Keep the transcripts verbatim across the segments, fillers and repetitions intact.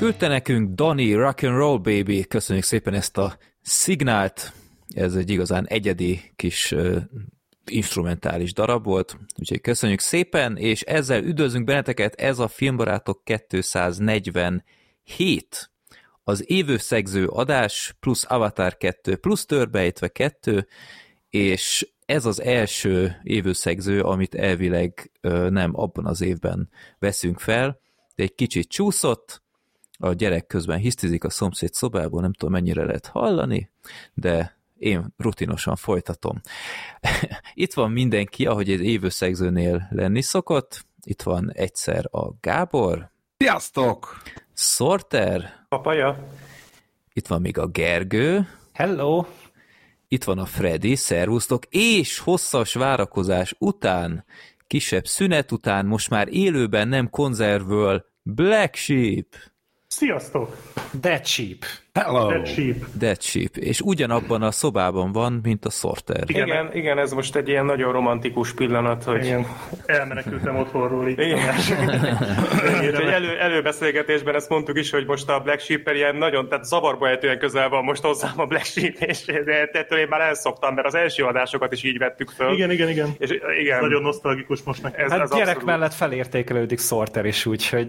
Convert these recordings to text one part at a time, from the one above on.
Küldte nekünk Dani Rock'n'Roll Baby, köszönjük szépen ezt a szignált, ez egy igazán egyedi kis uh, instrumentális darab volt, úgyhogy köszönjük szépen, és ezzel üdvözlünk benneteket, ez a Filmbarátok kétszáznegyvenhét, az évőszegző adás, plusz Avatar kettő, plusz Törbejtve kettő, és ez az első évőszegző, amit elvileg uh, nem abban az évben veszünk fel, de egy kicsit csúszott, a gyerek közben hisztizik a szomszéd szobából, nem tudom mennyire lehet hallani, de én rutinosan folytatom. Itt van mindenki, ahogy egy évőszegzőnél lenni szokott. Itt van egyszer a Gábor. Sziasztok! Sorter. Papaja. Itt van még a Gergő. Hello! Itt van a Freddy, szervusztok, és hosszas várakozás után, kisebb szünet után, most már élőben, nem konzervből, Black Sheep. Sziasztok! Dead Sheep. Hello! Dead Sheep. Dead Sheep. És ugyanabban a szobában van, mint a Sorter. Igen, igen, igen, ez most egy ilyen nagyon romantikus pillanat, hogy... Igen. Elmenekültem otthonról így. Igen. Úgyhogy elő, előbeszélgetésben ezt mondtuk is, hogy most a Black Sheep-el ilyen nagyon, tehát zavarba ejtően közel van most hozzám a Black Sheep, és ettől én már elszoktam, mert az első adásokat is így vettük föl. Igen, igen, igen. És igen. Nagyon nosztalgikus most nekem. Ez, hát ez gyerek abszolút... mellett felértékelődik Sorter is, úgyhogy...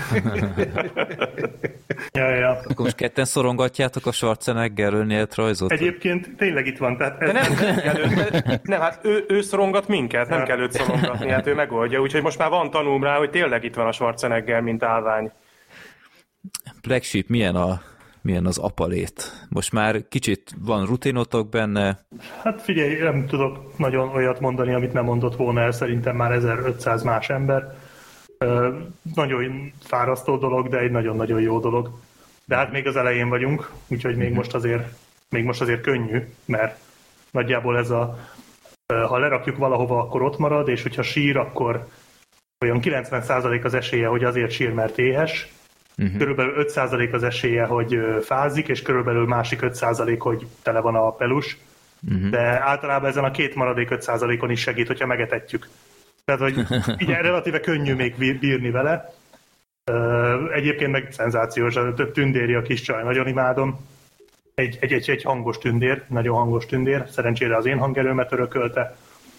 ja, ja. Akkor most ketten szorongatjátok a Schwarzenegger önéletrajzot? Egyébként tényleg itt van, tehát... Ez... De nem, nem, kell őt, nem, hát ő, ő szorongat minket, nem ja. kell őt szorongatni, hát ő megoldja, úgyhogy most már van tanulm rá, hogy tényleg itt van a Schwarzenegger, mint állvány. Black Sheep, milyen, a, milyen az apalét? Most már kicsit van rutinotok benne? Hát figyelj, nem tudok nagyon olyat mondani, amit nem mondott volna el, szerintem már ezerötszáz más ember. Uh, nagyon fárasztó dolog, de egy nagyon-nagyon jó dolog. De hát még az elején vagyunk, úgyhogy még most azért, még most azért könnyű, mert nagyjából ez a, ha lerakjuk valahova, akkor ott marad, és hogyha sír, akkor olyan kilencven százalék az esélye, hogy azért sír, mert éhes, uh-huh. körülbelül öt százalék az esélye, hogy fázik, és körülbelül másik öt százalék, hogy tele van a pelus, uh-huh. de általában ezen a két maradék öt százalékon is segít, hogyha megetetjük. Tehát, hogy így relatíve könnyű még bírni vele. Egyébként meg szenzációs, több tündéri a kis csaj, nagyon imádom. Egy, egy, egy, egy hangos tündér, nagyon hangos tündér, szerencsére az én hangerőmet örökölte.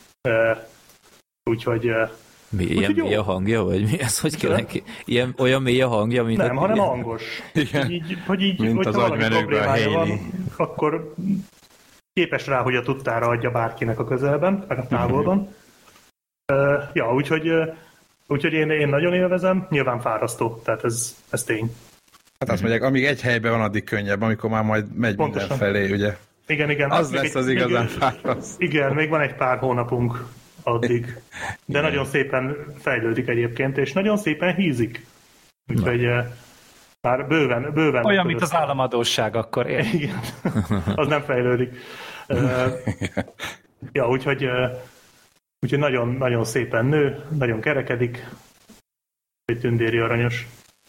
Úgyhogy... Mi, ilyen mély a hangja, vagy mi ez, hogy kell neki? Ilyen, olyan mély a hangja, mint... Nem, a... hanem hangos. Igen. Így, hogy így, mint hogyha az valami problémája van, Haley. akkor képes rá, hogy a tudtára adja bárkinek a közelben, meg a távolban. Uh, ja, úgyhogy, uh, úgyhogy én, én nagyon élvezem, nyilván fárasztó, tehát ez, ez tény. Hát azt mondják, amíg egy helyben van, addig könnyebb, amikor már majd megy Pontosan. mindenfelé, ugye? Igen, igen. Az lesz egy, az igazán még, fárasztó. Igen, még van egy pár hónapunk addig. De igen. Nagyon szépen fejlődik egyébként, és nagyon szépen hízik. Úgyhogy uh, már bőven, bőven... Olyan, mint az államadósság akkor. Én. Igen, az nem fejlődik. Uh, ja, úgyhogy... Uh, Úgyhogy nagyon, nagyon szépen nő, nagyon kerekedik, hogy tündéri aranyos.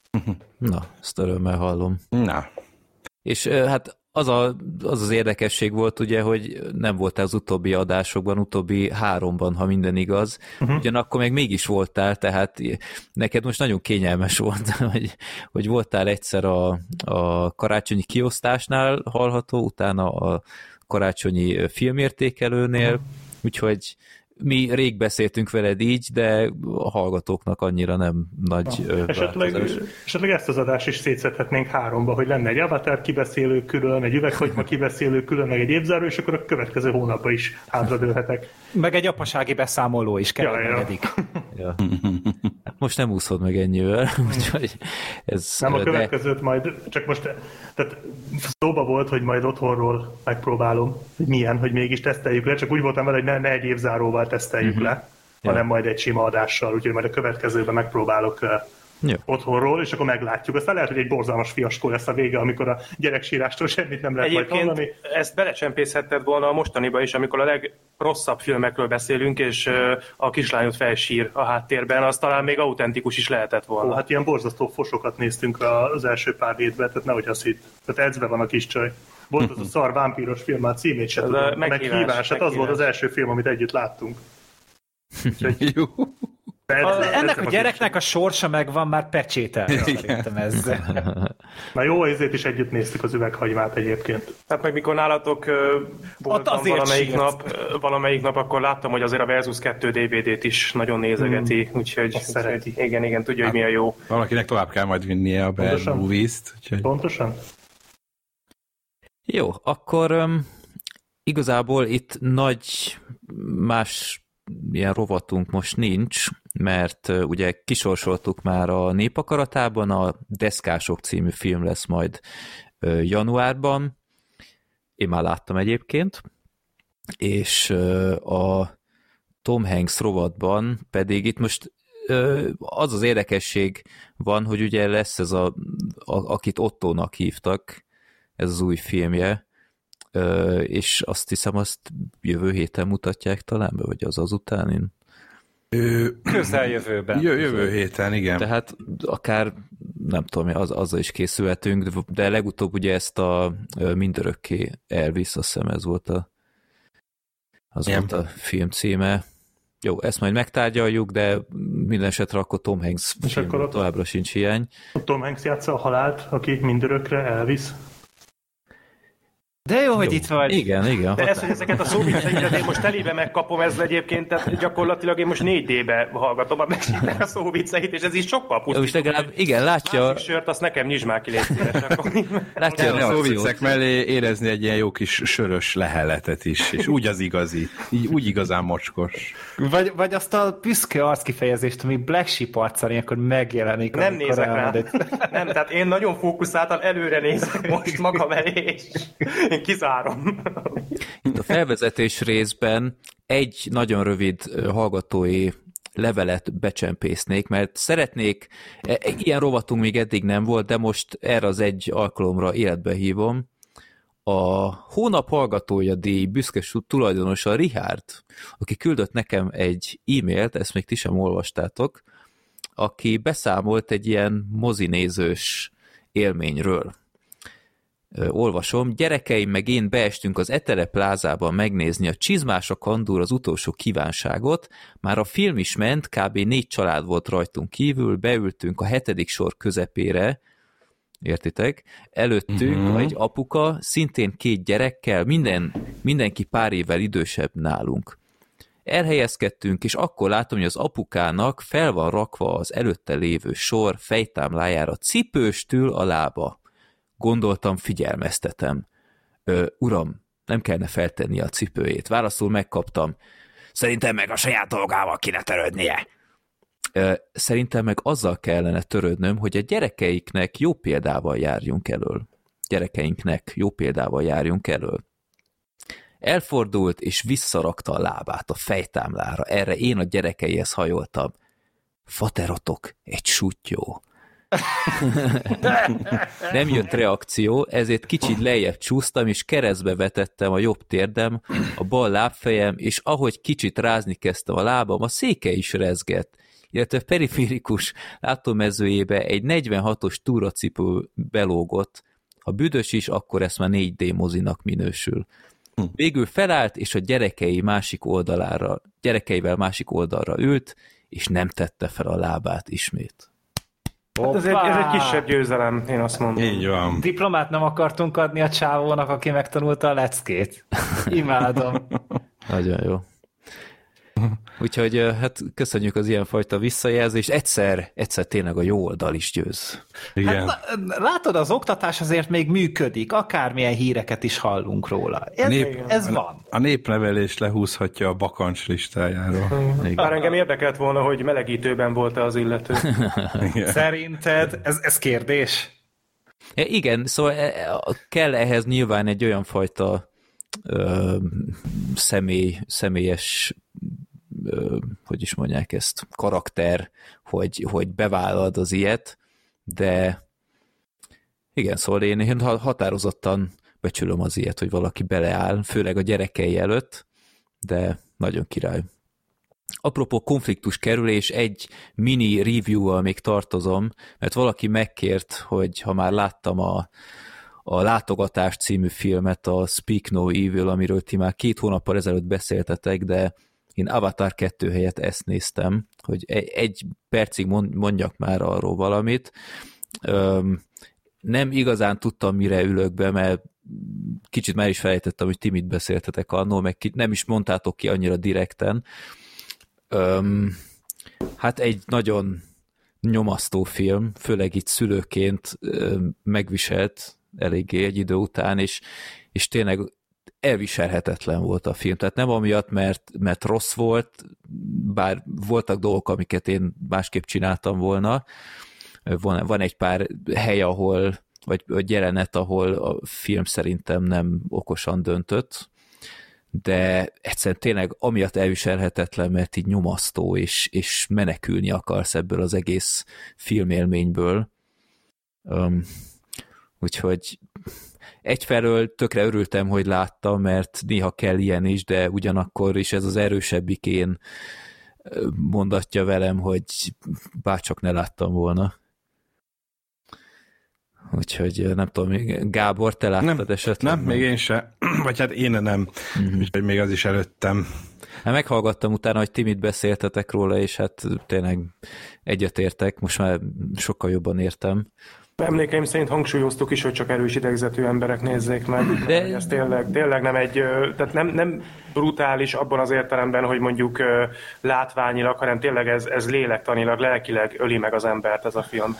Na, ezt örömmel hallom. Na. És hát az, a, az az érdekesség volt ugye, hogy nem voltál az utóbbi adásokban, utóbbi háromban, ha minden igaz. Uh-huh. Ugyanakkor meg mégis voltál, tehát neked most nagyon kényelmes volt, hogy, hogy voltál egyszer a, a karácsonyi kiosztásnál hallható, utána a karácsonyi filmértékelőnél, uh-huh. úgyhogy mi rég beszéltünk veled így, de a hallgatóknak annyira nem nagy ah, esetleg, esetleg ezt az adást is szétszedhetnénk háromba, hogy lenne egy Avatar kibeszélő külön, egy üveghagyma kibeszélő külön, meg egy évzáró, és akkor a következő hónapban is hátradőlhetek. Meg egy apasági beszámoló is kell, ja, ja. ja. Hát most nem úszod meg ennyivel, úgyhogy ez... Nem, a de... következőt majd, csak most tehát szóba volt, hogy majd otthonról megpróbálom, hogy milyen, hogy mégis teszteljük le, csak úgy voltam vele, hogy ne, ne egy évzáróval teszteljük uh-huh. le, hanem ja. majd egy sima adással, úgyhogy majd a következőben megpróbálok ja. otthonról, és akkor meglátjuk. Aztán lehet, hogy egy borzalmas fiaskó lesz a vége, amikor a gyereksírástól semmit nem lehet Egyébként majd hallani. Ezt belecsempészhetted volna a mostaniba is, amikor a legrosszabb filmekről beszélünk, és a kislányod felsír a háttérben, az talán még autentikus is lehetett volna. Ó, hát ilyen borzasztó fosokat néztünk az első pár hétben, tehát nehogy azt hitt. Tehát edzve van a kis csaj. Volt az a szar vámpíros film, már címét se tudom. A meghívás, meghívás. Hát az volt az első film, amit együtt láttunk. Úgyhogy, A, ennek a gyereknek a sorsa megvan már pecsételve, szerintem ezzel. Na jó, ezért is együtt néztük az üveghagymát egyébként. Hát meg mikor nálatok uh, voltam valamelyik sírt. nap, uh, valamelyik nap, akkor láttam, hogy azért a Versus kettő dé vé dét is nagyon nézegeti, mm. úgyhogy szereti. Igen, igen, tudja, hogy mi a jó. Valakinek tovább kell majd vinnie a Bad Movies-t. Úgyhogy... Pontosan? Jó, akkor um, igazából itt nagy más ilyen rovatunk most nincs, mert uh, ugye kisorsoltuk már a Népakaratában, a Deszkások című film lesz majd uh, januárban, én már láttam egyébként, és uh, a Tom Hanks rovatban pedig itt most uh, az az érdekesség van, hogy ugye lesz ez a, a akit Ottónak hívtak, ez az új filmje, uh, és azt hiszem, azt jövő héten mutatják talán be, vagy az azután én. Közeljövőben. Jö, jövő héten, igen. Tehát akár, nem tudom, az, azzal is készülhetünk, de legutóbb ugye ezt a Mindörökké Elvis, azt hiszem ez volt a, az volt a film címe. Jó, ezt majd megtárgyaljuk, de minden esetre akkor Tom Hanks film továbbra sincs hiány. Tom Hanks játsza a halált, aki mindörökre elvisz. De jó, hogy jó. Itt vagy. Igen, igen. De ez, hogy ezeket a szóvicceiket én most elébe megkapom ezzel egyébként, tehát gyakorlatilag én most négy dé-be hallgatom a mesétek a szóvicceit, és ez is sokkal pusztítom. Most legalább, igen, látja... Másik sört, azt nekem nyisd már ki, légy szíves. Látja a szóviccek mellé érezni egy ilyen jó kis sörös leheletet is, és úgy az igazi, így, úgy igazán mocskos. Vagy, vagy azt a büszke arckifejezést, ami Black Sheep arccal ilyenkor megjelenik. Nem nézek rá. Nem, tehát én nagyon fókuszáltan előre nézek most magam elé, és én kizárom. Itt a felvezetés részben egy nagyon rövid hallgatói levelet becsempésznék, mert szeretnék, ilyen rovatunk még eddig nem volt, de most erre az egy alkalomra életbe hívom. A hónap hallgatója díj büszke tulajdonosa Richard, aki küldött nekem egy e-mailt, ezt még ti sem olvastátok, aki beszámolt egy ilyen mozinézős élményről. Olvasom, gyerekeim meg én beestünk az Etere plázában megnézni a Csizmás a kandúr az utolsó kívánságot, már a film is ment, kb. Négy család volt rajtunk kívül, beültünk a hetedik sor közepére, értitek? Előttünk uh-huh. egy apuka, szintén két gyerekkel, minden, mindenki pár évvel idősebb nálunk. Elhelyezkedtünk, és akkor látom, hogy az apukának fel van rakva az előtte lévő sor fejtámlájára cipőstül a lába. Gondoltam, figyelmeztetem. Ö, uram, nem kellene feltenni a cipőjét. Válaszul megkaptam. Szerintem meg a saját dolgával kéne törődnie. Ö, szerintem meg azzal kellene törődnöm, hogy a gyerekeiknek jó példával járjunk elől. Gyerekeinknek jó példával járjunk elől. Elfordult, és visszarakta a lábát a fejtámlára. Erre én a gyerekeihez hajoltam. Faterotok, egy suttyó. Nem jött reakció, ezért kicsit lejjebb csúsztam, és keresztbe vetettem a jobb térdem, a bal lábfejem, és ahogy kicsit rázni kezdtem a lábam, a széke is rezgett, illetve periférikus látómezőjébe egy negyvenhatos túracipő belógott. Ha büdös is, akkor ezt már négy dé mozinak minősül. Végül felállt, és a gyerekei másik oldalára, gyerekeivel másik oldalra ült, és nem tette fel a lábát ismét. Hát ez, egy, ez egy kisebb győzelem, én azt mondom. Így van. Diplomát nem akartunk adni a csávónak, aki megtanulta a leckét. Imádom. Nagyon jó. Úgyhogy hát köszönjük az ilyenfajta visszajelzést. Egyszer, egyszer tényleg a jó oldal is győz. Igen. Hát, látod, az oktatás azért még működik, akármilyen híreket is hallunk róla. Ez, Nép, ez van. A népnevelés lehúzhatja a bakancs listájáról. Már engem érdekelt volna, hogy melegítőben volt-e az illető. Szerinted ez, ez kérdés? E, igen, szóval e, kell ehhez nyilván egy olyan fajta ö, személy, személyes ö, hogy is mondják ezt, karakter, hogy, hogy bevállalod az ilyet, de igen, szóval én, én határozottan becsülöm az ilyet, hogy valaki beleáll, főleg a gyerekei előtt, de nagyon király. Apropó konfliktus kerülés, egy mini review-val még tartozom, mert valaki megkért, hogy ha már láttam a, a Látogatás című filmet, a Speak No Evil, amiről ti már két hónappal ezelőtt beszéltetek, de én Avatar kettő helyett ezt néztem, hogy egy percig mondjak már arról valamit. Nem igazán tudtam, mire ülök be, mert kicsit már is felejtettem, hogy ti mit beszéltetek annól, meg nem is mondtátok ki annyira direkten. Hát egy nagyon nyomasztó film, főleg itt szülőként megviselt eléggé egy idő után, és, és tényleg elviselhetetlen volt a film. Tehát nem amiatt, mert, mert rossz volt, bár voltak dolgok, amiket én másképp csináltam volna. Van, van egy pár hely, ahol, vagy, vagy jelenet, ahol a film szerintem nem okosan döntött, de egyszerűen tényleg amiatt elviselhetetlen, mert így nyomasztó, és, és menekülni akarsz ebből az egész filmélményből. Um, úgyhogy egyfelől tökre örültem, hogy láttam, mert néha kell ilyen is, de ugyanakkor is ez az erősebbik én mondatja velem, hogy bárcsak ne láttam volna. Úgyhogy nem tudom, Gábor, te láttad nem, esetleg? Nem, még én se. Vagy hát én nem. Uh-huh. Úgyhogy még az is előttem. Hát meghallgattam utána, hogy ti mit beszéltetek róla, és hát tényleg egyetértek, most már sokkal jobban értem. Emlékeim szerint hangsúlyoztuk is, hogy csak erős idegzetű emberek nézzék meg. De... Ez tényleg, tényleg nem egy, tehát nem, nem brutális abban az értelemben, hogy mondjuk látványilag, hanem tényleg ez, ez lélektanilag, lelkileg öli meg az embert ez a film.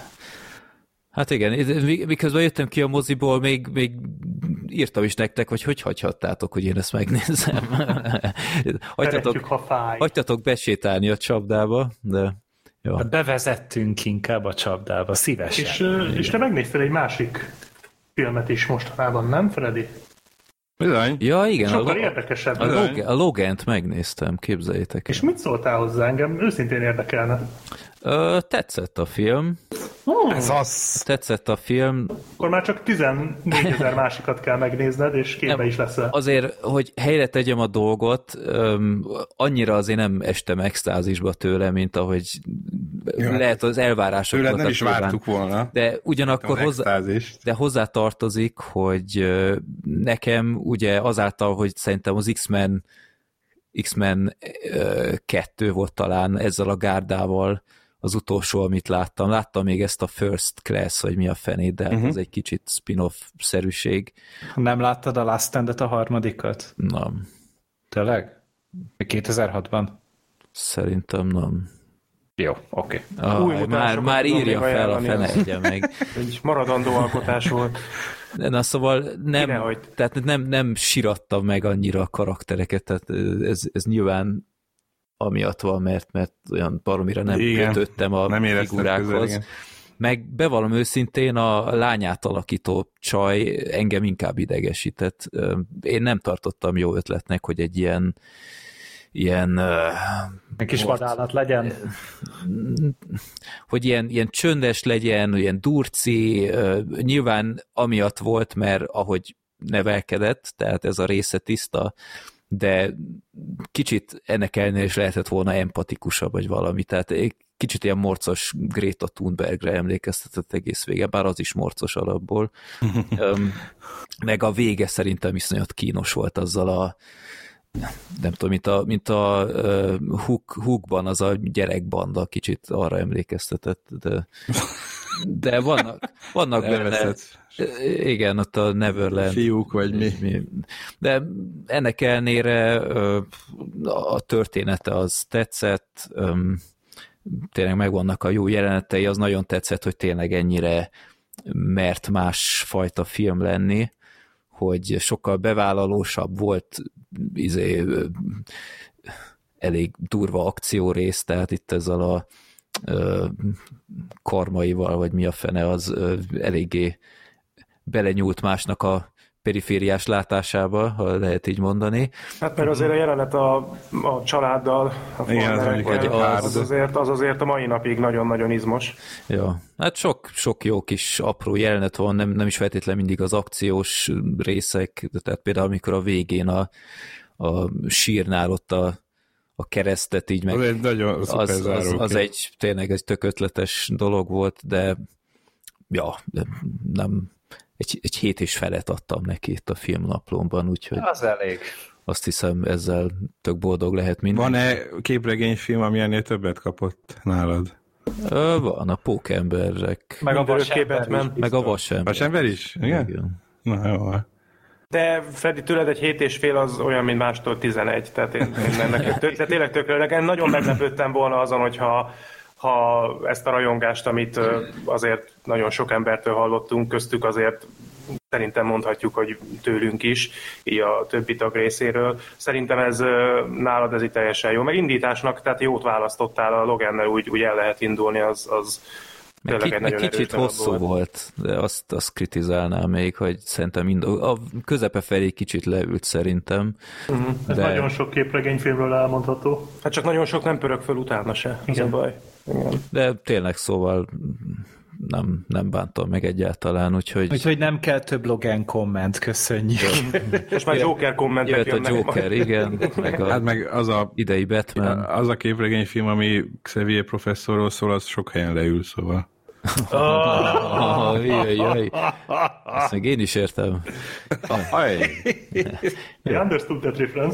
Hát igen, miközben jöttem ki a moziból, még, még írtam is nektek, hogy hogy hagyhattátok, hogy én ezt megnézem. hagytatok, hagytatok besétálni a csapdába, de... Jó. Bevezettünk inkább a csapdába, szívesen. És, és te megnéztél egy másik filmet is mostanában, nem, Freddy? Bizony. Ja, igen. Sokkal a, érdekesebb. A, Log- a Logant megnéztem, képzeljétek el. És mit szóltál hozzá? Engem őszintén érdekelne. Ö, tetszett a film. Hmm. Ez az. Tetszett a film. Akkor már csak tizennégyezer másikat kell megnézned, és képbe nem, is leszel. Azért, hogy helyre tegyem a dolgot, öm, annyira azért nem estem extázisba tőle, mint ahogy ja, lehet az elvárások. Tőled nem is vártuk volna. De ugyanakkor hozzá, de hozzá tartozik, hogy nekem ugye azáltal, hogy szerintem az X-Men X-Men kettő volt talán ezzel a gárdával az utolsó, amit láttam. Láttam még ezt a First Class, vagy mi a fenét, de uh-huh. ez egy kicsit spin-off-szerűség. Nem láttad a Last Stand-et, a harmadikat? Nem. Tényleg? kétezer-hatban? Szerintem nem. Jó, oké. Okay. Ah, már, már írja fel a fenedje meg. Egy maradandó alkotás volt. Na szóval nem, tehát nem, nem sirattam meg annyira a karaktereket, tehát ez, ez nyilván amiatt van, mert, mert olyan baromira nem igen, kötöttem a nem figurákhoz. Közel, meg bevallom őszintén, a lányát alakító csaj engem inkább idegesített. Én nem tartottam jó ötletnek, hogy egy ilyen ilyen... Egy kis vadállat legyen. Hogy ilyen, ilyen csöndes legyen, ilyen durci, nyilván amiatt volt, mert ahogy nevelkedett, tehát ez a része tiszta, de kicsit ennek ellenére is lehetett volna empatikusabb, vagy valami, tehát kicsit ilyen morcos Greta Thunbergre emlékeztetett egész vége, bár az is morcos alapból. Meg a vége szerintem iszonyat kínos volt azzal a nem tudom, mint a, mint a uh, Hook, Hookban az a gyerekbanda, kicsit arra emlékeztetett, de, de vannak, vannak benne, igen, ott a Neverland. Fiúk vagy mi. mi. De ennek ellenére uh, a története az tetszett, um, tényleg megvannak a jó jelenetei, az nagyon tetszett, hogy tényleg ennyire mert másfajta film lenni, hogy sokkal bevállalósabb volt, izé, elég durva akciórész, tehát itt ezzel a ö, karmaival, vagy mi a fene, az ö, eléggé belenyúlt másnak a perifériás látásába, ha lehet így mondani. Hát mert azért a jelenet a, a családdal, a igen, az, az, az, azért, az azért a mai napig nagyon-nagyon izmos. Ja, hát sok, sok jó kis apró jelenet van, nem, nem is feltétlenül mindig az akciós részek, tehát például amikor a végén a, a sírnál ott a, a keresztet így meg... Az egy nagyon az, az, az, az egy tényleg egy tök ötletes dolog volt, de ja, de nem... Egy, egy hét és felet adtam neki itt a filmnaplómban, úgyhogy... Az elég. azt hiszem ezzel tök boldog lehet minden. Van-e képregényfilm, ami ennél többet kapott nálad? Ö, van a Pókemberek. Meg a Vasember. Meg a Vasember. Vasember is? Igen? Igen. Na, jó. De Freddy, tőled egy hét és fél az olyan, mint mástól tizenegy, tehát én, én ennek tök, tehát tényleg tökre, nekem nagyon meglepődtem volna azon, hogyha ha ezt a rajongást, amit azért nagyon sok embertől hallottunk, köztük azért szerintem mondhatjuk, hogy tőlünk is, így a többi tag részéről. Szerintem ez nálad ez itt teljesen jó. Meg indításnak, tehát jót választottál a Logannel, úgy, úgy el lehet indulni, az, az Meg, ki, meg kicsit hosszú volt. volt, de azt, azt kritizálnám még, hogy szerintem mind, a közepe felé kicsit leült szerintem. Uh-huh. Ez de... nagyon sok képregényfilmről elmondható. Hát csak nagyon sok nem pörög föl utána se, ez a baj. Igen. De tényleg szóval nem, nem bántam meg egyáltalán, úgyhogy... Úgyhogy nem kell több Logan komment, köszönjük. Most már Joker kommentek jönnek. Jött a Joker, majd. Igen. Meg a hát meg az a idei Batman. Az a képregényfilm, ami Xavier professzorról szól, az sok helyen leül, szóval. Oh, oh, jaj, jaj. Azt meg én is értem. I understood that reference.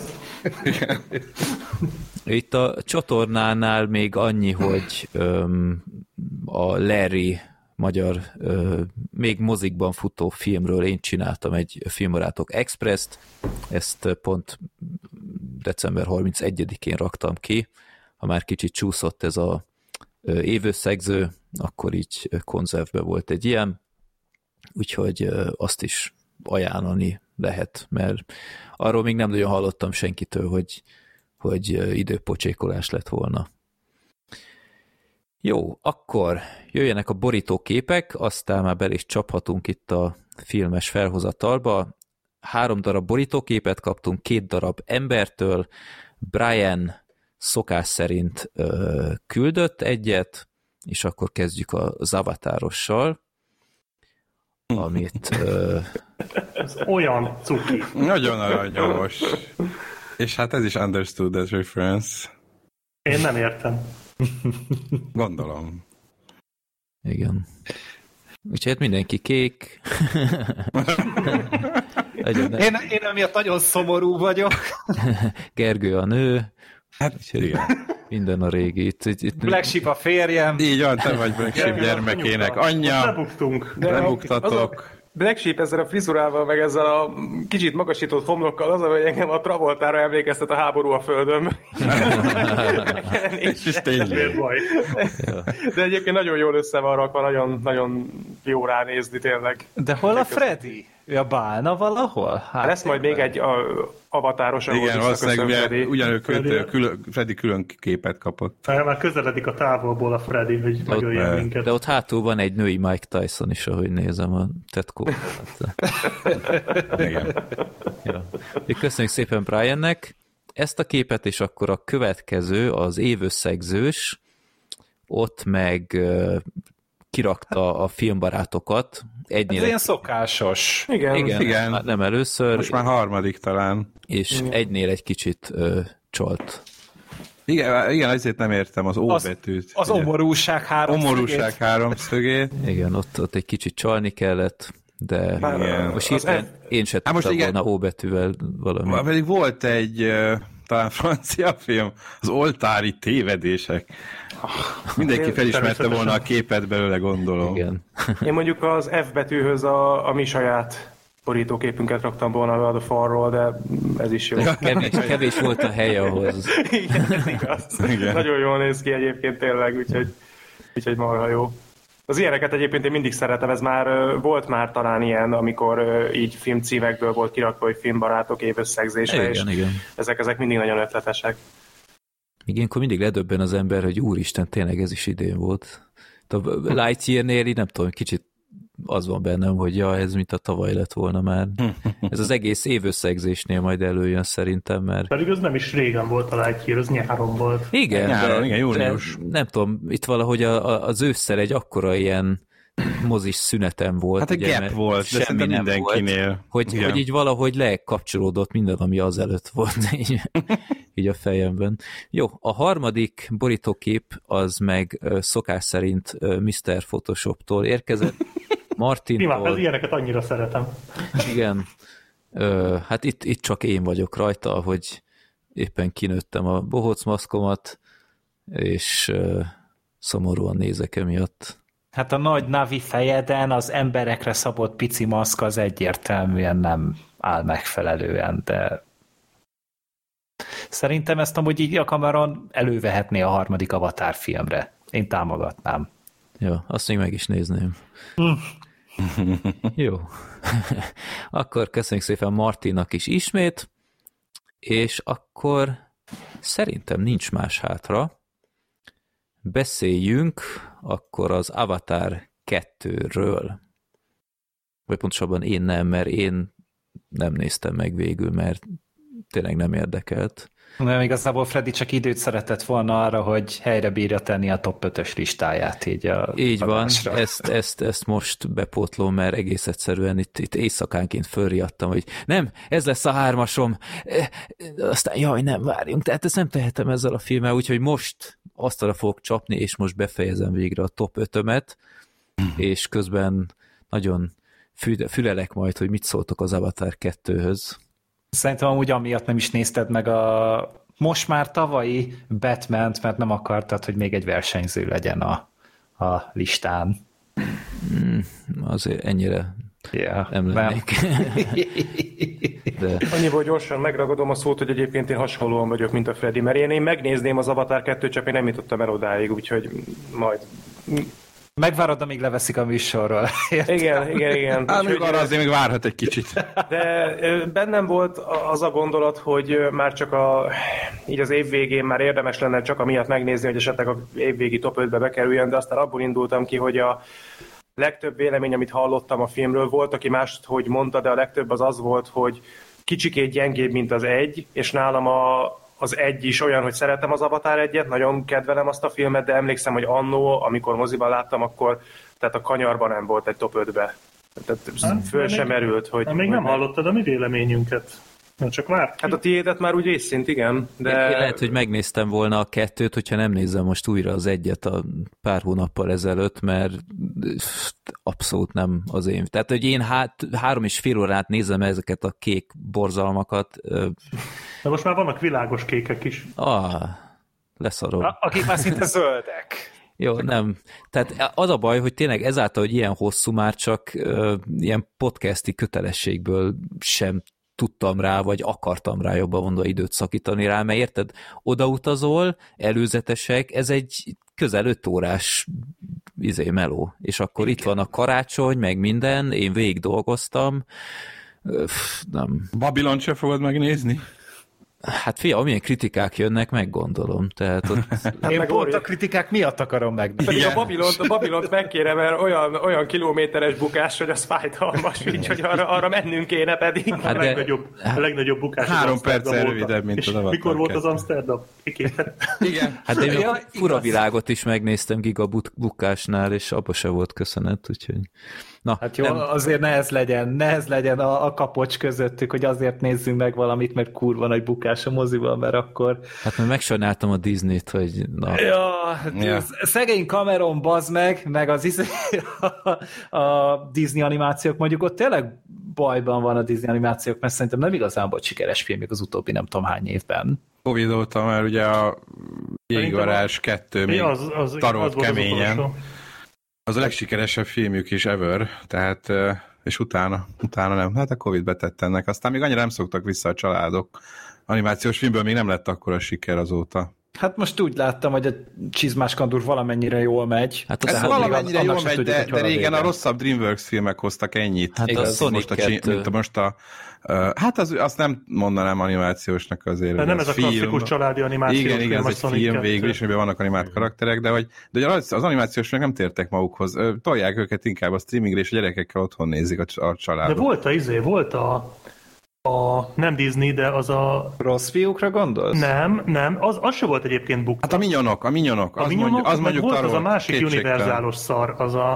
Itt a csatornánál még annyi, hogy um, a Larry magyar, uh, még mozikban futó filmről én csináltam egy Filmbarátok Express-t, ezt pont december harmincegyedikén raktam ki, ha már kicsit csúszott ez a uh, évösszegző, akkor így konzervbe volt egy ilyen, úgyhogy uh, azt is ajánlani lehet, mert arról még nem nagyon hallottam senkitől, hogy hogy időpocsékolás lett volna. Jó, akkor jöjjenek a borítóképek, aztán már bele is csaphatunk itt a filmes felhozatalba. Három darab borítóképet kaptunk, két darab embertől. Brian szokás szerint ö, küldött egyet, és akkor kezdjük az Avatárossal, amit... Ö, Ez olyan cuki. Nagyon aranyos. És hát ez is understood that reference. Én nem értem. Gondolom. Igen. Úgyhogy hát mindenki kék. én, én amiatt nagyon szomorú vagyok. Gergő a nő. Hát igen. Minden a régi. Itt, itt, itt... Black Sheep a férjem. Így van, te vagy Black Sheep gyermekének anyja. Lebuktunk. Lebuktatok. Black Sheep ezzel a frizurával, meg ezzel a kicsit magasított homlokkal, az, hogy engem a Travoltára emlékeztet a Háború a Földön. És is tényleg. De egyébként nagyon jól össze van rakva, nagyon, nagyon jó ránézni tényleg. De hol a Freddy? Ő a bálna valahol? Hát lesz majd még egy a, avatáros, ahol igen, valószínűleg ugyanúgy külön, külön, Freddy külön képet kapott. Már közeledik a távolból a Freddy, hogy megöljen minket. De ott hátul van egy női Mike Tyson is, ahogy nézem a tetkó. Igen. Ja. Köszönjük szépen Briannek ezt a képet, és akkor a következő, az évösszegzős, ott meg kirakta a filmbarátokat. Egynél ez ilyen szokásos. Igen, igen, igen. Nem először. Most már harmadik talán. És igen. Egynél egy kicsit ö, csolt. Igen, igen, ezért nem értem az O az, betűt. Az omorúság háromszögét. Omorúság háromszögét. Igen, ott, ott egy kicsit csalni kellett, de igen. Most hirtelen én se tudtam volna O betűvel valami. Pedig volt egy uh, talán francia film, az oltári tévedések. Mindenki felismerte volna a képet belőle, gondolom. Igen. Én mondjuk az F betűhöz a, a mi saját borítóképünket raktam volna a falról, de ez is jó. Kevés, kevés volt a hely ahhoz. Igen, ez igaz. Igen. Nagyon jól néz ki egyébként tényleg, úgyhogy, úgyhogy marha jó. Az ilyeneket egyébként én mindig szeretem, ez már volt már talán ilyen, amikor így filmcímekből volt kirakva, hogy filmbarátok évösszegzésre, és igen. Ezek, ezek mindig nagyon ötletesek. Még ilyenkor mindig ledöbben az ember, hogy úristen, tényleg ez is idén volt. A Lightyear-nél így nem tudom, kicsit az van bennem, hogy ja, ez mint a tavaly lett volna már. Ez az egész évösszegzésnél majd előjön szerintem, mert... Pedig az nem is régen volt a Lightyear, az nyáron volt. Igen, nyáron, de, igen, június. Nem tudom, itt valahogy a, a, az ősszel egy akkora ilyen mozis szünetem volt. Hát egy ugye, gap volt, de semmi nem mindenkinél. Volt, hogy, hogy így valahogy lekapcsolódott minden, ami az előtt volt így, így a fejemben. Jó, a harmadik borítókép az meg szokás szerint miszter Photoshoptól érkezett. Martintól. Imádom, ilyeneket annyira szeretem. Igen. Ö, hát itt, itt csak én vagyok rajta, hogy éppen kinőttem a bohóc maszkomat, és ö, szomorúan nézek emiatt. Hát a nagy Navi fejeden az emberekre szabott pici maszk az egyértelműen nem áll megfelelően, de szerintem ezt amúgy így a Cameron elővehetné a harmadik Avatar filmre. Én támogatnám. Jó, azt még meg is nézném. Mm. Jó. Akkor köszönjük szépen Martinak is ismét, és akkor szerintem nincs más hátra. Beszéljünk akkor az Avatar kettőről. Vagy pontosabban én nem, mert én nem néztem meg végül, mert tényleg nem érdekelt. Nem, igazából Freddy csak időt szeretett volna arra, hogy helyre bírja tenni a top ötös listáját. Így, a így van, ezt, ezt, ezt most bepótlom, mert egész egyszerűen itt, itt éjszakánként fölriadtam, hogy nem, ez lesz a hármasom, aztán jaj, nem, várjunk, tehát ezt nem tehetem ezzel a filmmel, úgyhogy most asztalra fogok csapni, és most befejezem végre a top ötömet, és közben nagyon fülelek majd, hogy mit szóltok az Avatar kettőhöz. Szerintem amúgy amiatt nem is nézted meg a most már tavalyi Batman-t, mert nem akartad, hogy még egy versenyző legyen a, a listán. Mm, azért ennyire yeah, nem lennék. De... Annyiból gyorsan megragadom a szót, hogy egyébként én hasonlóan vagyok, mint a Freddy, mert én, én megnézném az Avatar kettőt, csak én nem jutottam el odáig, úgyhogy majd... Megvárod, amíg leveszik a műsorról. Értem? Igen, igen, igen. Hát még arra azért még várhat egy kicsit. De bennem volt az a gondolat, hogy már csak a, így az év végén már érdemes lenne csak amiatt megnézni, hogy esetleg az évvégi top ötbe bekerüljön, de aztán abból indultam ki, hogy a legtöbb vélemény, amit hallottam a filmről, volt, aki máshogy mondta, de a legtöbb az az volt, hogy kicsikét gyengébb, mint az egy, és nálam a az egy is olyan, hogy szeretem az Avatar egyet, nagyon kedvelem azt a filmet, de emlékszem, hogy annó, amikor moziban láttam, akkor tehát a kanyarban nem volt egy top ötbe. Tehát hát, föl sem merült, hogy... Még nem hallottad a mi véleményünket. Nem csak várt. Hát a tiédet már úgy részint, igen. De... Én, én lehet, hogy megnéztem volna a kettőt, hogyha nem nézem most újra az egyet a pár hónappal ezelőtt, mert abszolút nem az én. Tehát, hogy én hát, három és fél órát nézem ezeket a kék borzalmakat. De most már vannak világos kékek is. Ah, leszarom. A, akik már szinte zöldek. Jó, nem. Tehát az a baj, hogy tényleg ezáltal, hogy ilyen hosszú, már csak uh, ilyen podcasti kötelességből sem tudtam rá, vagy akartam rá jobban mondva időt szakítani rá, mert érted, odautazol, előzetesek, ez egy közel öt órás izé, meló, és akkor itt van a karácsony, meg minden, én végig dolgoztam, Öff, nem. Babilont sem fogod megnézni? Hát fia, amilyen kritikák jönnek, meggondolom. Tehát ott... Én meg pont a kritikák miatt akarom megnézni. A Babilont, a Babilont megkére, mert olyan, olyan kilométeres bukás, hogy az fájdalmas, így, hogy arra, arra mennünk kéne pedig. Hát a, legnagyobb, a legnagyobb bukás. Három perc rövidebb, mint az Avatar. Mikor volt az Amsterdam? Igen. Hát én ja, a fura világot is megnéztem gigabukásnál, és abba se volt köszönet, úgyhogy... Na, hát jó, nem... azért ne ez legyen, ne ez legyen a, a kapocs közöttük, hogy azért nézzünk meg valamit, mert kurva nagy bukás a mozival, mert akkor... Hát mert megsajnáltam a Disneyt, hogy na... Ja, ja. Szegény Cameron, bazd meg, meg az is, a, a Disney animációk, mondjuk ott tényleg bajban van a Disney animációk, mert szerintem nem igazán volt sikeres filmjük az utóbbi nem tudom hány évben. Covidoltam, mert ugye a Jégvarázs kettő még az, az, tarolt az keményen. Az, az a legsikeresebb filmjük is ever, tehát, és utána, utána nem. Hát a Covid betett ennek. Aztán még annyira nem szoktak vissza a családok. Animációs filmből még nem lett akkora siker azóta. Hát most úgy láttam, hogy a Csizmás Kandúr valamennyire jól megy. Hát ez valamennyire jól megy, de, de régen a rosszabb DreamWorks filmek hoztak ennyit. Hát igaz, a most a, mint most a uh, hát az, azt nem mondanám animációsnak azért. De nem ez a film. Klasszikus családi animációs igen, film. Igen, ez egy film végül is, amiben vannak animált karakterek, de, hogy, de az, az animációs meg nem tértek magukhoz. Tolják őket inkább a streamingre, és a gyerekekkel otthon nézik a, a családot. De volt a izé, volt a A, nem Disney, de az a... Rossz fiúkra gondolsz? Nem, nem, az, az se volt egyébként bukta. Hát a minyonok, a minyonok. A az minyonok, mondjuk, az meg mondjuk volt tarol, az a másik kétségtelen. univerzálos szar, az a...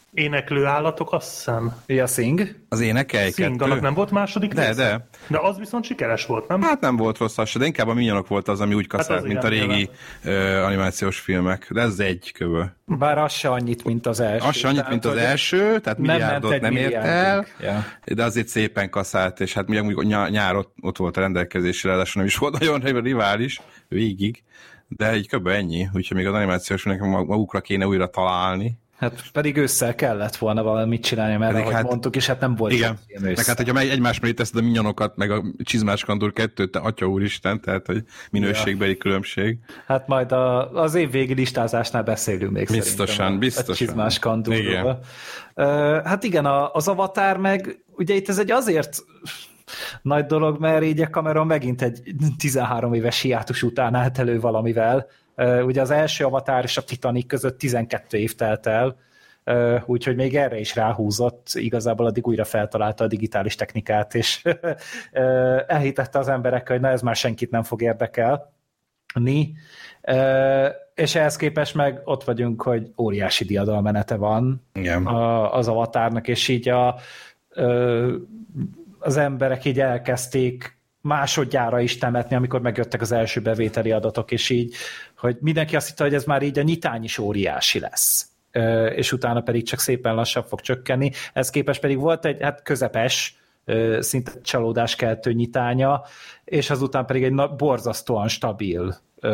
Éneklő állatok, azt hiszem. Ja, Sing. Az énekelj Sing, annak nem volt második De, rész? de. De az viszont sikeres volt, nem? Hát nem volt rossz az, de inkább a Minionok volt az, ami úgy kaszált, hát mint a régi uh, animációs filmek. De ez egy kb. Bár az se annyit, mint az első. Az se annyit, tehát, mint az első, tehát milliárdot nem, nem ért el, ja. De azért szépen kaszált, és hát ugye nyár ott, ott volt a rendelkezésre, ráadásul nem is volt nagyon rivális végig, de egy kb. Ennyi, úgyhogy még az animációs filmnek magukra kéne újra találni. Hát pedig ősszel kellett volna valamit csinálni, mert pedig ahogy hát, mondtuk, és hát nem volt igen. Meg hát, hogyha egymás mellé teszed a Minionokat, meg a Csizmás Kandúr kettőt, atya úristen, tehát, hogy minőségbeli ja. különbség. Hát majd a, az évvégi listázásnál beszélünk még biztosan, biztosan. A Csizmás Kandúrról. Uh, hát igen, a, az Avatar meg, ugye itt ez egy azért nagy dolog, mert így a Cameron megint egy tizenhárom éves hiátus után állt elő valamivel. Uh, ugye az első Avatar és a Titanic között tizenkettő év telt el, uh, úgyhogy még erre is ráhúzott, igazából addig újra feltalálta a digitális technikát, és uh, elhitette az emberekkel, hogy na ez már senkit nem fog érdekelni, uh, és ehhez képest meg ott vagyunk, hogy óriási diadalmenete van a, az Avatarnak, és így a, uh, az emberek így elkezdték másodjára is temetni, amikor megjöttek az első bevételi adatok, és így, hogy mindenki azt hitte, hogy ez már így a nyitány is óriási lesz. És utána pedig csak szépen lassabb fog csökkenni. Ez képest pedig volt egy hát közepes, szinte csalódáskeltő nyitánya, és azután pedig egy borzasztóan stabil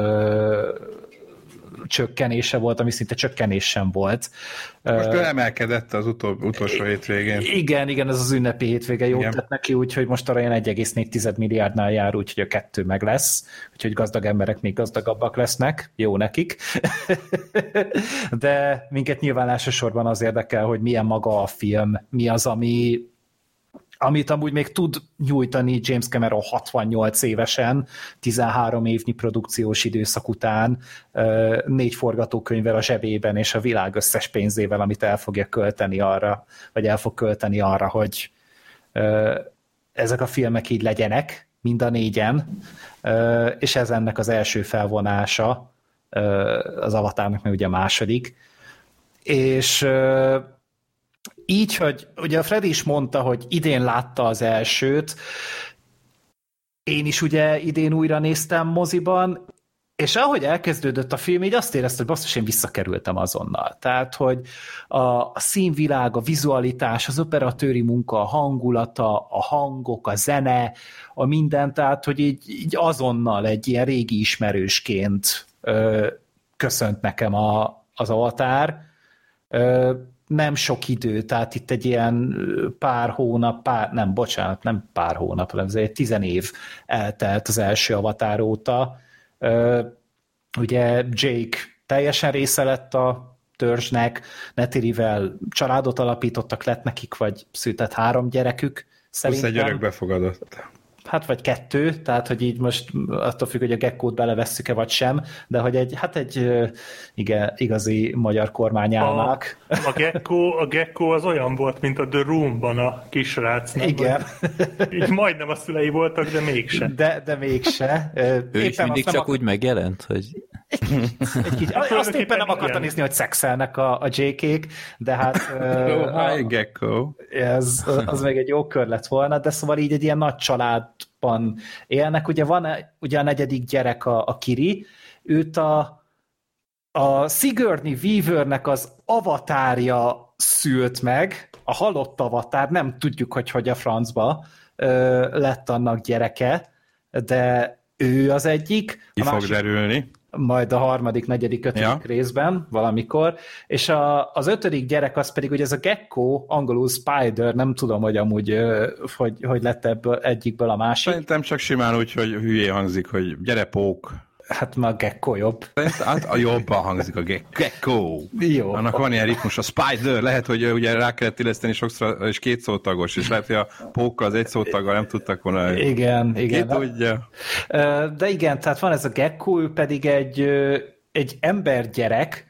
csökkenése volt, ami szinte csökkenés sem volt. Most ő emelkedett az utol, utolsó hétvégén. Igen, igen, ez az ünnepi hétvége jót tett neki, úgyhogy most arra ilyen egy egész négy milliárdnál jár, úgyhogy a kettő meg lesz, úgyhogy gazdag emberek még gazdagabbak lesznek, jó nekik. De minket nyilván elsősorban az érdekel, hogy milyen maga a film, mi az, ami amit amúgy még tud nyújtani James Cameron hatvannyolc évesen, tizenhárom évnyi produkciós időszak után, négy forgatókönyvvel a zsebében, és a világ összes pénzével, amit el fogja költeni arra, vagy el fog költeni arra, hogy ezek a filmek így legyenek, mind a négyen, és ez ennek az első felvonása, az Avatarnak meg ugye a második, és így, hogy ugye a Freddy is mondta, hogy idén látta az elsőt, én is ugye idén újra néztem moziban, és ahogy elkezdődött a film, így azt éreztem, hogy basszus, én visszakerültem azonnal. Tehát, hogy a, a színvilág, a vizualitás, az operatőri munka, a hangulata, a hangok, a zene, a minden, tehát, hogy így, így azonnal egy ilyen régi ismerősként ö, köszönt nekem a, az Avatar. Ö, nem sok idő, tehát itt egy ilyen pár hónap, pár, nem, bocsánat, nem pár hónap, hanem ez egy tizen év eltelt az első Avatar óta. Ugye Jake teljesen része lett a törzsnek, Neytirivel családot alapítottak, lett nekik, vagy született három gyerekük. Szerintem. Plusz egy örökbefogadott. Hát vagy kettő, tehát hogy így most attól függ, hogy a Gekkót belevesszük-e vagy sem, de hogy egy, hát egy igen, igazi magyar kormányálmák. A, a, Gekko, a Gekko az olyan volt, mint a The Room-ban a kisrác. Nem? Igen. Így majdnem a szülei voltak, de mégse. De, de mégse. Ő is mindig csak ak- úgy megjelent, hogy... Egy, egy kicsit. Azt éppen nem akartam nézni, hogy szexelnek a, a jé ké-k, de hát... Oh, hi, Gekko. Ez, az még egy jó kör lett volna, de szóval így egy ilyen nagy családban élnek. Ugye van ugye a negyedik gyerek, a, a Kiri, őt a, a Sigourney Weavernek az avatárja szült meg, a halott avatár, nem tudjuk, hogy hogy a francba ö, lett annak gyereke, de ő az egyik. Ki fog derülni. Majd a harmadik, negyedik, ötödik ja. részben valamikor, és a, az ötödik gyerek az pedig, ugye ez a Gekko, angolul Spider, nem tudom, hogy amúgy hogy, hogy lett ebből egyikből a másik. Szerintem csak simán úgy, hogy hülyé hangzik, hogy gyere pók. Hát már a Gekko jobb. Hát a jobban hangzik a Gekko. Jó. Annak van ilyen ritmus, a Spider, lehet, hogy ugye rá kellett illeszteni sokszor, és két szótagos, és lehet, hogy a pókkal az egy szótaggal nem tudtak volna. Igen, igen. Ki tudja. De igen, tehát van ez a Gekko, ő pedig egy, egy embergyerek,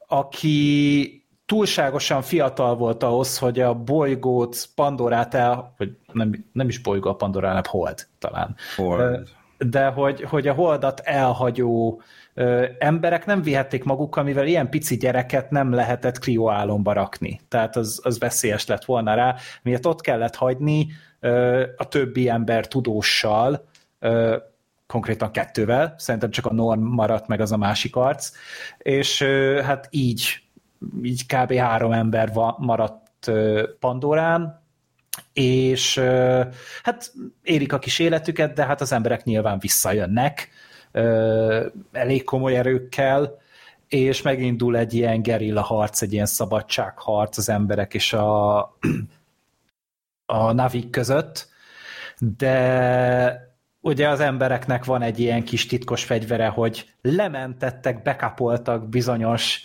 aki túlságosan fiatal volt ahhoz, hogy a bolygót, Pandorát el, vagy nem, nem is bolygó a Pandorá, hanem Hold talán. Hold. de hogy, hogy a holdat elhagyó ö, emberek nem vihették magukkal, mivel ilyen pici gyereket nem lehetett krioálomba rakni. Tehát az, az veszélyes lett volna rá, miatt ott kellett hagyni ö, a többi ember tudóssal, ö, konkrétan kettővel, szerintem csak a Norm maradt meg az a másik arc, és ö, hát így, így kb. három ember va, maradt ö, Pandorán, és hát érik a kis életüket, de hát az emberek nyilván visszajönnek elég komoly erőkkel, és megindul egy ilyen gerilla harc, egy ilyen szabadságharc az emberek és a, a Navik között, de ugye az embereknek van egy ilyen kis titkos fegyvere, hogy lementettek, bekapoltak bizonyos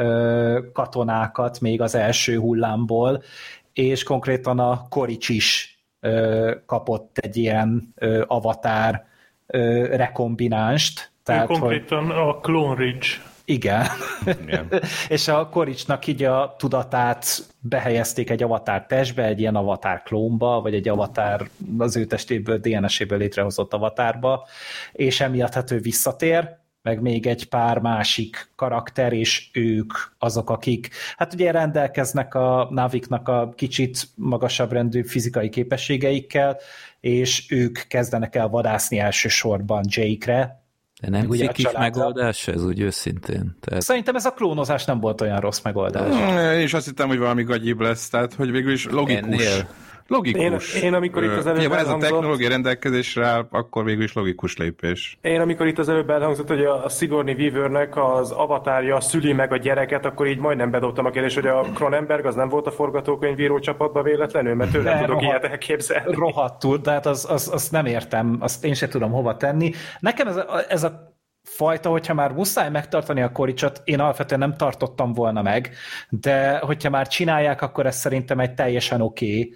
katonákat még az első hullámból, és konkrétan a Quaritch is ö, kapott egy ilyen ö, avatár ö, rekombinánst. Tehát, konkrétan hogy... a Clone Ridge. Igen. Igen. És a Quaritchnak így a tudatát behelyezték egy avatár testbe, egy ilyen avatár klónba, vagy egy avatár az ő testéből, dé en es-éből létrehozott avatárba, és emiatt hát ő visszatér, meg még egy pár másik karakter, és ők azok, akik, hát ugye rendelkeznek a Naviknak a kicsit magasabb rendű fizikai képességeikkel, és ők kezdenek el vadászni elsősorban Jake-re. De nem cikis megoldás ez, úgy őszintén? Tehát... Szerintem ez a klónozás nem volt olyan rossz megoldás. Én is azt hittem, hogy valami gagyibb lesz, tehát hogy végül is logikus. Ennél... Logikus. Én, én amikor itt az előbb ja, elhangzott... ez a technológia rendelkezésre áll, akkor végül is logikus lépés. Én amikor itt az előbb elhangzott, hogy a Sigourney Weavernek az avatárja szüli meg a gyereket, akkor így majdnem bedobtam a kérdést, hogy a Cronenberg az nem volt a forgatókönyvíró csapatban véletlenül, mert tőlem tudok rohadt, ilyet elképzelni. Rohadtul, de hát azt az, az nem értem, azt én sem tudom hova tenni. Nekem ez a, ez a fajta, hogyha már muszáj megtartani a Quaritchot, én alapvetően nem tartottam volna meg, de hogyha már csinálják, akkor ez szerintem egy teljesen oké okay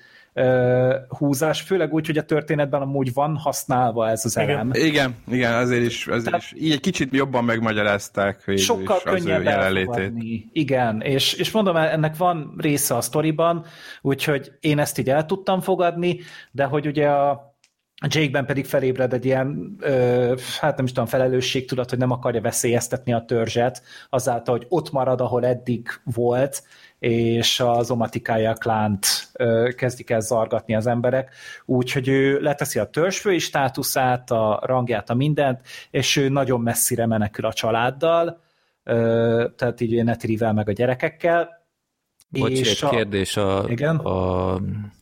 húzás, főleg úgy, hogy a történetben amúgy van használva ez az elem. Igen, igen, igen azért is, azért is így egy kicsit jobban megmagyarázták végül sokkal is az ő jelenlétét. Igen, és, és mondom, ennek van része a sztoriban, úgyhogy én ezt így el tudtam fogadni, de hogy ugye a Jake-ben pedig felébred egy ilyen, ö, hát nem is tudom, felelősségtudat, hogy nem akarja veszélyeztetni a törzset, azáltal, hogy ott marad, ahol eddig volt, és az Omatikája klánt ö, kezdik el zargatni az emberek, úgyhogy ő leteszi a törzsfői státuszát, a rangját, a mindent, és ő nagyon messzire menekül a családdal, ö, tehát így Netirivel meg a gyerekekkel. Bocs, és egy a... kérdés a... Igen? a...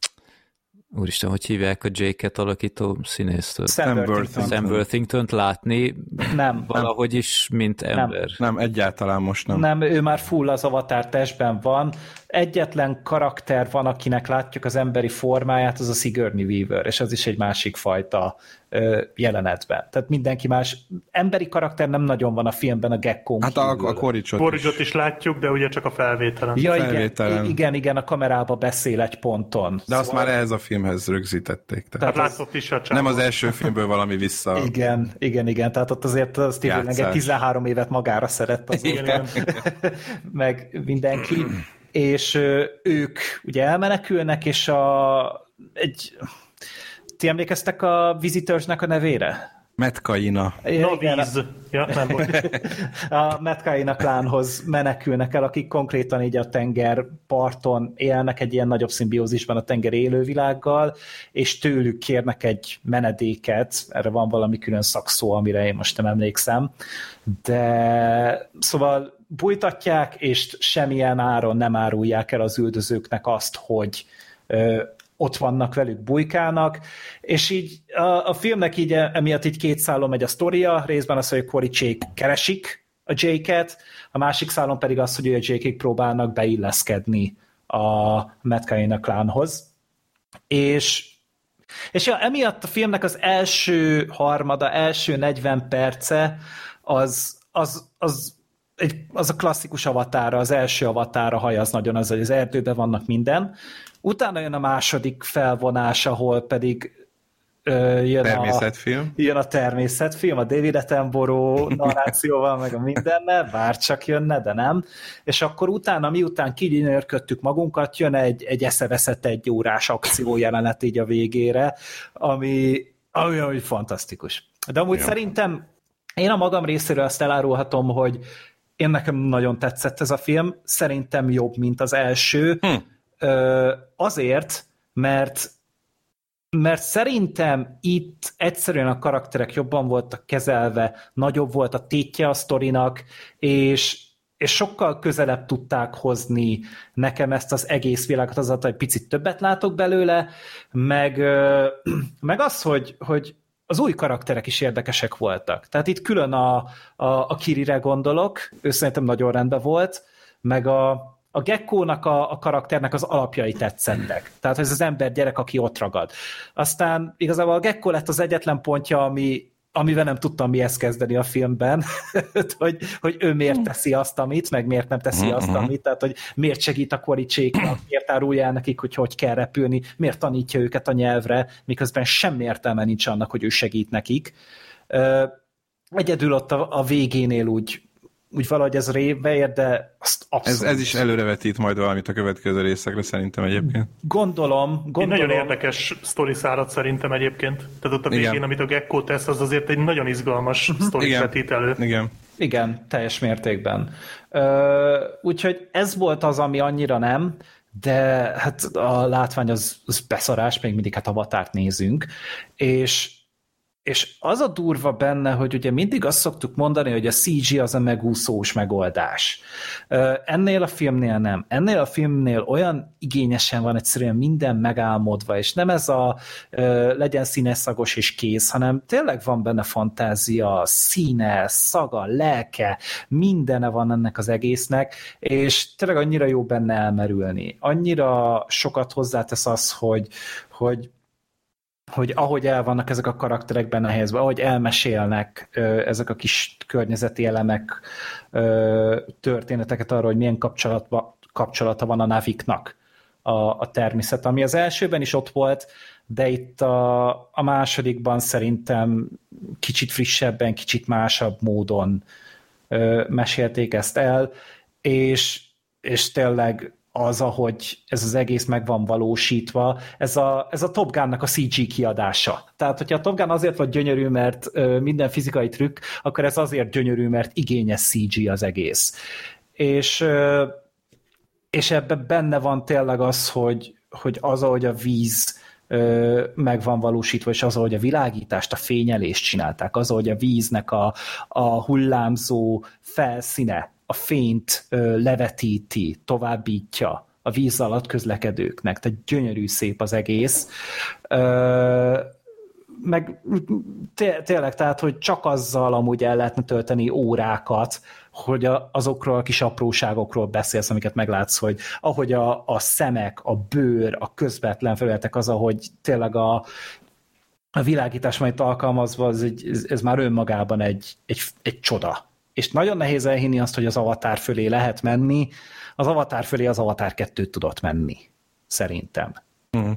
Úristen, hogy hívják a Jake-et alakító színésztől? Sam Worthington. Sam Worthingtont látni nem, valahogy is, mint ember. Nem, nem, egyáltalán most nem. Nem, ő már full az avatár testben van. Egyetlen karakter van, akinek látjuk az emberi formáját, az a Sigourney Weaver, és az is egy másik fajta ö, jelenetben. Tehát mindenki más. Emberi karakter nem nagyon van a filmben a Gekkón Hát a, a Quaritchot Quaritchot is. is látjuk, de ugye csak a felvételen. Ja, felvételen. Igen, igen, igen, a kamerába beszél egy ponton. De szóval... azt már ehhez a filmhez rögzítették. Tehát, tehát látszott is a nem az első filmből valami vissza. Igen, igen, igen. Tehát ott azért a Steven Lange tizenhárom évet magára szeret az igen. meg mindenki. És ők ugye elmenekülnek, és a, egy, ti emlékeztek a Visitorsnak a nevére? Metkaina. No, víz. Ja, nem a Metkaina klánhoz menekülnek el, akik konkrétan így a tengerparton élnek egy ilyen nagyobb szimbiózisban a tenger élővilággal, és tőlük kérnek egy menedéket, erre van valami külön szakszó, amire én most nem emlékszem, de szóval bújtatják, és semmilyen áron nem árulják el az üldözőknek azt, hogy ö, ott vannak velük, bujkálnak, és így a, a filmnek így emiatt így két szálon megy a sztoria, részben az, hogy a Quaritchék keresik a Jake-et, a másik szálon pedig az, hogy a Jake-ék próbálnak beilleszkedni a Metkaina klánhoz. És, és ja, emiatt a filmnek az első harmada, első negyven perce az, az, az Egy, az a klasszikus avatára, az első avatára hajaz nagyon az, hogy az erdőben vannak minden. Utána jön a második felvonás, ahol pedig ö, jön, természetfilm. A, jön a természetfilm, a David Attenborough narrációval, meg a mindennel, bár csak jönne, de nem. És akkor utána, miután kigyönyörködtük magunkat, jön egy, egy eszeveszett egy órás akció jelenet így a végére, ami, ami, ami fantasztikus. De amúgy ja. szerintem én a magam részéről azt elárulhatom, hogy én nekem nagyon tetszett ez a film, szerintem jobb, mint az első. Hm. Ö, azért, mert mert szerintem itt egyszerűen a karakterek jobban voltak kezelve, nagyobb volt a tétje a sztorinak, és, és sokkal közelebb tudták hozni nekem ezt az egész világot, azáltal, hogy picit többet látok belőle, meg, meg az, hogy, hogy az új karakterek is érdekesek voltak. Tehát itt külön a, a, a Kirire gondolok, ő szerintem nagyon rendben volt, meg a A Gekkónak a, a karakternek az alapjai tetszettek. Tehát ez az ember gyerek, aki ott ragad. Aztán igazából a Gekkó lett az egyetlen pontja, ami, amivel nem tudtam mihez kezdeni a filmben, hogy, hogy ő miért teszi azt, amit, meg miért nem teszi azt, amit, tehát hogy miért segít a koricséknak, miért árulja el nekik, hogy hogy kell repülni, miért tanítja őket a nyelvre, miközben semmi értelme nincs annak, hogy ő segít nekik. Egyedül ott a, a végénél úgy úgy valahogy ez révbe ér, de azt abszolút... Ez, ez is előrevetít majd valamit a következő részekre szerintem egyébként. Gondolom, gondolom. Egy nagyon érdekes sztori szárad szerintem egyébként. Tehát ott a végén, igen. amit a Gekko tesz, az azért egy nagyon izgalmas sztori vetít elő. Igen. Igen, teljes mértékben. Ö, úgyhogy ez volt az, ami annyira nem, de hát a látvány az, az beszarás, még mindig hát Avatárt nézünk, és És az a durva benne, hogy ugye mindig azt szoktuk mondani, hogy a cé gé az a megúszós megoldás. Ennél a filmnél nem. Ennél a filmnél olyan igényesen van egyszerűen minden megálmodva, és nem ez a legyen színes, szagos és kész, hanem tényleg van benne fantázia, színe, szaga, lelke, mindene van ennek az egésznek, és tényleg annyira jó benne elmerülni. Annyira sokat hozzátesz az, hogy, hogy hogy ahogy el vannak ezek a karakterek benne helyezve, ahogy elmesélnek ö, ezek a kis környezeti elemek ö, történeteket arról, hogy milyen kapcsolatba, kapcsolata van a Naviknak a, a természet, ami az elsőben is ott volt, de itt a, a másodikban szerintem kicsit frissebben, kicsit másabb módon ö, mesélték ezt el, és, és tényleg az, ahogy ez az egész meg van valósítva, ez a, ez a Top Gun-nak a cé gé kiadása. Tehát, hogyha a Top Gun azért volt gyönyörű, mert ö, minden fizikai trükk, akkor ez azért gyönyörű, mert igényes cé gé az egész. És, ö, és ebben benne van tényleg az, hogy, hogy az, ahogy a víz ö, meg van valósítva, és az, ahogy a világítást, a fényelést csinálták, az, ahogy a víznek a, a hullámzó felszíne, a fényt ö, levetíti, továbbítja a víz alatt közlekedőknek, tehát gyönyörű szép az egész. Ö, meg té- tényleg, tehát, hogy csak azzal amúgy el lehetne tölteni órákat, hogy a, azokról a kis apróságokról beszélsz, amiket meglátsz, hogy ahogy a, a szemek, a bőr, a közvetlen felületek, az, ahogy tényleg a, a világítás majd alkalmazva, az egy, ez, ez már önmagában egy, egy, egy csoda. És nagyon nehéz elhinni azt, hogy az Avatar fölé lehet menni. Az Avatar fölé az Avatar kettő tudott menni, szerintem. Mm.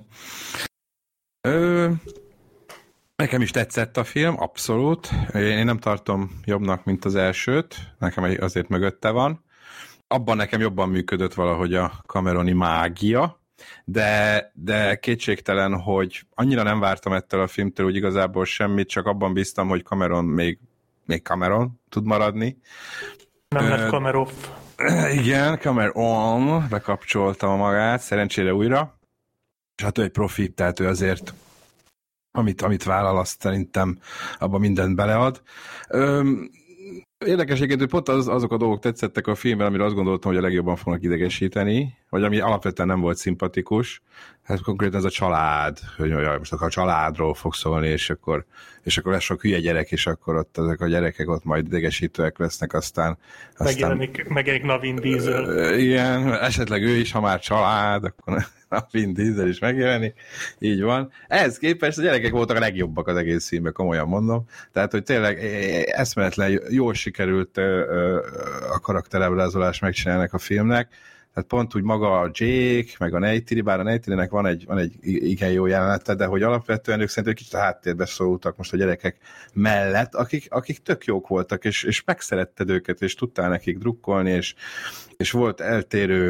Ö, nekem is tetszett a film, abszolút. Én nem tartom jobbnak, mint az elsőt. Nekem azért mögötte van. Abban nekem jobban működött valahogy a Cameroni mágia, de, de kétségtelen, hogy annyira nem vártam ettől a filmtől, hogy igazából semmit, csak abban bíztam, hogy Cameron még még Cameron tud maradni. Nem lett Cameron. Igen, Cameron bekapcsolta magát, szerencsére újra. És hát ő egy profi, tehát ő azért amit, amit vállal, azt szerintem abban mindent belead. Öm, Érdekes egyébként, pont az, azok a dolgok tetszettek a filmben, amire azt gondoltam, hogy a legjobban fognak idegesíteni, vagy ami alapvetően nem volt szimpatikus. Hát konkrétan ez a család, hogy jaj, most akkor a családról fog szólni, és akkor, és akkor lesz sok hülye gyerek, és akkor ott ezek a gyerekek ott majd idegesítőek lesznek, aztán... aztán megjelenik, megjelenik Navin Diesel. Igen, esetleg ő is, ha már család, akkor Navin Diesel is megjelenik. Így van. Ehhez képest a gyerekek voltak a legjobbak az egész filmben, komolyan mondom. Tehát, hogy tényleg eszméletlen jól sikerült a karakterábrázolás megcsinálnak a filmnek. Tehát pont úgy maga a Jake, meg a Neytiri, bár a Neytirinek van egy, van egy igen jó jelenete, de hogy alapvetően ők szerintem kicsit a háttérbe szóltak most a gyerekek mellett, akik, akik tök jók voltak, és, és megszeretted őket, és tudtál nekik drukkolni, és, és volt eltérő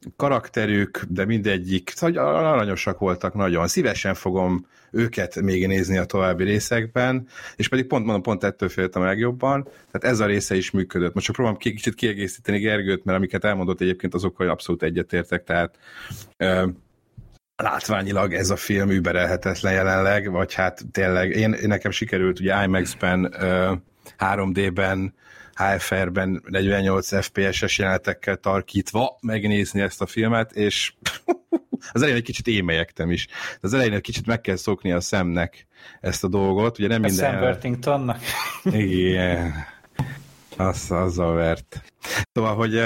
karakterük, de mindegyik, szóval aranyosak voltak nagyon. Szívesen fogom őket még nézni a további részekben, és pedig pont mondom, pont ettől féltem a legjobban, tehát ez a része is működött. Most csak próbálom kicsit kiegészíteni Gergőt, mert amiket elmondott egyébként, azokkal abszolút egyetértek, tehát ö, látványilag ez a film überelhetetlen jelenleg, vagy hát tényleg, én, én nekem sikerült ugye IMAX-ben, ö, három dé-ben, há ef er-ben negyvennyolc ef pé es-es jelenetekkel tarkítva megnézni ezt a filmet, és az elején egy kicsit émelyegtem is. Az elején egy kicsit meg kell szokni a szemnek ezt a dolgot. Ugye nem a minden... Sam Worthingtonnak? Igen. Az, azzal vert. Szóval, hogy,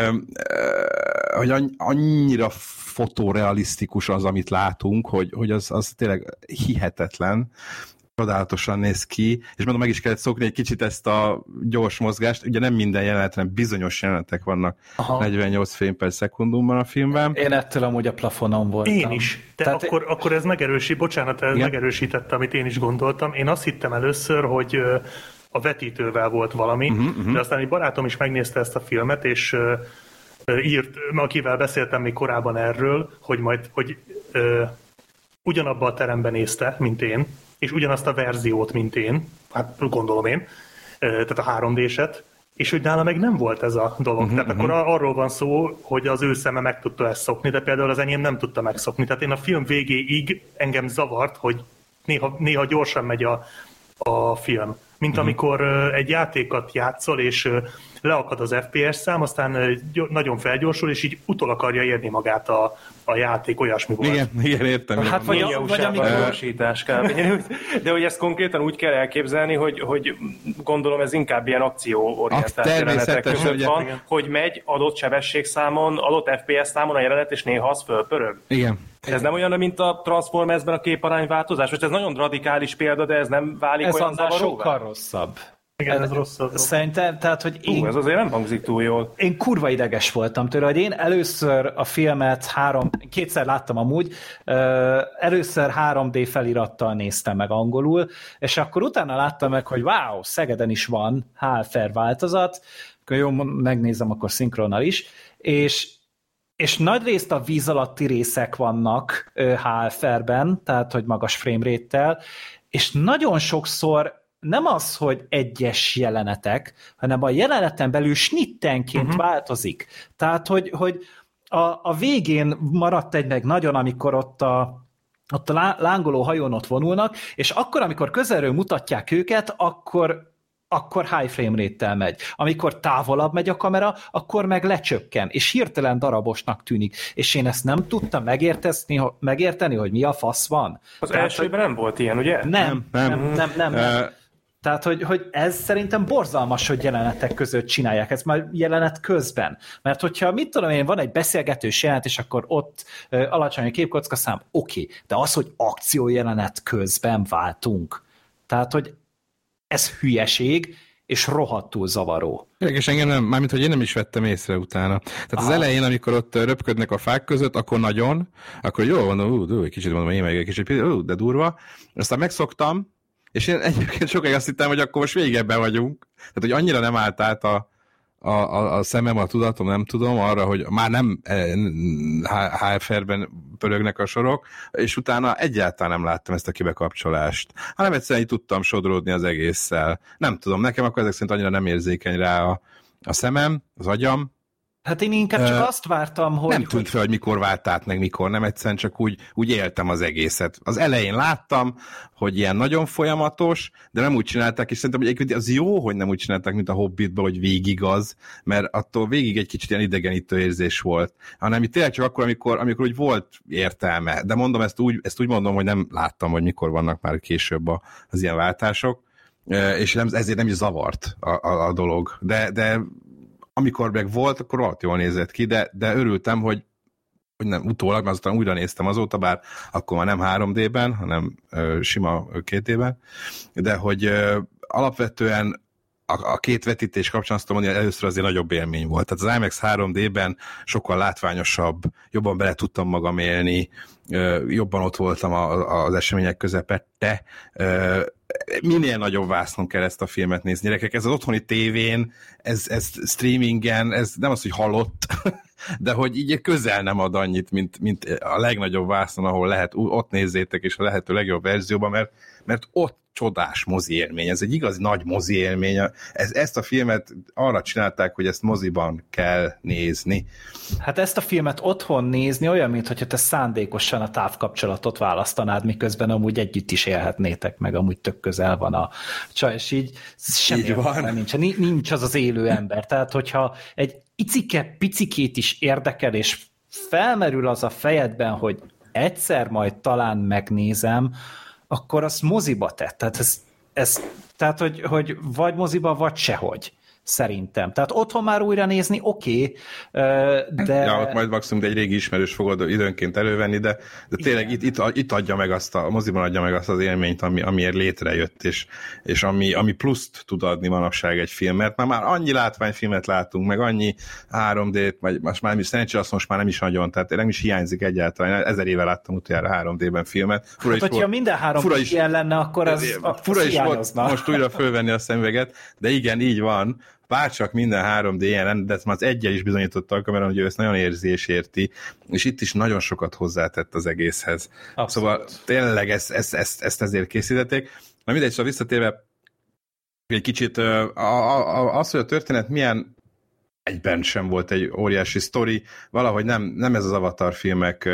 hogy annyira fotorealisztikus az, amit látunk, hogy, hogy az, az tényleg hihetetlen. Csodálatosan néz ki, és mondom, meg is kellett szokni egy kicsit ezt a gyors mozgást, ugye nem minden jelenet, hanem bizonyos jelenetek vannak. Aha. negyvennyolc frame per szekundumban a filmben. Én ettől amúgy a plafonon voltam. Én is. De Tehát akkor, én... akkor ez megerősít, bocsánat, ez igen? megerősítette, amit én is gondoltam. Én azt hittem először, hogy a vetítővel volt valami, uh-huh, uh-huh. de aztán egy barátom is megnézte ezt a filmet, és írt, akivel beszéltem még korábban erről, hogy majd, hogy uh, ugyanabban a teremben nézte, mint én, és ugyanazt a verziót, mint én, hát gondolom én, tehát a három dé-set, és hogy nála meg nem volt ez a dolog. Uh-huh, tehát uh-huh. akkor arról van szó, hogy az ő szeme meg tudta ezt szokni, de például az enyém nem tudta megszokni. Tehát én a film végéig engem zavart, hogy néha, néha gyorsan megy a, a film. Mint uh-huh. amikor egy játékot játszol, és leakad az ef pé es szám, aztán nagyon felgyorsul, és így utol akarja érni magát a, a játék, olyasmi volt. Igen, igen, értem. Hát vagy, a, vagy amikor... gyorsítás kb. De hogy ezt konkrétan úgy kell elképzelni, hogy, hogy gondolom ez inkább ilyen akcióorientált jelenetek között ugye, van, igen. hogy megy adott sebességszámon, adott ef pé es számon a jelenet, és néha az fölpörög. Igen. Ez nem olyan, mint a Transformersben a képarányváltozás? Most ez nagyon radikális példa, de ez nem válik ez olyan zavaróvá? Ez sokkal rosszabb. Igen, ez rosszabb. Szerintem, tehát, hogy én... Hú, ez azért nem hangzik túl jól. Én kurva ideges voltam tőle, hogy én először a filmet három, kétszer láttam amúgy, először három dé felirattal néztem meg angolul, és akkor utána láttam meg, hogy wow, Szegeden is van há ef er változat, akkor jó, megnézem akkor szinkronnal is, és és nagyrészt a víz alatti részek vannak há ef er-ben, tehát hogy magas framerate-tel, és nagyon sokszor nem az, hogy egyes jelenetek, hanem a jeleneten belül snittenként uh-huh. változik. Tehát, hogy, hogy a, a végén maradt egy meg nagyon, amikor ott a, ott a lángoló hajón ott vonulnak, és akkor, amikor közelről mutatják őket, akkor akkor high frame rate-tel megy. Amikor távolabb megy a kamera, akkor meg lecsökken, és hirtelen darabosnak tűnik. És én ezt nem tudtam megérteni, megérteni hogy mi a fasz van. Az Tehát, elsőben nem volt ilyen, ugye? Nem, nem, nem, nem. nem, nem. Uh... Tehát, hogy, hogy ez szerintem borzalmas, hogy jelenetek között csinálják, ez már jelenet közben. Mert hogyha, mit tudom én, van egy beszélgetős jelenet, és akkor ott uh, alacsony a képkocka szám, oké, okay. De az, hogy akciójelenet közben váltunk. Tehát, hogy ez hülyeség, és rohadtul zavaró. És engem nem, mármint, hogy én nem is vettem észre utána. Tehát Aha. az elején, amikor ott röpködnek a fák között, akkor nagyon, akkor jó van, ú, ú, egy kicsit mondom, én meg egy kicsit, ú, de durva. Aztán megszoktam, és én egyébként sokáig azt hittem, hogy akkor most végig ebben vagyunk. Tehát, hogy annyira nem állt át a, a, a, a szemem, a tudatom, nem tudom, arra, hogy már nem há ef er-ben pörögnek a sorok, és utána egyáltalán nem láttam ezt a kibekapcsolást. Hanem egyszerűen így tudtam sodródni az egésszel. Nem tudom, nekem akkor ezek szerint annyira nem érzékeny rá a, a szemem, az agyam. Hát én inkább csak uh, azt vártam, hogy... Nem tűnt fel, hogy mikor vált át, meg mikor nem, egyszerűen csak úgy, úgy éltem az egészet. Az elején láttam, hogy ilyen nagyon folyamatos, de nem úgy csinálták, és szerintem, hogy egyébként az jó, hogy nem úgy csinálták, mint a Hobbitban, hogy végig az, mert attól végig egy kicsit ilyen idegenítő érzés volt. Hanem itt tényleg csak akkor, amikor, amikor úgy volt értelme. De mondom, ezt úgy, ezt úgy mondom, hogy nem láttam, hogy mikor vannak már később az ilyen váltások, és nem, ezért nem is zavart a, a, a dolog. De, de amikor meg volt, akkor rohadt jól nézett ki, de, de örültem, hogy, hogy nem utólag, mert azután újra néztem azóta, bár akkor már nem három dé-ben, hanem ö, sima két dé-ben, de hogy ö, alapvetően a, a két vetítés kapcsán azt tudom mondani, hogy először azért nagyobb élmény volt. Tehát az IMAX három dé-ben sokkal látványosabb, jobban bele tudtam magam élni, ö, jobban ott voltam a, a, az események közepette, ö, minél nagyobb vásznon kell ezt a filmet nézni. Gyerekek, ez az otthoni tévén, ez, ez streamingen, ez nem az, hogy halott, de hogy így közel nem ad annyit, mint, mint a legnagyobb vászon, ahol lehet, ott nézzétek, és a lehető legjobb verzióban, mert, mert ott csodás mozi élmény, ez egy igazi nagy mozi élmény. Ez, ezt a filmet arra csinálták, hogy ezt moziban kell nézni. Hát ezt a filmet otthon nézni olyan, mintha te szándékosan a távkapcsolatot választanád, miközben amúgy együtt is élhetnétek, meg amúgy tök közel van a csaj, és így semmi így van. Nincs, nincs az az élő ember. Tehát, hogyha egy icike, picikét is érdekel, és felmerül az a fejedben, hogy egyszer majd talán megnézem, akkor azt moziba tett. Tehát, ez, ez, tehát hogy, hogy vagy moziba, vagy sehogy. Szerintem. Tehát otthon már újra nézni, oké, okay, de... Ja, ott majd maximum egy régi ismerős fogod időnként elővenni, de, de tényleg itt, itt, itt adja meg azt a, a moziban adja meg azt az élményt, ami, amiért létrejött, és, és ami, ami pluszt tud adni manapság egy film, mert már, már annyi látványfilmet látunk, meg annyi három dét, vagy most már szerencsére azt most már nem is nagyon, tehát nem is hiányzik egyáltalán. Ezer éve láttam utoljára három dében filmet. Fura hát, hogyha volt, minden három dé ilyen lenne, akkor az, az fura is volt most újra fölvenni a szemüveget, de igen, így van. Bárcsak minden három dé ilyen, de már az egyel is bizonyította a kamerán, hogy ő ezt nagyon érzi és érti, és itt is nagyon sokat hozzátett az egészhez. Abszolút. Szóval tényleg ezt, ezt, ezt, ezt ezért készítették. Na mindegy, szóval visszatérve egy kicsit a, a, a, az, hogy a történet milyen egyben sem volt egy óriási sztori, valahogy nem, nem ez az Avatar filmek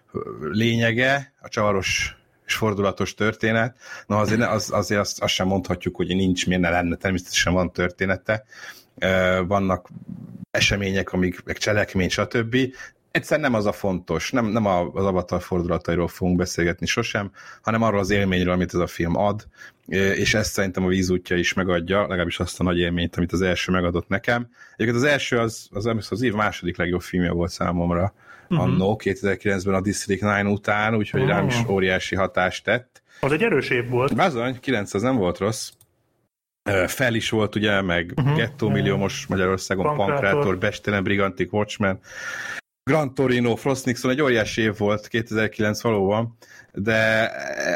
lényege, a csavaros és fordulatos történet. Na azért, az, azért azt, azt sem mondhatjuk, hogy nincs, miért ne lenne, természetesen van története, vannak események, amik, meg cselekmény, stb. Egyszer nem az a fontos, nem, nem az Avatar fordulatairól fogunk beszélgetni sosem, hanem arról az élményről, amit ez a film ad, és ezt szerintem a Vízútja is megadja, legalábbis azt a nagy élményt, amit az első megadott nekem. Egyébként az első az, az, az év második legjobb filmje volt számomra, uh-huh. annó kétezer-kilencben a District kilenc után, úgyhogy uh-huh. rám is óriási hatást tett. Az egy erős év volt. Bizony, kilenc az nem volt rossz. Fel is volt, ugye, meg uh-huh. Gettó Milliómos Magyarországon, Pankrátor, Pankrátor Bestelen, Brigantic, Watchmen, Gran Torino, Frost Nixon, egy óriási év volt, kétezer-kilenc valóban, de,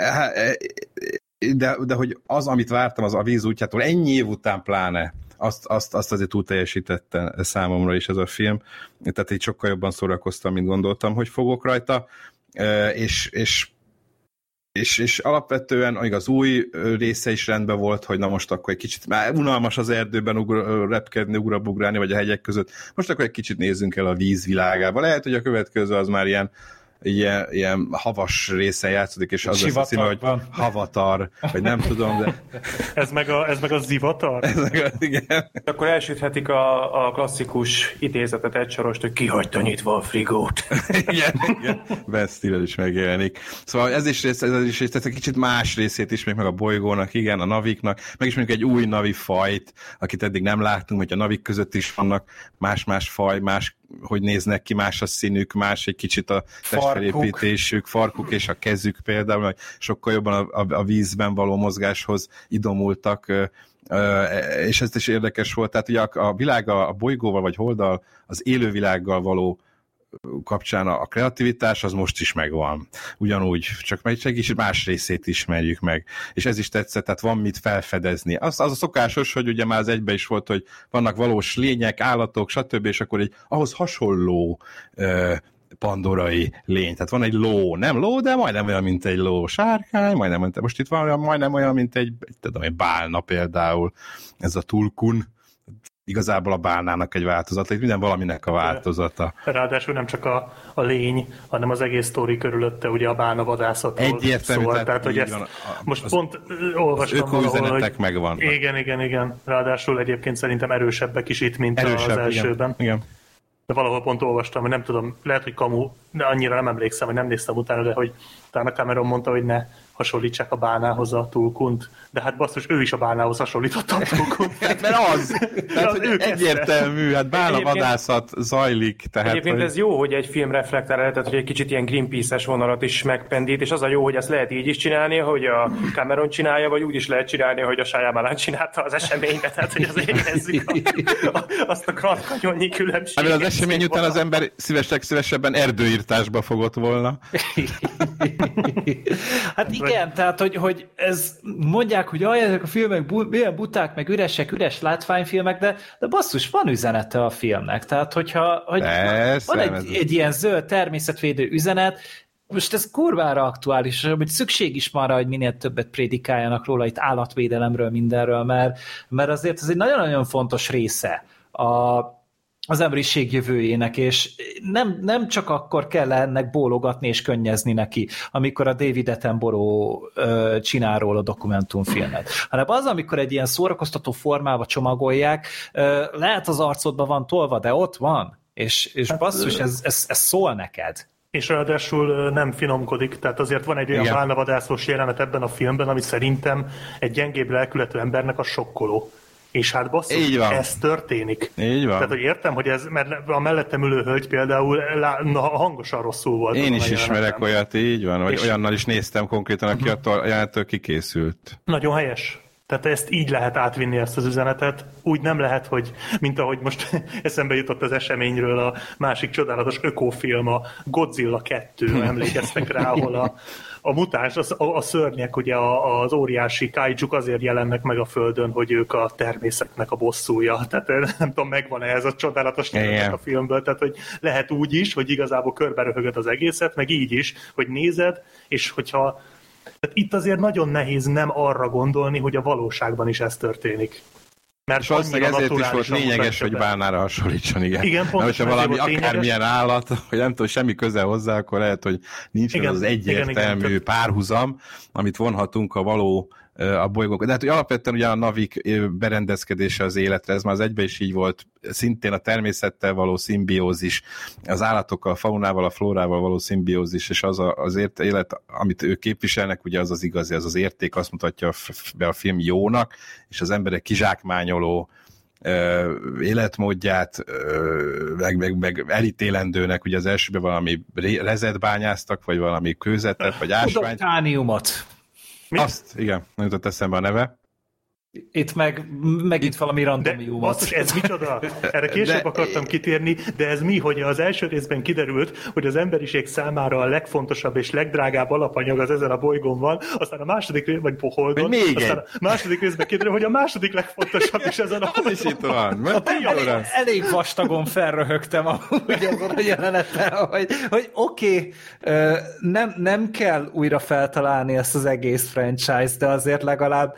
de, de hogy az, amit vártam az a Vízútjától, ennyi év után pláne, azt, azt, azt azért túl teljesítette számomra is ez a film, tehát így sokkal jobban szórakoztam, mint gondoltam, hogy fogok rajta, és, és És, és alapvetően igaz, új része is rendben volt, hogy na most akkor egy kicsit, már unalmas az erdőben ugra, repkedni, ugrabugrálni, vagy a hegyek között, most akkor egy kicsit nézzünk el a vízvilágába. Lehet, hogy a következő az már ilyen, ilyen, ilyen havas részen játszódik, és az lesz a címe, hogy Havatar, vagy nem tudom, de... Ez meg a, ez meg a Zivatar? Ez meg a, igen. Akkor elsüthetik a, a klasszikus idézetet egysorost, hogy kihagyta nyitva a frigót. Igen, igen. Ben Stiller is megjelenik. Szóval ez is rész, ez is rész, ez egy kicsit más részét is, még meg a bolygónak, igen, a naviknak, meg is mondjuk egy új navi fajt, akit eddig nem láttunk, hogy a navik között is vannak más-más faj, más hogy néznek ki, más a színük, más egy kicsit a testfelépítésük, farkuk és a kezük például, hogy sokkal jobban a, a, a vízben való mozgáshoz idomultak, és ez is érdekes volt. Tehát ugye a, a világ a bolygóval vagy holddal, az élővilággal való kapcsán a kreativitás az most is megvan. Ugyanúgy, csak meg egy kicsit más részét ismerjük meg. És ez is tetszett, tehát van mit felfedezni. Az, az a szokásos, hogy ugye már az egyben is volt, hogy vannak valós lények, állatok, stb., és akkor egy ahhoz hasonló uh, pandorai lény. Tehát van egy ló, nem ló, de majdnem olyan, mint egy ló sárkány, majdnem olyan, most itt van olyan, majdnem olyan, mint egy, tudom, egy bálna például, ez a tulkun, igazából a bálnának egy változata, itt minden valaminek a változata. Ráadásul nem csak a, a lény, hanem az egész sztori körülötte, ugye a bálna vadászatról egyértelmű, szól. Tehát, hogy ezt van, a, most az, pont olvastam az valahol, hogy megvannak. Igen, igen, igen. Ráadásul egyébként szerintem erősebbek is itt, mint Erősebb, az elsőben. Igen. igen. De valahol pont olvastam, hogy nem tudom, lehet, hogy kamu, de annyira nem emlékszem, hogy nem néztem utána, de hogy talán a Cameron mondta, hogy ne hasonlítsák a bálnához a Tulkunt, de hát basszus, ő is a bálnához hasonlította a Tulkunt. Hát, mert az! Tehát, az hogy egyértelmű, hát bálnavadászat zajlik. Tehát, egyébként hogy... ez jó, hogy egy film reflektál el, tehát hogy egy kicsit ilyen Greenpeace-es vonalat is megpendít, és az a jó, hogy ezt lehet így is csinálni, hogy a Cameron csinálja, vagy úgy is lehet csinálni, hogy a Shyamalan csinálta az eseménybe, tehát hogy az érezzük a, a, azt a Grand Canyonnyi különbséget. Amíg az esemény után az ember szívesleg szívesebben erdőírtásba fogott volna. Hát igen, Igen, tehát, hogy, hogy ez mondják, hogy jaj, ezek a filmek bu- milyen buták, meg üresek, üres látványfilmek, de, de basszus, van üzenete a filmnek. Tehát, hogyha hogy Persze, van egy, egy ilyen zöld természetvédő üzenet, most ez kurvára aktuális, hogy szükség is van rá, hogy minél többet prédikáljanak róla, itt állatvédelemről, mindenről, mert, mert azért ez egy nagyon-nagyon fontos része a az emberiség jövőjének, és nem, nem csak akkor kell ennek bólogatni és könnyezni neki, amikor a David Attenborough ö, csinál róla dokumentumfilmet, hanem az, amikor egy ilyen szórakoztató formába csomagolják, ö, lehet az arcodban van tolva, de ott van, és, és hát, basszus, ez, ez, ez szól neked. És ráadásul nem finomkodik, tehát azért van egy olyan bálnavadászós jelenet ebben a filmben, ami szerintem egy gyengébb lelkületű embernek a sokkoló. És hát basszus, ez történik. Így van. Tehát, hogy értem, hogy ez, mert a mellettem ülő hölgy például na, hangosan rosszul volt. Én is ismerek olyat, így van, vagy olyannal is néztem konkrétan, aki attól jelenetől kikészült. Nagyon helyes. Tehát ezt így lehet átvinni, ezt az üzenetet. Úgy nem lehet, hogy, mint ahogy most eszembe jutott az eseményről a másik csodálatos ökofilm, a Godzilla kettő, emlékeztek rá, ahol a, a mutáns, a, a szörnyek, ugye az óriási kaijuk azért jelennek meg a Földön, hogy ők a természetnek a bosszúja. Tehát nem tudom, megvan-e ez a csodálatos jelenet a filmből. Tehát, hogy lehet úgy is, hogy igazából körberöhögöd az egészet, meg így is, hogy nézed, és hogyha tehát itt azért nagyon nehéz nem arra gondolni, hogy a valóságban is ez történik. Mert és valószínűleg ezért is volt lényeges, hogy bálnára hasonlítson, igen. Igen, pontosan. Mert hogyha valami akármilyen állat, hogy nem tudom, semmi köze hozzá, akkor lehet, hogy nincs igen, az egyértelmű igen, igen. párhuzam, amit vonhatunk a való a bolygók. De hát hogy alapvetően ugye a navik berendezkedése az életre, ez már az egyben is így volt, szintén a természettel való szimbiózis, az állatokkal, a faunával, a flórával való szimbiózis, és az a, az ért, élet, amit ők képviselnek, ugye az az igazi, az az érték, azt mutatja be a film jónak, és az emberek kizsákmányoló ö, életmódját, ö, meg, meg, meg elítélendőnek, ugye az elsőben valami rezet bányáztak, vagy valami kőzetet, vagy ásványt. Udokániumot. Mi? Azt, igen, nem jutott eszembe a neve. Itt meg megint itt valami randomiumot. De ez micsoda? Erre később de, akartam kitérni, de ez mi, hogy az első részben kiderült, hogy az emberiség számára a legfontosabb és legdrágább alapanyag az ezen a bolygón van, aztán a második részben, vagy poholdon, aztán a második részben kiderül, hogy a második legfontosabb is ezen a bolygón. is itt van. Elég, elég vastagon felröhögtem amúgy azon a jelenettel, hogy, hogy oké, okay, nem, nem kell újra feltalálni ezt az egész franchise, de azért legalább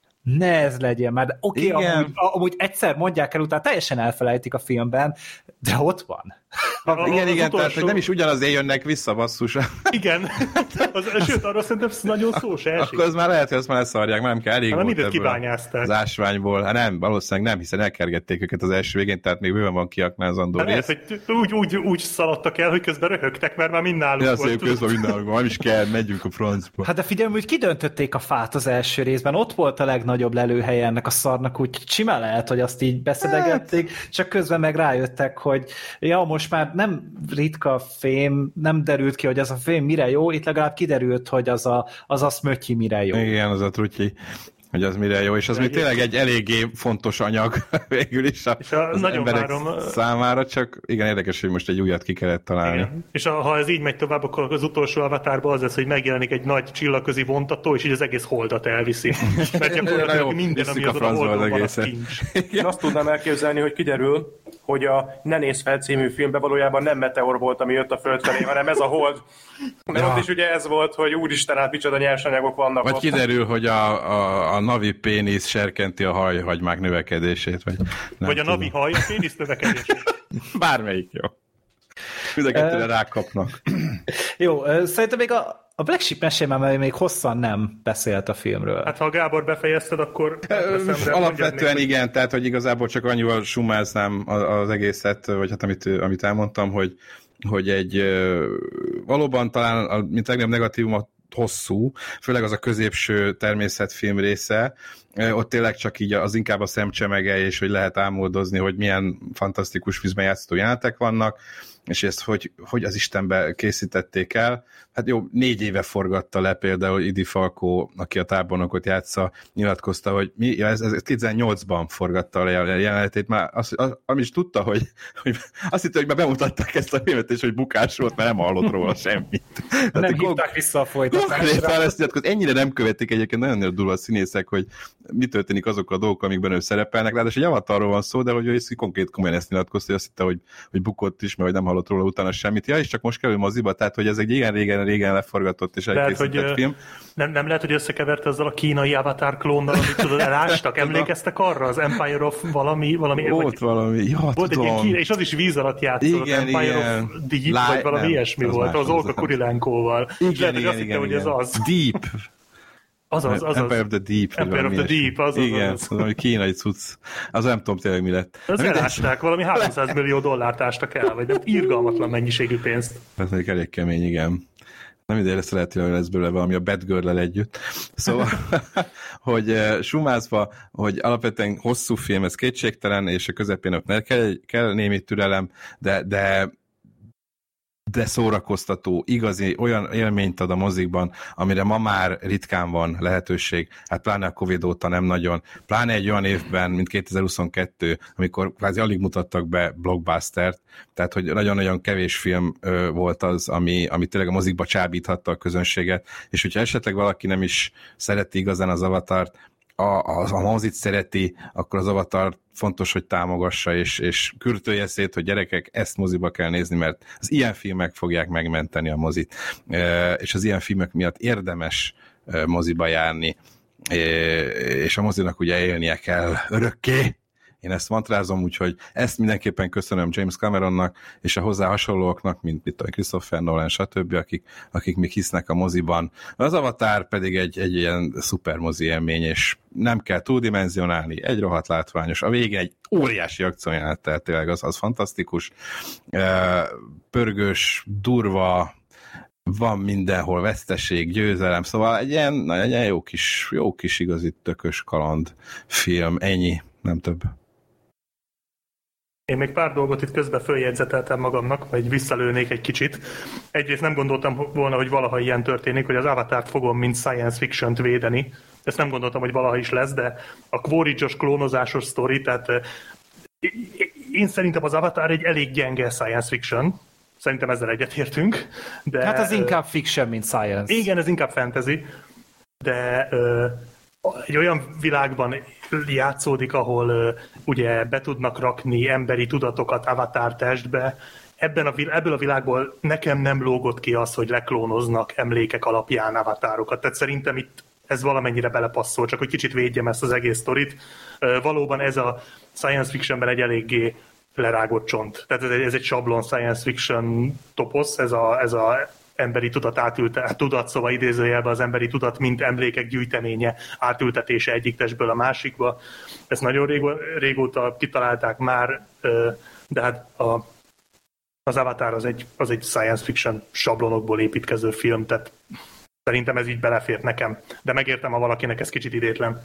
ne ez legyen már. Oké, okay, amúgy, amúgy egyszer mondják el, utána teljesen elfelejtik a filmben, de ott van. A, igen, igen, utolsó... tehát hogy nem is ugyanazért jönnek vissza, basszus. Igen, az, sőt, arra szerintem nagyon szó se esik. Akkor az már lehet, hogy azt már leszarják, már nem kell, elég hát volt ebből kibányázták. Az ásványból. Hát nem, valószínűleg nem, hiszen elkergették őket az első végén, tehát még bőven van kiaknázandó rész. Lehet, hogy úgy, úgy, úgy szaladtak el, hogy közben röhögtek, mert már mindnáluk ja, volt. Közben mindnáluk, nem is kell, megyünk a francba. Hát de figyelj, hogy kidöntötték a fát az első részben, ott volt a legnagyobb lelőhelye ennek a szarnak, úgy simán lehet, hogy azt így beszedegették, hát. Csak közben meg rájöttek, hogy ja, most már nem ritka fém, nem derült ki, hogy az a fém mire jó, itt legalább kiderült, hogy az a, az a szmötyi mire jó. Igen, az a trutyi, hogy az mire jó, és az még tényleg egy eléggé fontos anyag végül is a, és a az emberek várom, számára, csak igen, érdekes, hogy most egy újat ki kellett találni. Igen. És a, ha ez így megy tovább, akkor az utolsó Avatarban az lesz, hogy megjelenik egy nagy csillagközi vontató, és így az egész holdat elviszi. Mert gyakorlatilag minden, ami azon a holdon van, az kincs. Én azt tudnám elképzelni, hogy kiderül, hogy a Ne nézz fel című filmben valójában nem meteor volt, ami jött a Föld felé, hanem ez a hold. Mert ja. Ott is ugye ez volt, hogy úristen, hát micsoda nyersanyagok vannak. Vagy ott. kiderül, hogy a, a, a navi pénisz serkenti a hajhagymák növekedését. Vagy, vagy a tudom. Navi haj a pénisz növekedését. Bármelyik, jó. Mindegyikre uh, rákapnak. Jó, uh, szerintem még a A Black Sheep mesélem, mert még hosszan nem beszélt a filmről. Hát ha a Gábor befejezted, akkor... Alapvetően még, igen, tehát hogy igazából csak annyival sumáznám az egészet, vagy hát amit, amit elmondtam, hogy, hogy egy valóban talán, mint legnagyobb negatívum a hosszú, főleg az a középső természetfilm része, ott tényleg csak így az inkább a szemcsemege, és hogy lehet álmodozni, hogy milyen fantasztikus vízben játszó jelenetek vannak, és ezt hogy, hogy az Istenbe készítették el. Hát jó, négy éve forgatta le például Idi Falco, aki a tábornokot játsza, nyilatkozta, hogy mi, ja, ez, ez kétezer-nyolcban forgatta le a jelenetét, már azt, az, ami is tudta, hogy, hogy azt hitte, hogy már bemutatták ezt a filmet, és hogy bukás volt, mert nem hallott róla semmit. Nem hát, hívták vissza a folytatásra. Ennyire nem követik egyébként, nagyon durva a színészek, hogy mi történik azok a dolgok, amikben ő szerepelnek. Ráadásul egy Avatarról van szó, de hogy ő konkrét komolyan ezt nyilatkozta, hogy azt hitte, hogy, hogy bukott is, mert hogy nem hallott róla utána semmit. Ja, és csak most kerül moziba, tehát hogy ez egy igen régen, régen leforgatott és elkészített lehet, film. Nem, nem lehet, hogy összekeverte ezzel a kínai Avatar klónnal, amit tudod, elástak. Emlékeztek arra? Az Empire of valami... valami volt vagy, valami, ja, volt tudom. Egy kína, és az is víz alatt játszott, igen, Empire igen. of Deep, Li- vagy valami nem, ilyesmi az volt, az Olka Kurilenkóval. Igen, lehet, igen, azt igen, hittem, igen. hogy ez az. Deep. Azaz, azaz. Empire of the Deep. Empire of the Deep, azaz. Igen, az, valami kínai cucc. Az nem tudom tényleg mi lett. Az elásták, valami háromszáz millió dollárt ástak el, vagy nem irgalmatlan mennyiségű pénzt. Ez még elég kemény, igen. Nem ide lesz, lehet, hogy lesz belőle valami a Batgirl-lel együtt. Szóval, hogy sumázva, hogy alapvetően hosszú film, ez kétségtelen, és a közepén ott kell, kell némi türelem, de, de de szórakoztató, igazi, olyan élményt ad a mozikban, amire ma már ritkán van lehetőség, hát pláne a Covid óta nem nagyon, pláne egy olyan évben, mint kétezer-huszonkettő, amikor kvázi alig mutattak be blockbustert, tehát hogy nagyon-nagyon kevés film ö, volt az, ami, ami tényleg a mozikba csábíthatta a közönséget, és hogyha esetleg valaki nem is szereti igazán az Avatart, a, a, a mozit szereti, akkor az Avatar fontos, hogy támogassa, és, és kürtölje szét, hogy gyerekek, ezt moziba kell nézni, mert az ilyen filmek fogják megmenteni a mozit. E, és az ilyen filmek miatt érdemes moziba járni, e, és a mozinak ugye élnie kell örökké. Én ezt mantrázom, úgyhogy ezt mindenképpen köszönöm James Cameronnak, és a hozzá hasonlóknak, mint itt a Christopher Nolan, stb., akik, akik még hisznek a moziban. Az Avatar pedig egy, egy ilyen szuper mozi élmény, és nem kell túldimenzionálni, egy rohadt látványos. A végén egy óriási akciójelenet, tehát tényleg az, az fantasztikus. Pörgős, durva, van mindenhol veszteség, győzelem, szóval egy ilyen, egy ilyen jó kis, jó kis igazi tökös kaland film, ennyi, nem több. Én még pár dolgot itt közben följegyzeteltem magamnak, vagy visszalőnék egy kicsit. Egyrészt nem gondoltam volna, hogy valaha ilyen történik, hogy az Avatart fogom mint science fiction-t védeni. Ezt nem gondoltam, hogy valaha is lesz, de a Quaritch-os klónozásos sztori, tehát én szerintem az Avatar egy elég gyenge science fiction. Szerintem ezzel egyetértünk. De, hát az inkább fiction, mint science. Igen, ez inkább fantasy, de egy olyan világban játszódik, ahol uh, ugye be tudnak rakni emberi tudatokat Avatar testbe. Ebben a, ebből a világból nekem nem lógott ki az, hogy leklónoznak emlékek alapján avatárokat. Tehát szerintem itt ez valamennyire belepasszol, csak hogy kicsit védjem ezt az egész sztorit. Uh, valóban ez a science fictionben egy eléggé lerágott csont. Tehát ez egy, ez egy sablon science fiction toposz, ez a, ez a emberi tudat átülte, tudat, szóval idézőjelben az emberi tudat, mint emlékek gyűjteménye, átültetése egyik testből a másikba. Ezt nagyon régó, régóta kitalálták már, de hát a, az Avatar az egy, az egy science fiction sablonokból építkező film, tehát szerintem ez így belefért nekem. De megértem, ha valakinek ez kicsit idétlen.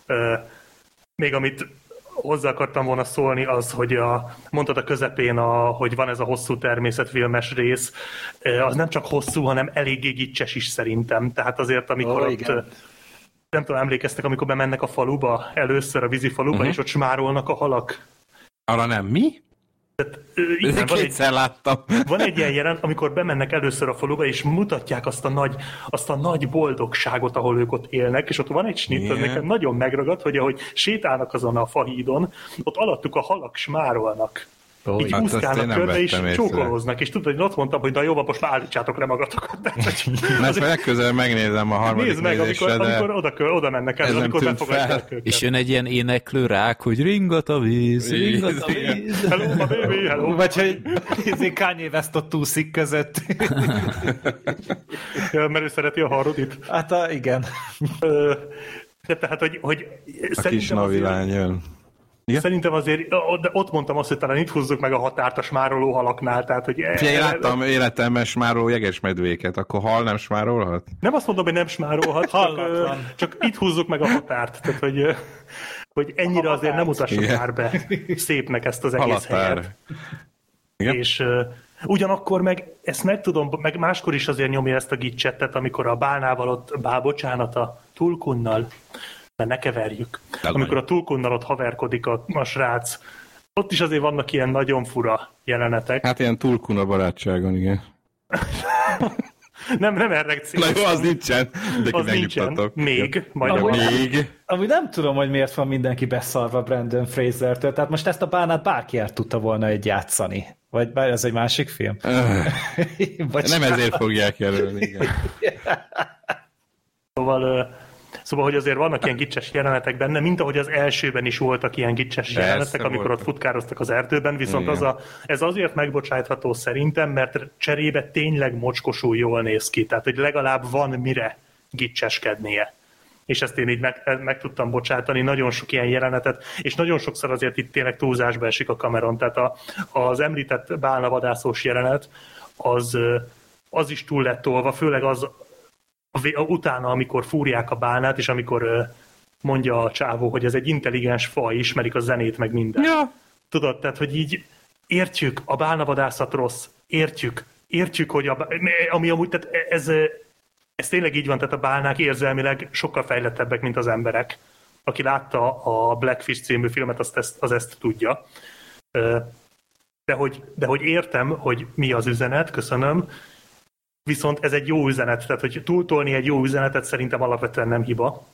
Még amit hozzá akartam volna szólni, az, hogy a, mondtad a közepén, a, hogy van ez a hosszú természetfilmes rész, az nem csak hosszú, hanem eléggé gicses is szerintem. Tehát azért, amikor oh, ott, igen. nem tudom, emlékeztek, amikor bemennek a faluba, először a vízi faluba, uh-huh. és ott smárolnak a halak. Arra nem mi? Tehát, igen, van egy, láttam. Van egy ilyen jelent, amikor bemennek először a faluba, és mutatják azt a nagy, azt a nagy boldogságot, ahol ők ott élnek, és ott van egy snitt, az nekem nagyon megragad, hogy ahogy sétálnak azon a fahídon, ott alattuk a halak smárolnak. Oh, így hát úszkálnak körbe, és csókolóznak, és tudod, hogy ott mondtam, hogy na jó, most már állítsátok le magatokat. Ezt legközelebb megnézem a harmadik nézd meg, nézésre, amikor, de... amikor oda, oda mennek el, amikor befogadják őket. És jön egy ilyen éneklő rák, hogy ringat a víz, ringat a víz. Hello, my baby, hello. Vagy hogy Kanye West ott úszik között. Ja, mert ő szereti a Harrodit. Hát a, igen. De tehát, hogy, hogy a kis navilány jön. Igen? Szerintem azért, de ott mondtam azt, hogy talán itt húzzuk meg a határt a smároló halaknál, tehát, hogy... Én láttam életemben smároló jegesmedvéket, akkor hal nem smárolhat? Nem azt mondom, hogy nem smárolhat, csak, csak itt húzzuk meg a határt, tehát, hogy, hogy ennyire azért nem mutassuk már be szépnek ezt az egész Halatár. helyet. Igen? És uh, ugyanakkor meg ezt meg tudom, meg máskor is azért nyomja ezt a gicsettet, amikor a bálnával ott, bá, bocsánat, a Tulkunnal, mert ne keverjük. Elmondj. Amikor a Tulkunnal ott haverkodik a, a srác, ott is azért vannak ilyen nagyon fura jelenetek. Hát ilyen Tulkun a barátságon, igen. nem, nem erre céloztam. Na jó, az nincsen. De az nincsen. Még. Majd amúgy, még. Amúgy nem tudom, hogy miért van mindenki beszarva Brandon Fraser-től. Tehát most ezt a bánát bárki el tudta volna egy játszani. Vagy bár ez egy másik film? Nem ezért fogják jelölni, igen. Szóval... Szóval, hogy azért vannak ilyen gicses jelenetek benne, mint ahogy az elsőben is voltak ilyen gicses Persze jelenetek, amikor voltak. Ott futkároztak az erdőben, viszont az a, ez azért megbocsátható szerintem, mert cserébe tényleg mocskosul jól néz ki, tehát hogy legalább van mire gicseskednie. És ezt én így meg, meg tudtam bocsátani, nagyon sok ilyen jelenetet, és nagyon sokszor azért itt tényleg túlzásba esik a Cameron, tehát a, az említett bálnavadászós jelenet, az, az is túl lett tolva, főleg az utána, amikor fúrják a bálnát, és amikor mondja a csávó, hogy ez egy intelligens faj, ismerik a zenét, meg minden. Ja. Tudod, tehát, hogy így értjük, a bálnavadászat rossz, értjük, értjük, hogy a, ami amúgy, tehát ez, ez tényleg így van, tehát a bálnák érzelmileg sokkal fejlettebbek, mint az emberek. Aki látta a Blackfish című filmet, azt ezt, az ezt tudja. De hogy, de hogy értem, hogy mi az üzenet, köszönöm, viszont ez egy jó üzenet, tehát hogy túltolni egy jó üzenetet szerintem alapvetően nem hiba.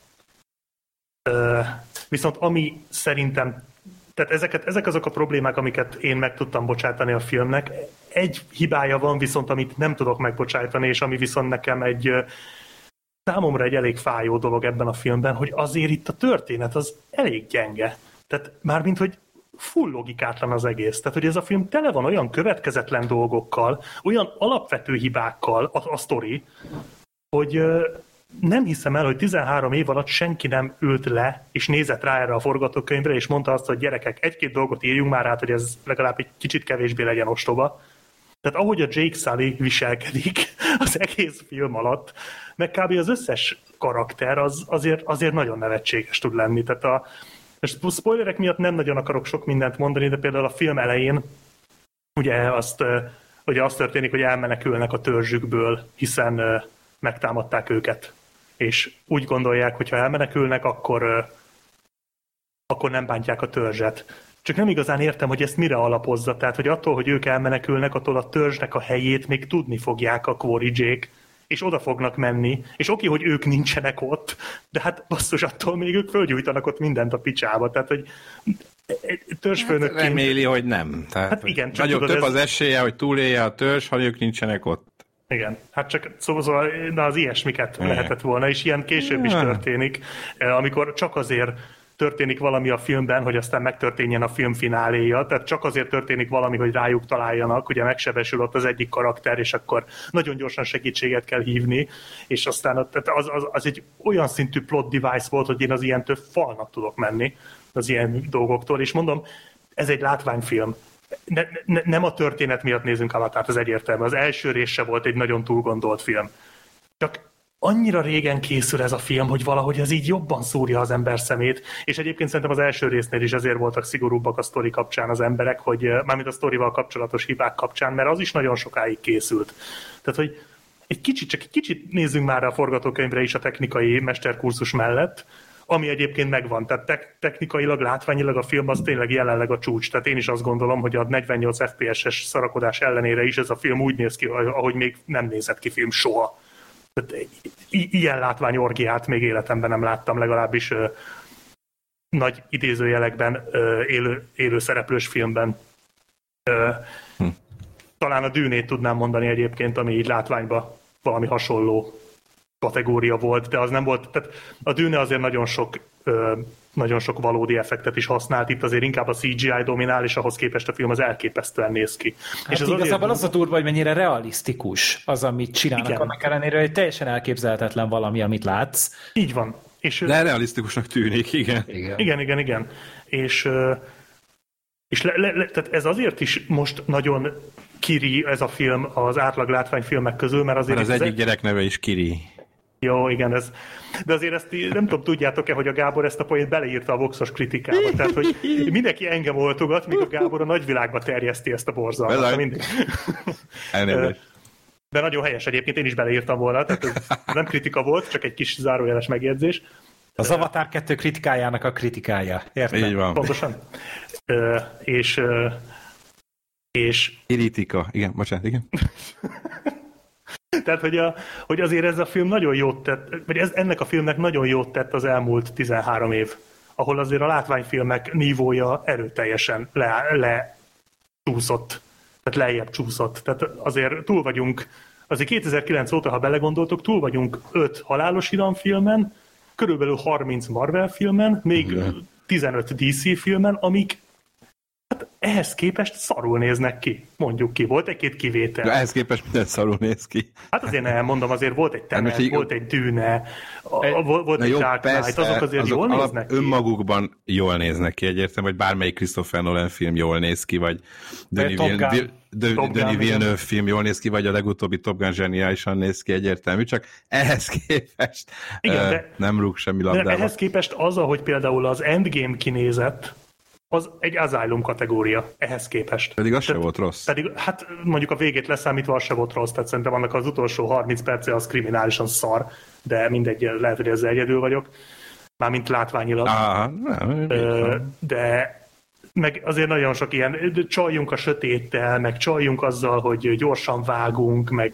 Viszont ami szerintem, tehát ezeket, ezek azok a problémák, amiket én meg tudtam bocsátani a filmnek. Egy hibája van viszont, amit nem tudok megbocsátani, és ami viszont nekem egy számomra egy elég fájó dolog ebben a filmben, hogy azért itt a történet az elég gyenge. Tehát mármint, hogy full logikátlan az egész. Tehát, hogy ez a film tele van olyan következetlen dolgokkal, olyan alapvető hibákkal a, a sztori, hogy ö, nem hiszem el, hogy tizenhárom év alatt senki nem ült le, és nézett rá erre a forgatókönyvre, és mondta azt, hogy gyerekek, egy-két dolgot írjunk már át, hogy ez legalább egy kicsit kevésbé legyen ostoba. Tehát ahogy a Jake Sully viselkedik az egész film alatt, meg kb. Az összes karakter az azért, azért nagyon nevetséges tud lenni. Tehát a és spoilerek miatt nem nagyon akarok sok mindent mondani, de például a film elején ugye, azt, ugye az történik, hogy elmenekülnek a törzsükből, hiszen megtámadták őket. És úgy gondolják, hogy ha elmenekülnek, akkor, akkor nem bántják a törzset. Csak nem igazán értem, hogy ezt mire alapozza. Tehát, hogy attól, hogy ők elmenekülnek, attól a törzsnek a helyét még tudni fogják a Quarry-jék, és oda fognak menni, és oké, hogy ők nincsenek ott, de hát basszus, attól még ők fölgyújtanak ott mindent a picsába, tehát, hogy törzsfőnökként... Hát reméli, hogy nem. Tehát, hát igen, csak nagyobb tudod, több ez... az esélye, hogy túlélje a törzs, ha ők nincsenek ott. Igen, hát csak szóval, szóval na, az ilyesmiket igen. lehetett volna, és ilyen később is történik, amikor csak azért történik valami a filmben, hogy aztán megtörténjen a film fináléja, tehát csak azért történik valami, hogy rájuk találjanak, ugye megsebesül ott az egyik karakter, és akkor nagyon gyorsan segítséget kell hívni, és aztán az, az, az egy olyan szintű plot device volt, hogy én az ilyentől falnak tudok menni, az ilyen dolgoktól, és mondom, ez egy látványfilm. Ne, ne, nem a történet miatt nézünk Avatárt, az egyértelmű. Az első rész se volt egy nagyon túlgondolt film. Csak annyira régen készül ez a film, hogy valahogy ez így jobban szúrja az ember szemét, és egyébként szerintem az első résznél is ezért voltak szigorúbbak a sztori kapcsán az emberek, hogy mármint a sztorival kapcsolatos hibák kapcsán, mert az is nagyon sokáig készült. Tehát, hogy egy kicsit, csak egy kicsit nézzünk már a forgatókönyvre is a technikai mesterkurzus mellett, ami egyébként megvan. Tehát te- technikailag, látványilag a film az tényleg jelenleg a csúcs. Tehát én is azt gondolom, hogy a negyvennyolc ef pé es-es szarakodás ellenére is ez a film úgy néz ki, ahogy még nem nézett ki film soha. Tehát i- ilyen látványorgiát még életemben nem láttam, legalábbis ö, nagy idézőjelekben ö, élő, élő szereplős filmben. Ö, hm. Talán a Dűnét tudnám mondani egyébként, ami így látványban valami hasonló kategória volt, de az nem volt, tehát a Dűne azért nagyon sok, ö, nagyon sok valódi effektet is használt, itt azért inkább a cé gé í dominál, és ahhoz képest a film az elképesztően néz ki. Hát és az igazából azért... az a durva, hogy mennyire realisztikus az, amit csinálnak, igen. Annak ellenére, hogy teljesen elképzelhetetlen valami, amit látsz. Így van. És, de realisztikusnak tűnik, igen. Igen, igen, igen. igen. És, és le, le, le, tehát ez azért is most nagyon Kiri ez a film az átlag látványfilmek közül, mert azért... Mert az egyik gyerek neve is Kiri. Jó, igen, ez. De azért ezt nem tudom, tudjátok-e, hogy a Gábor ezt a poént beleírta a Voxos kritikába. Tehát, hogy mindenki engem oltogat, míg a Gábor a nagyvilágba terjeszti ezt a borzalmat. Mindig. De nagyon helyes egyébként, én is beleírtam volna, tehát ez nem kritika volt, csak egy kis zárójeles megjegyzés. Az Avatar kettő kritikájának a kritikája. Értem? Így van. Pontosan. Uh, és... Uh, és... Kritika. Igen, bocsánat, igen. Tehát, hogy, a, hogy azért ez a film nagyon jót tett, vagy ez, ennek a filmnek nagyon jót tett az elmúlt tizenhárom év, ahol azért a látványfilmek nívója erőteljesen le, le csúszott, tehát lejjebb csúszott. Tehát azért túl vagyunk, azért kétezer-kilenc óta, ha belegondoltok, túl vagyunk öt halálos iramfilmen, körülbelül harminc Marvel filmen, még tizenöt dé cé filmen, amik hát ehhez képest szarul néznek ki, mondjuk ki. Volt egy-két kivétel. De ehhez képest minden szarul néz ki. Hát azért nem mondom, azért volt egy Tenet, így, volt egy Dűne, a, volt egy jó, Dark Knight, persze, azok azért azok jól néznek ki. Önmagukban jól néznek ki, egyértelmű, vagy bármelyik Christopher Nolan film jól néz ki, vagy Denis Villeneuve film jól néz ki, vagy a legutóbbi Top Gun zseniálisan néz ki, egyértelmű, csak ehhez képest igen, uh, de, nem rúg semmi labdába. Ehhez képest az, ahogy például az Endgame kinézett, az egy Asylum kategória ehhez képest. Pedig az tehát, se volt rossz. Pedig, hát mondjuk a végét leszámítva az se volt rossz, tehát szerintem annak az utolsó harminc perce az kriminálisan szar, de mindegy, lehet, hogy ezzel egyedül vagyok. Mármint látványilag. Ah, nem, Ö, de meg azért nagyon sok ilyen, csaljunk a sötéttel, meg csaljunk azzal, hogy gyorsan vágunk, meg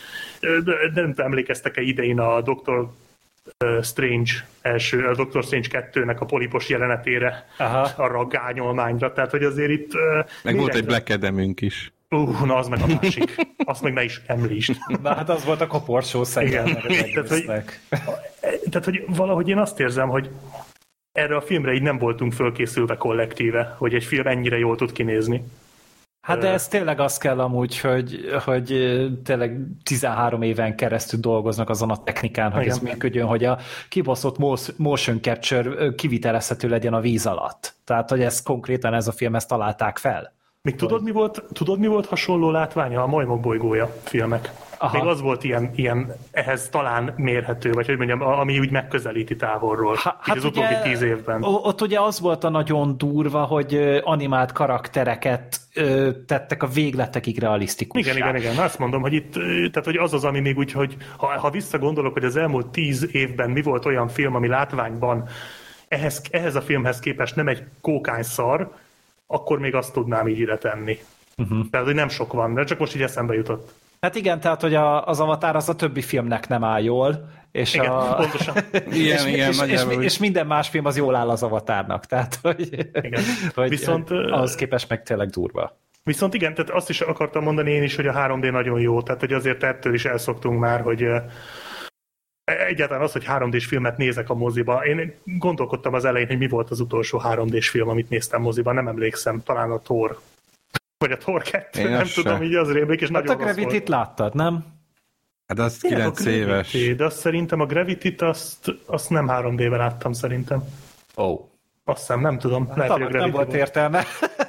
nem emlékeztek-e idején a doktor Strange első, a Doctor Strange kettőnek a polipos jelenetére, aha, arra a gányolmányra, tehát hogy azért itt... Meg volt egy Black Adam-ünk is. Uh, na az meg a másik. Azt meg ne is említsd. Na hát az volt a koporsó szegyen. tehát, hogy, tehát, hogy valahogy én azt érzem, hogy erre a filmre így nem voltunk fölkészülve kollektíve, hogy egy film ennyire jól tud kinézni. Hát de ez tényleg az kell amúgy, hogy, hogy tényleg tizenhárom éven keresztül dolgoznak azon a technikán, hogy igen, ez működjön, hogy a kibaszott motion capture kivitelezhető legyen a víz alatt. Tehát, hogy ez konkrétan ez a film, ezt találták fel. Még tudod mi, volt, tudod, mi volt hasonló látványa? A Majmok bolygója filmek. Aha. Még az volt ilyen, ilyen ehhez talán mérhető, vagy hogy mondjam, ami úgy megközelíti távolról. Ha, hát az ugye, utóbbi tíz évben. Ott ugye az volt a nagyon durva, hogy animált karaktereket ö, tettek a végletekig realisztikussá. Igen, igen, igen. Azt mondom, hogy itt, tehát hogy az az, ami még úgy, hogy ha, ha visszagondolok, hogy az elmúlt tíz évben mi volt olyan film, ami látványban ehhez, ehhez a filmhez képest nem egy kókányszar, akkor még azt tudnám így ide tenni. Uh-huh. Tehát, hogy nem sok van, de csak most így eszembe jutott. Hát igen, tehát, hogy a, az Avatar az a többi filmnek nem áll jól, és, igen, a... pontosan. igen, és, igen, és, és, és minden más film az jól áll az Avatarnak, tehát, hogy, igen. hogy Viszont, az képest meg tényleg durva. Viszont igen, tehát azt is akartam mondani én is, hogy a három dé nagyon jó, tehát hogy azért ettől is elszoktunk már, hogy egyáltalán az, hogy három dés filmet nézek a moziba. Én gondolkodtam az elején, hogy mi volt az utolsó három dés film, amit néztem moziba, nem emlékszem, talán a Thor. Vagy a Thor kettő, én nem tudom, se. Így az rémlik, és hát nagyon a Gravity-t láttad, nem? Hát az kilenc éves. De azt szerintem a Gravity-t azt, azt nem három dé-ben láttam szerintem. Ó. Oh. Azt hiszem, nem tudom. Hát lehet, hogy a nem volt értelme.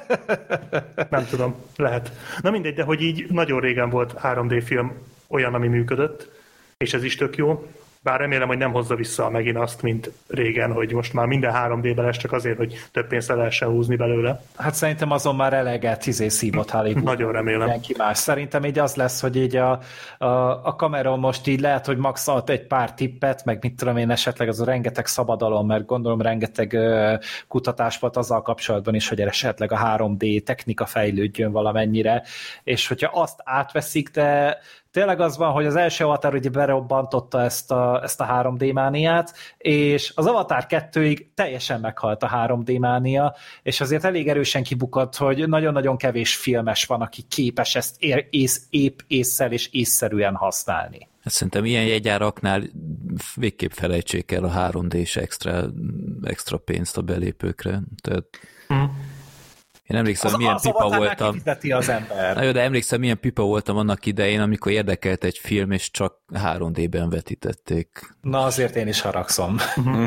Nem tudom, lehet. Na mindegy, de hogy így nagyon régen volt három dé film olyan, ami működött, és ez is tök jó. Bár remélem, hogy nem hozza vissza megint azt, mint régen, hogy most már minden három dé-ben lesz, csak azért, hogy több pénzt lehessen húzni belőle. Hát szerintem azon már eleget izé szívott Hollywood. Nagyon remélem. Mindenki más. Szerintem így az lesz, hogy így a, a, a Cameron most így lehet, hogy max ad egy pár tippet, meg mit tudom én, esetleg az a rengeteg szabadalom, mert gondolom rengeteg uh, kutatás volt azzal kapcsolatban is, hogy esetleg a három dé technika fejlődjön valamennyire, és hogyha azt átveszik, de tényleg az van, hogy az első Avatar ugye berobbantotta ezt a, ezt a három dé mániát, és az Avatar kettőig teljesen meghalt a három dé mánia, és azért elég erősen kibukott, hogy nagyon-nagyon kevés filmes van, aki képes ezt ér, ész, épp ésszel és észszerűen használni. Hát szerintem ilyen jegyáraknál végképp felejtsék el a három dés extra, extra pénzt a belépőkre. Tehát... Mm. Én emlékszem, az, milyen az pipa voltam. Az ember. Na jó, de emlékszem, milyen pipa voltam annak idején, amikor érdekelt egy film, és csak három dé-ben vetítették. Na azért én is haragszom. Uh-huh.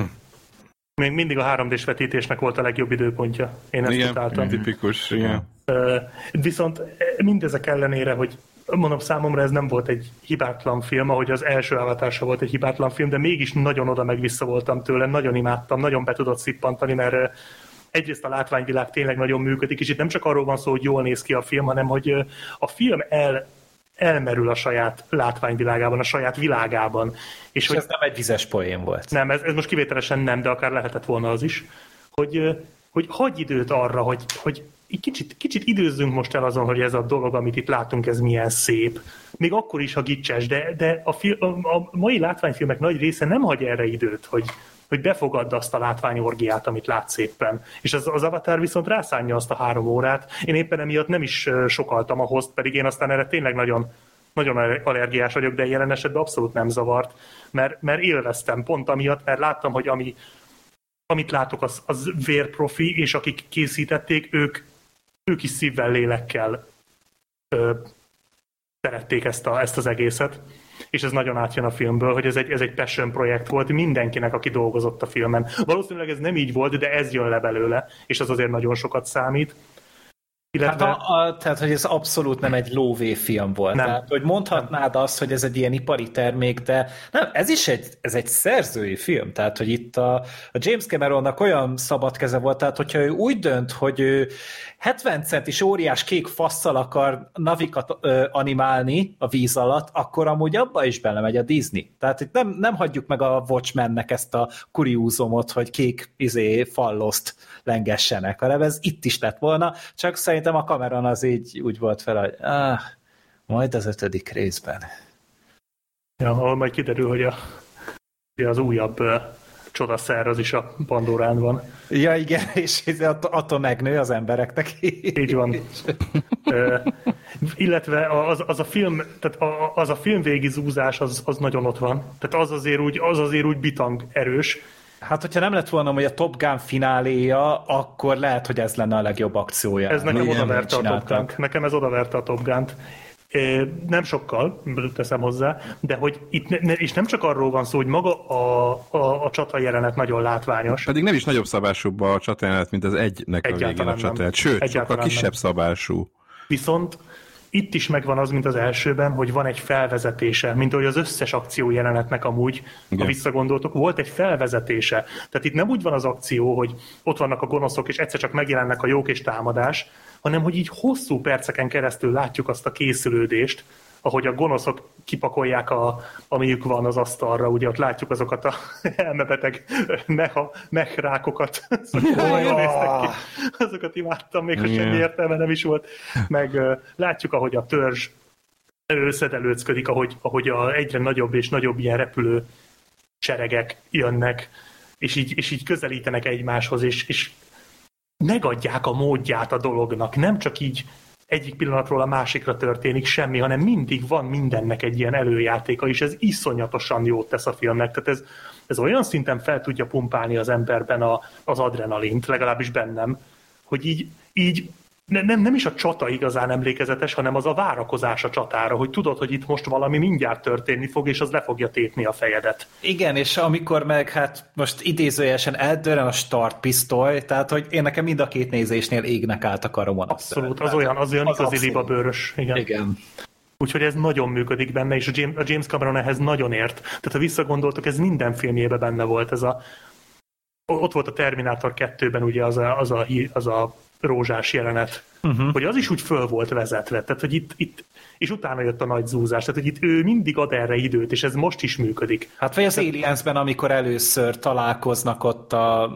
Még mindig a három dés vetítésnek volt a legjobb időpontja. Én ezt igen, utáltam. tipikus, igen. Uh, viszont mindezek ellenére, hogy mondom, számomra ez nem volt egy hibátlan film, ahogy az első Avatar volt egy hibátlan film, de mégis nagyon oda meg vissza voltam tőle, nagyon imádtam, nagyon be tudott szippantani, mert egyrészt a látványvilág tényleg nagyon működik, és itt nem csak arról van szó, hogy jól néz ki a film, hanem hogy a film el, elmerül a saját látványvilágában, a saját világában. És, és hogy, ez nem egy vizes poén volt. Nem, ez, ez most kivételesen nem, de akár lehetett volna az is, hogy, hogy hagyj időt arra, hogy, hogy kicsit, kicsit időzzünk most el azon, hogy ez a dolog, amit itt látunk, ez milyen szép. Még akkor is, ha gicses, de, de a, fi, a, a mai látványfilmek nagy része nem hagy erre időt, hogy, hogy befogadd azt a látványorgiát, amit látsz éppen. És az, az Avatar viszont rászánja azt a három órát. Én éppen emiatt nem is sokaltam a host, pedig én aztán erre tényleg nagyon, nagyon allergiás vagyok, de jelen esetben abszolút nem zavart, mert, mert élveztem pont amiatt, mert láttam, hogy ami, amit látok, az, az vérprofi, és akik készítették, ők, ők is szívvel, lélekkel ö, szerették ezt, a, ezt az egészet. És ez nagyon átjön a filmből, hogy ez egy, ez egy passion projekt volt mindenkinek, aki dolgozott a filmen. Valószínűleg ez nem így volt, de ez jön le belőle, és az azért nagyon sokat számít. Illetve... Hát a, a, tehát, hogy ez abszolút nem egy lóvé film volt. Nem. Tehát, hogy mondhatnád nem. azt, hogy ez egy ilyen ipari termék, de nem, ez is egy, ez egy szerzői film. Tehát, hogy itt a, a James Cameronnak olyan szabad keze volt, tehát, hogyha ő úgy dönt, hogy ő hetven centis óriás kék fasszal akar navikat ö, animálni a víz alatt, akkor amúgy abba is belemegy a Disney. Tehát itt nem, nem hagyjuk meg a Watchmennek ezt a kuriózumot, hogy kék izé, falloszt lengessenek, hanem ez itt is lett volna, csak szerintem a Cameron az így úgy volt fel, hogy ah, majd az ötödik részben. Ja, ahol majd kiderül, hogy a, az újabb uh, csodaszer az is a Pandorán van. Ja, igen, és attól megnő az embereknek. Így van. uh, illetve az, az a film, tehát az a film végi zúzás az, az nagyon ott van. Tehát az azért úgy, az azért úgy bitang erős. Hát, hogyha nem lett volna, hogy a Top Gun fináléja, akkor lehet, hogy ez lenne a legjobb akciója. Ez nekem odaverte a Top Gun-t. Nekem ez odaverte a Top Gun-t. Nem sokkal, teszem hozzá, de hogy itt ne, és nem csak arról van szó, hogy maga a, a, a csata jelenet nagyon látványos. Pedig nem is nagyobb szabásúbb a csata jelenet, mint az egynek a végén a csata jelenet. Sőt, egyáltalán sokkal kisebb nem. szabású. Viszont itt is megvan az, mint az elsőben, hogy van egy felvezetése, mint ahogy az összes akció jelenetnek amúgy, igen. Ha visszagondoltok, volt egy felvezetése. Tehát itt nem úgy van az akció, hogy ott vannak a gonoszok, és egyszer csak megjelennek a jók és támadás, hanem hogy így hosszú perceken keresztül látjuk azt a készülődést, ahogy a gonoszok kipakolják, a, amiük van az asztalra, ugye ott látjuk azokat a elmebeteg meha, mehrákokat, szóval jól néztek ki. Azokat imádtam, még ha semmi értelme nem is volt. Meg uh, látjuk, ahogy a törzs összedelőcködik, ahogy, ahogy a egyre nagyobb és nagyobb ilyen repülő seregek jönnek, és így, és így közelítenek egymáshoz, és, és megadják a módját a dolognak, nem csak így egyik pillanatról a másikra történik semmi, hanem mindig van mindennek egy ilyen előjátéka, és ez iszonyatosan jót tesz a filmnek. Tehát ez, ez olyan szinten fel tudja pumpálni az emberben a, az adrenalint, legalábbis bennem, hogy így, így ne, nem, nem is a csata igazán emlékezetes, hanem az a várakozás a csatára, hogy tudod, hogy itt most valami mindjárt történni fog, és az le fogja tépni a fejedet. Igen, és amikor meg hát most idézőjelesen eldőren a startpisztoly, tehát hogy én nekem mind a két nézésnél égnek állt a karomon. Abszolút, az olyan, az olyan az igazi libabőrös. Igen. Igen. Úgyhogy ez nagyon működik benne, és a James, a James Cameron ehhez nagyon ért. Tehát ha visszagondoltok, ez minden filmjében benne volt. Ez a, ott volt a Terminátor kettőben ugye az a, az a, az a rózsás jelenet, uh-huh. hogy az is úgy föl volt vezetve, tehát hogy itt, itt, és utána jött a nagy zúzás, tehát hogy itt ő mindig ad erre időt, és ez most is működik. Hát vagy az tehát... Aliensben, amikor először találkoznak ott a,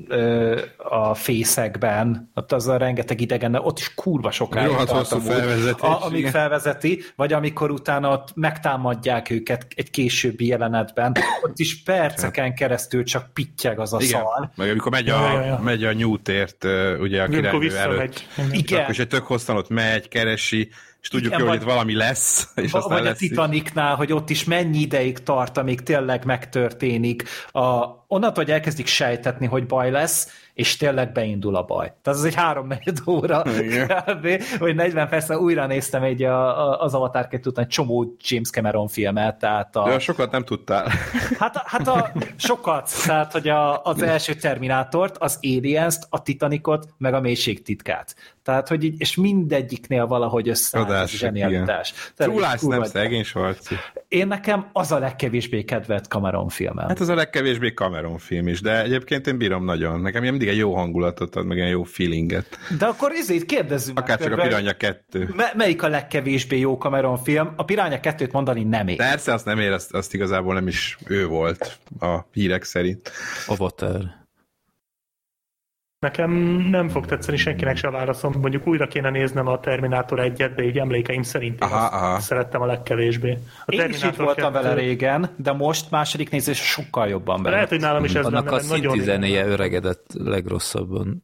a fészekben, ott az a rengeteg idegen, ott is kurva sokáig tart amúgy, amíg felvezeti, vagy amikor utána ott megtámadják őket egy későbbi jelenetben, ott is perceken keresztül csak pittyeg az a igen. szal. Meg amikor megy a, ja, ja, ja. megy a nyútért, ugye a királynő előtt, igen. és egy tök hosszan ott megy, keresi, és tudjuk, igen, hogy itt valami lesz. És vagy lesz a Titanicnál, hogy ott is mennyi ideig tart, amíg tényleg megtörténik a, onnantól, hogy elkezdik sejtetni, hogy baj lesz, és tényleg beindul a baj. Tehát ez egy három-negyed óra, kb, hogy negyven percre újra néztem egy a, a, az Avatar kettő után egy csomó James Cameron filmet, tehát a... De sokat nem tudtál. Hát, hát a sokat, tehát hogy a, az első Terminátort, az Aliens-t, a Titanicot, meg a Mélység titkát. Tehát, hogy így, és mindegyiknél valahogy összeállt a zsenialitás. Trúlász nem szegény Svarci. Én nekem az a legkevésbé kedvelt Cameron filmem. Hát az a legkevésbé Cameron film is, de egyébként én bírom nagyon. Nekem mindig egy jó hangulatot ad, meg egy jó feelinget. De akkor ezért kérdezzünk. Akár csak a Piranha kettő. Me- melyik a legkevésbé jó Cameron film? A Piranha kettőt mondani nem ér. Persze, azt nem ér, azt, azt igazából nem is ő volt a hírek szerint. Avatar. Nekem nem fog tetszeni senkinek se a válaszom. Mondjuk újra kéne néznem a Terminátor egyet, de így emlékeim szerint én aha, aha. szerettem a legkevésbé. A én is itt voltam kettő... vele régen, de most második nézés sokkal jobban benne. Lehet, hogy nálam is ez annak benne. A szintizenéje öregedett legrosszabban.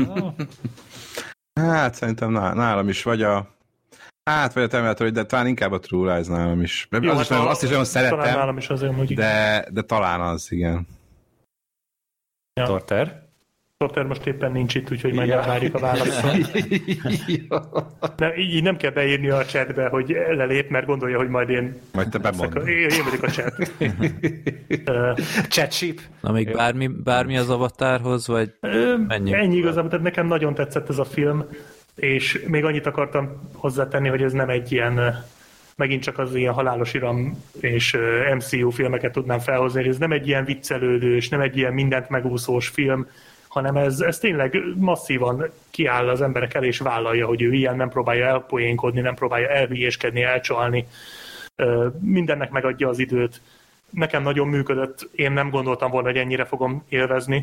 Hát szerintem nálam is, vagy a Hát, vagy a Terminátor, de talán inkább a True Lies nálam is. Jó, az hát is a, azt is nagyon szerettem, nálam is azért, hogy de, de talán az, igen. Ja. Torter? Torter most éppen nincs itt, úgyhogy majd ja. várjuk a választ. Nem, így nem kell beírni a chatbe, hogy lelép, mert gondolja, hogy majd én... Majd te bemondod. Én, én vagyok a chat. Chatship. Na még bármi, bármi az Avatarhoz, vagy menjünk? Ennyi igazából, tehát nekem nagyon tetszett ez a film, és még annyit akartam hozzátenni, hogy ez nem egy ilyen, megint csak az ilyen halálos iram és em cé u filmeket tudnám felhozni, ez nem egy ilyen viccelődős, nem egy ilyen mindent megúszós film, hanem ez, ez tényleg masszívan kiáll az emberek elé, és vállalja, hogy ő ilyen, nem próbálja elpoénkodni, nem próbálja elhülyéskedni, elcsalni. Mindennek megadja az időt. Nekem nagyon működött, én nem gondoltam volna, hogy ennyire fogom élvezni.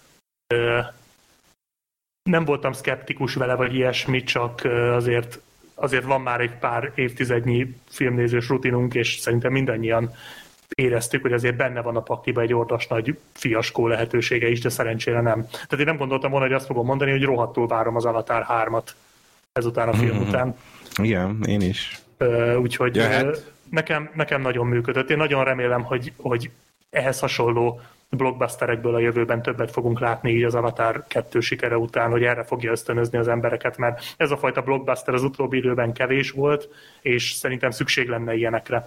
Nem voltam szkeptikus vele, vagy ilyesmi, csak azért, azért van már egy pár évtizednyi filmnézős rutinunk, és szerintem mindannyian éreztük, hogy azért benne van a pakliba egy ordas nagy fiaskó lehetősége is, de szerencsére nem. Tehát én nem gondoltam volna, hogy azt fogom mondani, hogy rohadtul várom az Avatar hármat ezután a film mm-hmm. után. Igen, én is. Uh, úgyhogy uh, nekem, nekem nagyon működött. Én nagyon remélem, hogy, hogy ehhez hasonló blockbusterekből a jövőben többet fogunk látni így az Avatar kettő sikere után, hogy erre fogja ösztönözni az embereket, mert ez a fajta blockbuster az utóbbi időben kevés volt, és szerintem szükség lenne ilyenekre.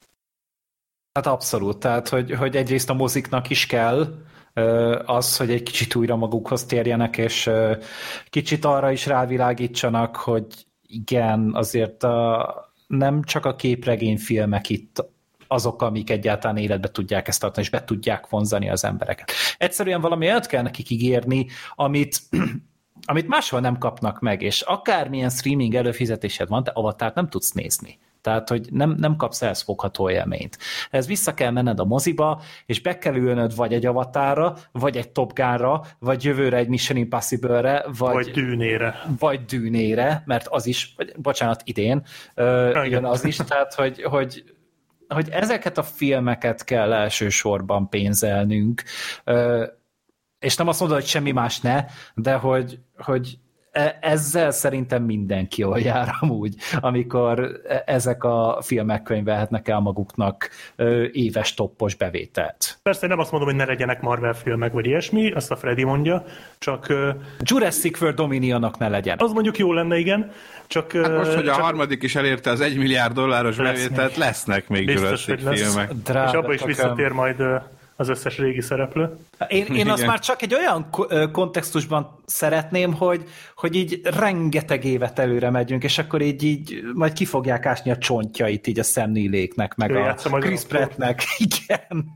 Hát abszolút, tehát hogy, hogy egyrészt a moziknak is kell az, hogy egy kicsit újra magukhoz térjenek, és kicsit arra is rávilágítsanak, hogy igen, azért a, nem csak a képregényfilmek itt azok, amik egyáltalán életbe tudják ezt tartani, és be tudják vonzani az embereket. Egyszerűen valami olyat kell nekik ígérni, amit, amit máshol nem kapnak meg, és akármilyen streaming előfizetésed van, te Avatárt nem tudsz nézni. Tehát, hogy nem, nem kapsz ehhez fogható élményt. Ez vissza kell menned a moziba, és be kell ülnöd vagy egy Avatarra, vagy egy Top Gunra, vagy jövőre egy Mission Impossible-re, vagy, vagy Dűnére. Vagy Dűnére, mert az is, vagy, bocsánat, idén uh, jön az is, tehát, hogy, hogy, hogy ezeket a filmeket kell elsősorban pénzelnünk, uh, és nem azt mondod, hogy semmi más ne, de hogy, hogy ezzel szerintem mindenki jól jár amúgy, amikor ezek a filmek könyvelhetnek el maguknak éves toppos bevételt. Persze nem azt mondom, hogy ne legyenek Marvel filmek, vagy ilyesmi, azt a Freddy mondja, csak... Jurassic World Dominionnak ne legyen. Az mondjuk jó lenne, igen, csak... Hát most, hogy csak... a harmadik is elérte az egy milliárd dolláros bevételt, lesznek még biztos, Jurassic filmek. Drága, és abba is visszatér majd... az összes régi szereplő. Én, én azt már csak egy olyan kontextusban szeretném, hogy, hogy így rengeteg évet előre megyünk, és akkor így, így majd ki fogják ásni a csontjait így a Sam Neill-éknek, meg ő a Chris Prattnek. Igen.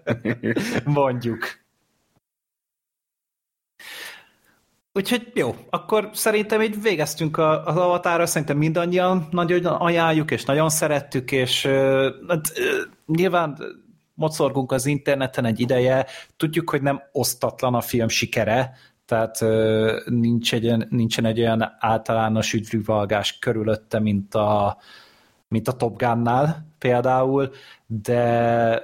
Mondjuk. Úgyhogy jó, akkor szerintem így végeztünk az Avatarra, szerintem mindannyian nagyon ajánljuk, és nagyon szerettük, és uh, uh, nyilván mocorgunk az interneten egy ideje, tudjuk, hogy nem osztatlan a film sikere, tehát uh, nincs egy, nincsen egy olyan általános üdvrivalgás körülötte, mint a, mint a Top Gunnál például, de,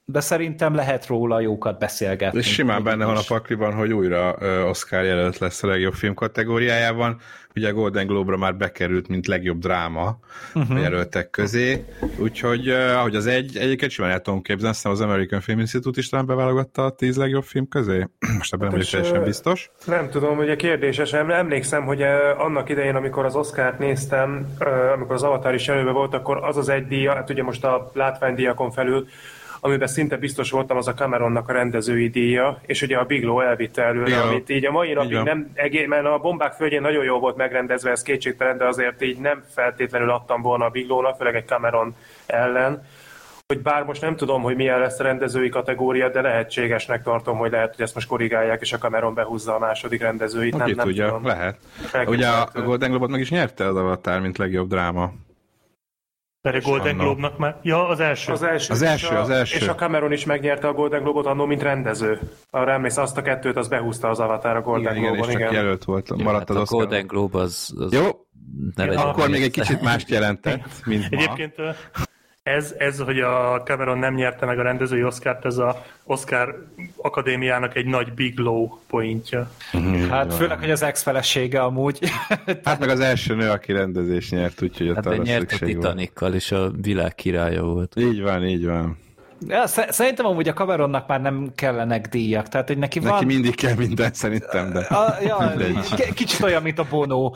de szerintem lehet róla jókat beszélgetni. És simán benne van a pakliban, hogy újra Oscar jelölt lesz a legjobb film kategóriájában. Ugye a Golden Globe-ra már bekerült, mint legjobb dráma uh-huh. a jelöltek közé. Úgyhogy ahogy az egy, egyiket simán el tudom képzelni, aztán az American Film Institute is talán beválogatta a tíz legjobb film közé. Most ebben nem vagyok teljesen biztos. Nem tudom, ugye kérdésesen. Emlékszem, hogy annak idején, amikor az Oscart néztem, amikor az Avatar is előbe volt, akkor az az egy díja, hát ugye most a látványdíjakon felül, amiben szinte biztos voltam, az a Cameronnak a rendezői díja, és ugye a Bigelow elvitte előre, ja, amit így a mai napig nem, mert a Bombák földjén nagyon jól volt megrendezve, ez kétségtelen, de azért így nem feltétlenül adtam volna a Bigelownak, főleg egy Cameron ellen, hogy bár most nem tudom, hogy milyen lesz a rendezői kategória, de lehetségesnek tartom, hogy lehet, hogy ezt most korrigálják, és a Cameron behúzza a második rendezőit. Aki nem, tudja, nem tudom. Lehet. Ugye a Golden Globe-ot meg is nyerte az Avatar, mint legjobb dráma. Mert a Golden Globe-nak már... Ja, az első. Az első, az első, a, az első. És a Cameron is megnyerte a Golden Globe-ot annó, mint rendező. Arra emlész, azt a kettőt, az behúzta az Avatar a Golden igen, Globe-on. Igen, és csak jelölt volt, jó, maradt hát az a Oscar. Golden Globe az... az jó, ja, akkor még egy kicsit mást jelentett, mint Egyébként ez, ez, hogy a Cameron nem nyerte meg a rendezői Oscart, ez a Oscar Akadémiának egy nagy Bigelow pointja. Hát főleg, hogy az ex-felesége amúgy. Hát meg az első nő, aki rendezés nyert, úgyhogy hát arra nyert a Titanikkal, és a világ királya volt. Így van, így van. Ja, szerintem amúgy a Cameronnak már nem kellenek díjak, tehát hogy neki, neki van... Neki mindig kell minden, szerintem, de... A, ja, kicsit olyan, mint a Bono.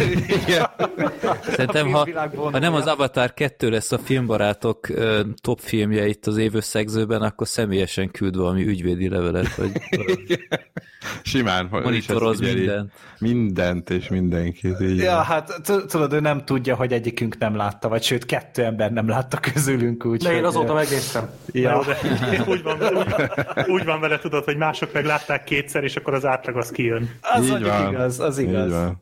Szerintem, ha, ha nem az Avatar kettő lesz a filmbarátok uh, top filmje itt az évösszegzőben, akkor személyesen küld valami ügyvédi levelet, hogy simán. Monitoroz mindent. Mindent és mindenkit. Így ja, van. Hát tudod, ő nem tudja, hogy egyikünk nem látta, vagy sőt, kettő ember nem látta közülünk. Úgy, de én azóta megnéztem. Ja. Úgy, van, úgy, úgy van vele, tudod, hogy mások meg látták kétszer, és akkor az átlag az kijön. Az igaz, az igaz.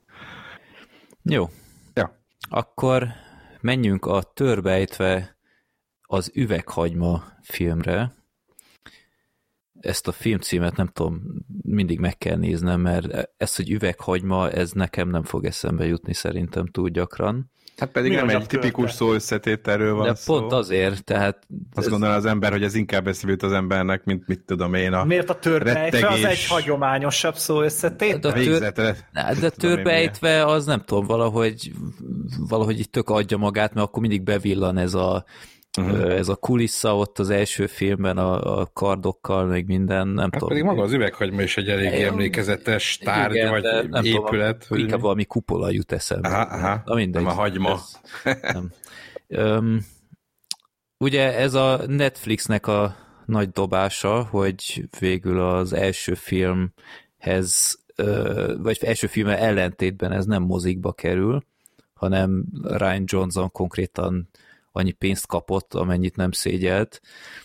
Jó. Ja. Akkor menjünk a Törbejtve az Üveghagyma filmre. Ezt a filmcímet nem tudom, mindig meg kell néznem, mert ez, hogy Üveghagyma, ez nekem nem fog eszembe jutni szerintem túl gyakran. Hát pedig mi nem egy tipikus szó összetételről van de szó. Pont azért, tehát... Azt ez... gondolja az ember, hogy ez inkább eszébe jut az embernek, mint mit tudom én a miért a Törbejtve az egy hagyományosabb szó összetétel? De a, tör... de a Törbejtve az nem tudom, valahogy, valahogy így tök adja magát, mert akkor mindig bevillan ez a Uh-huh. ez a kulissza ott az első filmben a, a kardokkal, meg minden, nem hát tudom. Pedig maga az Üveghagyma is egy elég emlékezetes tárgy, igen, vagy épület. Tudom, inkább valami kupola jut eszembe. Aha, aha. Na mindegy. Nem a hagyma. Ez, nem. Üm, ugye ez a Netflixnek a nagy dobása, hogy végül az első filmhez, vagy első filmmel ellentétben ez nem mozikba kerül, hanem Rian Johnson konkrétan annyi pénzt kapott, amennyit nem szégyelt,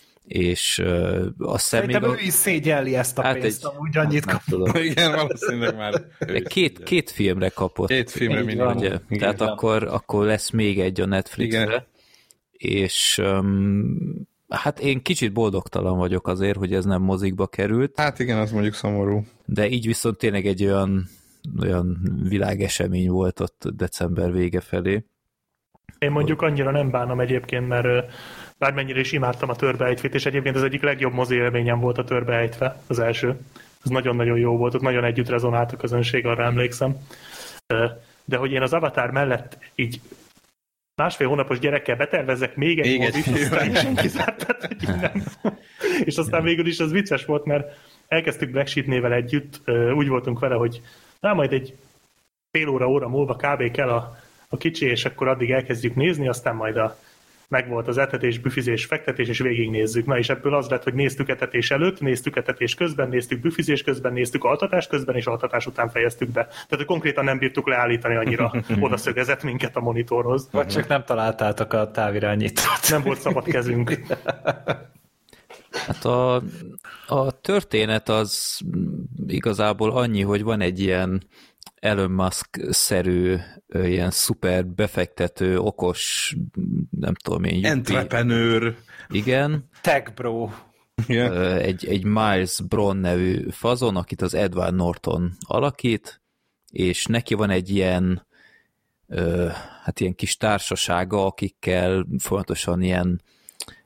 és uh, a Szerintem ő is szégyelli ezt a hát pénzt, egy, amúgy annyit hát kapott. Igen, valószínűleg már két, két filmre kapott. Két filmre minden. Ugye? Igen, tehát akkor, akkor lesz még egy a Netflixre, igen. És um, hát én kicsit boldogtalan vagyok azért, hogy ez nem mozikba került. Hát igen, az mondjuk szomorú. De így viszont tényleg egy olyan, olyan világesemény volt ott december vége felé. Én mondjuk annyira nem bánom egyébként, mert bármennyire is imádtam a Törbejtvét, és egyébként az egyik legjobb mozi élményem volt a Törbejtve, az első. Ez nagyon-nagyon jó volt, ott nagyon együtt rezonált a közönség, arra emlékszem. De hogy én az Avatar mellett így másfél hónapos gyerekkel betervezzek még egy mozit, aztán senki zárt, hogy nem. És aztán végül is az vicces volt, mert elkezdtük Black Sheep nével együtt, úgy voltunk vele, hogy na, majd egy fél óra, óra múlva kb. Kell a a kicsi, és akkor addig elkezdjük nézni, aztán majd a, megvolt az etetés, büfizés, fektetés, és végignézzük. Na és ebből az lett, hogy néztük etetés előtt, néztük etetés közben, néztük büfizés közben, néztük altatás közben, és altatás után fejeztük be. Tehát, hogy konkrétan nem bírtuk leállítani, annyira oda szögezett minket a monitorhoz. Vagy csak nem találtátok a távirányítót. Nem volt szabad kezünk. Hát a, a történet az igazából annyi, hogy van egy ilyen Elon Musk-szerű, ilyen szuper befektető, okos, nem tudom én... Entrepreneur. Igen. Tech bro. Yeah. Egy, egy Miles Brown nevű fazon, akit az Edward Norton alakít, és neki van egy ilyen hát ilyen kis társasága, akikkel folyamatosan ilyen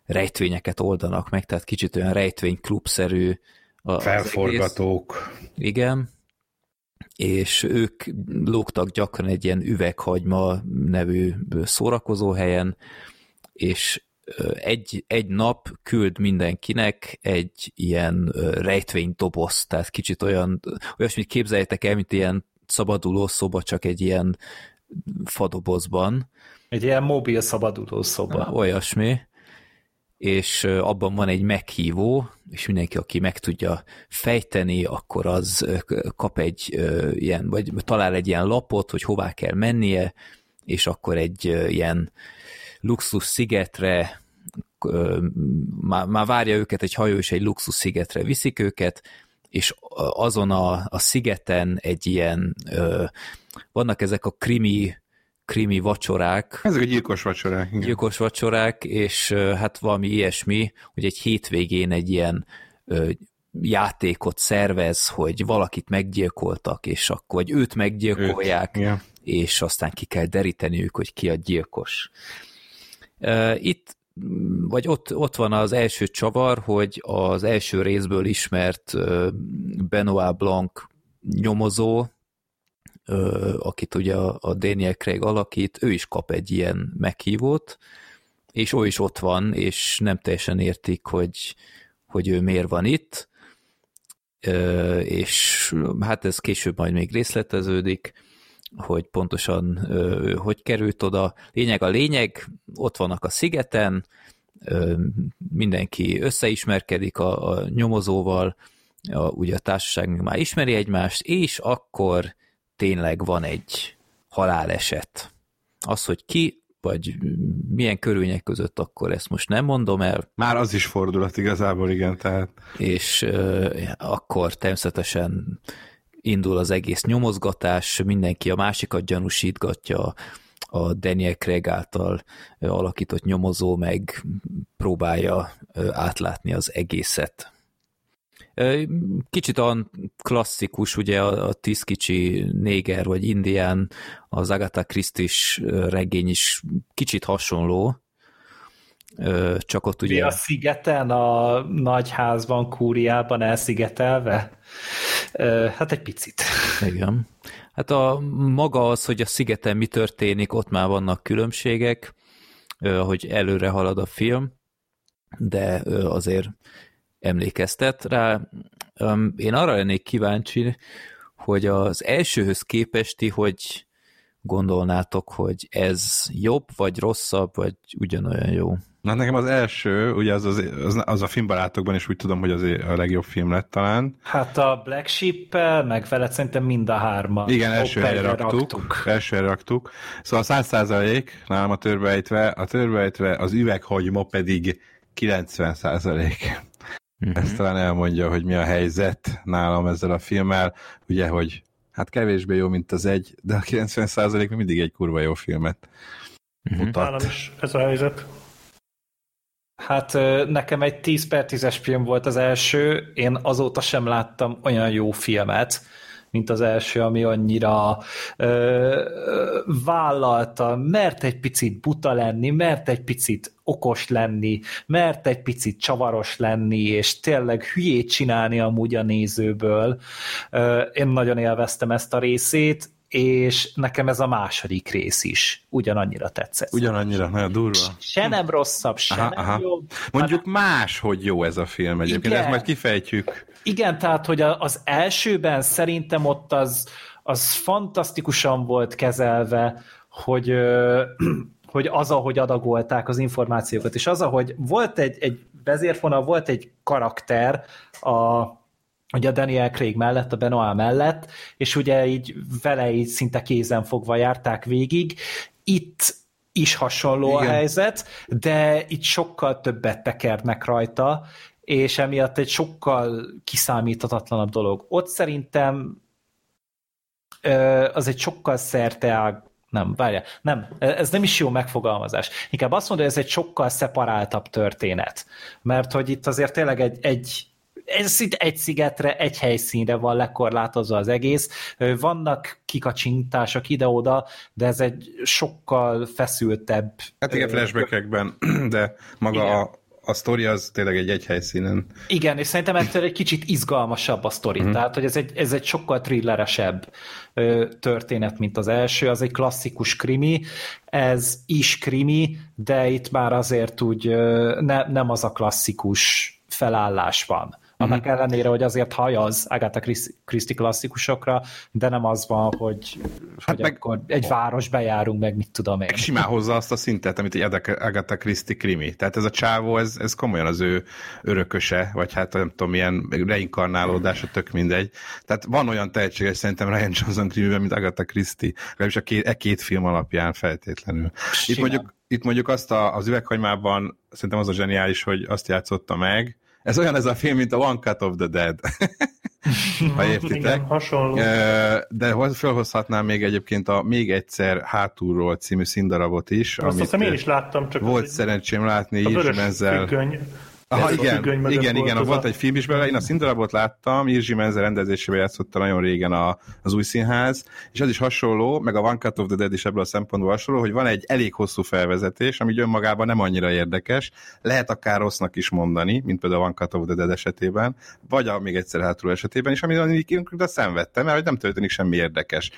rejtvényeket oldanak meg, tehát kicsit olyan rejtvényklubszerű. A, Felforgatók. Igen, és ők lógtak gyakran egy ilyen üveghagyma nevű szórakozóhelyen, és egy, egy nap küld mindenkinek egy ilyen rejtvénydobozt, tehát kicsit olyan, olyasmit képzeljétek el, mint ilyen szabaduló szoba, csak egy ilyen fadobozban. Egy ilyen mobil szabaduló szoba. Olyasmi. És abban van egy meghívó, és mindenki, aki meg tudja fejteni, akkor az kap egy ilyen, vagy talál egy ilyen lapot, hogy hová kell mennie, és akkor egy ilyen luxus szigetre, már, már várja őket egy hajó, és egy luxus szigetre viszik őket, és azon a, a szigeten egy ilyen, vannak ezek a krimi krimi vacsorák. Ezek a gyilkos vacsorák. Igen. Gyilkos vacsorák, és hát valami ilyesmi, hogy egy hétvégén egy ilyen ö, játékot szervez, hogy valakit meggyilkoltak, és akkor, vagy őt meggyilkolják, őt, yeah. és aztán ki kell deríteniük, hogy ki a gyilkos. Itt, vagy ott, ott van az első csavar, hogy az első részből ismert Benoit Blanc nyomozó, akit ugye a Daniel Craig alakít, ő is kap egy ilyen meghívót, és ő is ott van, és nem teljesen értik, hogy, hogy ő miért van itt, és hát ez később majd még részleteződik, hogy pontosan hogy került oda. Lényeg a lényeg, ott vannak a szigeten, mindenki összeismerkedik a, a nyomozóval, a, ugye a társaság már ismeri egymást, és akkor tényleg van egy haláleset. Az, hogy ki, vagy milyen körülmények között, akkor ezt most nem mondom el. Már az is fordulat igazából, igen, tehát. És euh, akkor természetesen indul az egész nyomozgatás, mindenki a másikat gyanúsítgatja, a Daniel Craig által alakított nyomozó meg próbálja átlátni az egészet. Kicsit olyan klasszikus, ugye a, a tíz kicsi néger vagy indián, az Agatha Christie-s regény is kicsit hasonló, csak ott ugye... A szigeten, a nagyházban, Kúriában elszigetelve? Hát egy picit. Igen. Hát a maga az, hogy a szigeten mi történik, ott már vannak különbségek, hogy előre halad a film, de azért emlékeztet rá. Én arra lennék kíváncsi, hogy az elsőhöz képesti, hogy gondolnátok, hogy ez jobb, vagy rosszabb, vagy ugyanolyan jó? Na, nekem az első, ugye az, az, az, az a Filmbarátokban is úgy tudom, hogy az a legjobb film lett talán. Hát a Black Sheep-el, meg veled szerintem mind a hárman. Igen, első helyre raktuk, raktuk. Első helyre raktuk. Szóval száz százalék nálam a Törbeejtve, a Törbeejtve, az Üveghagyma pedig kilencven százalék. Uh-huh. Ez talán elmondja, hogy mi a helyzet nálam ezzel a filmmel. Ugye, hogy hát kevésbé jó, mint az egy, de a kilencven százalék mindig egy kurva jó filmet uh-huh. mutat. Nálam is ez a helyzet. Hát nekem egy tíz per tízes film volt az első, én azóta sem láttam olyan jó filmet, mint az első, ami annyira ö, vállalta, mert egy picit buta lenni, mert egy picit okos lenni, mert egy picit csavaros lenni, és tényleg hülyét csinálni amúgy a nézőből. Ö, én nagyon élveztem ezt a részét, és nekem ez a második rész is ugyanannyira tetszett. Ugyanannyira, nagyon durva. Se nem rosszabb, se aha, nem aha. jobb. Mondjuk hanem... más, hogy jó ez a film egyébként, igen. Ezt majd kifejtjük. Igen, tehát, hogy az elsőben szerintem ott az, az fantasztikusan volt kezelve, hogy, hogy az, ahogy adagolták az információkat, és az, ahogy volt egy, egy vezérfonal, volt egy karakter a ugye a Daniel Craig mellett, a Benoit mellett, és ugye így vele így szinte kézen fogva járták végig. Itt is hasonló igen. a helyzet, de itt sokkal többet tekernek rajta, és emiatt egy sokkal kiszámíthatatlanabb dolog. Ott szerintem az egy sokkal szerteág, nem, várjál, nem, ez nem is jó megfogalmazás. Inkább azt mondom, hogy ez egy sokkal szeparáltabb történet. Mert hogy itt azért tényleg egy, egy ez egy szigetre, egy helyszínre van lekorlátozva az egész. Vannak kikacsintások ide-oda, de ez egy sokkal feszültebb... Hát igen, flashbackekben, de maga a, a sztori az tényleg egy egy helyszínen. Igen, és szerintem ettől egy kicsit izgalmasabb a sztori, uh-huh. tehát hogy ez egy, ez egy sokkal thrilleresebb ö, történet, mint az első, az egy klasszikus krimi, ez is krimi, de itt már azért úgy ö, ne, nem az a klasszikus felállás van. Annak uh-huh. ellenére, hogy azért hajaz Agatha Christie klasszikusokra, de nem az van, hogy, hát hogy meg, akkor egy város bejárunk, meg mit tudom én. Meg simán hozza azt a szintet, amit egy Agatha Christie krimi. Tehát ez a csávó, ez, ez komolyan az ő örököse, vagy hát nem tudom, milyen reinkarnálódása, tök mindegy. Tehát van olyan tehetséges szerintem Rian Johnson krimiben, mint Agatha Christie, legalábbis a két, e két film alapján feltétlenül. Itt mondjuk, itt mondjuk azt a, az Üveghagymában szerintem az a zseniális, hogy azt játszotta meg. Ez olyan ez a film, mint a One Cut of the Dead. Ha értitek. Igen, hasonló. De felhozhatnám még egyébként a Még egyszer hátulról című színdarabot is. Azt amit hiszem én is láttam. Csak volt szerencsém látni Irzsi Menzel. Aha, igen, igen, igen, igen, volt a... egy film is belőle, én a színdarabot láttam, Irzsi Menzel rendezésében játszotta nagyon régen a, az Új Színház, és az is hasonló, meg a One Cut of the Dead is ebből a szempontból hasonló, hogy van egy elég hosszú felvezetés, ami önmagában nem annyira érdekes, lehet akár rossznak is mondani, mint például a One Cut of the Dead esetében, vagy a Még egyszer hátul esetében is, amit de szenvedtem, mert nem történik semmi érdekes.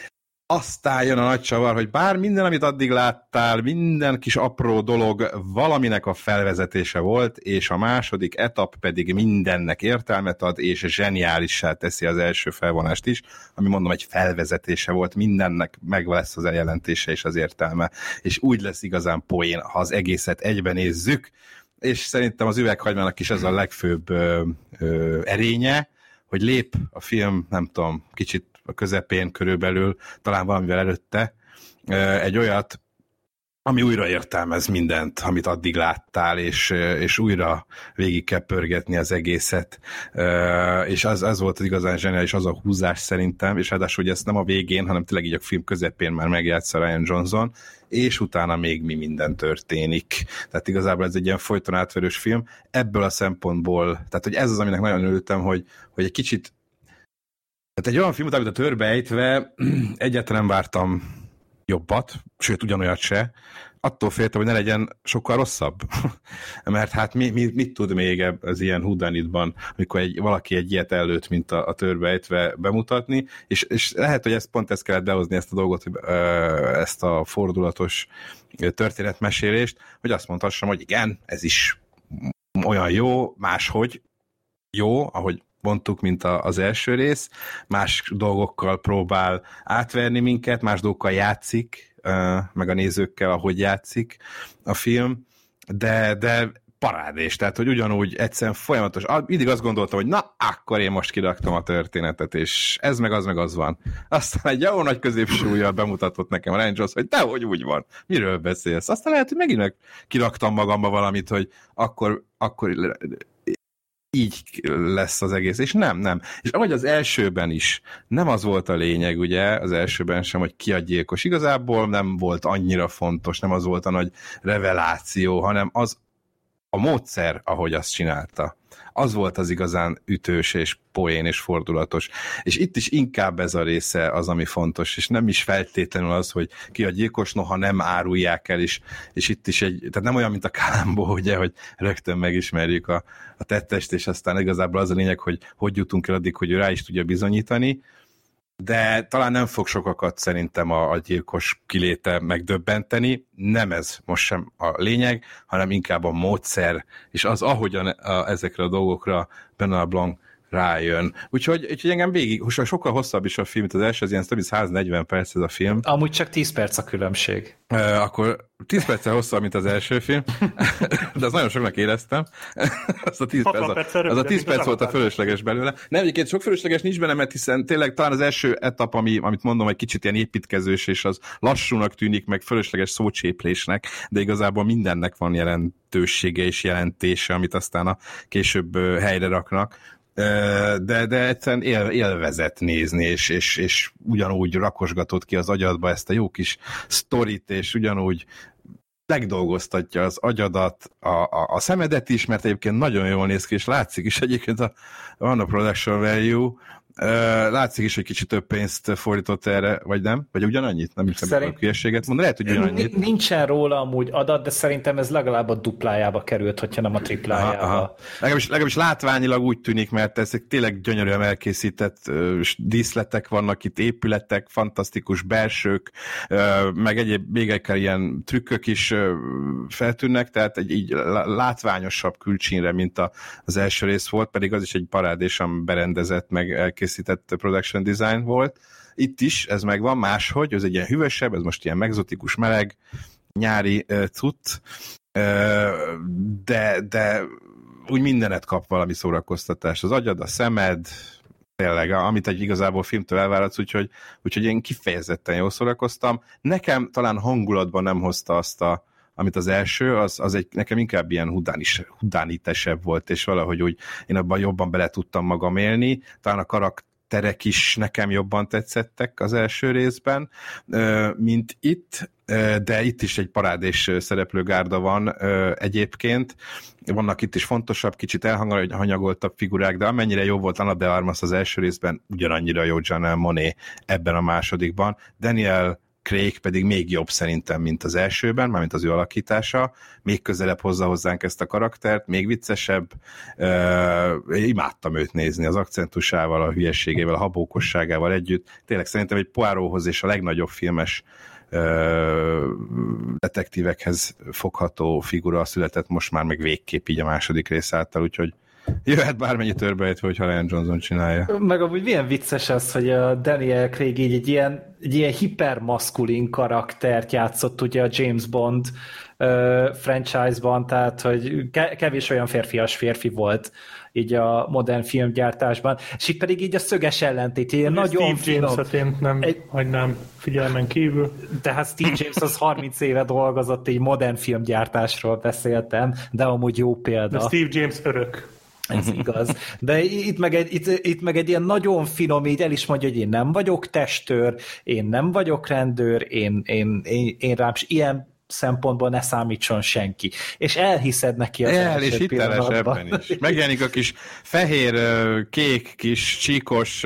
Aztán jön a nagy csavar, hogy bár minden, amit addig láttál, minden kis apró dolog valaminek a felvezetése volt, és a második etap pedig mindennek értelmet ad, és zseniálissá teszi az első felvonást is, ami mondom, egy felvezetése volt, mindennek meg lesz az eljelentése és az értelme, és úgy lesz igazán poén, ha az egészet egyben nézzük, és szerintem az Üveghagymának is ez a legfőbb ö, ö, erénye, hogy lép a film, nem tudom, kicsit a közepén körülbelül, talán valamivel előtte, egy olyat, ami újra értelmez mindent, amit addig láttál, és, és újra végig kell pörgetni az egészet. És az, az volt az igazán zseniális, az a húzás szerintem, és ráadásul, hogy ezt nem a végén, hanem tényleg így a film közepén már megjátsza Rian Johnson, és utána még mi minden történik. Tehát igazából ez egy ilyen folyton átverős film. Ebből a szempontból, tehát hogy ez az, aminek nagyon örültem, hogy, hogy egy kicsit tehát egy olyan film, amit a Törbejtve egyáltalán nem vártam jobbat, sőt, ugyanolyat se. Attól féltem, hogy ne legyen sokkal rosszabb. Mert hát mi, mi, mit tud még az ilyen whodunitban, amikor egy, valaki egy ilyet előtt, mint a, a Törbejtve bemutatni, és, és lehet, hogy ezt, pont ezt kellett behozni, ezt a dolgot, ezt a fordulatos történetmesélést, hogy azt mondhassam, hogy igen, ez is olyan jó, máshogy jó, ahogy mondtuk, mint a, az első rész, más dolgokkal próbál átverni minket, más dolgokkal játszik, meg a nézőkkel, ahogy játszik a film, de, de parádés, tehát, hogy ugyanúgy egyszerűen folyamatos, mindig azt gondoltam, hogy na, akkor én most kiraktam a történetet, és ez meg az meg az van. Aztán egy jó nagy középsúlyjal bemutatott nekem a Rangers, hogy dehogy úgy van, miről beszélsz? Aztán lehet, hogy megint meg kiraktam magamba valamit, hogy akkor, akkor így lesz az egész, és nem, nem. És ahogy az elsőben is, nem az volt a lényeg, ugye, az elsőben sem, hogy ki a gyilkos. Igazából nem volt annyira fontos, nem az volt a nagy reveláció, hanem az a módszer, ahogy azt csinálta. Az volt az igazán ütős és poén és fordulatos. És itt is inkább ez a része az, ami fontos, és nem is feltétlenül az, hogy ki a gyilkos, noha nem árulják el, és, és itt is egy, tehát nem olyan, mint a Columbo, ugye, hogy rögtön megismerjük a, a tettest, és aztán igazából az a lényeg, hogy hogy jutunk el addig, hogy ő rá is tudja bizonyítani, de talán nem fog sokakat szerintem a, a gyilkos kiléte megdöbbenteni, nem ez most sem a lényeg, hanem inkább a módszer, és az, ahogyan a, ezekre a dolgokra Benoit Blanc rájön. Úgyhogy, úgyhogy engem végig, sokkal hosszabb is a film, mint az első, az ilyen több mint száznegyven perc ez a film. Amúgy csak tíz perc a különbség. Uh, akkor tíz perccel hosszabb, mint az első film, de az nagyon soknak éreztem. az a tíz perc, az a tíz perc volt a fölösleges belőle. Nem, egyébként sok fölösleges nincs benne, mert hiszen tényleg talán az első etap, ami, amit mondom, egy kicsit ilyen építkezős, és az lassúnak tűnik, meg fölösleges szócséplésnek, de igazából mindennek van jelentősége és jelentése, amit aztán a később helyre raknak. De, de egyszerűen él, élvezet nézni, és, és, és ugyanúgy rakosgatod ki az agyadba ezt a jó kis sztorit, és ugyanúgy megdolgoztatja az agyadat, a, a, a szemedet is, mert egyébként nagyon jól néz ki, és látszik is egyébként a, van a production value, látszik is, hogy kicsit több pénzt fordított erre, vagy nem? Vagy ugyanannyit? Nem hiszem, Szerint... hogy hülyeséget mond, lehet, hogy ugyanannyit. Nincsen róla amúgy adat, de szerintem ez legalább a duplájába került, hogyha nem a triplájába. Aha, aha. Legalábbis, legalábbis látványilag úgy tűnik, mert ezek tényleg gyönyörűen elkészített uh, díszletek vannak itt, épületek, fantasztikus belsők, uh, meg egyéb még ilyen trükkök is uh, feltűnnek, tehát egy így látványosabb külcsínre, mint a, az első rész volt, pedig az is egy parádésan berendezett, meg elkészített production design volt. Itt is ez megvan máshogy, ez egy ilyen hűvösebb, ez most ilyen egzotikus, meleg, nyári uh, cucc, uh, de, de úgy mindenet kap valami szórakoztatást. Az agyad, a szemed, tényleg, amit egy igazából filmtől elváratsz, úgyhogy, úgyhogy én kifejezetten jól szórakoztam. Nekem talán hangulatban nem hozta azt a amit az első, az, az egy, nekem inkább ilyen hudánis, hudánítesebb volt, és valahogy úgy én abban jobban bele tudtam magam élni, talán a karakterek is nekem jobban tetszettek az első részben, mint itt, de itt is egy parádés szereplőgárda van egyébként, vannak itt is fontosabb, kicsit elhanyagoltabb figurák, de amennyire jó volt Ana de Armas az első részben, ugyanannyira jó Janelle Monáe ebben a másodikban. Daniel Craig pedig még jobb szerintem, mint az elsőben, mármint az ő alakítása, még közelebb hozza hozzánk ezt a karaktert, még viccesebb, uh, imádtam őt nézni az akcentusával, a hülyességével, a habókosságával együtt, tényleg szerintem egy Poirothoz és a legnagyobb filmes uh, detektívekhez fogható figura született most már meg végképp így a második rész által, úgyhogy jöhet bármennyi törbejtve, hogyha Rian Johnson csinálja. Meg amúgy milyen vicces az, hogy a Daniel Craig így egy ilyen, egy ilyen hipermaszkulin karaktert játszott ugye a James Bond uh, franchise-ban, tehát hogy kevés olyan férfias férfi volt így a modern filmgyártásban, és itt pedig így a szöges ellentét, ilyen nagyon Steve James-et én nem egy... hagynám figyelmen kívül. De hát Steve James az harminc éve dolgozott, így modern filmgyártásról beszéltem, de amúgy jó példa. De Steve James örök. Ez igaz. De itt meg, egy, itt, itt meg egy ilyen nagyon finom, így el is mondja, hogy én nem vagyok testőr, én nem vagyok rendőr, én, én, én, én rám ilyen szempontból ne számítson senki. És elhiszed neki az El, és hiteles ebben is. Megjelenik a kis fehér, kék, kis csíkos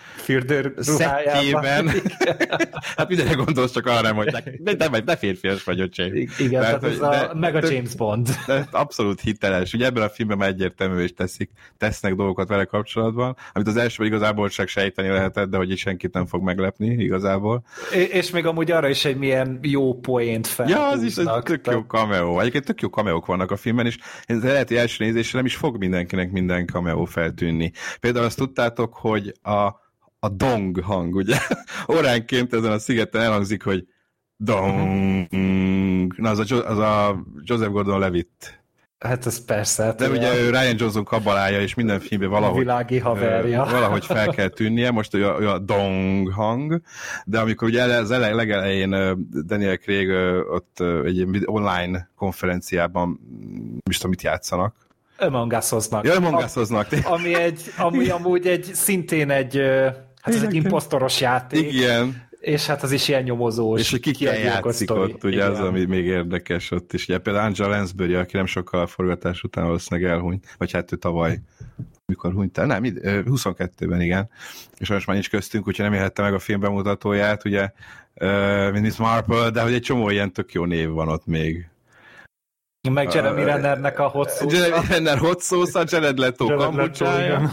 szettjében. Hát mindenre gondolsz, csak arra nem, hogy de, de, de férfias vagy, öcsém. Igen, tehát, tehát ez de, a, meg a James Bond. De abszolút hiteles. Ugye ebben a filmben már egyértelmű is teszik, tesznek dolgokat vele kapcsolatban, amit az elsőben igazából csak sejteni lehetett, de hogy is senkit nem fog meglepni igazából. És, és még amúgy arra is egy milyen jó poént fel. Ja, az is egy tök jó cameo. Egyébként tök jó cameók vannak a filmben, és ez lehet, hogy első nézésre nem is fog mindenkinek minden cameo feltűnni. Például azt tudtátok, hogy a, a dong hang, ugye? Óránként ezen a szigeten elhangzik, hogy dong. Na, az a, az a Joseph Gordon-Levitt. Hát ez persze. De ugye ő Rian Johnson kabalája, és minden filmben valahogy, világi haverja. valahogy fel kell tűnnie, most olyan a dong hang, de amikor ugye az ele, legelején Daniel Craig ott egy online konferenciában, nem is tudom, mit játszanak. Ömongászoznak. Ja, ömongászoznak. Ami, egy, ami amúgy egy, szintén egy, hát ez egy imposztoros játék. Igen. És hát az is ilyen nyomozós. És hogy ki kell játszik ott, ugye igen. Az, ami még érdekes ott is. Ugye például Angela Lansbury, aki nem sokkal a forgatás után valószínűleg elhunyt, vagy hát ő tavaly, mikor hunyt el? Nem, huszonkettőben, igen. És most már nincs köztünk, úgyhogy nem élhette meg a film bemutatóját, ugye, mint Miss Marple, de hogy egy csomó ilyen tök jó név van ott még. Meg Jeremy uh, Rennernek a hot sauce. Jeremy Renner hot sauce, Jared Leto kambucsája.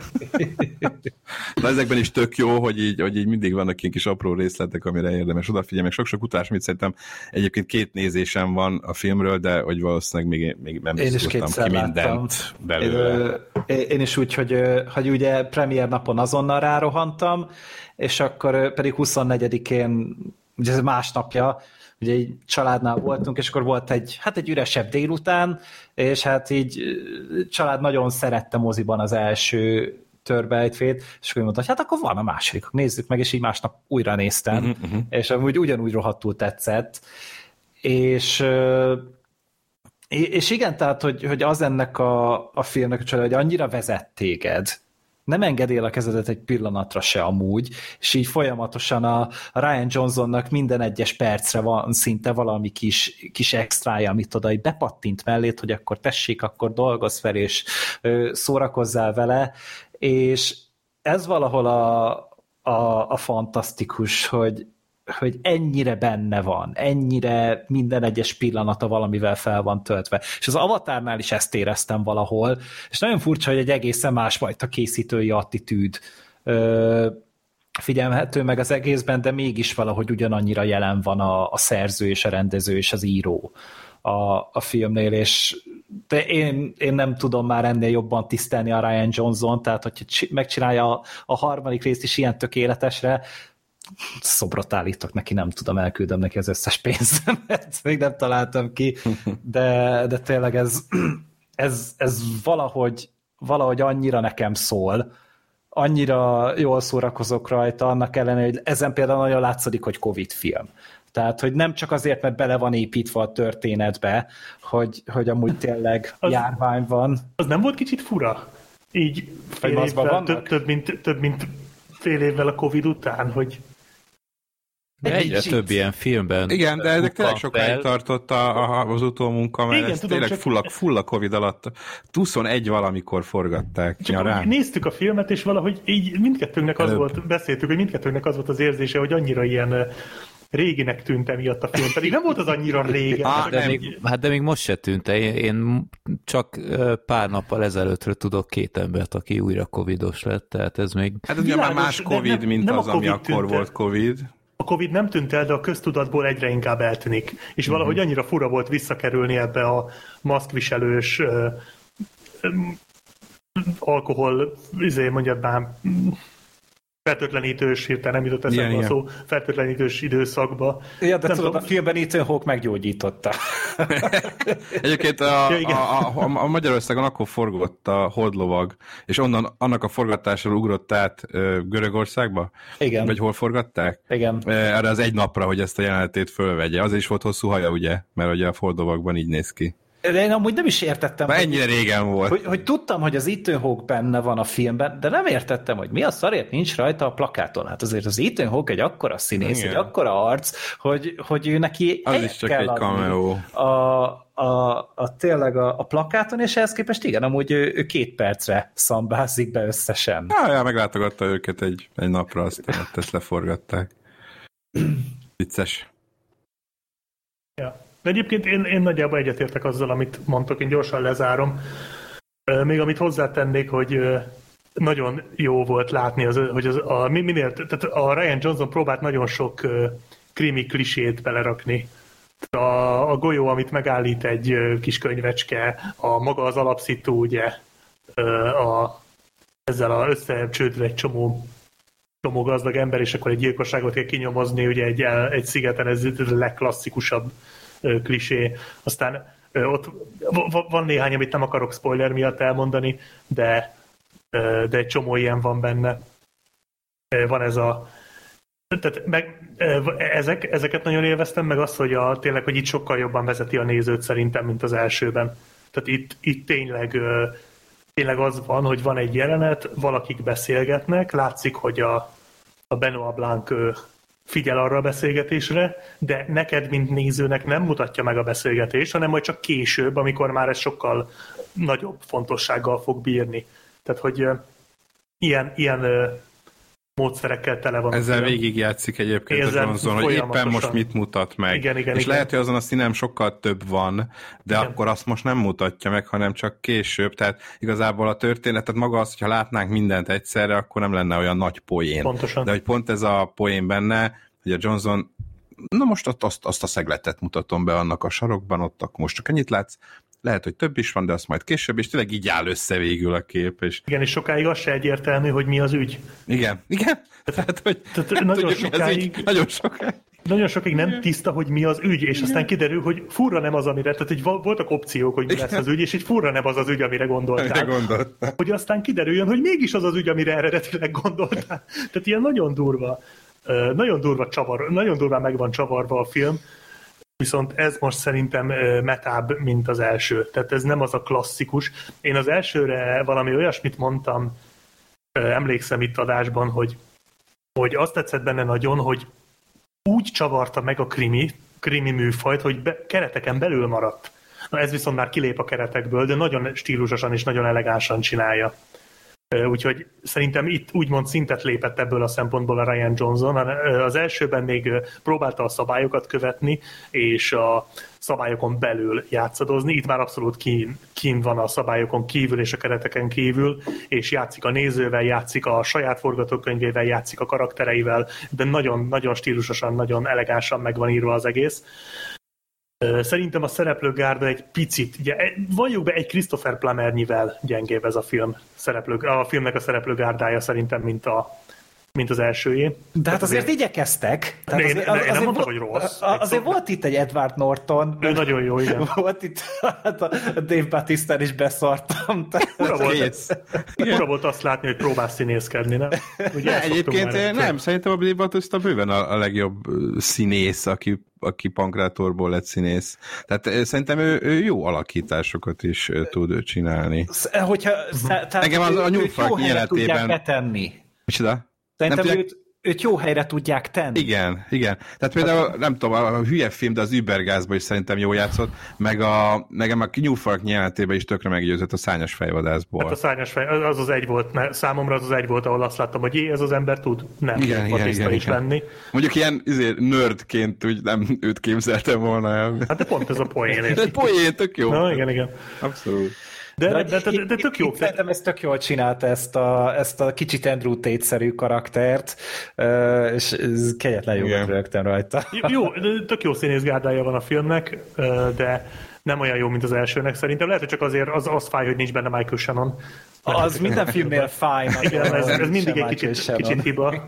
Na ezekben is tök jó, hogy így, hogy így mindig vannak ilyen kis apró részletek, amire érdemes odafigyelni, meg sok-sok utás, mit szerintem egyébként két nézésem van a filmről, de hogy valószínűleg még, még nem én is tudtam ki mindent belőle. Én, én is úgy, hogy, hogy ugye premier napon azonnal rárohantam, és akkor pedig huszonnegyedikén, ugye ez másnapja, ugye egy családnál voltunk, és akkor volt egy, hát egy üresebb délután, és hát így család nagyon szerette moziban az első Törbejtvét, és akkor mondta, hogy hát akkor van a második, nézzük meg, és így másnap újra néztem, uh-huh, uh-huh. és amúgy ugyanúgy rohadtul tetszett, és és igen, tehát, hogy, hogy az ennek a, a filmnek a család, hogy annyira vezet téged, nem engedél a kezedet egy pillanatra se amúgy, és így folyamatosan a, a Rian Johnsonnak minden egyes percre van szinte valami kis, kis extrája, amit oda így bepattint mellét, hogy akkor tessék, akkor dolgozz fel, és ö, szórakozzál vele, és, ez valahol a, a, a fantasztikus, hogy, hogy ennyire benne van, ennyire minden egyes pillanata valamivel fel van töltve. És az Avatárnál is ezt éreztem valahol, és nagyon furcsa, hogy egy egészen másfajta készítői attitűd ö, figyelhető meg az egészben, de mégis valahogy ugyanannyira jelen van a, a szerző és a rendező és az író a, a filmnél, és de én, én nem tudom már ennél jobban tisztelni a Rian Johnson, tehát hogy megcsinálja a, a harmadik részt is ilyen tökéletesre, szobrot állítok neki, nem tudom, elküldöm neki az összes pénzemet, még nem találtam ki, de, de tényleg ez, ez, ez valahogy, valahogy annyira nekem szól, annyira jól szórakozok rajta, annak ellenére, hogy ezen például nagyon látszik, hogy Covid film. Tehát, hogy nem csak azért, mert bele van építve a történetbe, hogy, hogy amúgy tényleg az, járvány van. Az nem volt kicsit fura? Így fél évvel, több, több, mint, több mint fél évvel a Covid után, hogy de egyre több ilyen filmben. Igen, de ezek tényleg sokáig tartott a, a, az utómunka, mert igen, ez tudom, tényleg full a, full a Covid alatt. huszonegy valamikor forgatták nyarán. Néztük a filmet, és valahogy így mindkettőnknek az Előbb. volt, beszéltük, hogy mindkettőnknek az volt az érzése, hogy annyira ilyen réginek tűnt emiatt a film, pedig nem volt az annyira régen. Hát de, még, hát de még most se tűnt. Én, én csak pár nappal ezelőttről tudok két embert, aki újra covidos lett, tehát ez még... Hát ez már más Covid, nem, mint nem az, ami akkor volt Covid. A Covid nem tűnt el, de a köztudatból egyre inkább eltűnik. És mm-hmm. valahogy annyira fura volt visszakerülni ebbe a maszkviselős uh, um, alkohol, izé mondjad már, fertőtlenítős, hirtelen nem jutott eszembe a szó, fertőtlenítős időszakba. Ja, de nem tudod, a filmben Ethan Hawke meggyógyította. Egyébként a, ja, a, a, a Magyarországon akkor forgott a Holdlovag, és onnan annak a forgatásról ugrott át Görögországba? Igen. Vagy hol forgatták? Igen. Erre az egy napra, hogy ezt a jelenetét fölvegye. Azért is volt hosszú haja, ugye? Mert ugye a Holdlovagban így néz ki. De én amúgy nem is értettem. Már ennyire hogy, régen volt. Hogy, hogy tudtam, hogy az Ethan Hawke benne van a filmben, de nem értettem, hogy mi a szarért nincs rajta a plakáton. Hát azért az Ethan Hawke egy akkora színész, igen. egy akkora arc, hogy, hogy ő neki az is csak egy cameo. A, a, a, tényleg a, a plakáton, és ehhez képest igen, amúgy ő, ő két percre szambázik be összesen. Ja, ja, meglátogatta őket egy, egy napra, aztán ezt leforgatták. Vicces. Ja. De egyébként én, én nagyjából egyetértek azzal, amit mondtok, én gyorsan lezárom. Még amit hozzátennék, hogy nagyon jó volt látni, az, hogy az, a, minél, tehát a Rian Johnson próbált nagyon sok krimi klisét belerakni. A, a golyó, amit megállít egy kis könyvecske, a maga az alapszitú, ugye, a, ezzel a összecsődve egy csomó, csomó gazdag ember, és akkor egy gyilkosságot kell kinyomozni, ugye egy, egy szigeten, ez a legklasszikusabb klisé. Aztán ott van néhány, amit nem akarok spoiler miatt elmondani, de, de egy csomó ilyen van benne. Van ez a... Tehát meg, ezek, ezeket nagyon élveztem, meg azt, hogy a, tényleg, hogy itt sokkal jobban vezeti a nézőt szerintem, mint az elsőben. Tehát itt, itt tényleg, tényleg az van, hogy van egy jelenet, valakik beszélgetnek, látszik, hogy a, a Benoit Blanc figyel arra a beszélgetésre, de neked, mint nézőnek nem mutatja meg a beszélgetést, hanem majd csak később, amikor már ez sokkal nagyobb fontossággal fog bírni. Tehát, hogy uh, ilyen, ilyen uh, módszerekkel tele van. Ezzel végigjátszik egyébként a Johnson, hogy éppen most mit mutat meg. Igen, igen, és igen. lehet, hogy azon a színen sokkal több van, de igen. akkor azt most nem mutatja meg, hanem csak később. Tehát igazából a történetet maga az, hogyha látnánk mindent egyszerre, akkor nem lenne olyan nagy poén. Pontosan. De hogy pont ez a poén benne, hogy a Johnson, na most azt, azt a szegletet mutatom be annak a sarokban, ott akkor most csak ennyit látsz, lehet, hogy több is van, de azt majd később, és tényleg így áll össze végül a kép. És... Igen, és sokáig az se egyértelmű, hogy mi az ügy. Igen, igen. Tehát, hogy tehát nagyon, tudjuk, sokáig, ügy, nagyon sokáig. Nagyon sokáig nem tiszta, hogy mi az ügy, és igen. aztán kiderül, hogy furra nem az, amire, tehát hogy voltak opciók, hogy mi igen. lesz az ügy, és így furra nem az az ügy, amire gondoltál. Gondoltál. Hogy aztán kiderüljön, hogy mégis az az ügy, amire eredetileg gondoltál. Tehát ilyen nagyon durva, nagyon durva csavar, nagyon durván meg van csavarva a film, viszont ez most szerintem metább, mint az első. Tehát ez nem az a klasszikus. Én az elsőre valami olyasmit mondtam, emlékszem itt adásban, hogy, hogy azt tetszett benne nagyon, hogy úgy csavarta meg a krimi, krimi műfajt, hogy be, kereteken belül maradt. Na ez viszont már kilép a keretekből, de nagyon stílusosan és nagyon elegánsan csinálja. Úgyhogy szerintem itt úgymond szintet lépett ebből a szempontból a Rian Johnson. Az elsőben még próbálta a szabályokat követni, és a szabályokon belül játszadozni. Itt már abszolút kín, kín van a szabályokon kívül és a kereteken kívül, és játszik a nézővel, játszik a saját forgatókönyvével, játszik a karaktereivel, de nagyon-nagyon stílusosan, nagyon elegánsan meg van írva az egész. Szerintem a szereplőgárda egy picit, ugye, valljuk be, egy Christopher Plummer-nyivel gyengébb ez a film. Szereplő, a filmnek a szereplőgárdája szerintem, mint, a, mint az elsőjé. De hát azért, azért igyekeztek. Tehát azért, azért, az, azért nem mondtam, hogy rossz. Azért volt itt egy Edward Norton. Ő nagyon jó, igen. Volt itt, hát a Dave Bautista-n is beszartam. Ura volt, ura volt azt látni, hogy próbálsz színészkedni, nem? Ugye, egyébként nem, szerintem a Dave Bautista bőven a, a legjobb színész, aki aki Pankrátorból lett színész. Tehát szerintem ő, ő jó alakításokat is tud csinálni. Hogyha, tehát engem az a nyúlfalk életében... betenni. Micsoda? Szerintem nem őt, őt jó helyre tudják tenni. Igen, igen. Tehát például, nem tudom, a hülye film, de az Übergázban is szerintem jó játszott, meg a, meg a nyúlfalk jelenetében is tökre meggyőzött a Szárnyas fejvadászból. Hát a Szárnyas fej, az az egy volt, mert számomra az az egy volt, ahol azt láttam, hogy jé, ez az ember tud nem igen, igen, igen, is igen. lenni. Mondjuk ilyen izé, nerdként úgy nem őt képzeltem volna el. Hát de pont ez a poén. De poén, tök jó. Na, igen, igen. Abszolút. De, de, de, de, de tök jó. Szerintem ez tök jól csinálta ezt a, ezt a kicsit Andrew Tate-szerű karaktert, és ez kegyetlen jó rögtön rajta. Jó, tök jó színészgárdája van a filmnek, de nem olyan jó, mint az elsőnek szerintem. Lehet, hogy csak azért az, az fáj, hogy nincs benne Michael Shannon. Az minden filmnél fáj. Igen, ez, ez mindig egy kicsit, kicsit hiba.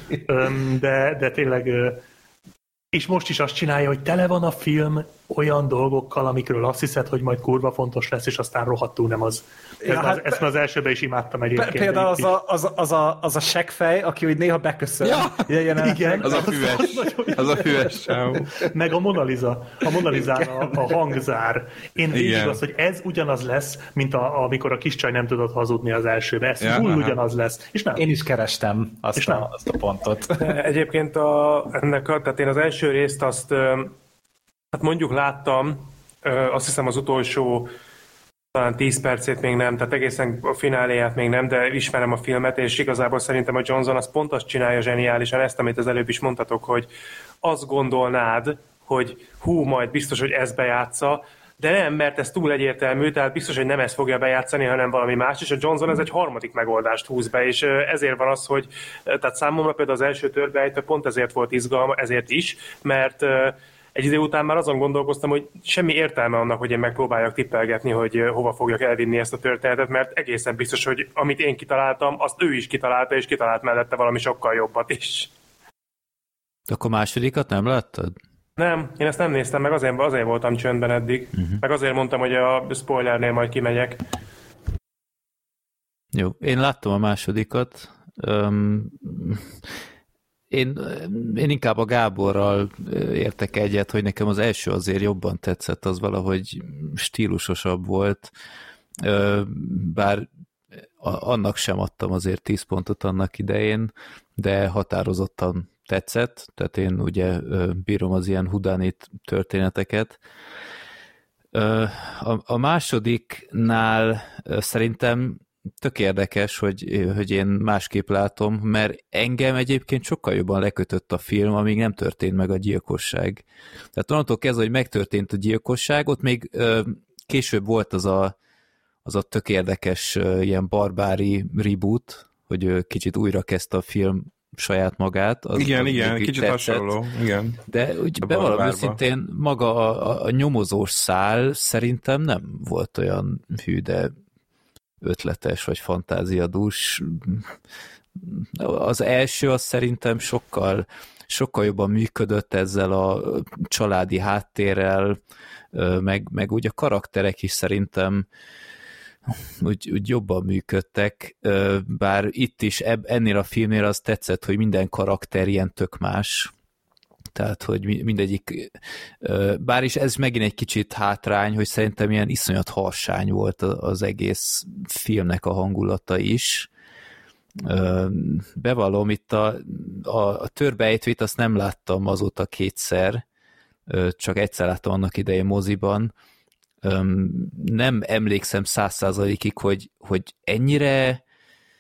De, de tényleg... És most is azt csinálja, hogy tele van a film olyan dolgokkal, amikről azt hiszed, hogy majd kurva fontos lesz, és aztán rohadtul nem az. Ja, ez hát, ezt már az elsőben is imádtam egyébként. Például az a, az, a, az, a, az a seggfej, aki úgy néha beköszön. Ja, igen. Az a füves. Az a füves. Meg a Mona Lisa. A Mona Lisa a, a hangzár. Én végig az, hogy ez ugyanaz lesz, mint a, amikor a kis csaj nem tudott hazudni az elsőbe. Ez ja, full ugyanaz lesz. És nem. Én is kerestem azt, és a, nem. azt a pontot. Egyébként a, ennek a, tehát én az első részt azt hát mondjuk láttam, azt hiszem az utolsó talán tíz percét még nem, tehát egészen a fináléját még nem, de ismerem a filmet, és igazából szerintem a Johnson az pont azt csinálja zseniálisan, ezt, amit az előbb is mondtatok, hogy azt gondolnád, hogy hú, majd biztos, hogy ez bejátsza, de nem, mert ez túl egyértelmű, tehát biztos, hogy nem ezt fogja bejátszani, hanem valami más, és a Johnson ez egy harmadik megoldást húz be, és ezért van az, hogy tehát számomra például az első Törbeejtő pont ezért volt izgalma, ezért is, mert egy idő után már azon gondolkoztam, hogy semmi értelme annak, hogy én megpróbáljak tippelgetni, hogy hova fogjak elvinni ezt a történetet, mert egészen biztos, hogy amit én kitaláltam, azt ő is kitalálta, és kitalált mellette valami sokkal jobbat is. De akkor másodikat nem láttad? Nem, én ezt nem néztem, meg azért, azért voltam csöndben eddig. Uh-huh. Meg azért mondtam, hogy a spoilernél majd kimegyek. Jó, én láttam a másodikat. Um, én, én inkább a Gáborral értek egyet, hogy nekem az első azért jobban tetszett, az valahogy stílusosabb volt. Bár annak sem adtam azért tíz pontot annak idején, de határozottan tetszett, tehát én ugye bírom az ilyen hudánit történeteket. A, a másodiknál szerintem tök érdekes, hogy, hogy én másképp látom, mert engem egyébként sokkal jobban lekötött a film, amíg nem történt meg a gyilkosság. Tehát onnantól kezdve, hogy megtörtént a gyilkosság, ott még később volt az a, az a tök érdekes ilyen barbári reboot, hogy kicsit újra kezdte a film saját magát. Az, igen, az igen, kicsit tetszett. Hasonló. Igen. De úgy bevallom őszintén, maga a, a nyomozós szál szerintem nem volt olyan hű, de ötletes vagy fantáziadús. Az első az szerintem sokkal, sokkal jobban működött ezzel a családi háttérrel, meg, meg úgy a karakterek is szerintem úgy, úgy jobban működtek, bár itt is eb, ennél a filmnél az tetszett, hogy minden karakter ilyen tök más, tehát, hogy mindegyik, bár is ez megint egy kicsit hátrány, hogy szerintem ilyen iszonyat harsány volt az egész filmnek a hangulata is. Bevallom, itt a, a, a Törbeejtőt azt nem láttam azóta kétszer, csak egyszer láttam annak idején moziban. Nem emlékszem száz százalékig, hogy, hogy ennyire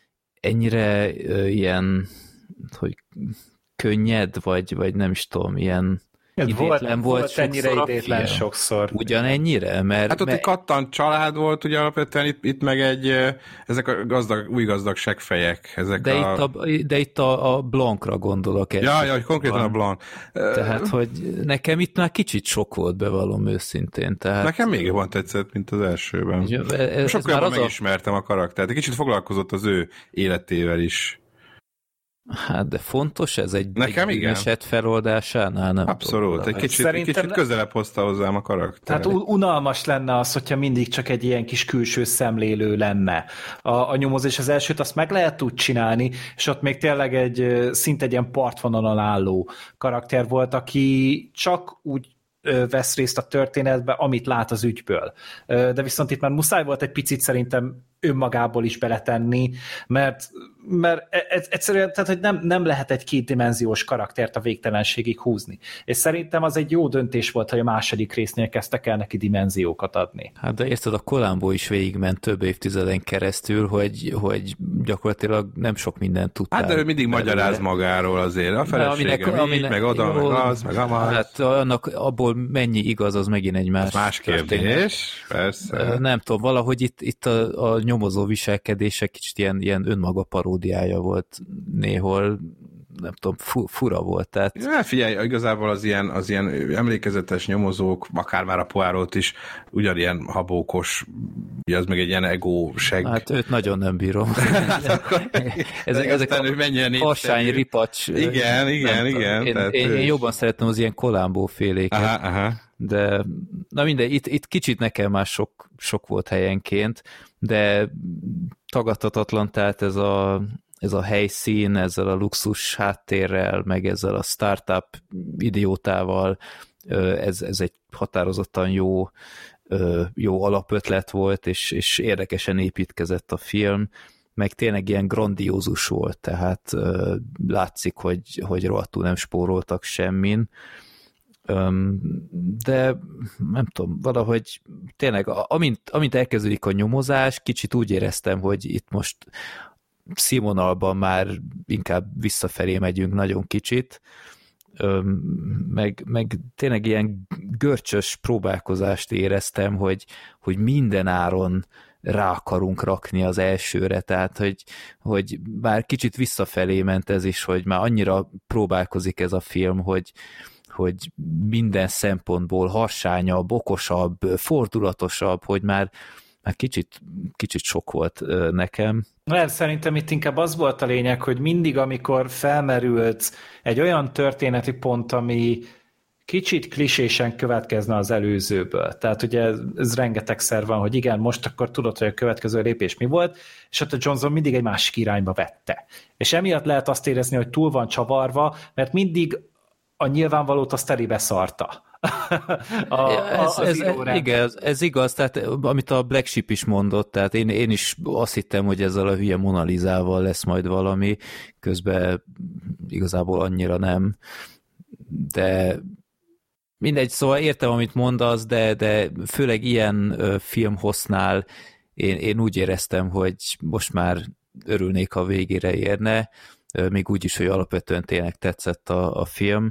ennyire uh, ilyen, hogy könnyed, vagy, vagy nem is tudom, ilyen idétlen volt, volt, volt ennyire idétlen sokszor. Ugyanennyire? Mert, hát ott mert... egy kattant család volt, ugye alapvetően itt, itt meg egy, ezek a gazdag, új gazdagságfejek. Ezek de, a... itt a, de itt a, a Blancra gondolok. Ja, ja, konkrétan a Blanc. Tehát, hogy nekem itt már kicsit sok volt, bevallom őszintén. Tehát... Nekem még jobban tetszett, mint az elsőben. Ez, Sokkal jobban megismertem a... a karaktert. Egy kicsit foglalkozott az ő életével is. Hát, de fontos ez egy, Nekem egy eset feloldásánál, nem abszolút, tudom, egy kicsit, egy kicsit közelebb hozta hozzám a karakter. Tehát unalmas lenne az, hogyha mindig csak egy ilyen kis külső szemlélő lenne. A, a nyomozás az elsőt azt meg lehet úgy csinálni, és ott még tényleg egy szinte egy ilyen partvonalon álló karakter volt, aki csak úgy vesz részt a történetbe, amit lát az ügyből. De viszont itt már muszáj volt egy picit szerintem önmagából is beletenni, mert, mert egyszerűen tehát, hogy nem, nem lehet egy kétdimenziós karaktert a végtelenségig húzni. És szerintem az egy jó döntés volt, hogy a második résznél kezdtek el neki dimenziókat adni. Hát de érted, a Columbo is végigment több évtizeden keresztül, hogy, hogy gyakorlatilag nem sok mindent tudtál. Hát de ő mindig belőle. Magyaráz magáról azért. A felesége aminek, aminek, meg oda, jó, meg az, meg amaz. Hát annak abból mennyi igaz, az megint egy más, más kérdés. Persze. Nem tudom, valahogy itt, itt a, a nyomozó viselkedése kicsit ilyen, ilyen önmaga paródiája volt néhol, nem tudom, fu, fura volt. Tehát... Ja, figyelj, igazából az ilyen, az ilyen emlékezetes nyomozók, akár már a Poirot is, ugyanilyen habókos, az meg egy ilyen egóseg. Hát őt nagyon nem bírom. ezek ezek a harsány ripacs. Igen, igen, igen. Én, tehát én, én jobban szeretem az ilyen Columbo féléket. Aha, aha. De na minden, itt, itt kicsit nekem már sok, sok volt helyenként, de tagadhatatlan, tehát ez a, ez a helyszín, ezzel a luxus háttérrel, meg ezzel a startup idiótával, ez, ez egy határozottan jó, jó alapötlet volt, és, és érdekesen építkezett a film, meg tényleg ilyen grandiózus volt, tehát látszik, hogy, hogy rohadtul nem spóroltak semmin, de nem tudom, valahogy tényleg, amint, amint elkezdődik a nyomozás, kicsit úgy éreztem, hogy itt most színvonalban már inkább visszafelé megyünk nagyon kicsit, meg, meg tényleg ilyen görcsös próbálkozást éreztem, hogy, hogy minden áron rá akarunk rakni az elsőre, tehát hogy, hogy bár kicsit visszafelé ment ez is, hogy már annyira próbálkozik ez a film, hogy hogy minden szempontból harsányabb, okosabb, fordulatosabb, hogy már, már kicsit, kicsit sok volt nekem. Nem, szerintem itt inkább az volt a lényeg, hogy mindig, amikor felmerült egy olyan történeti pont, ami kicsit klisésen következne az előzőből. Tehát ugye ez, ez rengetegszer van, hogy igen, most akkor tudod, hogy a következő lépés mi volt, és ott a Johnson mindig egy másik irányba vette. És emiatt lehet azt érezni, hogy túl van csavarva, mert mindig a nyilvánvalót azt telibe szarta. a, ez, ez, igen, ez, ez igaz, tehát amit a Black Sheep is mondott, tehát én, én is azt hittem, hogy ezzel a hülye Mona Lisával lesz majd valami, közben igazából annyira nem, de mindegy, szóval értem, amit mondasz, de, de főleg ilyen ö, filmhosznál én, én úgy éreztem, hogy most már örülnék, ha végére érne, még úgy is, hogy alapvetően tényleg tetszett a, a film,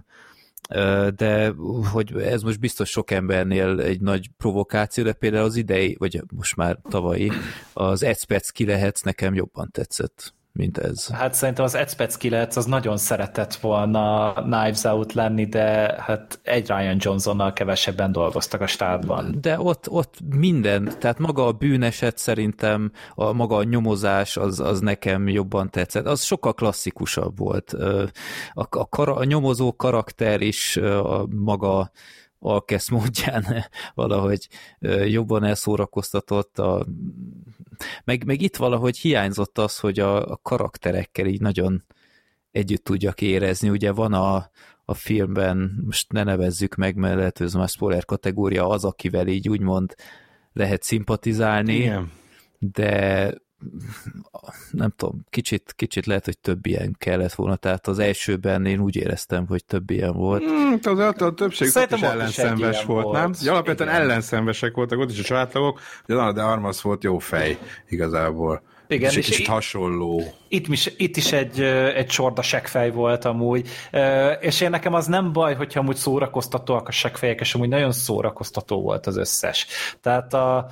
de hogy ez most biztos sok embernél egy nagy provokáció, de például az idei, vagy most már tavalyi, az Ecspec ki lehetsz nekem jobban tetszett, mint ez. Hát szerintem az Ecspec ki lehetsz, az nagyon szeretett volna Knives Out lenni, de hát egy Ryan Johnsonnal kevesebben dolgoztak a stábban. De ott, ott minden, tehát maga a bűneset szerintem, a maga a nyomozás az, az nekem jobban tetszett. Az sokkal klasszikusabb volt. A, a, kara, a nyomozó karakter is a maga alkesz módján valahogy jobban elszórakoztatott. A, meg, meg itt valahogy hiányzott az, hogy a, a karakterekkel így nagyon együtt tudjak érezni. Ugye van a, a filmben, most ne nevezzük meg, mert lehet, hogy ez már spoiler kategória, az, akivel így úgymond lehet szimpatizálni, igen. De nem tudom, kicsit, kicsit lehet, hogy több ilyen kellett volna, tehát az elsőben én úgy éreztem, hogy több ilyen volt. Mm, az, az, a többség is ellenszenves volt, volt, nem? Alapvetően igen. Ellenszenvesek voltak, ott is a családtagok, de de Armas volt jó fej, igazából. Igen, és, és kicsit hasonló. Itt is, itt is egy, egy csorda seggfej volt amúgy, és én nekem az nem baj, hogyha amúgy szórakoztatóak a seggfejek, és amúgy nagyon szórakoztató volt az összes. Tehát a,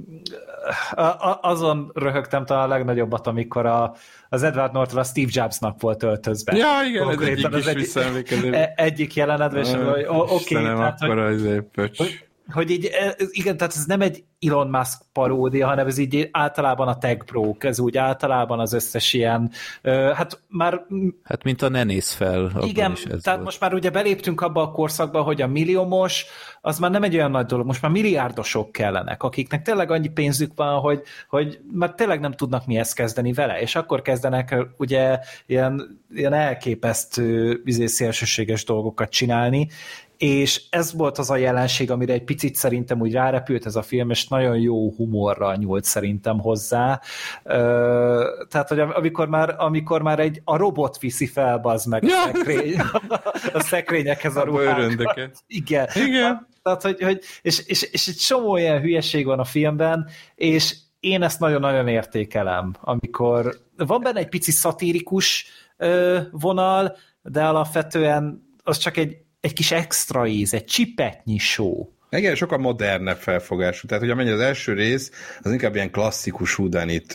a, a, azon röhögtem talán a legnagyobbat, amikor a, az Edward Norton a Steve Jobsnak volt öltözve. Ja, igen, ez egyik is visszaemlékező. Egyik jelenetben, és oké. Okay, hogy, hogy, hogy így, igen, tehát ez nem egy Elon Musk paródia, hanem ez így általában a Tech Pro-k, ez úgy általában az összes ilyen, hát már... Hát mint a ne néz fel. Igen, is ez tehát volt. Most már ugye beléptünk abba a korszakba, hogy a milliómos, az már nem egy olyan nagy dolog, most már milliárdosok kellenek, akiknek tényleg annyi pénzük van, hogy, hogy már tényleg nem tudnak mihez kezdeni vele, és akkor kezdenek ugye ilyen, ilyen elképesztő szélsőséges dolgokat csinálni, és ez volt az a jelenség, amire egy picit szerintem úgy rárepült ez a film, és nagyon jó humorral nyúlt szerintem hozzá. Tehát, hogy amikor már, amikor már egy, a robot viszi fel, bazd meg a, szekrény, a szekrényekhez a ruhákat. Igen. Igen. Tehát, hogy, hogy, és, és, és egy csomó ilyen hülyeség van a filmben, és én ezt nagyon-nagyon értékelem, amikor van benne egy pici szatirikus vonal, de alapvetően az csak egy egy kis extra íz, egy csipetnyi show. Igen, sokkal modernebb felfogású. Tehát, hogy amennyi az első rész, az inkább ilyen klasszikus húdanit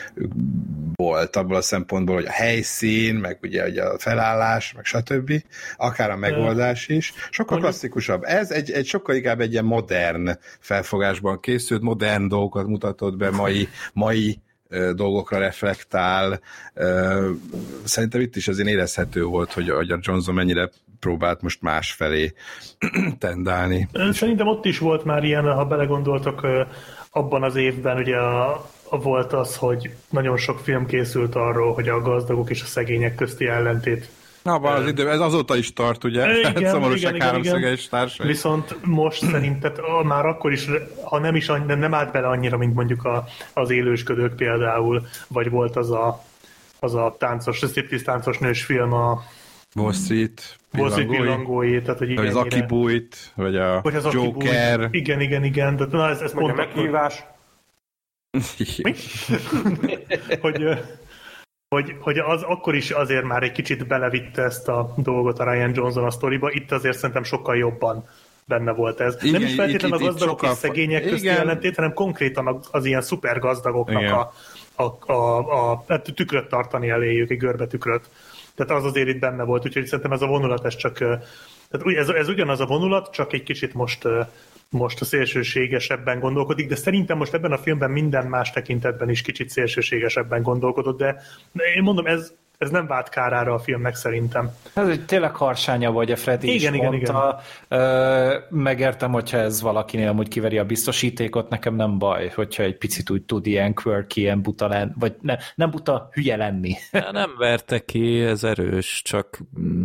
volt, abból a szempontból, hogy a helyszín, meg ugye, ugye a felállás, meg stb. Akár a megoldás is. Sokkal klasszikusabb. Ez egy, egy sokkal inkább egy ilyen modern felfogásban készült, modern dolgokat mutatott be, mai, mai dolgokra reflektál. Szerintem itt is azért érezhető volt, hogy a Johnson mennyire próbált most más felé tendálni. Szerintem ott is volt már ilyen, ha belegondoltok, abban az évben ugye a, a volt az, hogy nagyon sok film készült arról, hogy a gazdagok és a szegények közti ellentét. Na, az idő, ez azóta is tart, ugye? Igen, szomorúság háromszöges társai. Viszont most szerinted már akkor is, ha nem is nem állt bele annyira, mint mondjuk a, az Élősködők például, vagy volt az a, az a táncos, a striptease táncos nős film, a Wall Street Wall Street pillangói, tehát hogy vagy az Akibuit, vagy a vagy az Joker. Akibuit. Igen, igen, igen. De, na, ez, ez pont a meghívás. Mi? hogy... Hogy, hogy az akkor is azért már egy kicsit belevitte ezt a dolgot a Ryan Johnson a sztoriba, itt azért szerintem sokkal jobban benne volt ez. Igen, nem is feltétlenül a gazdagok és szegények közti ellentét, hanem konkrétan az, az ilyen szuper gazdagoknak a, a, a, a, a tükröt tartani eléjük, egy görbetükröt. Tehát az azért itt benne volt, úgyhogy szerintem ez a vonulat, ez csak, tehát ez, ez ugyanaz a vonulat, csak egy kicsit most most a szélsőségesebben gondolkodik, de szerintem most ebben a filmben minden más tekintetben is kicsit szélsőségesebben gondolkodott, de én mondom, ez, ez nem vált kárára a filmnek szerintem. Ez egy tényleg harsánya vagy, a Freddy igen, is igen, mondta. Igen. Ö, megértem, hogyha ez valakinél amúgy kiveri a biztosítékot, nekem nem baj, hogyha egy picit úgy tud ilyen quirky, ilyen buta lenni, vagy ne, nem buta, hülye lenni. Ja, nem verte ki, ez erős, csak...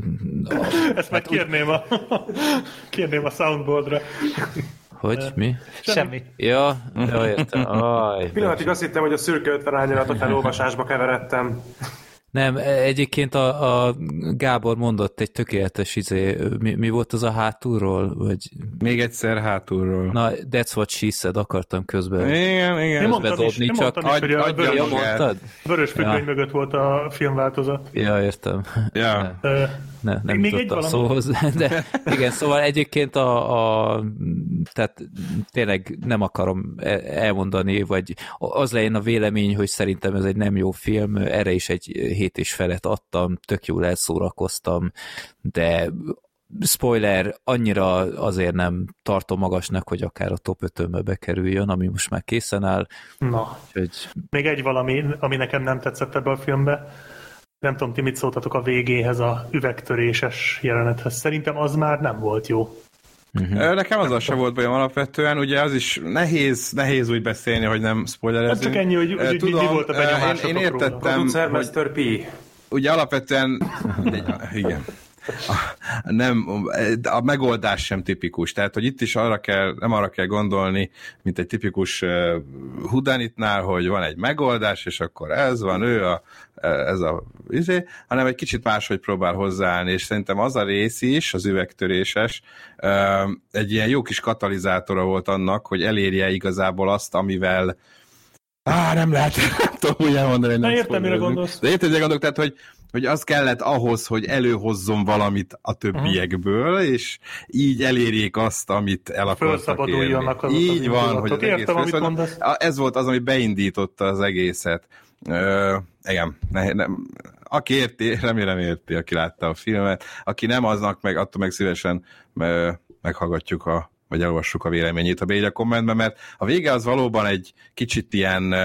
Ezt meg kérném a, kérném a soundboardra. Hogy? Mi? Semmi. Ja, ja értem. Aj, pillanatig azt hittem, hogy a szürke ötven árnyalat felolvasásba keveredtem. Nem, egyébként a, a Gábor mondott egy tökéletes izé, mi, mi volt az a hátulról? Vagy... Még egyszer hátulról. Na, that's what she said, akartam közben. Igen, igen. Közben dobni, is, csak... Is, hogy a vörös, mondtad? Vörös függöny ja. mögött volt a filmváltozat. Ja, értem. Ja. Ne. Ne, nem még jutott a szóhoz, de igen, szóval egyébként a, a tehát tényleg nem akarom elmondani, vagy az legyen a vélemény, hogy szerintem ez egy nem jó film, erre is egy hét és felet adtam, tök jól elszórakoztam, de spoiler, annyira azért nem tartom magasnak, hogy akár a top ötönbe bekerüljön, ami most már készen áll. Na, hogy... még egy valami, ami nekem nem tetszett ebbe a filmbe. Nem tudom, ti mit szóltatok a végéhez, a üvegtöréses jelenethez. Szerintem az már nem volt jó. Uh-huh. Nekem azzal sem volt bajom alapvetően, ugye az is nehéz, nehéz úgy beszélni, hogy nem spoilerezünk. Nem csak ennyi, hogy, hogy Tudom, mi volt a benyomásotok én, én értettem, Producer miszter P. Ugye alapvetően igen. A, nem, a megoldás sem tipikus, tehát hogy itt is arra kell, nem arra kell gondolni, mint egy tipikus uh, hudanitnál, hogy van egy megoldás, és akkor ez van, ő a, ez a izé, hanem egy kicsit máshogy próbál hozzáállni, és szerintem az a rész is, az üvegtöréses, uh, egy ilyen jó kis katalizátora volt annak, hogy elérje igazából azt, amivel Á, nem lehet, nem tudom úgy elmondani. Nem értem, mire gondolsz. De érted, mire gondolok, tehát, hogy, hogy az kellett ahhoz, hogy előhozzon valamit a többiekből, uh-huh. és így elérjék azt, amit el akartak érni. Így van, hogy az értem, egész amit mondasz. Ez volt az, ami beindította az egészet. Ö, igen, ne, nem. Aki érti, remélem érti, aki látta a filmet. Aki nem, aznak meg, attól meg szívesen meghallgatjuk a vagy elolvassuk a véleményét a Bélia kommentben, mert a vége az valóban egy kicsit ilyen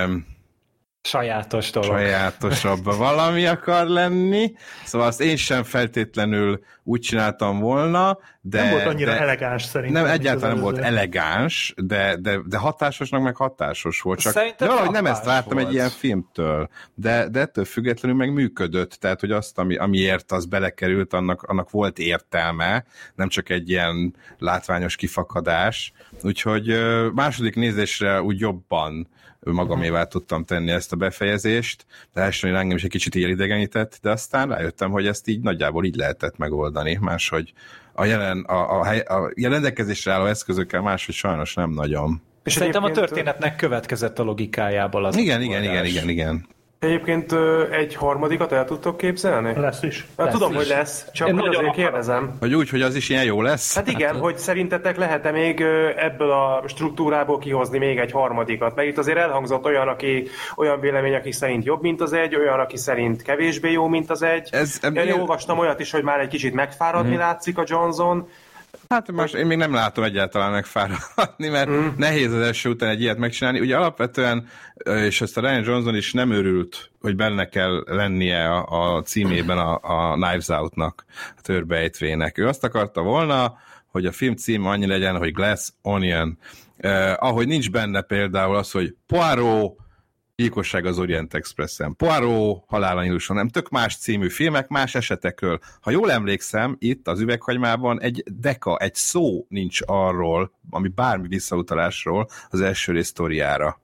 sajátos dolog. Sajátosabb valami akar lenni, szóval azt én sem feltétlenül úgy csináltam volna, de... Nem volt annyira de, elegáns szerintem. Nem, egyáltalán nem volt elegáns, de, de, de hatásosnak meg hatásos volt. Csak szerintem de valahogy nem ezt láttam volt. Egy ilyen filmtől, de, de ettől függetlenül meg működött, tehát hogy azt, ami, amiért az belekerült, annak, annak volt értelme, nem csak egy ilyen látványos kifakadás, úgyhogy második nézésre úgy jobban magamévá tudtam tenni ezt a befejezést, de elsőn engem is egy kicsit elidegenített, de aztán rájöttem, hogy ezt így nagyjából így lehetett megoldani, máshogy a, jelen, a, a, a rendelkezésre álló eszközökkel máshogy sajnos nem nagyon. És szerintem a történetnek következett a logikájából az. Igen, igen, igen, igen, igen. Egyébként egy harmadikat el tudtok képzelni? Lesz is. Hát lesz tudom, is. hogy lesz, csak hogy azért kérdezem. Hogy úgy, hogy az is ilyen jó lesz? Hát igen, hát, hogy szerintetek lehet-e még ebből a struktúrából kihozni még egy harmadikat? Meg itt azért elhangzott olyan, aki, olyan vélemény, aki szerint jobb, mint az egy, olyan, aki szerint kevésbé jó, mint az egy. Ez, Én én... olvastam olyat is, hogy már egy kicsit megfáradni mm. látszik a Johnson. Hát most én még nem látom egyáltalán megfáradni, mert mm. nehéz az első után egy ilyet megcsinálni. Ugye alapvetően, és ezt a Rian Johnson is nem örült, hogy benne kell lennie a, a címében a, a Knives Out-nak, a Törbejtvének. Ő azt akarta volna, hogy a film címe annyi legyen, hogy Glass Onion. Eh, ahogy nincs benne például az, hogy Poirot Gyilkosság az Orient Expressen, Poirot Halál a Níluson, nem tök más című filmek, más esetekről. Ha jól emlékszem, itt az Üveghagymában egy deka, egy szó nincs arról, ami bármi visszautalásról az első rész sztoriára.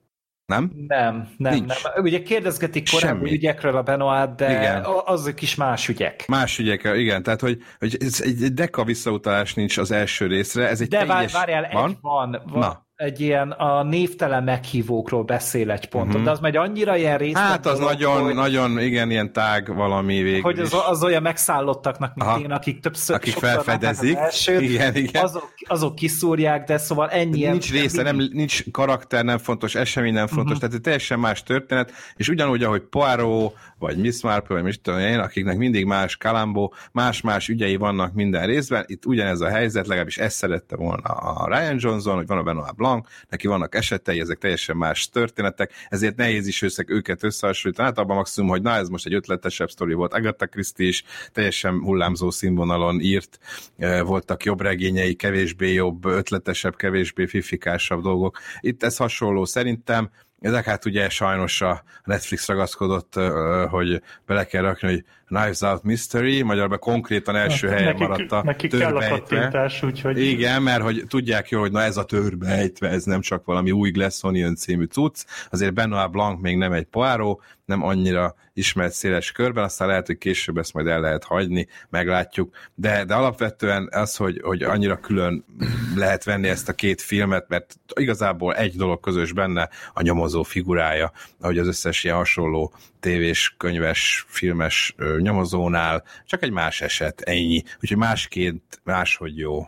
Nem? Nem, nem, Nincs. nem. Ugye kérdezgetik korábbi Semmi. ügyekről a Benoit, de igen. azok is más ügyek. Más ügyek, igen, tehát hogy, hogy ez egy deka visszautalás nincs az első részre, ez egy de teljes... várjál, van? egy van, van. Na. Egy ilyen a névtelen meghívókról beszél egy ponton, uh-huh. de az megy annyira ilyen részlet. Hát az dolog, nagyon, hogy, nagyon, igen, ilyen tág valami végül Hogy az, az olyan megszállottaknak, mint Aha. én, akik többször akik felfedezik, az elsőt, igen, igen. Azok, azok kiszúrják, de szóval ennyi. Nincs része, nem, nincs karakter, nem fontos, esemény nem fontos, uh-huh. tehát teljesen más történet, és ugyanúgy, ahogy Poirot, vagy Miss Marple, vagy mit tudom én, akiknek mindig más Columbo, más-más ügyei vannak minden részben, itt ugyanez a helyzet, legalábbis ezt szerette volna a Rian Johnson, hogy van a Benoit Blanc, neki vannak esetei, ezek teljesen más történetek, ezért nehéz is összeg őket összehasonlítani. Hát abban maximum, hogy na, ez most egy ötletesebb sztori volt. Agatha Christie is teljesen hullámzó színvonalon írt, voltak jobb regényei, kevésbé jobb, ötletesebb, kevésbé fifikásabb dolgok. Itt ez hasonló szerintem. Ezek hát ugye sajnos a Netflix ragaszkodott, hogy bele kell rakni, hogy Knives Out Mystery, magyarban konkrétan első hát, helyen maradt a nekik kell a kattintás, úgyhogy... Igen, mert hogy tudják jól, hogy na ez a törbejtve, ez nem csak valami új Glass Onion című cucc, azért Benoit Blanc még nem egy Poirot, nem annyira ismert széles körben, aztán lehet, hogy később ezt majd el lehet hagyni, meglátjuk, de, de alapvetően az, hogy, hogy annyira külön lehet venni ezt a két filmet, mert igazából egy dolog közös benne, a nyomozó figurája, ahogy az összes ilyen hasonló tévés, könyves, filmes nyomozónál, csak egy más eset, ennyi. Úgyhogy másként, máshogy jó.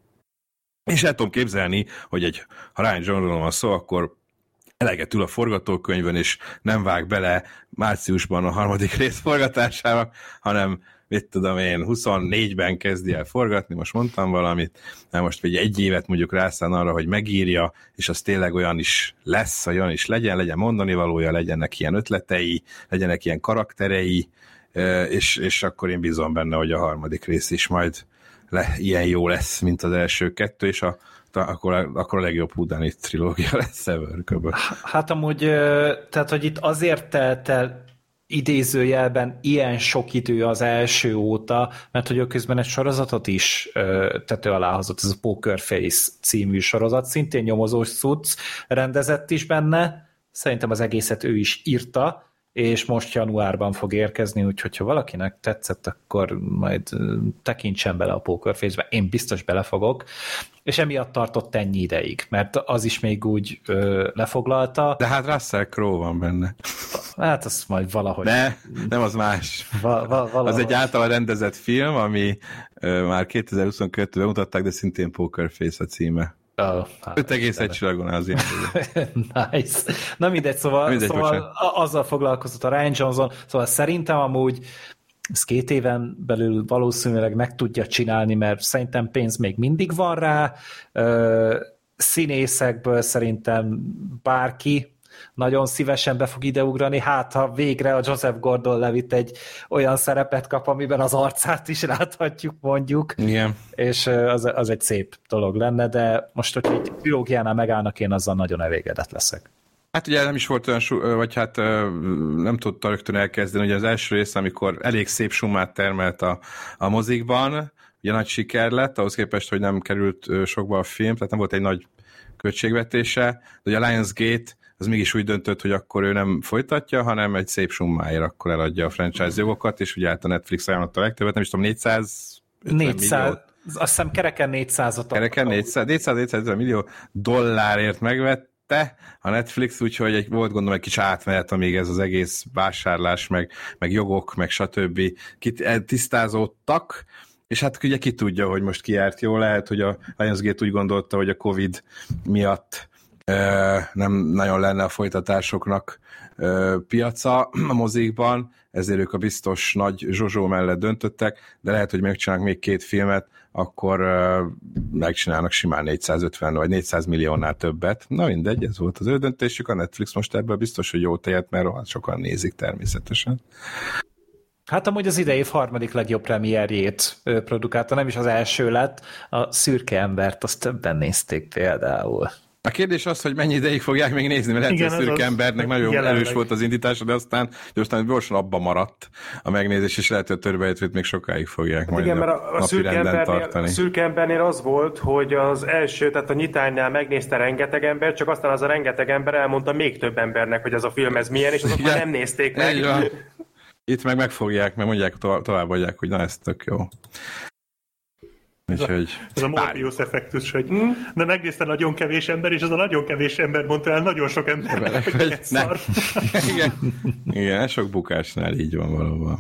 És el tudom képzelni, hogy egy, ha Rian Johnsonról van szó, akkor eleget ül a forgatókönyvön, és nem vág bele márciusban a harmadik rész forgatásába, hanem mit tudom én, huszonnégyben kezdi el forgatni, most mondtam valamit, de most egy, egy évet mondjuk rászán arra, hogy megírja, és az tényleg olyan is lesz, olyan is legyen, legyen mondani valója, legyenek ilyen ötletei, legyenek ilyen karakterei, és, és akkor én bízom benne, hogy a harmadik rész is majd le, ilyen jó lesz, mint az első kettő, és a Akkor, akkor a legjobb Houdini trilógia lesz ever, köbben. Hát amúgy, tehát, hogy itt azért telt el idézőjelben ilyen sok idő az első óta, mert hogy ő közben egy sorozatot is tető alá hozott, ez a Poker Face című sorozat, szintén nyomozós cucc, rendezett is benne, szerintem az egészet ő is írta, és most januárban fog érkezni, úgyhogy ha valakinek tetszett, akkor majd tekintsen bele a Poker Face-be. Én biztos belefogok, és emiatt tartott ennyi ideig, mert az is még úgy ö, lefoglalta. De hát Russell Crowe van benne. Hát az majd valahogy. Ne, nem az más. Va, va, az egy által rendezett film, ami ö, már kétezer-huszonkettőben mutatták, de szintén Poker Face a címe. Oh, hát öt egész egy csillagon az ilyen. Nice. Na mindegy, szóval, mindegy, szóval azzal foglalkozott a Rian Johnson, szóval szerintem amúgy ez két éven belül valószínűleg meg tudja csinálni, mert szerintem pénz még mindig van rá, színészekből szerintem bárki nagyon szívesen be fog ideugrani, hát ha végre a Joseph Gordon-Levitt egy olyan szerepet kap, amiben az arcát is láthatjuk mondjuk, igen. És az, az egy szép dolog lenne, de most, hogy egy trilógiánál megállnak, én azzal nagyon elégedett leszek. Hát ugye nem is volt olyan, vagy hát nem tudta rögtön elkezdeni, ugye az első rész, amikor elég szép sumát termelt a, a mozikban, ugye nagy siker lett, ahhoz képest, hogy nem került sokba a film, tehát nem volt egy nagy költségvetése, de ugye a Lionsgate az mégis úgy döntött, hogy akkor ő nem folytatja, hanem egy szép summáért akkor eladja a franchise jogokat, és ugye hát a Netflix ajánlotta a legtöbbet, nem is tudom, négyszáz négyszáz azt hiszem kereken négyszázat. Kereken négyszáz négyszáz millió dollárért megvette a Netflix, úgyhogy egy, volt gondolom egy kis átmenet, amíg ez az egész vásárlás, meg, meg jogok, meg stb. Tisztázódtak, és hát ugye ki tudja, hogy most ki járt jól, lehet, hogy a Lionsgate úgy gondolta, hogy a Covid miatt nem nagyon lenne a folytatásoknak piaca a mozikban, ezért ők a biztos nagy zsozsó mellett döntöttek, de lehet, hogy megcsinálnak még két filmet, akkor megcsinálnak simán négyszázötven vagy négyszáz milliónál többet. Na mindegy, ez volt az ő döntésük, a Netflix most ebből biztos, hogy jó tejet, mert rohadt sokan nézik természetesen. Hát amúgy az idei harmadik legjobb premierjét produkálta, nem is az első lett, a Szürke embert, azt többen nézték például. A kérdés az, hogy mennyi ideig fogják még nézni, mert lehet, hogy a Szürke embernek nagyon jelenleg erős volt az indítása, de aztán aztán gyorsan abba maradt a megnézés, és lehet, hogy a törbejöttét még sokáig fogják majd igen, mert a, a, szürke embernél, a szürke embernél az volt, hogy az első, tehát a nyitánynál megnézte rengeteg ember, csak aztán az a rengeteg ember elmondta még több embernek, hogy az a film ez milyen, és azok már nem nézték meg. Itt meg megfogják, mert mondják, to- továbbadják, hogy na, ez tök jó. Ez a, ez a Morpheus effektus, hogy mm. de megnézte nagyon kevés ember, és az a nagyon kevés ember mondta el nagyon sok embernek, hogy, hogy ez szar. Igen. Igen, sok bukásnál így van valóban.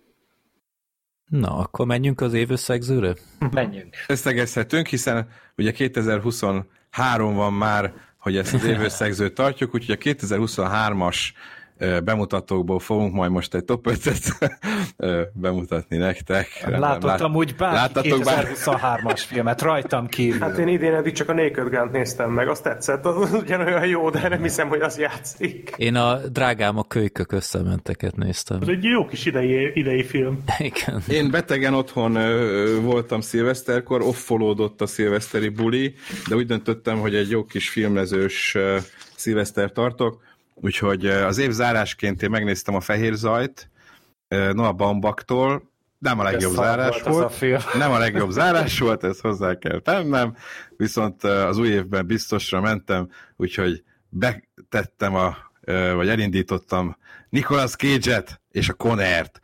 Na, akkor menjünk az évösszegzőre? Menjünk. Összegezhetünk, hiszen ugye kétezer-huszonhárom van már, hogy ezt az évösszegzőt tartjuk, úgyhogy a kétezer-huszonhármas bemutatókból fogunk majd most egy top ötöt bemutatni nektek. Látottam úgy bárki kétezer-huszonhármas filmet, rajtam kívül. Hát én idén eddig csak a Naked Gun-t néztem meg, azt tetszett, az ugyanolyan jó, de nem hiszem, hogy az játszik. Én a Drágám a kölykök összementeket néztem. Ez egy jó kis idei, idei film. Igen. Én betegen otthon voltam szilveszterkor, offolódott a szilveszteri buli, de úgy döntöttem, hogy egy jó kis filmezős szilveszter tartok, úgyhogy az év zárásként én megnéztem a Fehér Zajt, Noah Baumbach-tól, nem a legjobb zárás volt, volt. nem a legjobb zárás volt, ezt hozzá kell tennem, viszont az új évben biztosra mentem, úgyhogy betettem, a, vagy elindítottam Nicolas Cage-et és a Conert.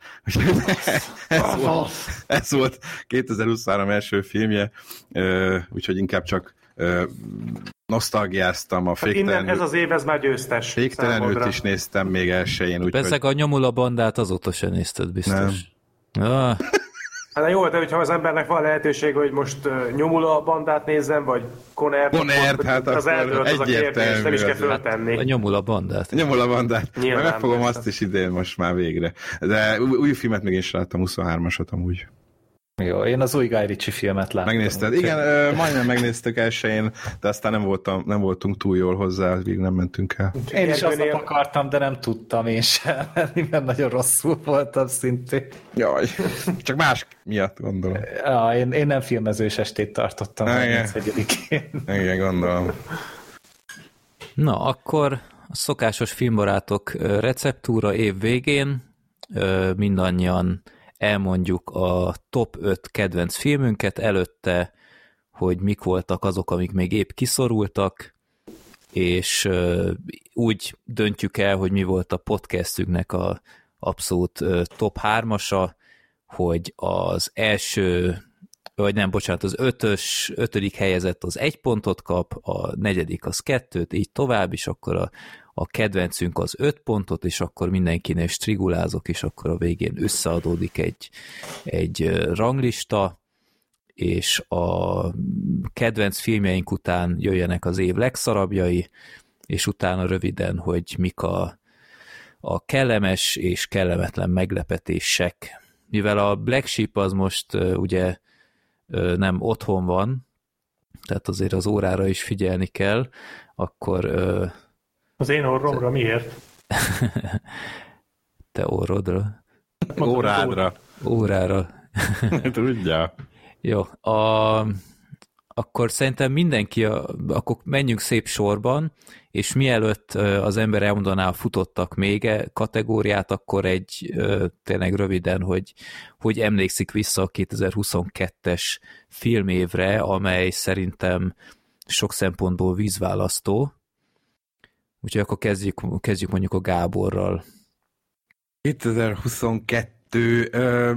ez, volt, ez volt kétezer-huszonhárom első filmje, úgyhogy inkább csak nosztalgiáztam a féktelenül. Innen ez az év, ez már győztes. Féktelenült is néztem még elsőjén. Úgy, Bezeg hogy... a Nyomula bandát azóta sem nézted biztos. Nem. Ah. Hát jó, de hogyha az embernek van lehetőség, hogy most uh, Nyomula bandát nézzem, vagy Conert, Conert, hát az eldőlt az a kérdés, nem is kell föltenni. Hát a Nyomula bandát. A Nyomula bandát. Nyilván, megfogom azt is idén most már végre. De új, új filmet még én is láttam, huszonhármasat amúgy. Jó, én az új Guy Ritchie filmet láttam. Megnézted? Igen, ö, majdnem megnéztük elsőjén, de aztán nem, voltam, nem voltunk túl jól hozzá, végig nem mentünk el. Én is azt akartam, de nem tudtam én sem, mert nagyon rosszul voltam szintén. Jaj, csak más miatt gondolom. Ja, én, én nem filmezős estét tartottam. Igen, Igen gondolom. Na, akkor a szokásos filmbarátok receptúra év végén mindannyian elmondjuk a top öt kedvenc filmünket, előtte, hogy mik voltak azok, amik még épp kiszorultak, és úgy döntjük el, hogy mi volt a podcastünknek a abszolút top hármasa, hogy az első, vagy nem, bocsánat, az ötös, ötödik helyezett az egy pontot kap, a negyedik az kettőt, így tovább, és akkor a, a kedvencünk az öt pontot, és akkor mindenkinél strigulázok, és akkor a végén összeadódik egy, egy ranglista, és a kedvenc filmjeink után jöjjenek az év legszarabjai, és utána röviden, hogy mik a, a kellemes és kellemetlen meglepetések. Mivel a Black Sheep az most uh, ugye uh, nem otthon van, tehát azért az órára is figyelni kell, akkor... Uh, az én orromra miért? Te orrodra. Órádra. Órára. Tudja. Jó, a, akkor szerintem mindenki, a, akkor menjünk szép sorban, és mielőtt az ember elmondaná a futottak még kategóriát, akkor egy tényleg röviden, hogy, hogy emlékszik vissza a kétezer-huszonkettes filmévre, amely szerintem sok szempontból vízválasztó. Úgyhogy akkor kezdjük, kezdjük mondjuk a Gáborral. kétezer-huszonkettő... Ö...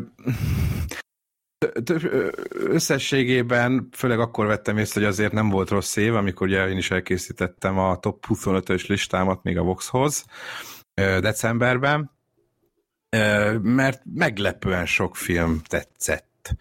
Összességében, főleg akkor vettem észre, hogy azért nem volt rossz év, amikor ugye én is elkészítettem a top huszonötös listámat még a Voxhoz decemberben, mert meglepően sok film tetszett.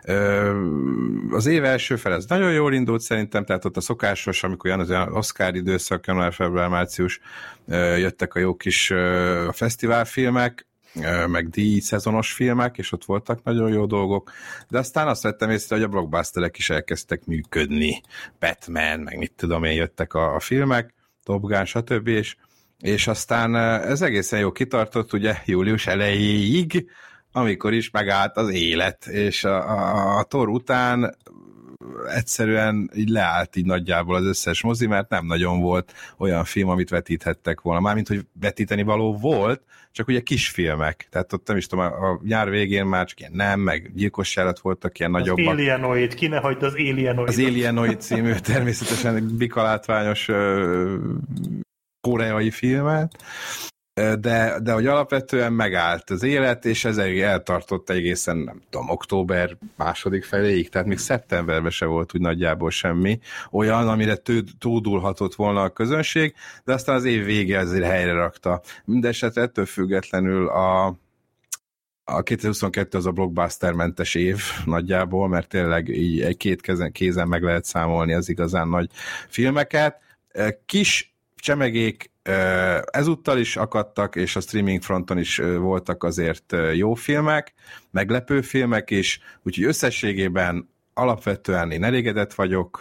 Az év első fel ez nagyon jól indult szerintem, tehát ott a szokásos, amikor jön az Oscar időszak, január, február, március, jöttek a jó kis fesztiválfilmek, meg díj szezonos filmek, és ott voltak nagyon jó dolgok, de aztán azt vettem észre, hogy a blockbusterek is elkezdtek működni. Batman, meg mit tudom én, jöttek a, a filmek, Top Gun, stb. És, és aztán ez egészen jó kitartott, ugye július elejéig, amikor is megállt az élet, és a, a, a Thor után egyszerűen így leállt így nagyjából az összes mozi, mert nem nagyon volt olyan film, amit vetíthettek volna. Mármint, hogy vetíteni való volt, csak ugye kisfilmek. Tehát ott nem is tudom, a nyár végén már csak ilyen nem, meg gyilkosjárat voltak ilyen nagyobbak. Az Alienoid, ki ne hagyd az Alienoid. Az Alienoid című természetesen bikalátványos uh, koreai filmet, de, de hogy alapvetően megállt az élet, és ez eltartott egészen, nem tudom, október második feléig, tehát még szeptemberben se volt úgy nagyjából semmi olyan, amire tódulhatott volna a közönség, de aztán az év vége azért helyre rakta. Mindenesetre ettől függetlenül a A kétezer-huszonkettő az a blockbuster-mentes év nagyjából, mert tényleg így egy két kezen, kézen meg lehet számolni az igazán nagy filmeket. Kis csemegék ezúttal is akadtak, és a streaming fronton is voltak azért jó filmek, meglepő filmek is, úgyhogy összességében alapvetően én elégedett vagyok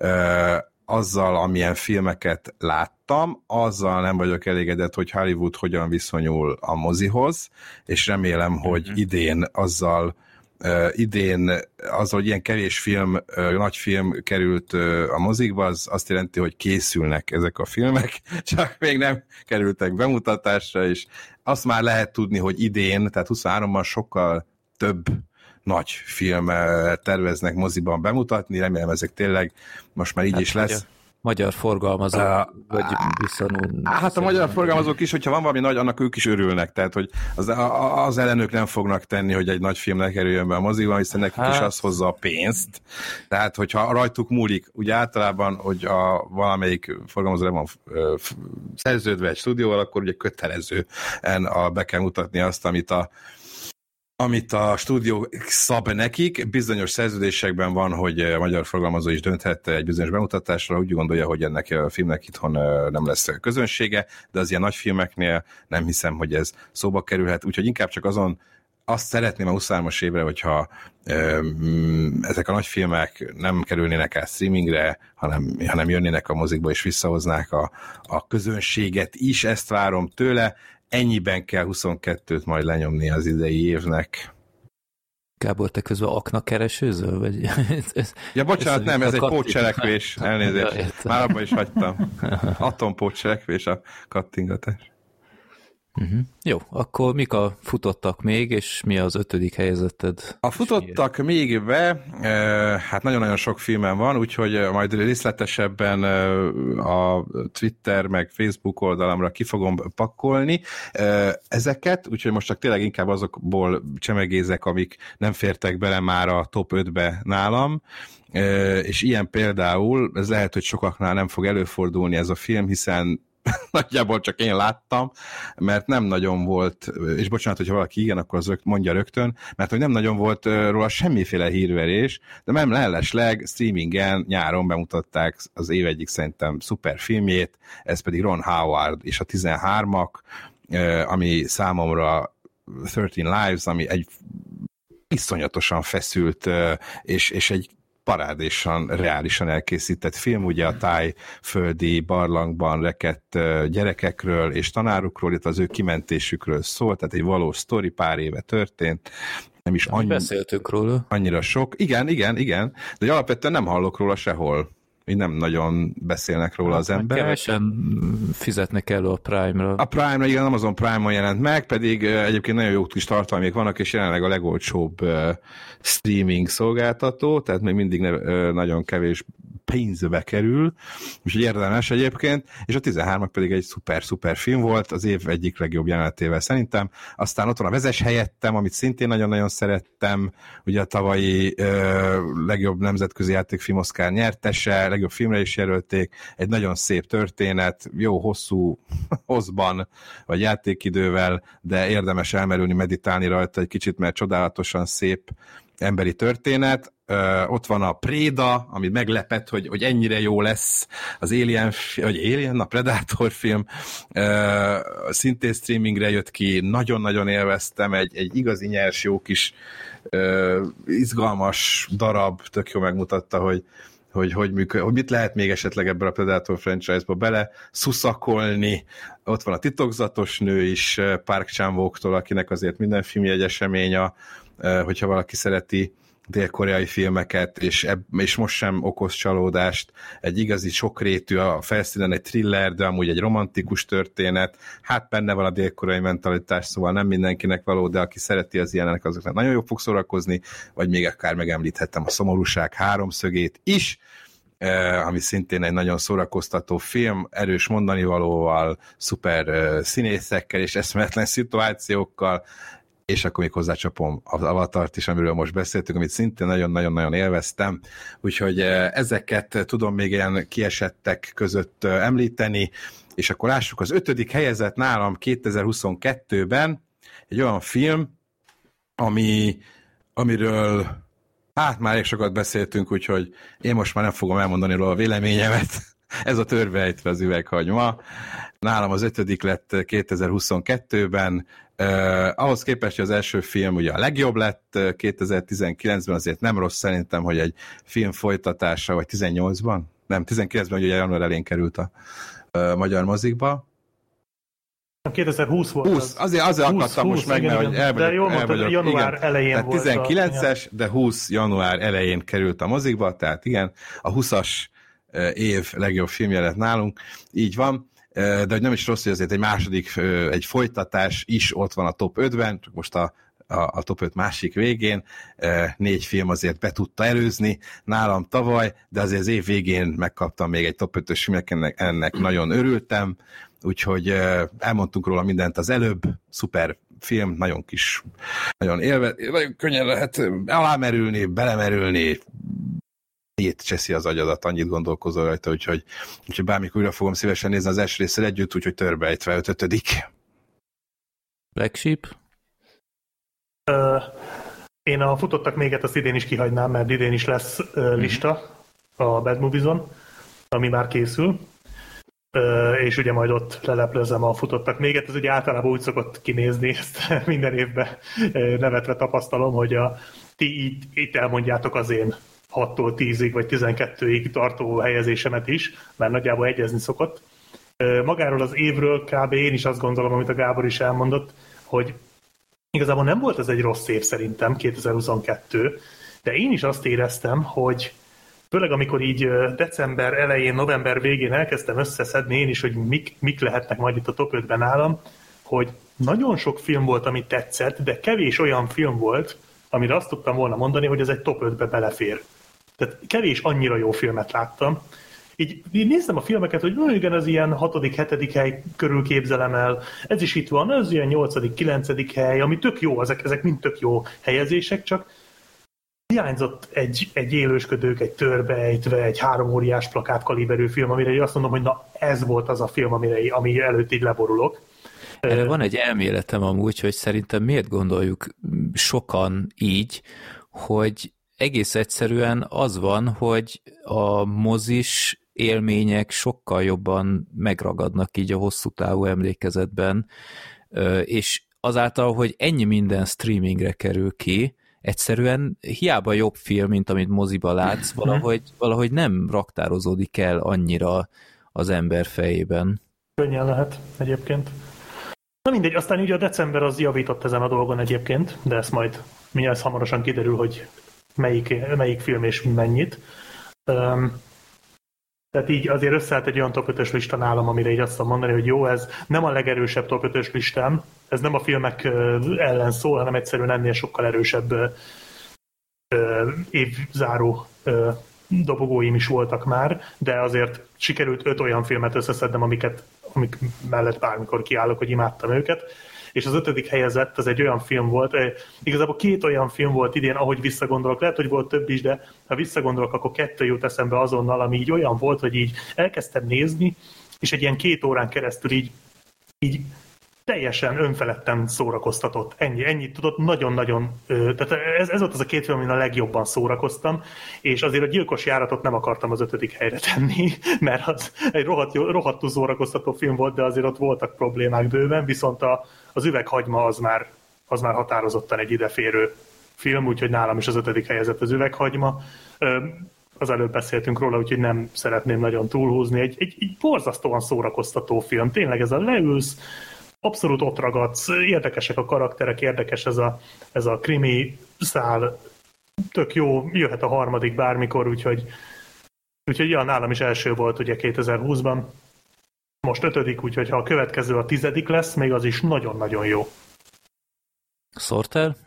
azzal, amilyen filmeket láttam, azzal nem vagyok elégedett, hogy Hollywood hogyan viszonyul a mozihoz, és remélem, hogy uh-huh. idén azzal Uh, idén az, hogy ilyen kevés film, uh, nagy film került uh, a mozikba, az azt jelenti, hogy készülnek ezek a filmek, csak még nem kerültek bemutatásra, és azt már lehet tudni, hogy idén, tehát huszonháromban sokkal több nagy film uh, terveznek moziban bemutatni, remélem ezek tényleg most már így hát, is lesz. Magyar forgalmazók, uh, vagy viszont... Hát a magyar forgalmazók is, hogyha van valami nagy, annak ők is örülnek, tehát hogy az, az ellenők nem fognak tenni, hogy egy nagy film ne kerüljön be a moziban, hiszen nekik hát. is az hozza a pénzt. Tehát, hogyha rajtuk múlik, ugye általában, hogy a valamelyik forgalmazó nem van szerződve egy stúdióval, akkor ugye kötelezően a, be kell mutatni azt, amit a amit a stúdió szab nekik. Bizonyos szerződésekben van, hogy a magyar forgalmazó is dönthet egy bizonyos bemutatásra, úgy gondolja, hogy ennek a filmnek itthon nem lesz közönsége, de az ilyen nagy filmeknél nem hiszem, hogy ez szóba kerülhet, úgyhogy inkább csak azon azt szeretném a huszonhármas évre, hogyha ö, ezek a nagy filmek nem kerülnének el streamingre, hanem, hanem jönnének a mozikba és visszahoznák a, a közönséget is, ezt várom tőle. Ennyiben kell huszonkettőt majd lenyomni az idei évnek. Gábor, te közben akna keresőzöl? Vagy ez, ja, bocsánat, nem, ez egy pótcselekvés, elnézést. Ja, már abban is hagytam. Atompótcselekvés a kattingatás. Uh-huh. Jó, akkor mik a futottak még, és mi az ötödik helyezetted? A futottak még be, hát nagyon-nagyon sok filmen van, úgyhogy majd részletesebben a Twitter meg Facebook oldalamra ki fogom pakkolni ezeket, úgyhogy most csak tényleg inkább azokból csemegézek, amik nem fértek bele már a top ötbe nálam, és ilyen például, ez lehet, hogy sokaknál nem fog előfordulni ez a film, hiszen nagyjából csak én láttam, mert nem nagyon volt, és bocsánat, hogyha valaki igen, akkor az mondja rögtön, mert hogy nem nagyon volt róla semmiféle hírverés, de nem mellesleg streamingen nyáron bemutatták az év egyik szerintem szuper filmjét, ez pedig Ron Howard és a tizenhármak, ami számomra thirteen Lives, ami egy iszonyatosan feszült, és, és egy parádésan, reálisan elkészített film, ugye a tájföldi barlangban rekedt gyerekekről és tanárukról, itt az ő kimentésükről szól, tehát egy valós sztori, pár éve történt, nem is annyi, beszéltük róla. Annyira sok. Igen, igen, igen, de alapvetően nem hallok róla sehol. Így nem nagyon beszélnek róla az emberek. Kevesen fizetnek elő a Prime-ra. A Prime-ra, igen, Amazon Prime-on jelent meg, pedig egyébként nagyon jó kis tartalmak vannak, és jelenleg a legolcsóbb streaming szolgáltató, tehát még mindig nagyon kevés pénzbe kerül, úgyhogy érdemes egyébként, és a tizenhármak pedig egy szuper-szuper film volt, az év egyik legjobb jelenetével szerintem. Aztán ott van a Vezess helyettem, amit szintén nagyon-nagyon szerettem, ugye a tavalyi ö, legjobb nemzetközi játékfilm Oscar nyertese, legjobb filmre is jelölték, egy nagyon szép történet, jó hosszú hosszban, vagy játékidővel, de érdemes elmerülni, meditálni rajta egy kicsit, mert csodálatosan szép emberi történet. Ö, ott van a Préda, ami meglepett, hogy, hogy ennyire jó lesz az Alien, vagy Alien, a Predator film. Ö, szintén streamingre jött ki, nagyon-nagyon élveztem, egy, egy igazi nyers, jó kis ö, izgalmas darab, tök jó megmutatta, hogy hogy, hogy, működ, hogy mit lehet még esetleg ebből a Predator franchise-ba bele szuszakolni. Ott van a titokzatos nő is Park Chan-woktól, akinek azért minden filmje egy esemény, a, hogyha valaki szereti dél-koreai filmeket, és, eb, és most sem okoz csalódást, egy igazi sokrétű, a felszínen egy thriller, de amúgy egy romantikus történet, hát benne van a dél-koreai mentalitás, szóval nem mindenkinek való, de aki szereti az ilyenek, azoknak nagyon jól fog szórakozni, vagy még akár megemlíthettem a Szomorúság háromszögét is, eh, ami szintén egy nagyon szórakoztató film, erős mondanivalóval, szuper eh, színészekkel és eszméletlen szituációkkal, és akkor még hozzácsapom az Avatart is, amiről most beszéltünk, amit szintén nagyon-nagyon-nagyon élveztem. Úgyhogy ezeket tudom még ilyen kiesettek között említeni, és akkor lássuk az ötödik helyezett nálam kétezer-huszonkettőben egy olyan film, ami, amiről hát már elég sokat beszéltünk, úgyhogy én most már nem fogom elmondani róla a véleményemet. Ez a Törbejtve az üveghagyma. Nálam az ötödik lett kétezer-huszonkettőben, Uh, ahhoz képest, hogy az első film ugye a legjobb lett kétezer-tizenkilencben, azért nem rossz szerintem, hogy egy film folytatása, vagy tizennyolcban? Nem, tizenkilencben ugye január elején került a uh, magyar mozikba. kétezer-húsz volt húsz, az. Azért, azért húsz, akadtam húsz, most meg, mert hogy el vagyok, de jól el vagyok, január igen, elején tehát volt. tizenkilences, A, de húsz január elején került a mozikba, tehát igen, a huszas év legjobb filmje lett nálunk, így van. De hogy nem is rossz, hogy azért egy második, egy folytatás is ott van a top ötben, csak most a, a, a top öt másik végén, négy film azért be tudta előzni nálam tavaly, de azért az év végén megkaptam még egy top ötös filmet, ennek, ennek nagyon örültem, úgyhogy elmondtunk róla mindent az előbb, szuper film, nagyon kis, nagyon élve, nagyon könnyen lehet alámerülni, belemerülni, szétcseszi az agyadat, annyit gondolkozol rajta, úgyhogy, úgyhogy bármikor újra fogom szívesen nézni az első résszel együtt, úgyhogy Törbejtve ötödik. Black Sheep? Uh, én a futottak méget azt idén is kihagynám, mert idén is lesz uh, lista a Bad Movies-on, ami már készül, uh, és ugye majd ott leleplezem a futottak méget. Ez ugye általában úgy szokott kinézni, ezt minden évben uh, nevetve tapasztalom, hogy a, ti itt, itt elmondjátok az én hattól tízig vagy tizenkettőig tartó helyezésemet is, mert nagyjából egyezni szokott. Magáról az évről kb. Én is azt gondolom, amit a Gábor is elmondott, hogy igazából nem volt ez egy rossz év szerintem, kétezer-huszonkettő, de én is azt éreztem, hogy főleg amikor így december elején, november végén elkezdtem összeszedni én is, hogy mik, mik lehetnek majd itt a top ötben nálam, hogy nagyon sok film volt, ami tetszett, de kevés olyan film volt, amire azt tudtam volna mondani, hogy ez egy top ötbe belefér. Tehát kevés annyira jó filmet láttam. Így, így néztem a filmeket, hogy no, igen, ez ilyen hatodik, hetedik hely körül képzelem el, ez is itt van, ez ilyen nyolcadik, kilencedik hely, ami tök jó, ezek, ezek mind tök jó helyezések, csak hiányzott egy, egy élősködők, egy törbejtve, egy három óriás plakát kaliberű film, amire azt mondom, hogy na ez volt az a film, amire, ami előtt így leborulok. Erre van egy elméletem amúgy, hogy szerintem miért gondoljuk sokan így, hogy egész egyszerűen az van, hogy a mozis élmények sokkal jobban megragadnak így a hosszú távú emlékezetben, és azáltal, hogy ennyi minden streamingre kerül ki, egyszerűen hiába jobb film, mint amit moziba látsz, valahogy, valahogy nem raktározódik el annyira az ember fejében. Könnyen lehet egyébként. Na mindegy, aztán ugye a december az javított ezen a dolgon egyébként, de ezt majd mindjárt hamarosan kiderül, hogy melyik, melyik film és mennyit. Um, tehát így azért összeállt egy olyan top ötös lista nálam, amire így azt tudom mondani, hogy jó, ez nem a legerősebb top ötös listám, ez nem a filmek ellen szól, hanem egyszerűen ennél sokkal erősebb uh, évzáró uh, dobogóim is voltak már, de azért sikerült öt olyan filmet összeszednem, amiket, amik mellett bármikor kiállok, hogy imádtam őket. És az ötödik helyezett, az egy olyan film volt, igazából két olyan film volt idén, ahogy visszagondolok, lehet, hogy volt több is, de ha visszagondolok, akkor kettő jut eszembe azonnal, ami így olyan volt, hogy így elkezdtem nézni, és egy ilyen két órán keresztül így, így teljesen önfeledten szórakoztatott. Ennyi, ennyit tudott, nagyon-nagyon, tehát ez, ez volt az a két film, amin a legjobban szórakoztam, és azért a Gyilkos járatot nem akartam az ötödik helyre tenni, mert az egy rohadt, rohadtul szórakoztató film volt, de azért ott voltak problémák bőven, viszont a, az Üveghagyma az már, az már határozottan egy ideférő film, úgyhogy nálam is az ötödik helyezett az Üveghagyma. Az előbb beszéltünk róla, úgyhogy nem szeretném nagyon túlhúzni. Egy, egy, egy borzasztóan szórakoztató film. Tényleg ez a leülsz, abszolút ott ragadsz, érdekesek a karakterek, érdekes ez a, ez a krimi szál, tök jó, jöhet a harmadik bármikor, úgyhogy, úgyhogy ja, nálam is első volt ugye kétezer-húszban, most ötödik, úgyhogy ha a következő a tizedik lesz, még az is nagyon-nagyon jó. Sorter?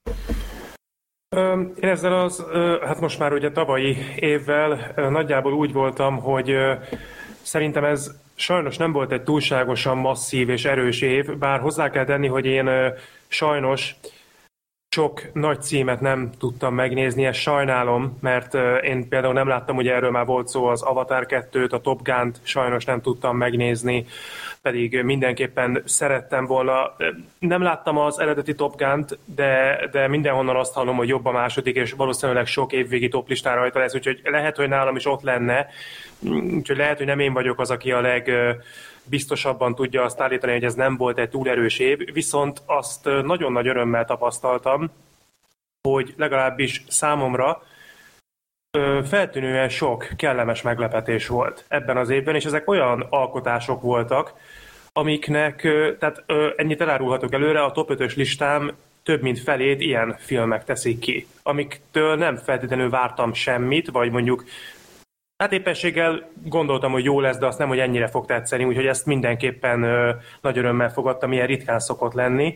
Én ezzel az, hát most már ugye tavalyi évvel nagyjából úgy voltam, hogy szerintem ez sajnos nem volt egy túlságosan masszív és erős év, bár hozzá kell tenni, hogy én sajnos sok nagy címet nem tudtam megnézni, ezt sajnálom, mert én például nem láttam, ugye erről már volt szó, az Avatar kettőt, a Top Gun-t sajnos nem tudtam megnézni, pedig mindenképpen szerettem volna. Nem láttam az eredeti Top Gun-t, de, de mindenhonnan azt hallom, hogy jobb a második, és valószínűleg sok évvégi toplistán rajta lesz, úgyhogy lehet, hogy nálam is ott lenne, úgyhogy lehet, hogy nem én vagyok az, aki a legbiztosabban tudja azt állítani, hogy ez nem volt egy túl erős év, viszont azt nagyon nagy örömmel tapasztaltam, hogy legalábbis számomra feltűnően sok kellemes meglepetés volt ebben az évben, és ezek olyan alkotások voltak, amiknek, tehát ennyit elárulhatok előre, a top ötös listám több mint felét ilyen filmek teszik ki, amiktől nem feltétlenül vártam semmit, vagy mondjuk hát éppenséggel gondoltam, hogy jó lesz, de azt nem, hogy ennyire fog tetszeni, úgyhogy ezt mindenképpen ö, nagy örömmel fogadtam, ilyen ritkán szokott lenni.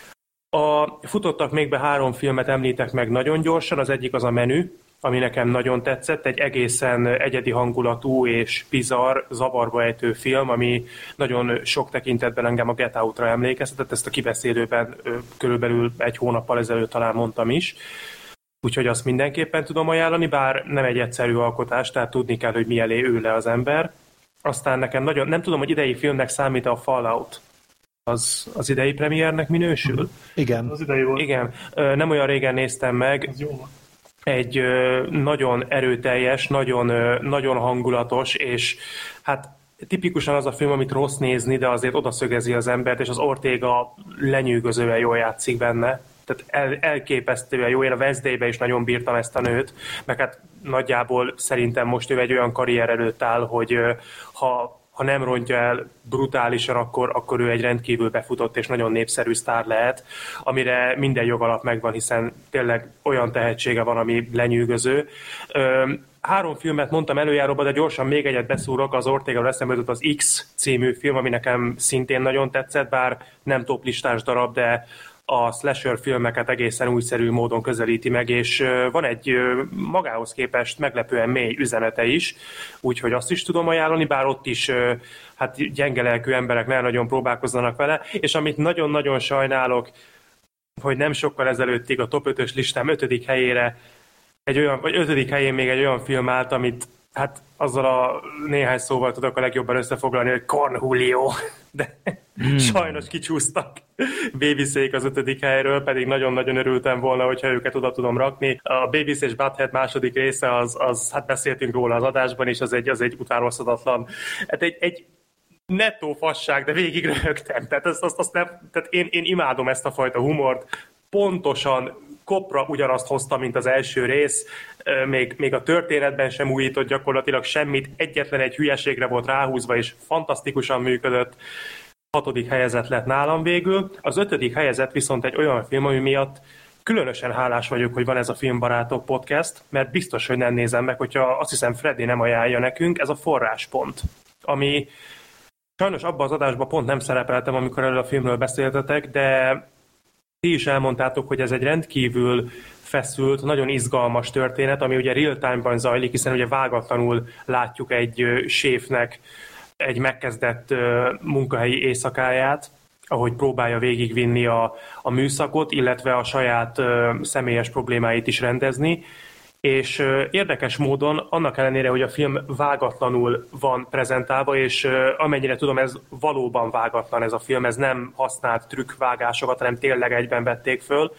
A futottak még be három filmet említek meg nagyon gyorsan, az egyik az a Menü, ami nekem nagyon tetszett, egy egészen egyedi hangulatú és bizarr, zavarba ejtő film, ami nagyon sok tekintetben engem a Get Out-ra emlékeztetett, ezt a kibeszélőben ö, körülbelül egy hónappal ezelőtt talán mondtam is. Úgyhogy azt mindenképpen tudom ajánlani, bár nem egy egyszerű alkotás, tehát tudni kell, hogy mi elé ül le az ember. Aztán nekem nagyon, nem tudom, hogy idei filmnek számít a Fallout. Az, az idei premiernek minősül? Igen. Az idei volt. Igen. Nem olyan régen néztem meg. Az jó. Egy nagyon erőteljes, nagyon, nagyon hangulatos, és hát tipikusan az a film, amit rossz nézni, de azért odaszögezi az embert, és az Ortega lenyűgözően jól játszik benne. Tehát el, elképesztően jó. Én a Wednesday-be is nagyon bírtam ezt a nőt, meg hát nagyjából szerintem most ő egy olyan karrier előtt áll, hogy ha, ha nem rontja el brutálisan, akkor, akkor ő egy rendkívül befutott és nagyon népszerű sztár lehet, amire minden jogalap megvan, hiszen tényleg olyan tehetsége van, ami lenyűgöző. három filmet mondtam előjáróba, de gyorsan még egyet beszúrok, az Ortega eszembe jutott az X című film, ami nekem szintén nagyon tetszett, bár nem toplistás darab, de a slasher filmeket egészen újszerű módon közelíti meg, és van egy magához képest meglepően mély üzenete is, úgyhogy azt is tudom ajánlani, bár ott is hát gyenge lelkű emberek nagyon nagyon próbálkozzanak vele, és amit nagyon-nagyon sajnálok, hogy nem sokkal ezelőttig a top ötös listám ötödik helyére, egy olyan, vagy ötödik helyén még egy olyan film állt, amit hát azzal a néhány szóval tudok a legjobban összefoglalni, hogy Cornholio, de mm. sajnos kicsúsztak Babyszék az ötödik helyről, pedig nagyon-nagyon örültem volna, hogyha őket oda tudom rakni. A Baby's és Butthead második része, az, az, hát beszéltünk róla az adásban, és az egy, az egy utánozhatatlan, hát egy, egy nettó fasság, de végig röhögtem. Tehát, azt, azt, azt nem, tehát én, én imádom ezt a fajta humort, pontosan kopra ugyanazt hozta, mint az első rész, még, még a történetben sem újított gyakorlatilag semmit, egyetlen egy hülyeségre volt ráhúzva, és fantasztikusan működött. Hatodik helyezett lett nálam végül. Az ötödik helyezett viszont egy olyan film, ami miatt különösen hálás vagyok, hogy van ez a Filmbarátok podcast, mert biztos, hogy nem nézem meg, hogyha azt hiszem Freddy nem ajánlja nekünk, ez a Forráspont, ami sajnos abban az adásban pont nem szerepeltem, amikor erről a filmről beszéltetek, de ti is elmondtátok, hogy ez egy rendkívül feszült, nagyon izgalmas történet, ami ugye real time-ban zajlik, hiszen ugye vágatlanul látjuk egy séfnek egy megkezdett munkahelyi éjszakáját, ahogy próbálja végigvinni a, a műszakot, illetve a saját személyes problémáit is rendezni. És érdekes módon, annak ellenére, hogy a film vágatlanul van prezentálva, és amennyire tudom, ez valóban vágatlan ez a film, ez nem használt trükkvágásokat, hanem tényleg egyben vették föl.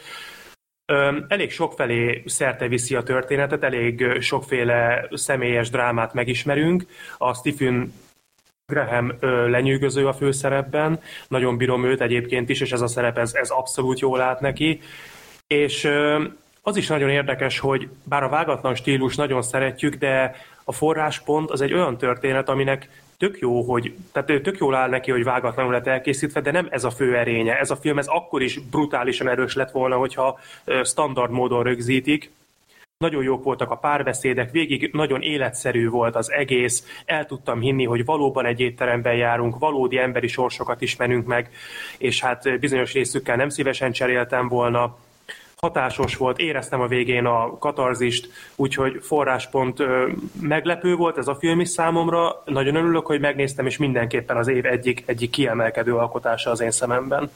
Elég sokfelé szerte viszi a történetet, elég sokféle személyes drámát megismerünk. A Stephen Graham lenyűgöző a főszerepben, nagyon bírom őt egyébként is, és ez a szerep, ez, ez abszolút jól állt neki. És az is nagyon érdekes, hogy bár a vágatlan stílus nagyon szeretjük, de a Forráspont az egy olyan történet, aminek tök jó, hogy, tehát tök jól áll neki, hogy vágatlanul lett elkészítve, de nem ez a fő erénye. Ez a film ez akkor is brutálisan erős lett volna, hogyha standard módon rögzítik. Nagyon jók voltak a párbeszédek, végig nagyon életszerű volt az egész, el tudtam hinni, hogy valóban egy étteremben járunk, valódi emberi sorsokat ismerünk meg, és hát bizonyos részükkel nem szívesen cseréltem volna. Hatásos volt, éreztem a végén a katarzist, úgyhogy Forráspont meglepő volt ez a film is számomra. Nagyon örülök, hogy megnéztem, és mindenképpen az év egyik, egyik kiemelkedő alkotása az én szememben.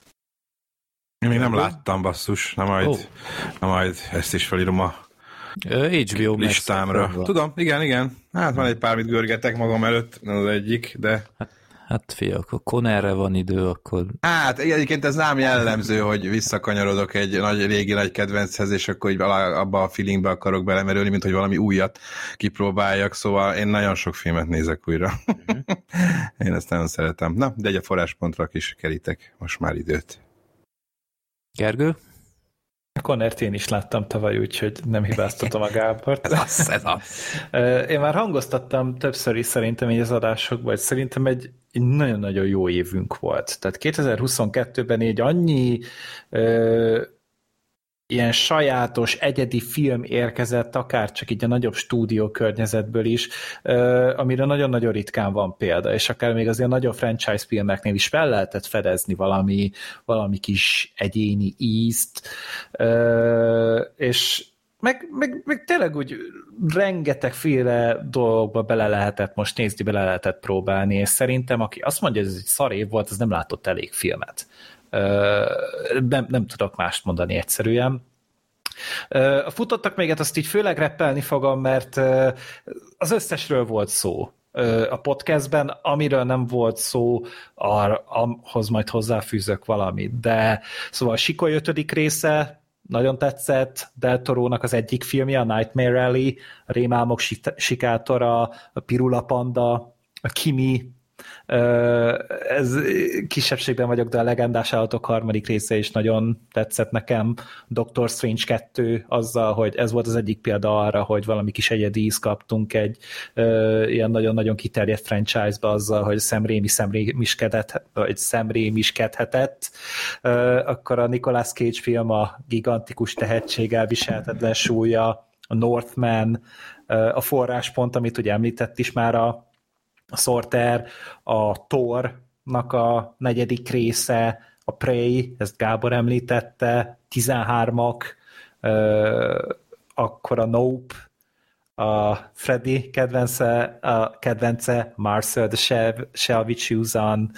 Én még nem láttam, basszus, na majd, oh. na majd ezt is felírom a há bé o listámra. Tudom, igen, igen. Hát van egy pár, mit görgetek magam előtt, az egyik, de... Hát, hát figyelj, akkor Connerre van idő, akkor... Hát egyébként ez nem jellemző, hogy visszakanyarodok egy nagy, régi nagy kedvenchez, és akkor így abba a feelingbe akarok belemerülni, mint hogy valami újat kipróbáljak, szóval én nagyon sok filmet nézek újra. Uh-huh. Én ezt nagyon szeretem. Na, de egy a Forráspontra is kerítek most már időt. Gergő? A Connert én is láttam tavaly, úgyhogy nem hibáztatom a Gábort. ez az, ez az. Én már hangoztattam többször is szerintem így az adásokban, hogy szerintem egy, egy nagyon-nagyon jó évünk volt. Tehát kétezer-huszonkettőben így annyi ö, ilyen sajátos, egyedi film érkezett, akár csak így a nagyobb stúdió környezetből is, amire nagyon-nagyon ritkán van példa, és akár még az ilyen nagyobb franchise filmeknél is fel lehetett fedezni valami, valami kis egyéni ízt, és meg, meg, meg tényleg úgy rengetegféle dolgokba bele lehetett most nézni, bele lehetett próbálni, és szerintem aki azt mondja, hogy ez egy szar év volt, az nem látott elég filmet. Nem, nem tudok mást mondani egyszerűen. A futottak még, azt így főleg reppelni fogom, mert az összesről volt szó a podcastben, amiről nem volt szó, ahhoz majd hozzáfűzök valamit, de szóval a Sikoly ötödik része nagyon tetszett, Del Torónak az egyik filmje, a Nightmare Alley, a Rémálmok sikátora, a Pirula Panda, a Kimi, ez kisebbségben vagyok, de a Legendás állatok harmadik része is nagyon tetszett nekem. Doctor Strange kettő azzal, hogy ez volt az egyik példa arra, hogy valami kis egyedi ízt kaptunk egy uh, ilyen nagyon-nagyon kiterjedt franchise-ba azzal, hogy Sam Raimi szemrémiskedhetett. Uh, akkor a Nicolas Cage film, a gigantikus tehetség elviselhetetlen súlya, a Northman, a forráspont, amit ugye említett is már a, a Sorter, a Thor-nak a negyedik része, a Prey, ezt Gábor említette, tizenhármak, akkor a Nope, a Freddy kedvence, a kedvence Marcel de Shall We Choose On.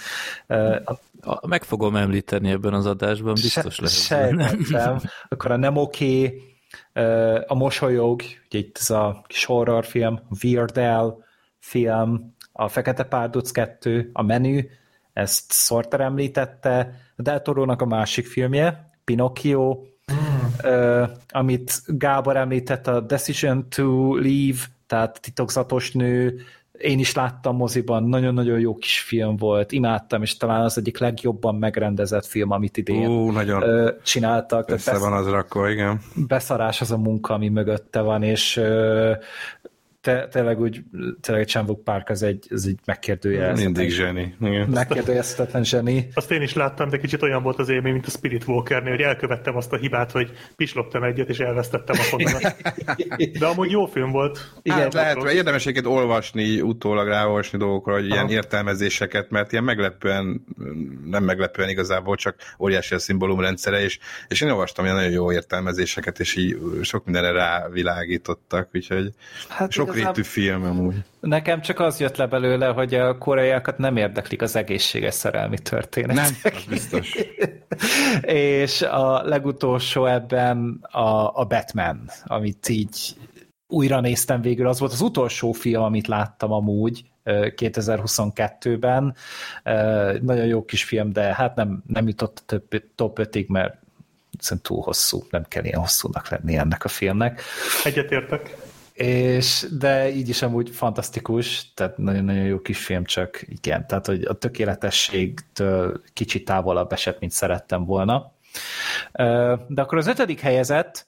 A, meg fogom említeni ebben az adásban, biztos se, lehet. Sejtettem. Akkor a Nem Oké, a Mosolyog, ugye itt ez a kis horrorfilm, Weird Al film, a Fekete Párduc kettő, a Menü, ezt Sorter említette, a Del Torónak a másik filmje, Pinocchio, mm. uh, amit Gábor említett, a Decision to Leave, tehát Titokzatos nő, én is láttam moziban, nagyon-nagyon jó kis film volt, imádtam, és talán az egyik legjobban megrendezett film, amit idén Ú, nagyon uh, csináltak. Össze van az rakva, igen. Beszarás az a munka, ami mögötte van, és uh, te, tényleg úgy, tényleg Chan-wook Park az egy, az egy megkérdőjelezhetetlen. Mindig zseni. Igen. Megkérdőjelezhetetlen zseni. Azt én is láttam, de kicsit olyan volt az élmény, mint a Spirit Walkernél, hogy elkövettem azt a hibát, hogy pislogtam egyet, és elvesztettem a fonalat. De amúgy jó film volt. Igen, hát lehet, érdemes egyet olvasni, utólag ráolvasni dolgokra, hogy ilyen értelmezéseket, mert ilyen meglepően, nem meglepően igazából, csak óriási a szimbólumrendszere, és, és én olvastam ilyen nagyon jó értelmezéseket, és így sok mindenre rávilágítottak, úgyhogy hát sok rétű film amúgy. Nekem csak az jött le belőle, hogy a koreaiakat nem érdeklik az egészséges szerelmi történet. Nem, az biztos. És a legutolsó ebben a, a Batman, amit így újra néztem végül, az volt az utolsó film, amit láttam amúgy kétezer-huszonkettőben. Nagyon jó kis film, de hát nem, nem jutott a top ötig, mert szerintem túl hosszú, nem kell ilyen hosszúnak lenni ennek a filmnek. Egyetértek. És, de így is amúgy fantasztikus, tehát nagyon-nagyon jó kis film, csak igen, tehát hogy a tökéletességtől kicsit távolabb esett, mint szerettem volna. De akkor az ötödik helyezett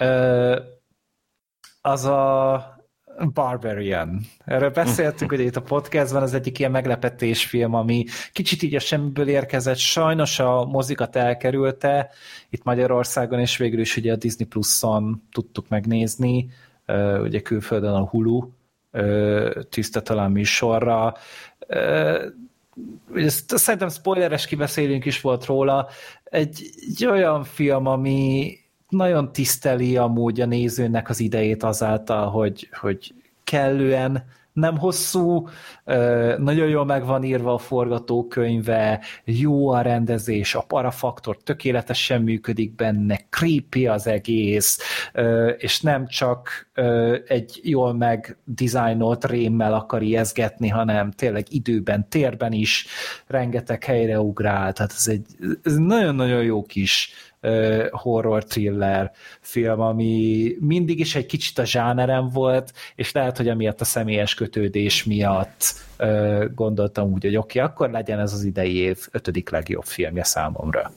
az a Barbarian. Erről beszéltünk, hogy itt a podcastban az egyik ilyen meglepetésfilm, ami kicsit így a semmiből érkezett, sajnos a mozikat elkerülte, itt Magyarországon, és végül is ugye a Disney Plus-on tudtuk megnézni, Uh, ugye külföldön a Hulu uh, tűzte talán műsorra. Uh, ezt, szerintem spoileres kibeszélünk is volt róla. Egy, egy olyan film, ami nagyon tiszteli amúgy a nézőnek az idejét azáltal, hogy, hogy kellően nem hosszú, nagyon jól meg van írva a forgatókönyve, jó a rendezés, a parafaktor tökéletesen működik benne, creepy az egész, és nem csak egy jól megdizájnolt rémmel akar ijeszgetni, hanem tényleg időben, térben is rengeteg helyre ugrál, tehát ez egy ez nagyon-nagyon jó kis horror thriller film, ami mindig is egy kicsit a zsánerem volt, és lehet, hogy amiatt a személyes kötődés miatt gondoltam úgy, hogy oké, okay, akkor legyen ez az idei év ötödik legjobb filmje számomra.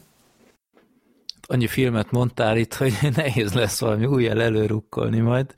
Annyi filmet mondtál itt, hogy nehéz lesz valami újjal előrukkolni majd,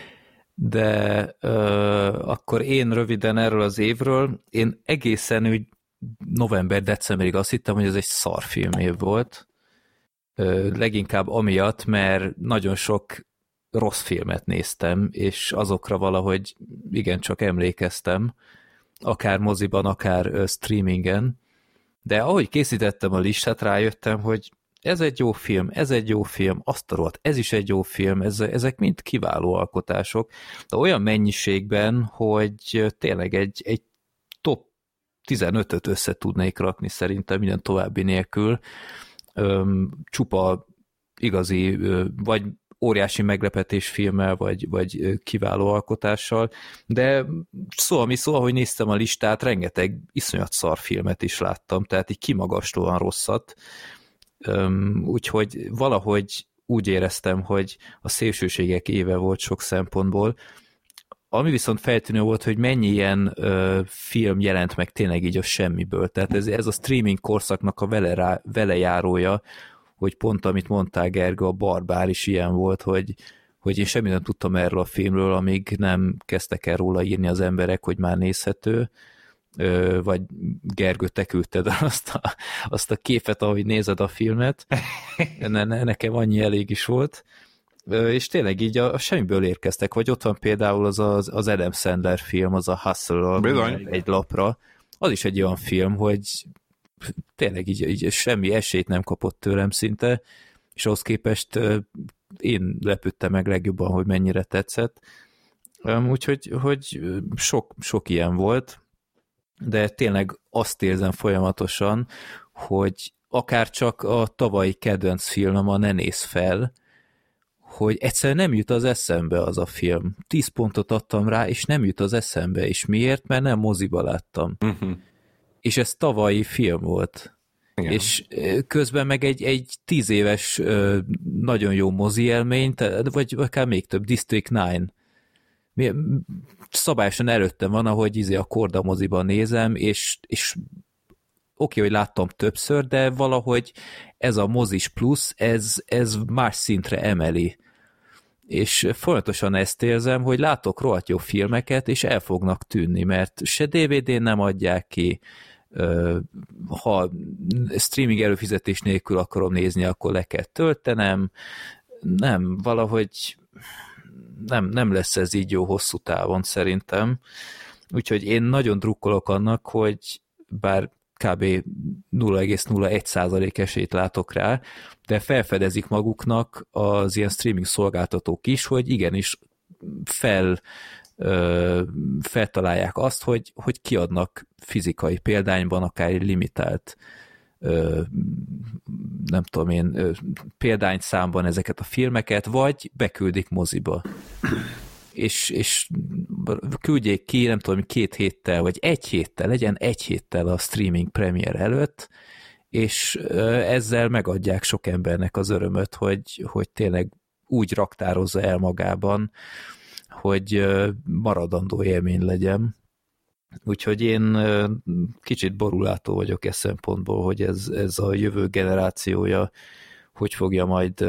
de ö, akkor én röviden erről az évről, én egészen úgy november-decemberig azt hittem, hogy ez egy szarfilm év volt, leginkább amiatt, mert nagyon sok rossz filmet néztem, és azokra valahogy igencsak emlékeztem, akár moziban, akár streamingen, de ahogy készítettem a listát, rájöttem, hogy ez egy jó film, ez egy jó film, azt a rohadt, ez is egy jó film, ez, ezek mind kiváló alkotások, de olyan mennyiségben, hogy tényleg egy, egy top tizenötöt össze tudnék rakni szerintem minden további nélkül, Öm, csupa igazi, ö, vagy óriási meglepetés filmmel, vagy, vagy kiváló alkotással, de szó, ami szó, ahogy néztem a listát, rengeteg iszonyat szar filmet is láttam, tehát így kimagaslóan rosszat, Öm, úgyhogy valahogy úgy éreztem, hogy a szélsőségek éve volt sok szempontból. Ami viszont feltűnő volt, hogy mennyi ilyen ö, film jelent meg tényleg így a semmiből. Tehát ez, ez a streaming korszaknak a vele, rá, vele járója, hogy pont amit mondtál, Gergő, a Barbár is ilyen volt, hogy, hogy én semmit nem tudtam erről a filmről, amíg nem kezdtek el róla írni az emberek, hogy már nézhető, ö, vagy Gergő, te küldted azt a, azt a képet, ahogy nézed a filmet. Ne, ne, nekem annyi elég is volt. és tényleg így a, a semmiből érkeztek, vagy ott van például az az, az Adam Sandler film, az a Hustle egy, egy lapra, az is egy olyan film, hogy tényleg így, így semmi esélyt nem kapott tőlem szinte, és ahhoz képest én lepődtem meg legjobban, hogy mennyire tetszett. Úgyhogy hogy sok, sok ilyen volt, de tényleg azt érzem folyamatosan, hogy akár csak a tavalyi kedvenc filmem, a Ne nézz fel, hogy egyszerűen nem jut az eszembe az a film. Tíz pontot adtam rá, és nem jut az eszembe. És miért? Mert nem moziba láttam. Uh-huh. És ez tavalyi film volt. Igen. És közben meg egy, egy tíz éves nagyon jó mozi élmény, vagy akár még több, District kilenc. Szabályosan előttem van, ahogy izé a Korda moziban nézem, és, és oké, okay, hogy láttam többször, de valahogy ez a mozis plusz, ez, ez más szintre emeli. És folyamatosan ezt érzem, hogy látok rohadt jó filmeket, és el fognak tűnni, mert se dé vé dén nem adják ki, ha streaming előfizetés nélkül akarom nézni, akkor le kell töltenem. Nem, valahogy nem, nem lesz ez így jó hosszú távon szerintem. Úgyhogy én nagyon drukkolok annak, hogy bár kb. nulla egész nulla egy százalék esélyt látok rá, de felfedezik maguknak az ilyen streaming szolgáltatók is, hogy igenis fel, ö, feltalálják azt, hogy, hogy kiadnak fizikai példányban akár egy limitált ö, nem tudom én, ö, példányszámban ezeket a filmeket, vagy beküldik moziba. És, és küldjék ki, nem tudom, két héttel, vagy egy héttel, legyen egy héttel a streaming premier előtt, és ezzel megadják sok embernek az örömöt, hogy, hogy tényleg úgy raktározza el magában, hogy maradandó élmény legyen. Úgyhogy én kicsit borulátó vagyok e szempontból, hogy ez, ez a jövő generációja hogy fogja majd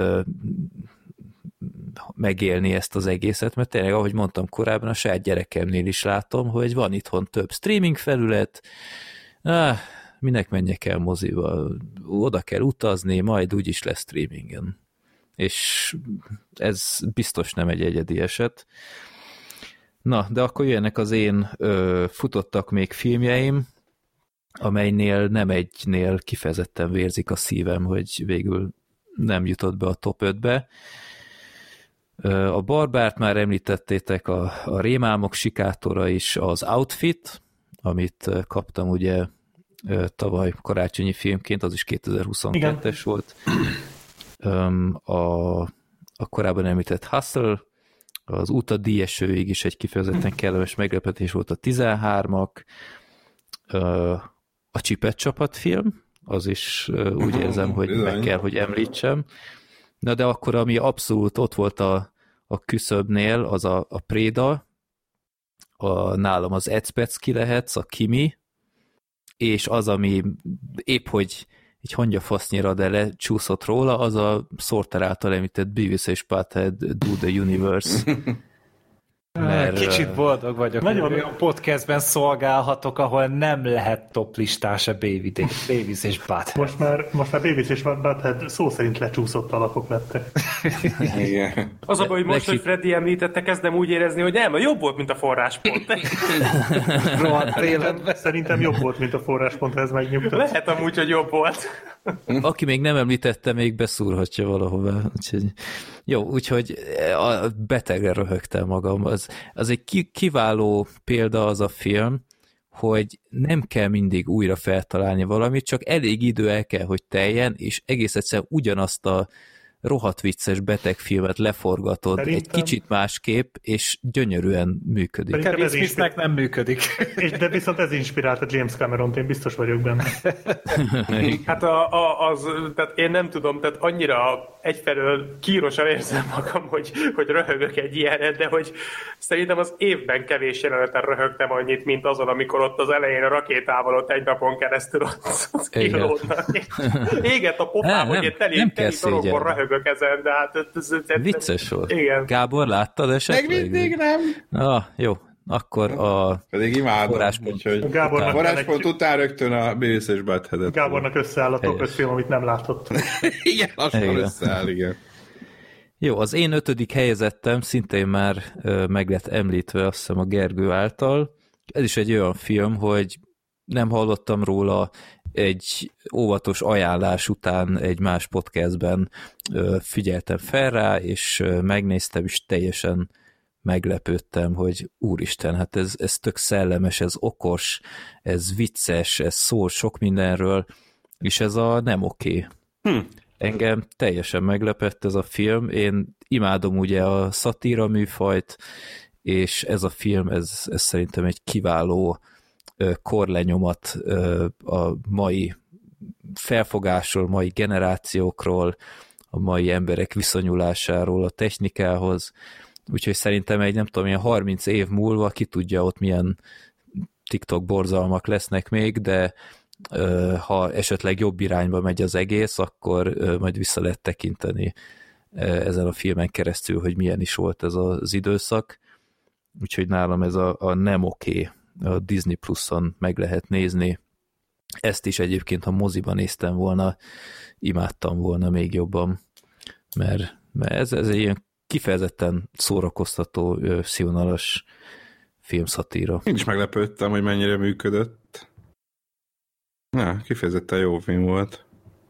megélni ezt az egészet, mert tényleg, ahogy mondtam korábban, a saját gyerekemnél is látom, hogy van itthon több streaming felület, ah, minek menjek el moziba, oda kell utazni, majd úgyis lesz streamingen. És ez biztos nem egy egyedi eset. Na, de akkor jöjjenek az én ö, futottak még filmjeim, amelynél nem egynél kifejezetten vérzik a szívem, hogy végül nem jutott be a top ötbe. A Barbárt már említettétek, a, a Rémálmok sikátora is, az Outfit, amit kaptam ugye tavaly karácsonyi filmként, az is kétezer-huszonkettes Igen. volt. A, a korábban említett Hustle, az Út a díjesőig is egy kifejezetten kellemes meglepetés volt, a tizenhármak, a Csipet csapat film, az is úgy érzem, hogy meg kell, hogy említsem. Na de akkor, ami abszolút ott volt a, a küszöbnél, az a, a Préda, a, nálam az Ecpecki lehetsz, a Kimi, és az, ami épp, hogy egy hangyafasznyira, de lecsúszott róla, az a Sorter által említett Beavis és Butthead Do the Universe. Mert, Kicsit boldog vagyok, nagyon olyan podcastben szolgálhatok, ahol nem lehet top listás a Beavis és Butthead. Most már, most már Beavis és Butthead szó szerint lecsúszott alapok lettek. Igen. Az a baj, hogy most, hogy Freddy említette, kezdem úgy érezni, hogy nem, jobb volt, mint a forráspont. Szerintem jobb volt, mint a forráspont, ez megnyugtat. Lehet amúgy, hogy jobb volt. Aki még nem említette, még beszúrhatja valahova. Úgyhogy, jó, úgyhogy a betegre röhögtem magam. Az, az egy kiváló példa az a film, hogy nem kell mindig újra feltalálni valamit, csak elég idő el kell, hogy teljen, és egész egyszerűen ugyanazt a rohadt vicces betegfilmet leforgatod Szerintem... egy kicsit másképp, és gyönyörűen működik. Kevin Smithnek nem működik. És de viszont ez inspirálta James Cameront, én biztos vagyok benne. Hát a, a, az, tehát én nem tudom, tehát annyira egyfelől kírosan érzem magam, hogy, hogy röhögök egy ilyenet, de hogy szerintem az évben kevés jeleneten röhögtem annyit, mint azon, amikor ott az elején a rakétával ott egy napon keresztül ott, ott kilódnak. Éget a pofám, hogy én teli, teli torokon röhögök ezen, de hát ez, ez, ez, vicces volt. Igen. Gábor, láttad esetleg? Meg mindig nem. Ah, jó. Akkor a pedig imádom, forráspont, úgyhogy a forráspont után rögtön a Beavis és Butthead-et. Gábornak összeáll a top öt film, amit nem látott. Igen, lassan összeáll, igen. Jó, az én ötödik helyezettem szintén már meg lett említve, azt hiszem a Gergő által. Ez is egy olyan film, hogy nem hallottam róla, egy óvatos ajánlás után egy más podcastben figyeltem fel rá, és megnéztem, és teljesen meglepődtem, hogy úristen, hát ez, ez tök szellemes, ez okos, ez vicces, ez szól sok mindenről, és ez a nem oké. Hm. Engem teljesen meglepett ez a film, én imádom ugye a szatíra műfajt, és ez a film, ez, ez szerintem egy kiváló korlenyomat a mai felfogásról, mai generációkról, a mai emberek viszonyulásáról a technikához, úgyhogy szerintem egy nem tudom, ilyen harminc év múlva ki tudja ott milyen TikTok borzalmak lesznek még, de ha esetleg jobb irányba megy az egész, akkor majd vissza lehet tekinteni ezen a filmen keresztül, hogy milyen is volt ez az időszak, úgyhogy nálam ez a, a nem oké, a Disney Pluson meg lehet nézni. Ezt is egyébként, ha moziban néztem volna, imádtam volna még jobban, mert, mert ez, ez egy ilyen kifejezetten szórakoztató, színvonalas filmszatíra. Én is meglepődtem, hogy mennyire működött. Na, kifejezetten jó film volt.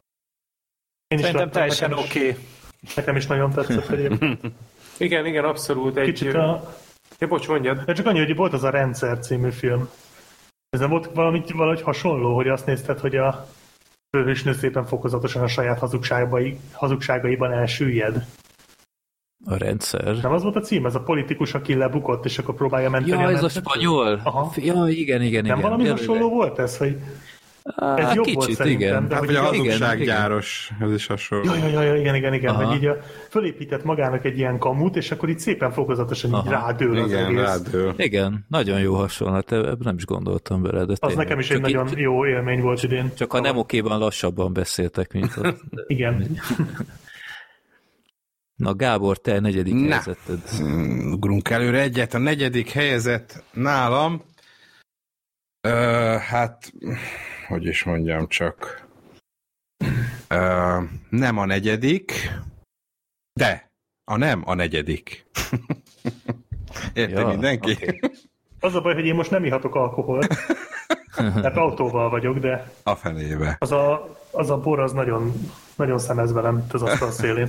Én is szerintem teljesen oké. Okay. Nekem is nagyon tetszett egyébként. Igen, igen, abszolút. Egy... Kicsit a... Ja, bocs, mondjad. De csak annyi, hogy volt az a Rendszer című film. Ez nem volt valami, valahogy hasonló, hogy azt nézted, hogy a főhősnő szépen fokozatosan a saját hazugságai, hazugságaiban elsüllyed. A Rendszer? Nem az volt a cím? Ez a politikus, aki lebukott, és akkor próbálja menteni. Ja, a ez a spanyol? Aha. Ja, igen, igen. Nem igen. valami Jel, hasonló volt ez, hogy ez Á, jobb kicsit, volt szerintem. Igen. De hát, hogy a hazugsággyáros, ez is hasonló. Ja, ja, ja, igen, igen, igen. Hogy így a, fölépített magának egy ilyen kamut, és akkor így szépen fokozatosan így rádől az igen, egész. Rádől. Igen, nagyon jó hasonlat, ebben nem is gondoltam bele. De az nekem is egy nagyon itt, jó élmény volt idén. Csak a nem okéban lassabban beszéltek, mint az. Igen. Na Gábor, te negyedik Na. helyezetted. Ugrunk előre egyet. A negyedik helyezett nálam, uh, hát, hogy is mondjam csak, uh, nem a negyedik, de a nem a negyedik. Érte ja, mindenki? Okay. Az a baj, hogy én most nem ihatok alkoholt, mert autóval vagyok, de a fenébe. Az a, az a bor az nagyon, nagyon szemez velem itt az asztal szélén.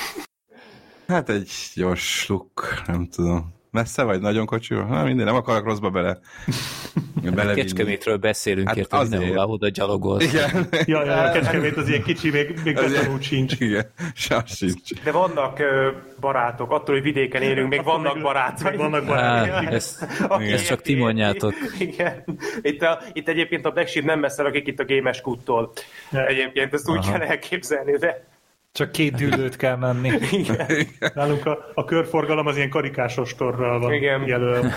Hát egy gyors sluk, nem tudom. Messze vagy nagyon kocsival? Ha, minden, nem akarok rosszba bele. Kecskemétről beszélünk, hát érte, mindenhol, oda gyalogolsz. Igen. Ja, ja, a Kecskemét az ilyen kicsi, még, még betanult sincs. Igen, sas sincs. De vannak uh, barátok, attól, hogy vidéken élünk, még attól vannak még barátok. Vannak barátok. Á, ezt, ezt csak ti mondjátok. Igen. Itt, a, itt egyébként a Black Sheep nem messze lakik itt a Gémes kúttól. Egyébként ezt úgy kell elképzelni, de... Csak két dűlőt kell menni. Igen. Nálunk a, a körforgalom az ilyen karikásos torral van jelölve.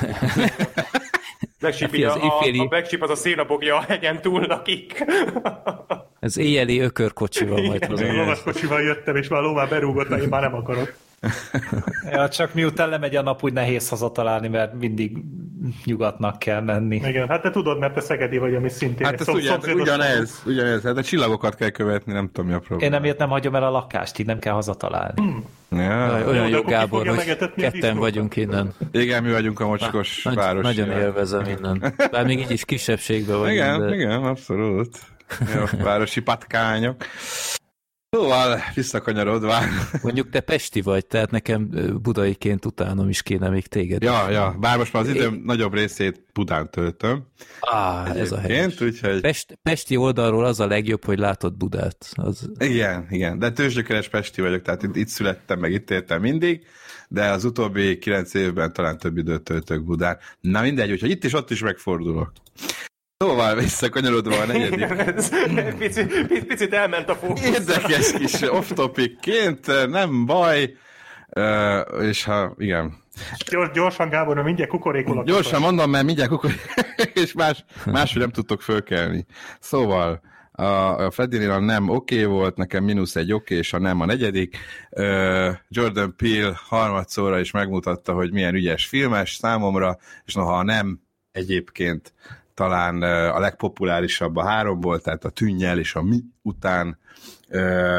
Black Sheep, a, a, a Black Sheep az a szélapokja a hegyen túl lakik. Ez éjjeli ökörkocsival majd hozzá. Lovaskocsival jöttem, és már lóvá berúgott, én már nem akarok. Ja, csak miután lemegy a nap, úgy nehéz hazatalálni, mert mindig nyugatnak kell menni. Igen, hát te tudod, mert te szegedi vagy, ami szintén... Hát ez ugyan, ugyanez, ugyanez, hát a csillagokat kell követni, nem tudom, mi a probléma. Én emiatt nem hagyom el a lakást, így nem kell hazatalálni. Hmm. Ja. Olyan jó, Gábor, hogy ketten vagyunk innen. Igen, mi vagyunk a mocskos Nagy, város. Nagyon élvezem innen. Bár még így is kisebbségben vagyunk. Igen, de... igen, abszolút. Jó, városi patkányok. Szóval visszakanyarodva. Mondjuk te pesti vagy, tehát nekem budaiként utánom is kéne még téged. Ja, ja, bár most már az időm Én... nagyobb részét Budán töltöm. Ah, ez a helyes. Úgyhogy... Pest, pesti oldalról az a legjobb, hogy látod Budát. Az... Igen, igen, de tőzsgyökeres pesti vagyok, tehát itt, itt születtem, meg itt éltem mindig, de az utóbbi kilenc évben talán több időt töltök Budán. Na mindegy, úgyhogy itt is, ott is megfordulok. Szóval visszakanyarodva a negyedik. picit, picit elment a fókusz. Érdekes kis off-topicként, nem baj, uh, és ha, igen. Gyors, gyorsan, Gábor, mindjárt kukorékolok. Gyorsan mondom, mert mindjárt kukorékolok, és más, máshogy nem tudtok fölkelni. Szóval a, a Freddynél a nem oké okay volt, nekem mínusz egy oké, okay, és a nem a negyedik. Uh, Jordan Peele harmadszorra is megmutatta, hogy milyen ügyes filmes számomra, és noha a nem egyébként talán a legpopulárisabb a háromból, tehát a Tűnnyel és a Mi után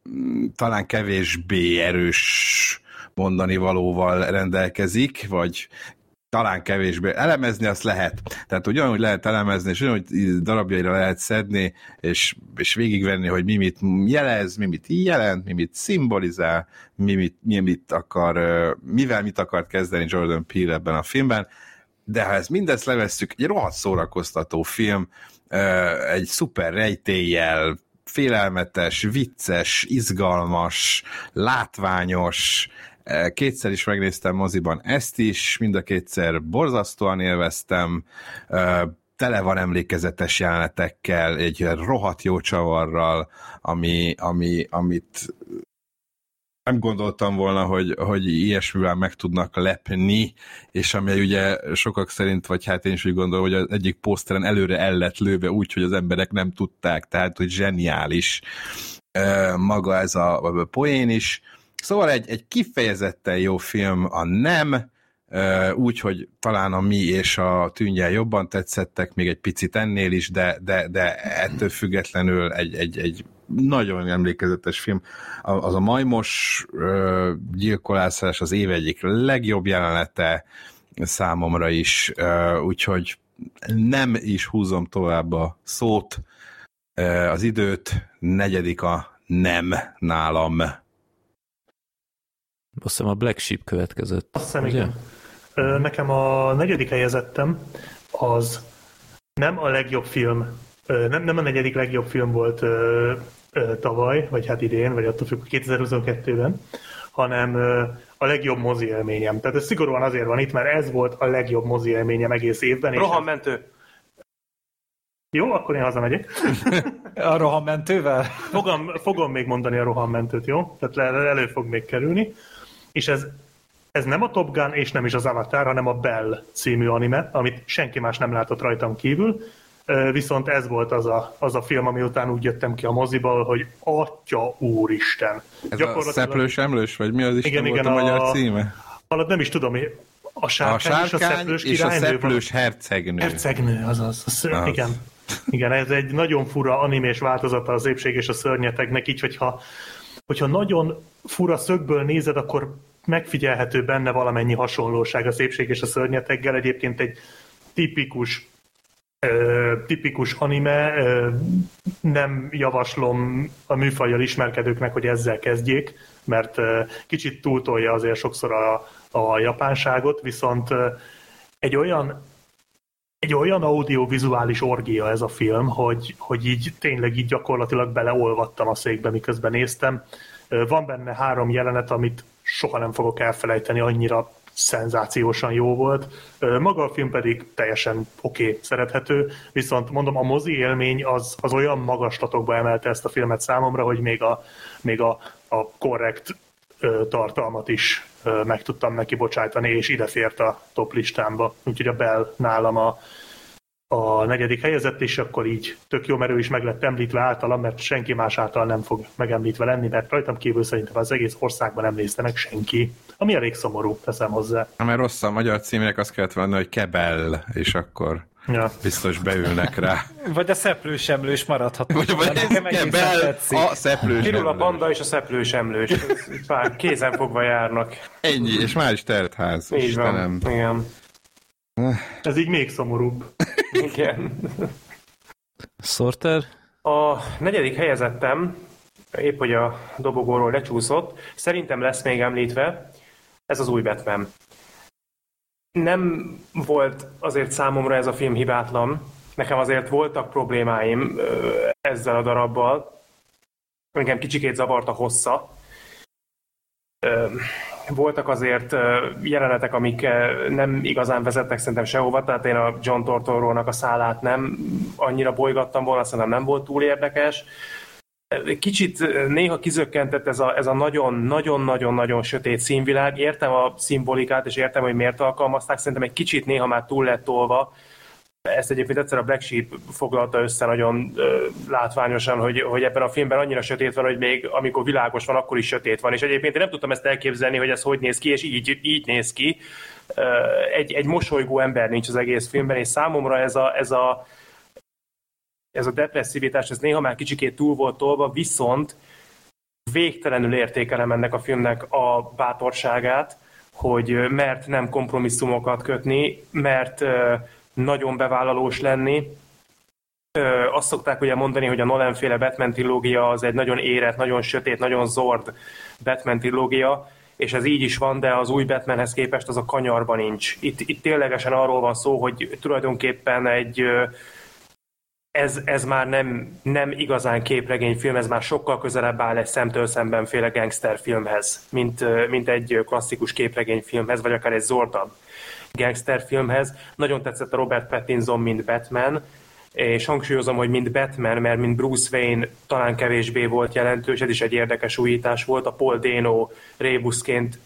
talán kevésbé erős mondani valóval rendelkezik, vagy talán kevésbé. Elemezni azt lehet. Tehát ugyanúgy lehet elemezni, és ugyanúgy darabjaira lehet szedni, és, és végigvenni, hogy mi mit jelez, mi mit jelent, mi mit szimbolizál, mi mit, mi mit akar, mivel mit akart kezdeni Jordan Peele ebben a filmben. De ha ezt mindezt levesszük, egy rohadt szórakoztató film, egy szuper rejtéllyel, félelmetes, vicces, izgalmas, látványos, kétszer is megnéztem moziban ezt is, mind a kétszer borzasztóan élveztem, tele van emlékezetes jelenetekkel, egy rohadt jó csavarral, ami, ami, amit nem gondoltam volna, hogy, hogy ilyesmivel meg tudnak lepni, és ami ugye sokak szerint, vagy hát én is úgy gondolom, hogy az egyik poszteren előre el lett lőve úgy, hogy az emberek nem tudták, tehát hogy zseniális maga ez a poén is. Szóval egy, egy kifejezetten jó film a Nem, úgy, hogy talán a Mi és a Tűnnyel jobban tetszettek, még egy picit ennél is, de, de, de ettől függetlenül egy, egy, egy nagyon emlékezetes film. Az a majmos gyilkolászás az év egyik legjobb jelenete számomra is, úgyhogy nem is húzom tovább a szót, az időt, negyedik a Nem nálam. Azt hiszem a Black Sheep következett. Azt hiszem, igen. Nekem a negyedik helyezettem az nem a legjobb film, nem, nem a negyedik legjobb film volt ö, ö, tavaly, vagy hát idén, vagy attól függ, kétezer-huszonkettőben, hanem ö, a legjobb mozi élményem. Tehát ez szigorúan azért van itt, mert ez volt a legjobb mozi élményem egész évben. Rohanmentő. Jó, akkor én hazamegyek. A rohanmentővel? Fogom, fogom még mondani a rohanmentőt, jó? Tehát elő fog még kerülni. És ez, ez nem a Top Gun, és nem is az Avatar, hanem a Bell című anime, amit senki más nem látott rajtam kívül. Viszont ez volt az a, az a film, ami után úgy jöttem ki a moziból, hogy Atya úristen. Ez a Szeplős Emlős, vagy mi az Isten igen, volt igen, a magyar címe? Alatt nem is tudom, a sárkány, a sárkány és a szeplős, és a szeplős hercegnő. Hercegnő, azaz. Az, az. Igen. Igen, ez egy nagyon fura animés változata az Épség és a szörnyetegnek, így, hogyha, hogyha nagyon fura szögből nézed, akkor megfigyelhető benne valamennyi hasonlóság az Épség és a szörnyeteggel. Egyébként egy tipikus ö, tipikus anime, ö, nem javaslom a műfajjal ismerkedőknek, hogy ezzel kezdjék, mert ö, kicsit túltolja azért sokszor a, a japánságot, viszont ö, egy olyan Egy olyan audiovizuális orgia ez a film, hogy, hogy így tényleg így gyakorlatilag beleolvadtam a székbe, miközben néztem. Van benne három jelenet, amit soha nem fogok elfelejteni, annyira szenzációsan jó volt. Maga a film pedig teljesen oké, okay, szerethető, viszont mondom, a mozi élmény az, az olyan magaslatokba emelte ezt a filmet számomra, hogy még a, még a, a korrekt tartalmat is meg tudtam neki bocsájtani, és ide fért a top listámba. Úgyhogy a Bell nálam a, a negyedik helyezett, és akkor így tök jó, mert ő is meg lett említve általam, mert senki más által nem fog megemlítve lenni, mert rajtam kívül szerintem az egész országban nem nézte meg senki. Ami elég szomorú, teszem hozzá. Mert rossz a magyar címnek, azt kellett volna, hogy Kebell, és akkor ja. biztos beülnek rá. Vagy a szeplős emlős maradhat. Vagy, vagy Kebell, a szeplős Kirul a banda és a szeplős emlős. Pár kézen fogva járnak. Ennyi, és már is telt ház. Így Istenem. Van, igen. Ez így még szomorúbb. Igen. Sorter? A negyedik helyezettem, épp hogy a dobogóról lecsúszott, szerintem lesz még említve, ez az új Batman. Nem volt azért számomra ez a film hibátlan, nekem azért voltak problémáim ezzel a darabbal, engem kicsikét zavart a hossza. Voltak azért jelenetek, amik nem igazán vezettek szerintem sehova, tehát én a John Tortorónak a szálát nem annyira bolygattam volna, szerintem nem volt túl érdekes. Kicsit néha kizökkentett ez a, ez a nagyon-nagyon-nagyon-nagyon sötét színvilág. Értem a szimbolikát, és értem, hogy miért alkalmazták. Szerintem egy kicsit néha már túl lett tolva. Ezt egyébként egyszer a Black Sheep foglalta össze nagyon ö, látványosan, hogy, hogy ebben a filmben annyira sötét van, hogy még amikor világos van, akkor is sötét van. És egyébként én nem tudtam ezt elképzelni, hogy ez hogy néz ki, és így, így néz ki. Egy, egy mosolygó ember nincs az egész filmben, és számomra ez a, ez a ez a depresszivitás, ez néha már kicsikét túl volt tolva, viszont végtelenül értékelem ennek a filmnek a bátorságát, hogy mert nem kompromisszumokat kötni, mert nagyon bevállalós lenni. Azt szokták ugye mondani, hogy a Nolan-féle Batman trilógia az egy nagyon érett, nagyon sötét, nagyon zord Batman trilógia, és ez így is van, de az új Batmanhez képest az a kanyarban nincs. Itt, itt ténylegesen arról van szó, hogy tulajdonképpen egy ez, ez már nem, nem igazán képregényfilm, ez már sokkal közelebb áll egy szemtől szemben féle gangsterfilmhez, mint, mint egy klasszikus képregényfilmhez, vagy akár egy zordabb gangsterfilmhez. Nagyon tetszett a Robert Pattinson, mint Batman, és hangsúlyozom, hogy mint Batman, mert mint Bruce Wayne talán kevésbé volt jelentős, ez is egy érdekes újítás volt, a Paul Dano rébuszként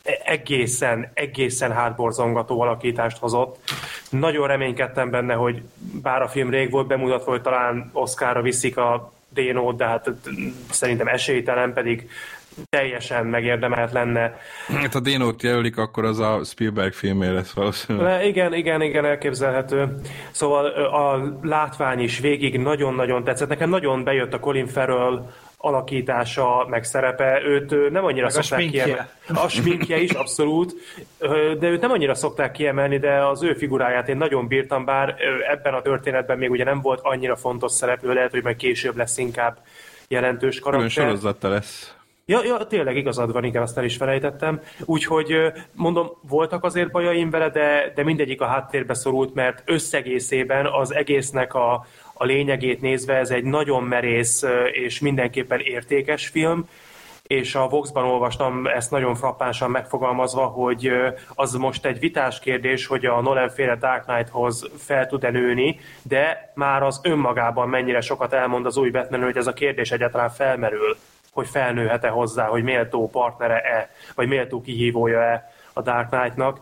egészen, egészen hátborzongató alakítást hozott. Nagyon reménykedtem benne, hogy bár a film rég volt bemutatva, hogy talán Oscarra viszik a Dano-t, de hát szerintem esélytelen, pedig teljesen megérdemelt lenne. Hát a Dano-t jelölik, akkor az a Spielberg filmé lesz valószínűleg. Le, igen, igen, igen, elképzelhető. Szóval a látvány is végig nagyon-nagyon tetszett. Nekem nagyon bejött a Colin Farrell alakítása, meg szerepe, őt nem annyira meg szokták a kiemelni. A sminkje is, abszolút, de őt nem annyira szokták kiemelni, de az ő figuráját én nagyon bírtam, bár ebben a történetben még ugye nem volt annyira fontos szereplő, lehet, hogy majd később lesz inkább jelentős karakter. Külön sorozata lesz. Ja, ja, tényleg igazad van, igen, azt el is felejtettem. Úgyhogy mondom, voltak azért bajaim vele, de, de mindegyik a háttérbe szorult, mert összegészében az egésznek a, a lényegét nézve ez egy nagyon merész és mindenképpen értékes film, és a Vox-ban olvastam ezt nagyon frappánsan megfogalmazva, hogy az most egy vitás kérdés, hogy a Nolan-féle Dark Knight-hoz fel tud-e nőni, de már az önmagában mennyire sokat elmond az új Batman, hogy ez a kérdés egyáltalán felmerül, hogy felnőhet-e hozzá, hogy méltó partnere-e, vagy méltó kihívója-e a Dark Knight-nak.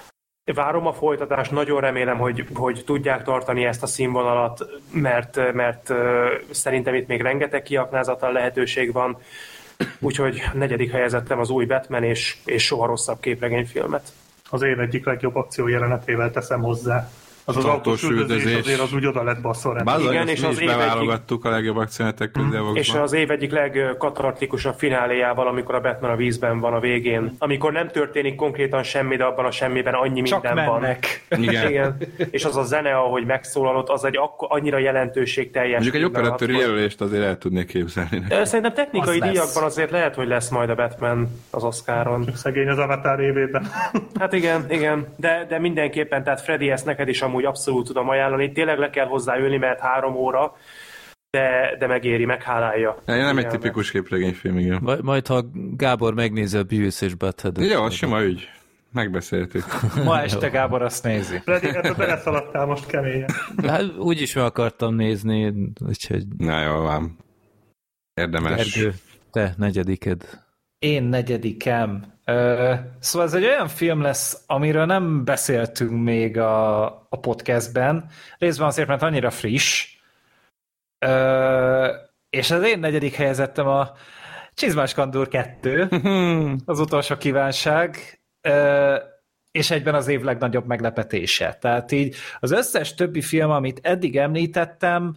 Várom a folytatást, nagyon remélem, hogy, hogy tudják tartani ezt a színvonalat, mert, mert szerintem itt még rengeteg kiaknázatlan lehetőség van, úgyhogy negyedik helyezettem az új Batman, és, és soha rosszabb képregényfilmet. Az év egyik legjobb akció jelenetével teszem hozzá. Az az autós üldözés azért az úgy oda lett basszor. Igen, és az beválogattuk a legjobb akciónetek közé. És az év egyik legkatartikusabb fináléjával, amikor a Batman a vízben van a végén. Amikor nem történik konkrétan semmi, de abban a semmiben annyi csak minden mennek. van. Igen. Igen. És az a zene, ahogy megszólalott, az egy akkor annyira jelentőségteljes. Mondjuk egy operatőri jelölést azért el tudnék képzelni. Szerintem technikai díjakban azért lehet, hogy lesz majd a Batman az Oscaron. Csak szegény az Avatar évében. Hát igen, igen. De, de mindenképpen, tehát Freddy, ezt neked is amúgy abszolút tudom ajánlani. Tényleg le kell hozzá ülni, mert három óra, de, de megéri, meghálálja. Ja, nem egy tipikus képregényfilm, igen. Majd, majd ha Gábor megnézi a Beavis és Butthead-et. Jó, az sima ügy. Megbeszéltük. Ma este Gábor azt nézi. Freddy, ebbe beleszaladtál most keményen. Hát úgyis meg akartam nézni, úgyhogy... Na jól van. Érdemes. Ergő, te negyediked. Én negyedikem. Szóval ez egy olyan film lesz, amiről nem beszéltünk még a, a podcastben, részben azért, mert annyira friss, és az én negyedik helyezettem a Csizmás Kandúr kettő, az utolsó kívánság, és egyben az év legnagyobb meglepetése. Tehát így az összes többi film, amit eddig említettem,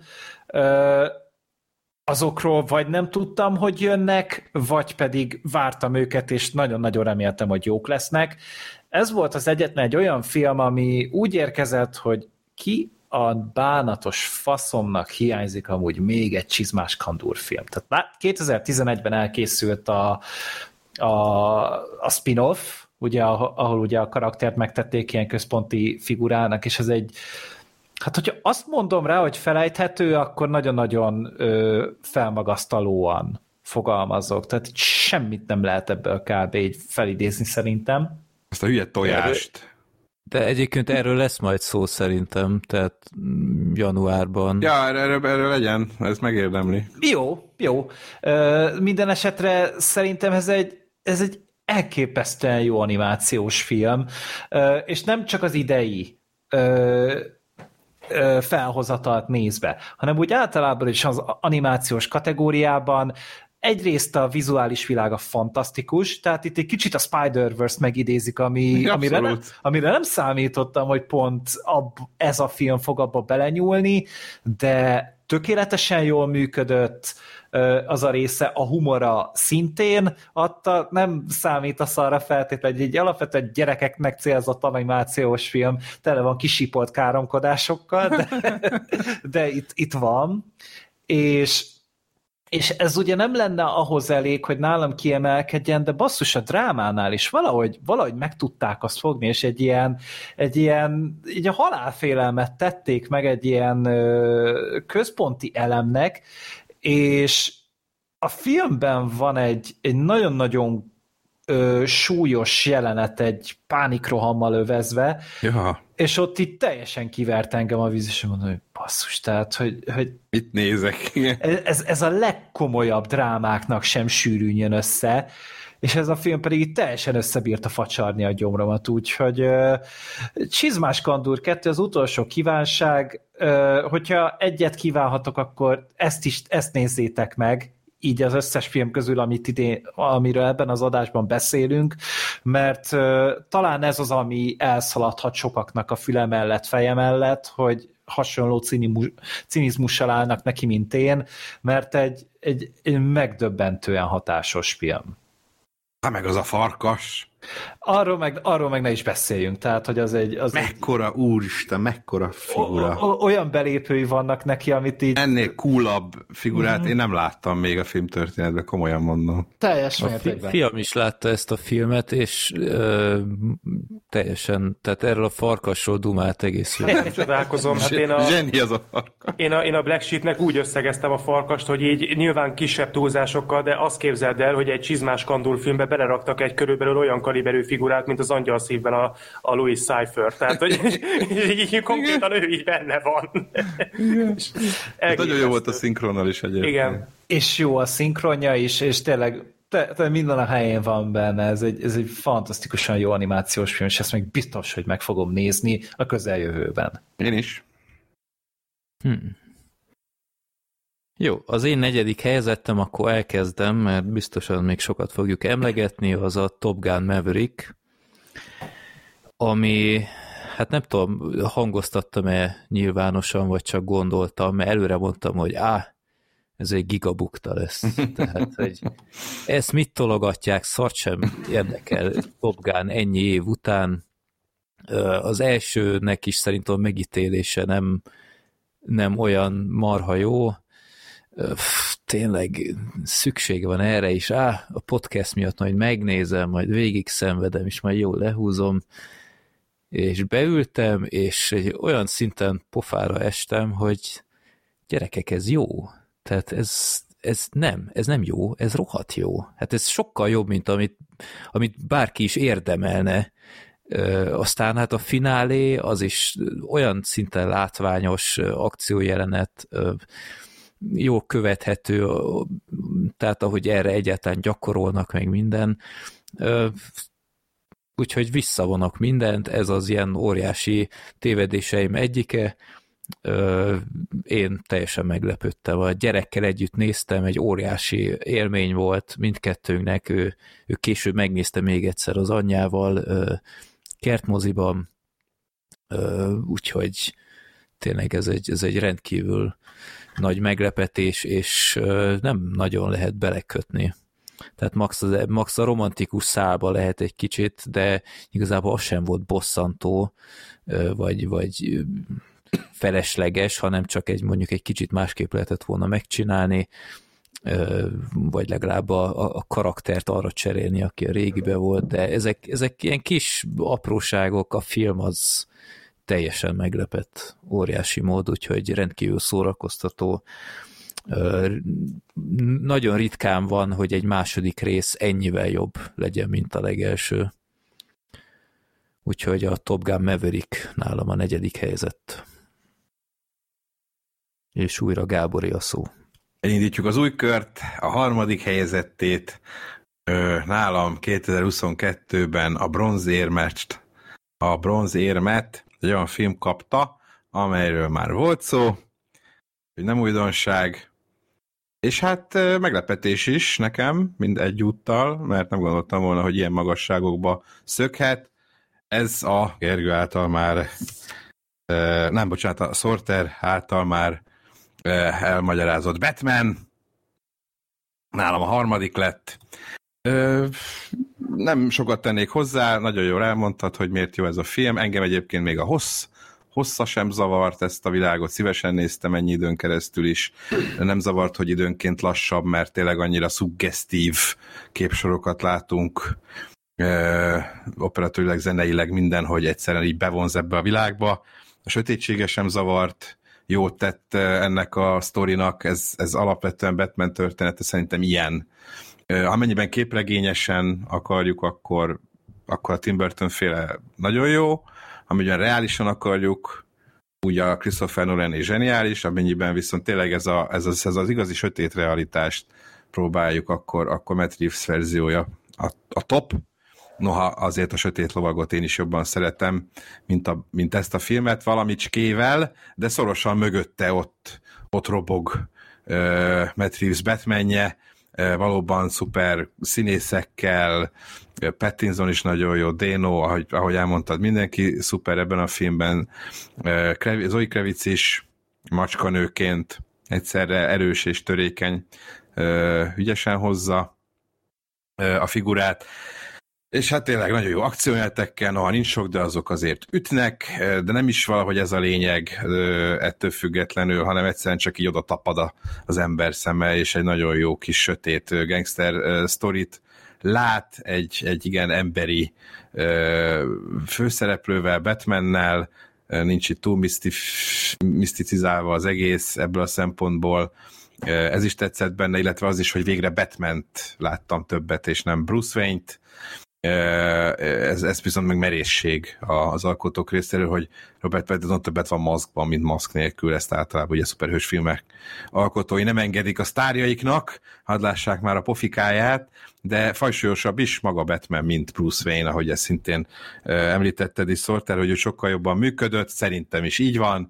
azokról vagy nem tudtam, hogy jönnek, vagy pedig vártam őket, és nagyon-nagyon reméltem, hogy jók lesznek. Ez volt az egyetlen egy olyan film, ami úgy érkezett, hogy ki a bánatos faszomnak hiányzik amúgy még egy Csizmás Kandúr film. Tehát kétezer-tizenegyben elkészült a, a, a spin-off, ugye, ahol ugye a karaktert megtették ilyen központi figurának, és ez egy hát, hogyha azt mondom rá, hogy felejthető, akkor nagyon-nagyon ö, felmagasztalóan fogalmazok. Tehát semmit nem lehet ebből kb. Így felidézni szerintem. Ezt a hülye tojást. De egyébként erről lesz majd szó szerintem, tehát januárban. Ja, erről, erről legyen, ez megérdemli. Jó, jó. Ö, minden esetre szerintem ez egy, ez egy elképesztően jó animációs film, ö, és nem csak az idei ö, felhozatalt nézve, hanem úgy általában is az animációs kategóriában egyrészt a vizuális világa fantasztikus, tehát itt egy kicsit a Spider-Verse-t megidézik, ami, amire, nem, amire nem számítottam, hogy pont ab, ez a film fog abba belenyúlni, de tökéletesen jól működött az a része, a humora szintén adta, nem számítasz arra feltétlenül, hogy egy alapvetően gyerekeknek célzott animációs film, tele van kisipolt káromkodásokkal, de, de itt, itt van, és És ez ugye nem lenne ahhoz elég, hogy nálam kiemelkedjen, de basszus, a drámánál is valahogy, valahogy meg tudták azt fogni, és egy ilyen, egy ilyen így a halálfélelmet tették meg egy ilyen ö, központi elemnek, és a filmben van egy, egy nagyon-nagyon ö, súlyos jelenet, egy pánikrohammal övezve, ja. És ott itt teljesen kivert engem a víz, és mondom, hogy basszus, tehát, hogy... hogy mit nézek? ez, ez a legkomolyabb drámáknak sem sűrűnjön össze, és ez a film pedig itt teljesen összebírta facsarni a gyomromat, úgyhogy uh, Csizmás Kandúr kettő az utolsó kívánság, uh, hogyha egyet kívánhatok, akkor ezt is, ezt nézzétek meg, így az összes film közül, amit idén, amiről ebben az adásban beszélünk, mert uh, talán ez az, ami elszaladhat sokaknak a füle mellett, feje mellett, hogy hasonló cinizmussal állnak neki, mint én, mert egy, egy, egy megdöbbentően hatásos film. Hát meg az a farkas. Arról meg, arról meg ne is beszéljünk, tehát, hogy az egy... Az mekkora, egy, úristen, mekkora figura. O, o, olyan belépői vannak neki, amit így... Ennél coolabb figurát mm-hmm. én nem láttam még a filmtörténetben, komolyan mondom. Teljes mértékben. A fi- fiam is látta ezt a filmet, és ö, teljesen, tehát erről a farkasról dumált egész jól. Nem csodálkozom, hát én a... Zseni az a farkas. Én a, én a Black Sheepnek úgy összegeztem a farkast, hogy így nyilván kisebb túlzásokkal, de azt képzeld el, hogy egy Csizmás Kandúr filmbe beleraktak egy körülbelül olyan kaliberű figurát, mint az Angyal szívben a, a Louis Cypher. Tehát, hogy így konkrétan ő így benne van. Nagyon jó volt a szinkronnal is egyébként. Igen. És jó a szinkronja is, és tényleg te, te minden a helyén van benne. Ez egy, ez egy fantasztikusan jó animációs film, és ezt még biztos, hogy meg fogom nézni a közeljövőben. Én is. Hmm. Jó, az én negyedik helyezettem, akkor elkezdem, mert biztosan még sokat fogjuk emlegetni, az a Top Gun Maverick, ami, hát nem tudom, hangoztattam-e nyilvánosan, vagy csak gondoltam, mert előre mondtam, hogy á, ez egy gigabukta lesz. Tehát, hogy ezt mit tologatják, szart sem érdekel Top Gun ennyi év után. Az elsőnek is szerintem a megítélése nem, nem olyan marha jó. Tényleg szükség van erre is. Á, a podcast miatt majd megnézem, majd végig szenvedem, és majd jól lehúzom. És beültem, és egy olyan szinten pofára estem, hogy gyerekek, ez jó. Tehát ez, ez nem, ez nem jó, ez rohadt jó. Hát ez sokkal jobb, mint amit, amit bárki is érdemelne. Ö, aztán hát a finálé az is olyan szinten látványos akciójelenet, ö, jó követhető, tehát ahogy erre egyáltalán gyakorolnak meg minden. Ö, úgyhogy visszavonok mindent, ez az ilyen óriási tévedéseim egyike. Ö, én teljesen meglepődtem. A gyerekkel együtt néztem, egy óriási élmény volt mindkettőnknek, ő, ő később megnézte még egyszer az anyjával ö, kertmoziban, ö, úgyhogy tényleg ez egy, ez egy rendkívül nagy meglepetés, és ö, nem nagyon lehet belekötni. Tehát max, az, max a romantikus szálba lehet egy kicsit, de igazából az sem volt bosszantó, ö, vagy, vagy felesleges, hanem csak egy mondjuk egy kicsit másképp lehetett volna megcsinálni, vagy legalább a, a karaktert arra cserélni, aki a régibe volt, de ezek, ezek ilyen kis apróságok, a film az teljesen meglepett óriási mód, úgyhogy rendkívül szórakoztató. Nagyon ritkán van, hogy egy második rész ennyivel jobb legyen, mint a legelső. Úgyhogy a Top Gun Maverick nálam a negyedik helyzet. És újra Gábori a szó. Elindítjuk az új kört, a harmadik helyezettét, ö, nálam kétezer-huszonkettőben a bronzérmet, a bronzérmet egy olyan film kapta, amelyről már volt szó, hogy nem újdonság, És hát meglepetés is nekem, mind egyúttal, mert nem gondoltam volna, hogy ilyen magasságokba szökhet. Ez a Gergő által már, nem, bocsánat, a Sorter által már elmagyarázott Batman. Nálam a harmadik lett. Nem sokat tennék hozzá, nagyon jól elmondtad, hogy miért jó ez a film. Engem egyébként még a hossz, hossza sem zavart, ezt a világot szívesen néztem ennyi időn keresztül is. Nem zavart, hogy időnként lassabb, mert tényleg annyira szuggesztív képsorokat látunk, operatőrileg, zeneileg minden, hogy egyszerűen így bevonz ebbe a világba. A sötétsége sem zavart, jót tett ennek a sztorinak, ez, ez alapvetően Batman története, szerintem ilyen. Amennyiben képregényesen akarjuk, akkor, akkor a Tim Burton féle nagyon jó, amennyiben reálisan akarjuk, úgy a Christopher Nolan és zseniális, amennyiben viszont tényleg ez, a, ez, az, ez az igazi sötét realitást próbáljuk, akkor, akkor Matt Reeves verziója a, a top. Noha azért a sötét lovagot én is jobban szeretem, mint, a, mint ezt a filmet, valamicskével, de szorosan mögötte ott, ott robog uh, Matt Reeves Batmanje, uh, valóban szuper színészekkel, uh, Pattinson is nagyon jó, Dano, ahogy, ahogy elmondtad, mindenki szuper ebben a filmben, uh, Krev- Zoe Kravitz is macskanőként egyszerre erős és törékeny, uh, ügyesen hozza uh, a figurát. És hát tényleg nagyon jó akciójátekkel, noha nincs sok, de azok azért ütnek, de nem is valahogy ez a lényeg ettől függetlenül, hanem egyszerűen csak így oda tapad az ember szeme, és egy nagyon jó kis sötét gangster sztorit lát, egy, egy igen emberi főszereplővel, Batmannel, nincs itt túl misztif- miszticizálva az egész ebből a szempontból. Ez is tetszett benne, illetve az is, hogy végre Batmant láttam többet, és nem Bruce Wayne-t. Ez, ez viszont meg merészség az alkotók részéről, hogy Robert Pattinson többet van maszkban, mint maszk nélkül, ezt általában ugye szuperhős filmek alkotói nem engedik a sztárjaiknak, hadd lássák már a pofikáját, de fajsúlyosabb is maga Batman, mint Bruce Wayne, ahogy ezt szintén említetted is, Sorter, hogy ő sokkal jobban működött, szerintem is így van.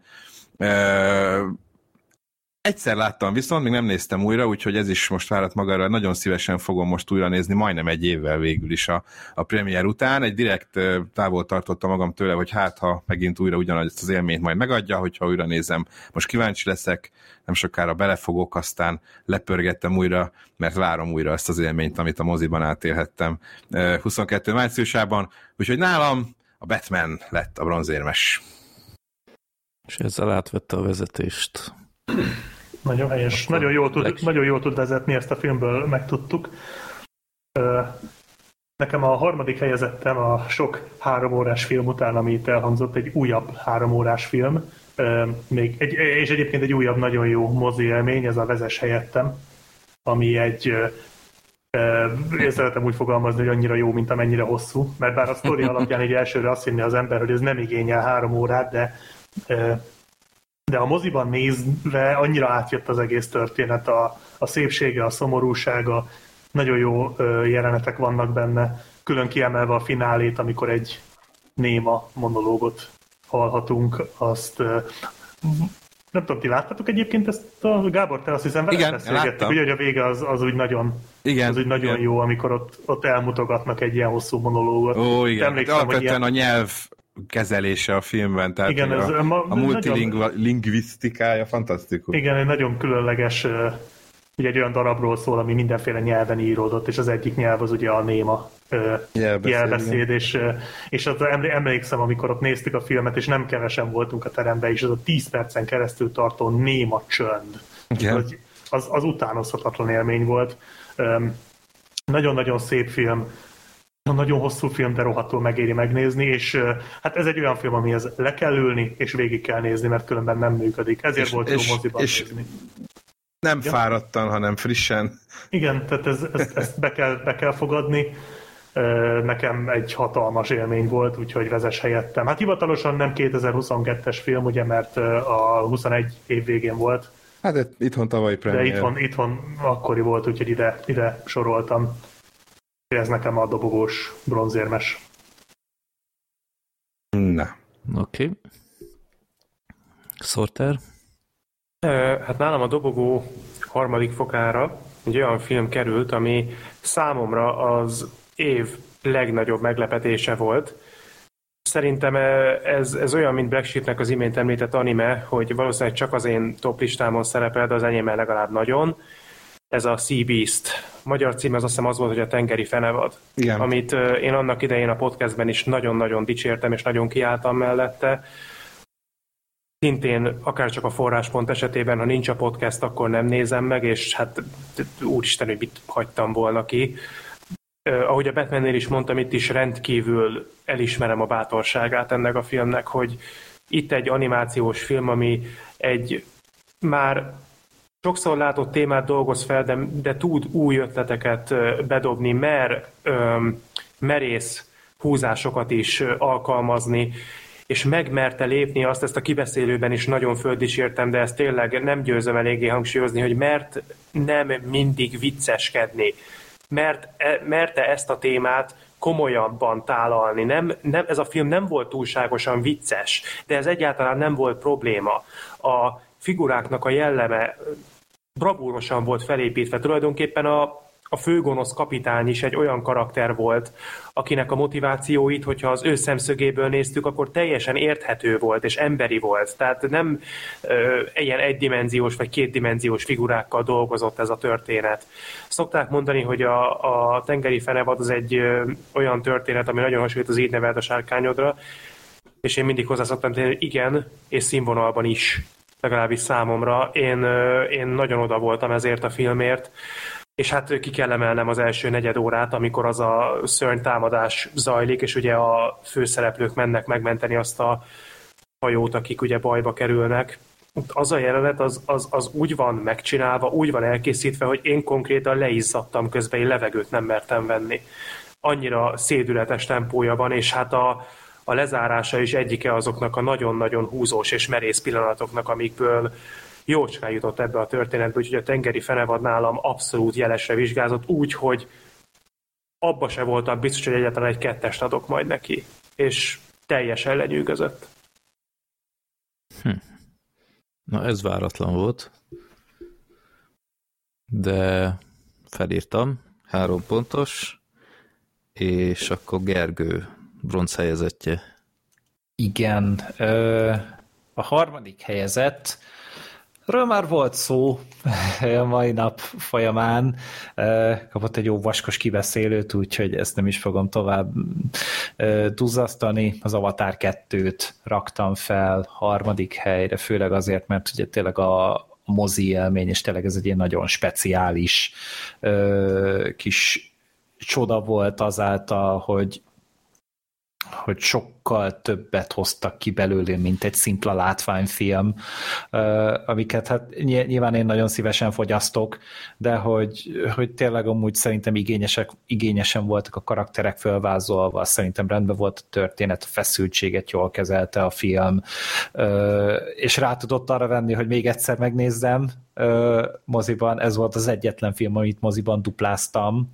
Egyszer láttam viszont, még nem néztem újra, úgyhogy ez is most várat magára, nagyon szívesen fogom most újra nézni, majdnem egy évvel végül is a, a premier után. Egy direkt távol tartottam magam tőle, hogy hát, ha megint újra ugyanazt az élményt majd megadja, hogyha újra nézem. Most kíváncsi leszek, nem sokára belefogok, aztán lepörgettem újra, mert várom újra ezt az élményt, amit a moziban átélhettem huszonkettő márciusában. Úgyhogy nálam a Batman lett a bronzérmes. És ezzel átvette a vezetést. Nagyon helyes. Nagyon jól, tud, nagyon jól tud vezetni, ezt a filmből megtudtuk. Nekem a harmadik helyezettem a sok három órás film után, ami itt elhangzott, egy újabb három órás film. Még egy, és egyébként egy újabb, nagyon jó mozi élmény, ez a Vezess helyettem, ami egy, én szeretem úgy fogalmazni, hogy annyira jó, mint amennyire hosszú, mert bár a sztori alapján egy elsőre azt hinni az ember, hogy ez nem igényel három órát, de de a moziban nézve annyira átjött az egész történet, a, a szépsége, a szomorúsága, nagyon jó ö, jelenetek vannak benne, külön kiemelve a finálét, amikor egy néma monológot hallhatunk, azt ö, nem tudom, ti láttátok egyébként ezt a Gábor, te azt hiszem velem beszélgettük, ugye, hogy a vége az, az úgy nagyon, igen, az úgy nagyon igen. jó, amikor ott, ott elmutogatnak egy ilyen hosszú monológot. Ó, igen, alapvetően ilyen... a nyelv kezelése a filmben, tehát igen, ez, a, a multilingvisztikája fantasztikus. Igen, egy nagyon különleges, ugye egy olyan darabról szól, ami mindenféle nyelven íródott, és az egyik nyelv az ugye a néma jelbeszéd, jelbeszéd és, és az emlékszem, amikor ott néztük a filmet, és nem kevesen voltunk a teremben, és az a tíz percen keresztül tartó néma csönd. Az, az, az utánozhatatlan élmény volt. Nagyon-nagyon szép film, nagyon hosszú film, de rohadtul megéri megnézni, és hát ez egy olyan film, amihez le kell ülni, és végig kell nézni, mert különben nem működik. Ezért és, volt jó moziban és nézni. Nem igen? fáradtan, hanem frissen. Igen, tehát ez, ezt, ezt be, kell, be kell fogadni. Nekem egy hatalmas élmény volt, úgyhogy Vezess helyettem. Hát hivatalosan nem kétezer-huszonkettes film, ugye, mert a huszonegy év végén volt. Hát itthon tavalyi premier. De itthon, itthon akkori volt, úgyhogy ide, ide soroltam. Ez nekem a dobogós bronzérmes. Na. Oké. Okay. Sorter? Hát nálam a dobogó harmadik fokára egy olyan film került, ami számomra az év legnagyobb meglepetése volt. Szerintem ez, ez olyan, mint Black Sheepnek az imént említett anime, hogy valószínűleg csak az én top listámon szerepel, de az enyémmel legalább nagyon. Ez a Sea Beast. Magyar cím az azt hiszem az volt, hogy a tengeri fenevad. Igen. Amit én annak idején a podcastben is nagyon-nagyon dicsértem, és nagyon kiálltam mellette. Szintén akárcsak a forráspont esetében, ha nincs a podcast, akkor nem nézem meg, és hát úristen, hogy mit hagytam volna ki. Uh, ahogy a Batmannél is mondtam, itt is rendkívül elismerem a bátorságát ennek a filmnek, hogy itt egy animációs film, ami egy már sokszor látott témát dolgoz fel, de, de tud új ötleteket bedobni, mer um, merész húzásokat is alkalmazni, és megmerte lépni azt, ezt a kibeszélőben is nagyon földdicsértem, de ezt tényleg nem győzöm eléggé hangsúlyozni, hogy mert nem mindig vicceskedni, mert merte ezt a témát komolyabban tálalni. Nem, nem, ez a film nem volt túlságosan vicces, de ez egyáltalán nem volt probléma. A figuráknak a jelleme bravúrosan volt felépítve. Tulajdonképpen a A főgonosz kapitány is egy olyan karakter volt, akinek a motivációit, hogyha az ő szemszögéből néztük, akkor teljesen érthető volt, és emberi volt. Tehát nem ö, ilyen egydimenziós vagy kétdimenziós figurákkal dolgozott ez a történet. Szokták mondani, hogy a, a tengeri fenevad az egy ö, olyan történet, ami nagyon hasonlít az Így neveld a sárkányodra, és én mindig hozzá szoktam tenni, hogy igen, és színvonalban is, legalábbis számomra. Én, ö, én nagyon oda voltam ezért a filmért, és hát ki kell emelnem az első negyed órát, amikor az a szörnytámadás zajlik, és ugye a főszereplők mennek megmenteni azt a hajót, akik ugye bajba kerülnek. Az a jelenet az, az, az úgy van megcsinálva, úgy van elkészítve, hogy én konkrétan leizzadtam közben, én levegőt nem mertem venni. Annyira szédületes tempója van, és hát a, a lezárása is egyike azoknak a nagyon-nagyon húzós és merész pillanatoknak, amikből jócskán jutott ebbe a történetbe, úgyhogy a tengeri fenevad nálam abszolút jelesre vizsgázott, úgy, hogy abba se voltam biztos, hogy egyáltalán egy kettest adok majd neki, és teljesen lenyűgözött. Hm. Na ez váratlan volt, de felírtam, három pontos, és akkor Gergő bronz helyezettje. Igen, a harmadik helyezett, ről már volt szó a mai nap folyamán, kapott egy jó vaskos kibeszélőt, úgyhogy ezt nem is fogom tovább duzzasztani. Az Avatar kettőt raktam fel harmadik helyre, főleg azért, mert ugye tényleg a mozi élmény, és tényleg ez egy ilyen nagyon speciális kis csoda volt azáltal, hogy hogy sokkal többet hoztak ki belőle, mint egy szimpla látványfilm, amiket hát nyilván én nagyon szívesen fogyasztok, de hogy, hogy tényleg amúgy szerintem igényesek, igényesen voltak a karakterek fölvázolva, szerintem rendben volt a történet, a feszültséget jól kezelte a film, és rá tudott arra venni, hogy még egyszer megnézzem moziban, ez volt az egyetlen film, amit moziban dupláztam.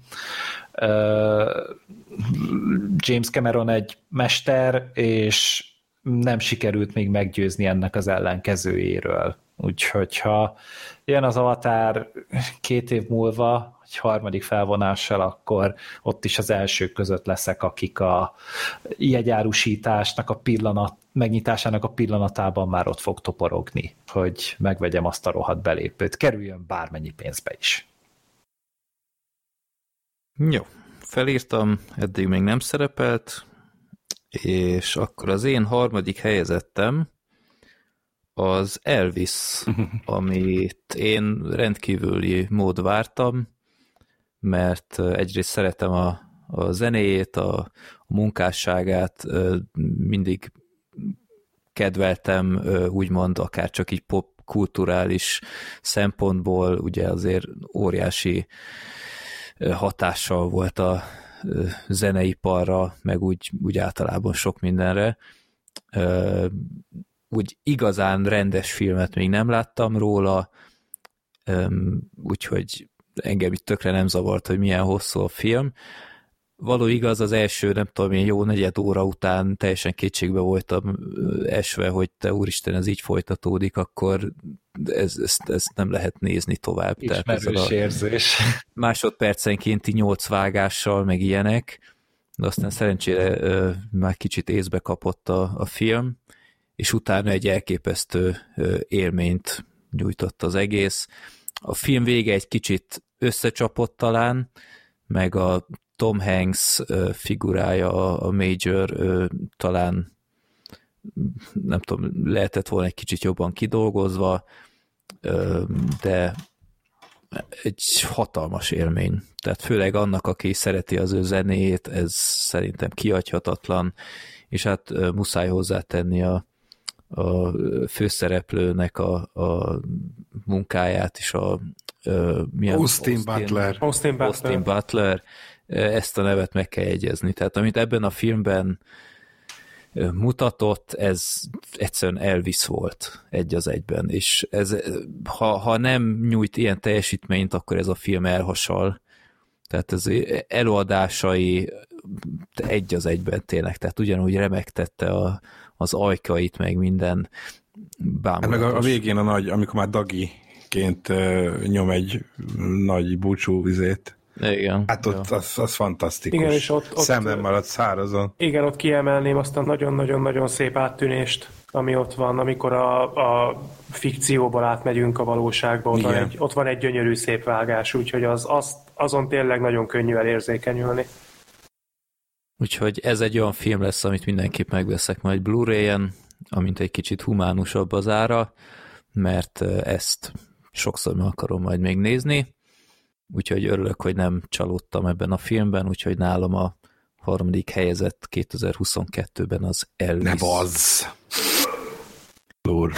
James Cameron egy mester, és nem sikerült még meggyőzni ennek az ellenkezőjéről. Úgyhogy ha jön az Avatar két év múlva, egy harmadik felvonással, akkor ott is az elsők között leszek, akik a jegyárusításnak a pillanat, megnyitásának a pillanatában már ott fog toporogni, hogy megvegyem azt a rohadt belépőt. Kerüljön bármennyi pénzbe is. Jó, felírtam, eddig még nem szerepelt, és akkor az én harmadik helyezettem az Elvis, amit én rendkívüli mód vártam, mert egyrészt szeretem a, a zenéjét, a, a munkásságát, mindig kedveltem, úgymond akár csak így popkulturális szempontból, ugye azért óriási hatással volt a zeneiparra, meg úgy, úgy általában sok mindenre. Úgy igazán rendes filmet még nem láttam róla, úgyhogy engem itt tökre nem zavart, hogy milyen hosszú a film. való igaz, az első, nem tudom én, jó negyed óra után teljesen kétségbe voltam esve, hogy te úristen, ez így folytatódik, akkor ez, ezt, ezt nem lehet nézni tovább. Ismerős érzés. Másodpercenkénti nyolc vágással, meg ilyenek, de aztán szerencsére ö, már kicsit észbe kapott a, a film, és utána egy elképesztő ö, élményt nyújtott az egész. A film vége egy kicsit összecsapott talán, meg a Tom Hanks figurája, a Major talán nem tudom, lehetett volna egy kicsit jobban kidolgozva, de egy hatalmas élmény. Tehát főleg annak, aki szereti az ő zenéjét, ez szerintem kihagyhatatlan, és hát muszáj hozzátenni a, a főszereplőnek a, a munkáját, és a milyen Austin, Austin Butler. Austin Butler. Austin Butler. Ezt a nevet meg kell jegyezni. Tehát amit ebben a filmben mutatott, ez egyszerűen Elvis volt egy az egyben, és ez, ha, ha nem nyújt ilyen teljesítményt, akkor ez a film elhasal. Tehát ez előadásai egy az egyben tényleg, tehát ugyanúgy remegtette a, az ajkait, meg minden bámulatos. Hát meg a, a végén a nagy, amikor már Dagi-ként uh, nyom egy nagy búcsú vizét. Igen. Hát ott ja. az, az fantasztikus. Igen, és ott, ott szem nem maradt szárazon. Igen, ott kiemelném azt a nagyon-nagyon-nagyon szép áttűnést, ami ott van, amikor a, a fikcióból átmegyünk a valóságba. Ott van, egy, ott van egy gyönyörű szép vágás, úgyhogy az, az, azon tényleg nagyon könnyű elérzékenyülni. Úgyhogy ez egy olyan film lesz, amit mindenképp megveszek majd Blu-ray-en, amint egy kicsit humánusabb az ára, mert ezt sokszor meg akarom majd még nézni. Úgyhogy örülök, hogy nem csalódtam ebben a filmben, úgyhogy nálam a harmadik helyezett kétezer-huszonkettőben az Elvis. Ne bazz! Lór.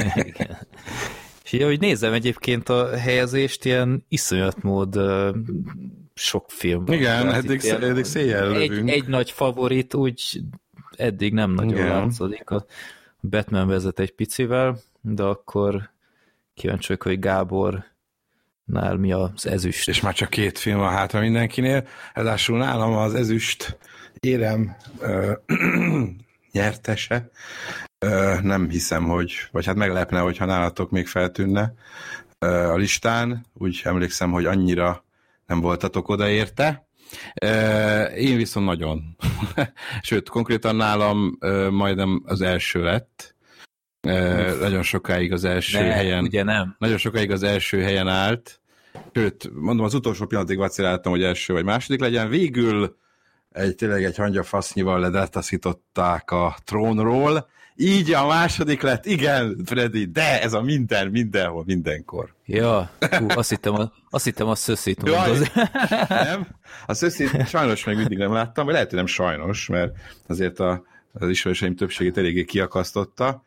És így, ahogy nézem egyébként a helyezést, ilyen iszonyat mód uh, sok film van. Igen, eddig, eddig széjjel lövünk. Egy, egy nagy favorit úgy eddig nem nagyon Igen. látszik. A Batman vezet egy picivel, de akkor kíváncsi vagyok, hogy Gábor nál mi az ezüst. És már csak két film van hátra mindenkinél. Ezásról nálam az ezüst érem ö, nyertese. Ö, nem hiszem, hogy, vagy hát meglepne, hogyha nálatok még feltűnne ö, a listán. Úgy emlékszem, hogy annyira nem voltatok odaérte. Ö, én viszont nagyon. Sőt, konkrétan nálam ö, majdnem az első lett. Uh, nagyon sokáig az első ne, helyen ugye nem. nagyon sokáig az első helyen állt, sőt, mondom, az utolsó pillanatig vaciláltam, hogy első vagy második legyen, végül egy, tényleg egy hangyafasznyival ledetaszították a trónról, így a második lett, igen, Freddy, de ez a minden, mindenhol, mindenkor. Ja, hú, azt hittem a, azt hittem a Szöszit mondod. Nem, a Szöszit sajnos még mindig nem láttam, vagy lehet, hogy nem sajnos, mert azért a, az ismerőseim többségét eléggé kiakasztotta.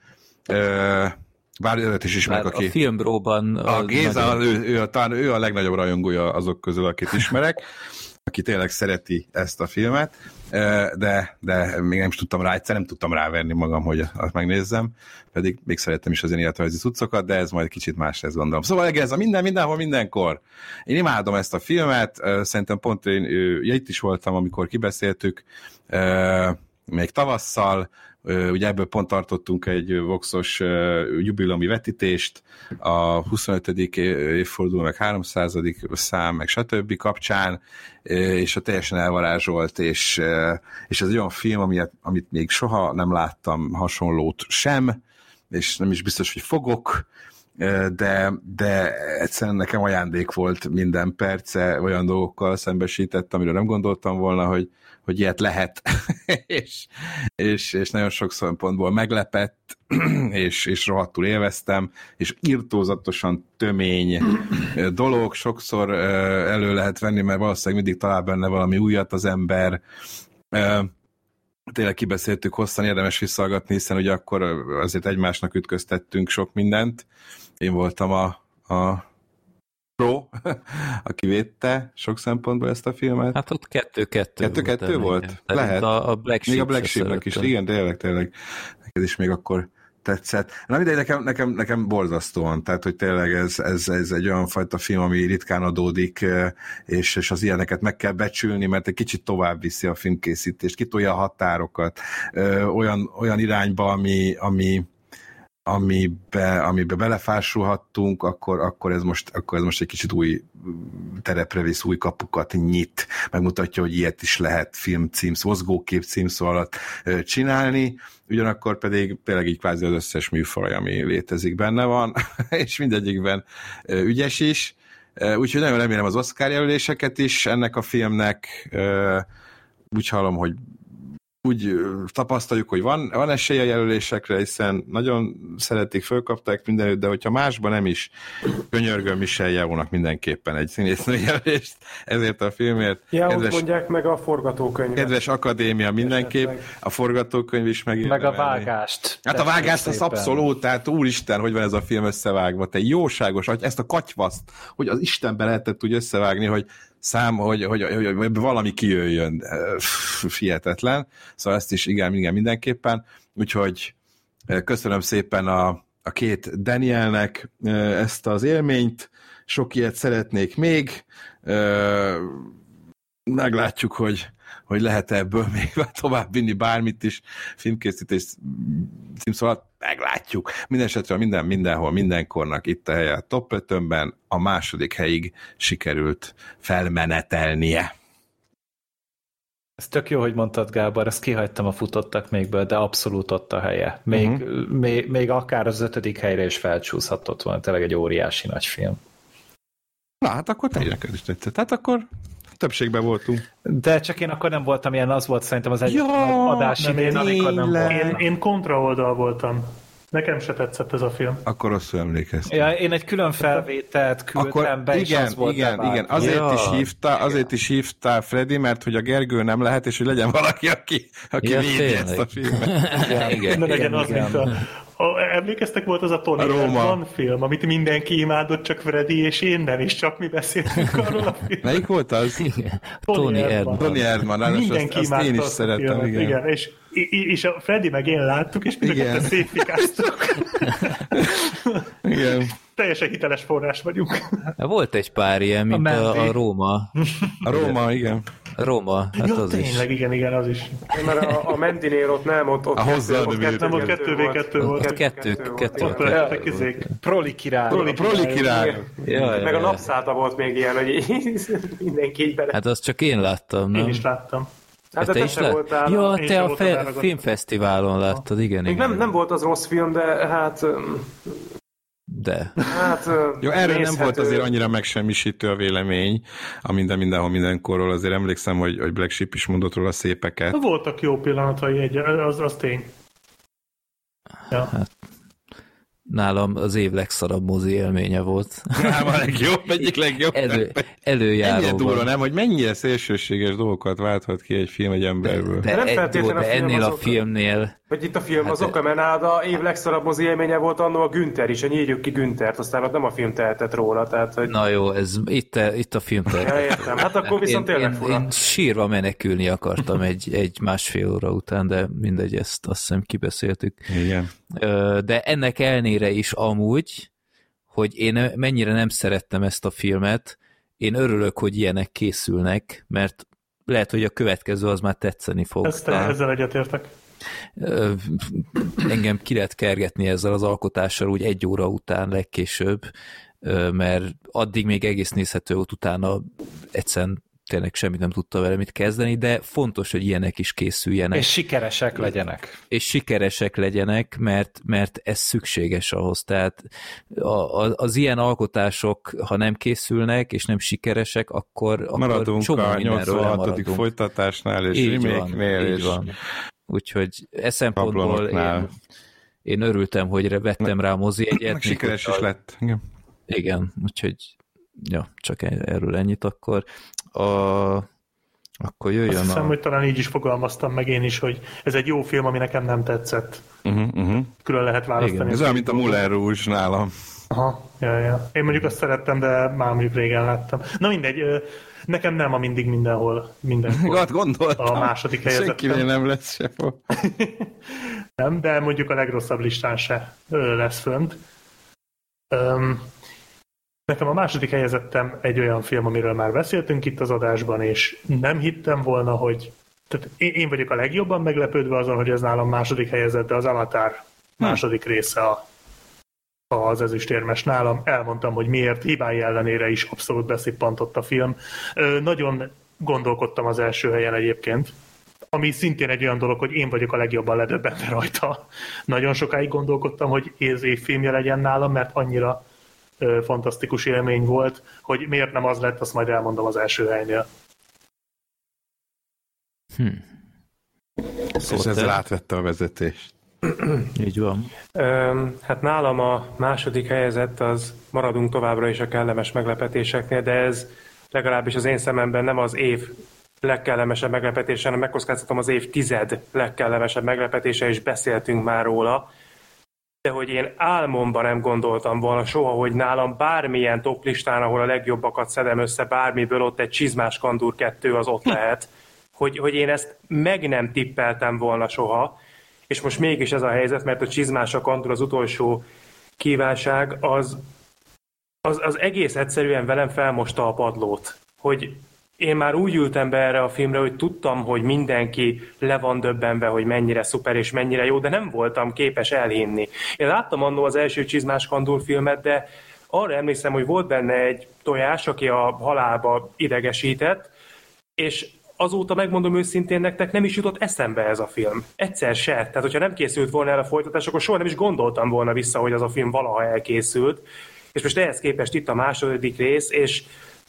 Bár őt is ismerek, Bár aki... A filmbróban... A Géza, nagyon... ő, ő, talán ő a legnagyobb rajongója azok közül, akit ismerek, aki tényleg szereti ezt a filmet, de, de még nem is tudtam rá, egyszer nem tudtam ráverni magam, hogy azt megnézzem, pedig még szerettem is az én életrajzi cuccokat, de ez majd kicsit más lesz, gondolom. Szóval ez a minden, mindenhol, mindenkor. Én imádom ezt a filmet, szerintem pont én ja, itt is voltam, amikor kibeszéltük, még tavasszal, ugye ebből pont tartottunk egy Voxos jubileumi vetítést, a huszonötödik évforduló, meg háromszázadik szám, meg stb. Kapcsán, és a teljesen elvarázsolt, és, és ez egy olyan film, amit, amit még soha nem láttam hasonlót sem, és nem is biztos, hogy fogok, de, de egyszerűen nekem ajándék volt minden perce, olyan dolgokkal szembesített, amiről nem gondoltam volna, hogy, hogy ilyet lehet, és, és, és nagyon sok szempontból meglepett, és, és rohadtul élveztem, és irtózatosan tömény dolog, sokszor elő lehet venni, mert valószínűleg mindig talál benne valami újat az ember. Tényleg kibeszéltük hosszan, érdemes visszahallgatni, hiszen ugye akkor azért egymásnak ütköztettünk sok mindent. Én voltam a, a pro, aki védte sok szempontból ezt a filmet. Hát ott kettő-kettő volt. Kettő-kettő volt? Tehát Lehet. A, a Black még a Black Sheep-nek is. Igen, tényleg, tényleg. Neked is még akkor tetszett. Na mindegy, nekem, nekem, nekem borzasztóan, tehát hogy tényleg ez, ez, ez egy olyan fajta film, ami ritkán adódik, és, és az ilyeneket meg kell becsülni, mert egy kicsit tovább viszi a filmkészítést, kitolja a határokat, olyan, olyan irányba, ami, ami amibe, amibe belefásulhattunk, akkor, akkor, ez most, akkor ez most egy kicsit új terepre visz, új kapukat nyit, megmutatja, hogy ilyet is lehet filmcímsz, mozgókép címszó alatt csinálni, ugyanakkor pedig tényleg így kvázi az összes műfaj, ami létezik, benne van, és mindegyikben ügyes is, úgyhogy nagyon remélem az Oscar jelöléseket is ennek a filmnek, úgy hallom, hogy úgy tapasztaljuk, hogy van, van esély a jelölésekre, hiszen nagyon szeretik, fölkapták mindenütt, de hogyha másban nem is, könyörgöm Michelle Yeohnak mindenképpen egy színésznő jelölést ezért a filmért. Yeohot mondják meg a forgatókönyvet. Kedves akadémia mindenképp, a forgatókönyv is megint. Meg a vágást. Hát a vágást az abszolút, tehát úristen, hogy van ez a film összevágva, te jóságos, ezt a katyvaszt, hogy az Istenben lehetett úgy összevágni, hogy szám, hogy, hogy, hogy, hogy valami kijöjjön, hihetetlen. Szóval ezt is igen, igen mindenképpen. Úgyhogy köszönöm szépen a, a két Danielnek ezt az élményt, sok ilyet szeretnék még. Meglátjuk, hogy, hogy lehet ebből még tovább vinni bármit is, filmkészítés címszóval, meglátjuk. Mindenesetre minden, mindenhol, mindenkornak itt a helye a top ötvenben, a második helyig sikerült felmenetelnie. Ez tök jó, hogy mondtad, Gábor, ezt kihagytam a futottak mégből, de abszolút ott a helye. Még, uh-huh. még, még akár az ötödik helyre is felcsúszhatott volna, tényleg egy óriási nagy film. Na, hát akkor te neked is tetszett. Hát akkor többségben voltunk. De csak én akkor nem voltam ilyen, az volt szerintem az egyetlen ja, adás idén, amikor nem volt. Én, én kontra oldal voltam. Nekem se tetszett ez a film. Akkor rosszul emlékeztem. Ja, én egy külön felvételt küldtem akkor be, igen, és az volt igen, igen. Azért, ja. is hívta, azért is hívta Freddy, mert hogy a Gergő nem lehet, és hogy legyen valaki, aki, aki ja, védi ezt a filmet. Ja, igen, ne legyen az, igen. Mint a... A, emlékeztek, volt az a Tony Erdmann film, amit mindenki imádott, csak Freddy és én nem, és csak mi beszéltünk arról a filmről. Melyik volt az? Tony Erdmann. Tony Erdmann, mindenki azt, azt én is szerettem. Igen. Igen, és, és a Freddy meg én láttuk, és mindeket szétfikáztuk. Igen. Teljesen hiteles forrás vagyunk. Volt egy pár ilyen, mint a, a, a Róma. A Róma, igen. A Róma, hát ja, az tényleg, is. igen, igen, az is. Mert a, a Mendinél ott nem, ott, ott, a kettő, ott, kettő, nem, ott kettő vé kettő volt. Ott kettő, kettő. Ott lehettek izék. Proli király. Proli, Proli király. Meg a Napszállta volt még ilyen, hogy mindenki így bele. Hát azt csak én láttam, nem? Én is láttam. Hát te, te is voltál. Ja, te a fe- filmfesztiválon láttad, igen, igen. Nem, nem volt az rossz film, de hát... De. Hát, jó, erről nem volt azért annyira megsemmisítő a vélemény, a minden mindenhol mindenkorról, azért emlékszem, hogy, hogy Black Sheep is mondott róla szépeket. Voltak jó pillanatai, egy, az, az tény. Ja. Hát, nálam az év legszarabb mozi élménye volt. Nem, a legjobb, egyik legjobb. Elő, előjáróban. Ennyire durva, nem? Hogy mennyire szélsőséges dolgokat válthat ki egy film egy emberből. De, de, de, jó, de ennél a filmnél... Vagy itt a film hát az oka, mert a év legszarabb mozi élménye volt annó a Günther is, a Nyírjuk ki Günthert, aztán ott nem a film tehetett róla. Tehát, hogy... Na jó, ez itt, itt a film tehetett. Ja, értem. Hát akkor viszont én, tényleg én, fura. Én sírva menekülni akartam egy, egy másfél óra után, de mindegy, ezt azt hiszem kibeszéltük. Igen. De ennek ellenére is amúgy, hogy én mennyire nem szerettem ezt a filmet, én örülök, hogy ilyenek készülnek, mert lehet, hogy a következő az már tetszeni fog. Ezt ezzel egyetértek. Engem ki lehet kergetni ezzel az alkotással úgy egy óra után legkésőbb, mert addig még egész nézhető volt, utána egyszerűen tényleg semmit nem tudta vele mit kezdeni, de fontos, hogy ilyenek is készüljenek. És sikeresek legyenek. És sikeresek legyenek, mert, mert ez szükséges ahhoz. Tehát az, az ilyen alkotások, ha nem készülnek, és nem sikeresek, akkor, maradunk akkor a nyolcvanhatodik folytatásnál, és remake-nél. Így van. Úgyhogy e szempontból én, én örültem, hogy vettem rá a mozi egyet. Meg sikeres is lett. Igen. Igen, úgyhogy ja, csak erről ennyit akkor. A, akkor jöjjön Azt hiszem, a... hogy talán így is fogalmaztam meg én is, hogy ez egy jó film, ami nekem nem tetszett. Uh-huh, uh-huh. Külön lehet választani. Igen, ez olyan, mint a Moulin Rouge nálam. Aha, ja, ja. Én mondjuk azt szerettem, de már mondjuk régen láttam. Na mindegy, Nekem nem a mindig mindenhol, mindenhol. Hát gondoltam. A második helyezettem. Senkinél nem lesz se. Nem, de mondjuk a legrosszabb listán se lesz fönt. Um, nekem a második helyezettem egy olyan film, amiről már beszéltünk itt az adásban, és nem hittem volna, hogy tehát én vagyok a legjobban meglepődve azon, hogy ez nálam második helyezett, de az Avatar második része a, az ezüstérmes nálam. Elmondtam, hogy miért, hibái ellenére is abszolút beszippantott a film. Ö, nagyon gondolkodtam az első helyen egyébként, ami szintén egy olyan dolog, hogy én vagyok a legjobban ledöbbenve rajta. Nagyon sokáig gondolkodtam, hogy ez évfilmje legyen nálam, mert annyira ö, fantasztikus élmény volt, hogy miért nem az lett, azt majd elmondom az első helynél. Hm. És ezzel átvette a vezetést. Így van. Öm, hát nálam a második helyezett, az maradunk továbbra is a kellemes meglepetéseknél, de ez legalábbis az én szememben nem az év legkellemesebb meglepetése, hanem megkockáztatom az évtized legkellemesebb meglepetése, és beszéltünk már róla. De hogy én álmomban nem gondoltam volna soha, hogy nálam bármilyen toplistán, ahol a legjobbakat szedem össze bármiből, ott egy Csizmás Kandúr kettő az ott lehet, hogy, hogy én ezt meg nem tippeltem volna soha, és most mégis ez a helyzet, mert a Csizmás a Kandúr az utolsó kívánság, az, az, az egész egyszerűen velem felmosta a padlót, hogy én már úgy ültem be erre a filmre, hogy tudtam, hogy mindenki le van döbbenve, hogy mennyire szuper és mennyire jó, de nem voltam képes elhinni. Én láttam annó az első Csizmás Kandúr filmet, de arra emlékszem, hogy volt benne egy tojás, aki a halálba idegesített, és azóta megmondom őszintén nektek, nem is jutott eszembe ez a film. Egyszer se. Tehát, hogyha nem készült volna el a folytatás, akkor soha nem is gondoltam volna vissza, hogy az a film valaha elkészült. És most ehhez képest itt a második rész, és,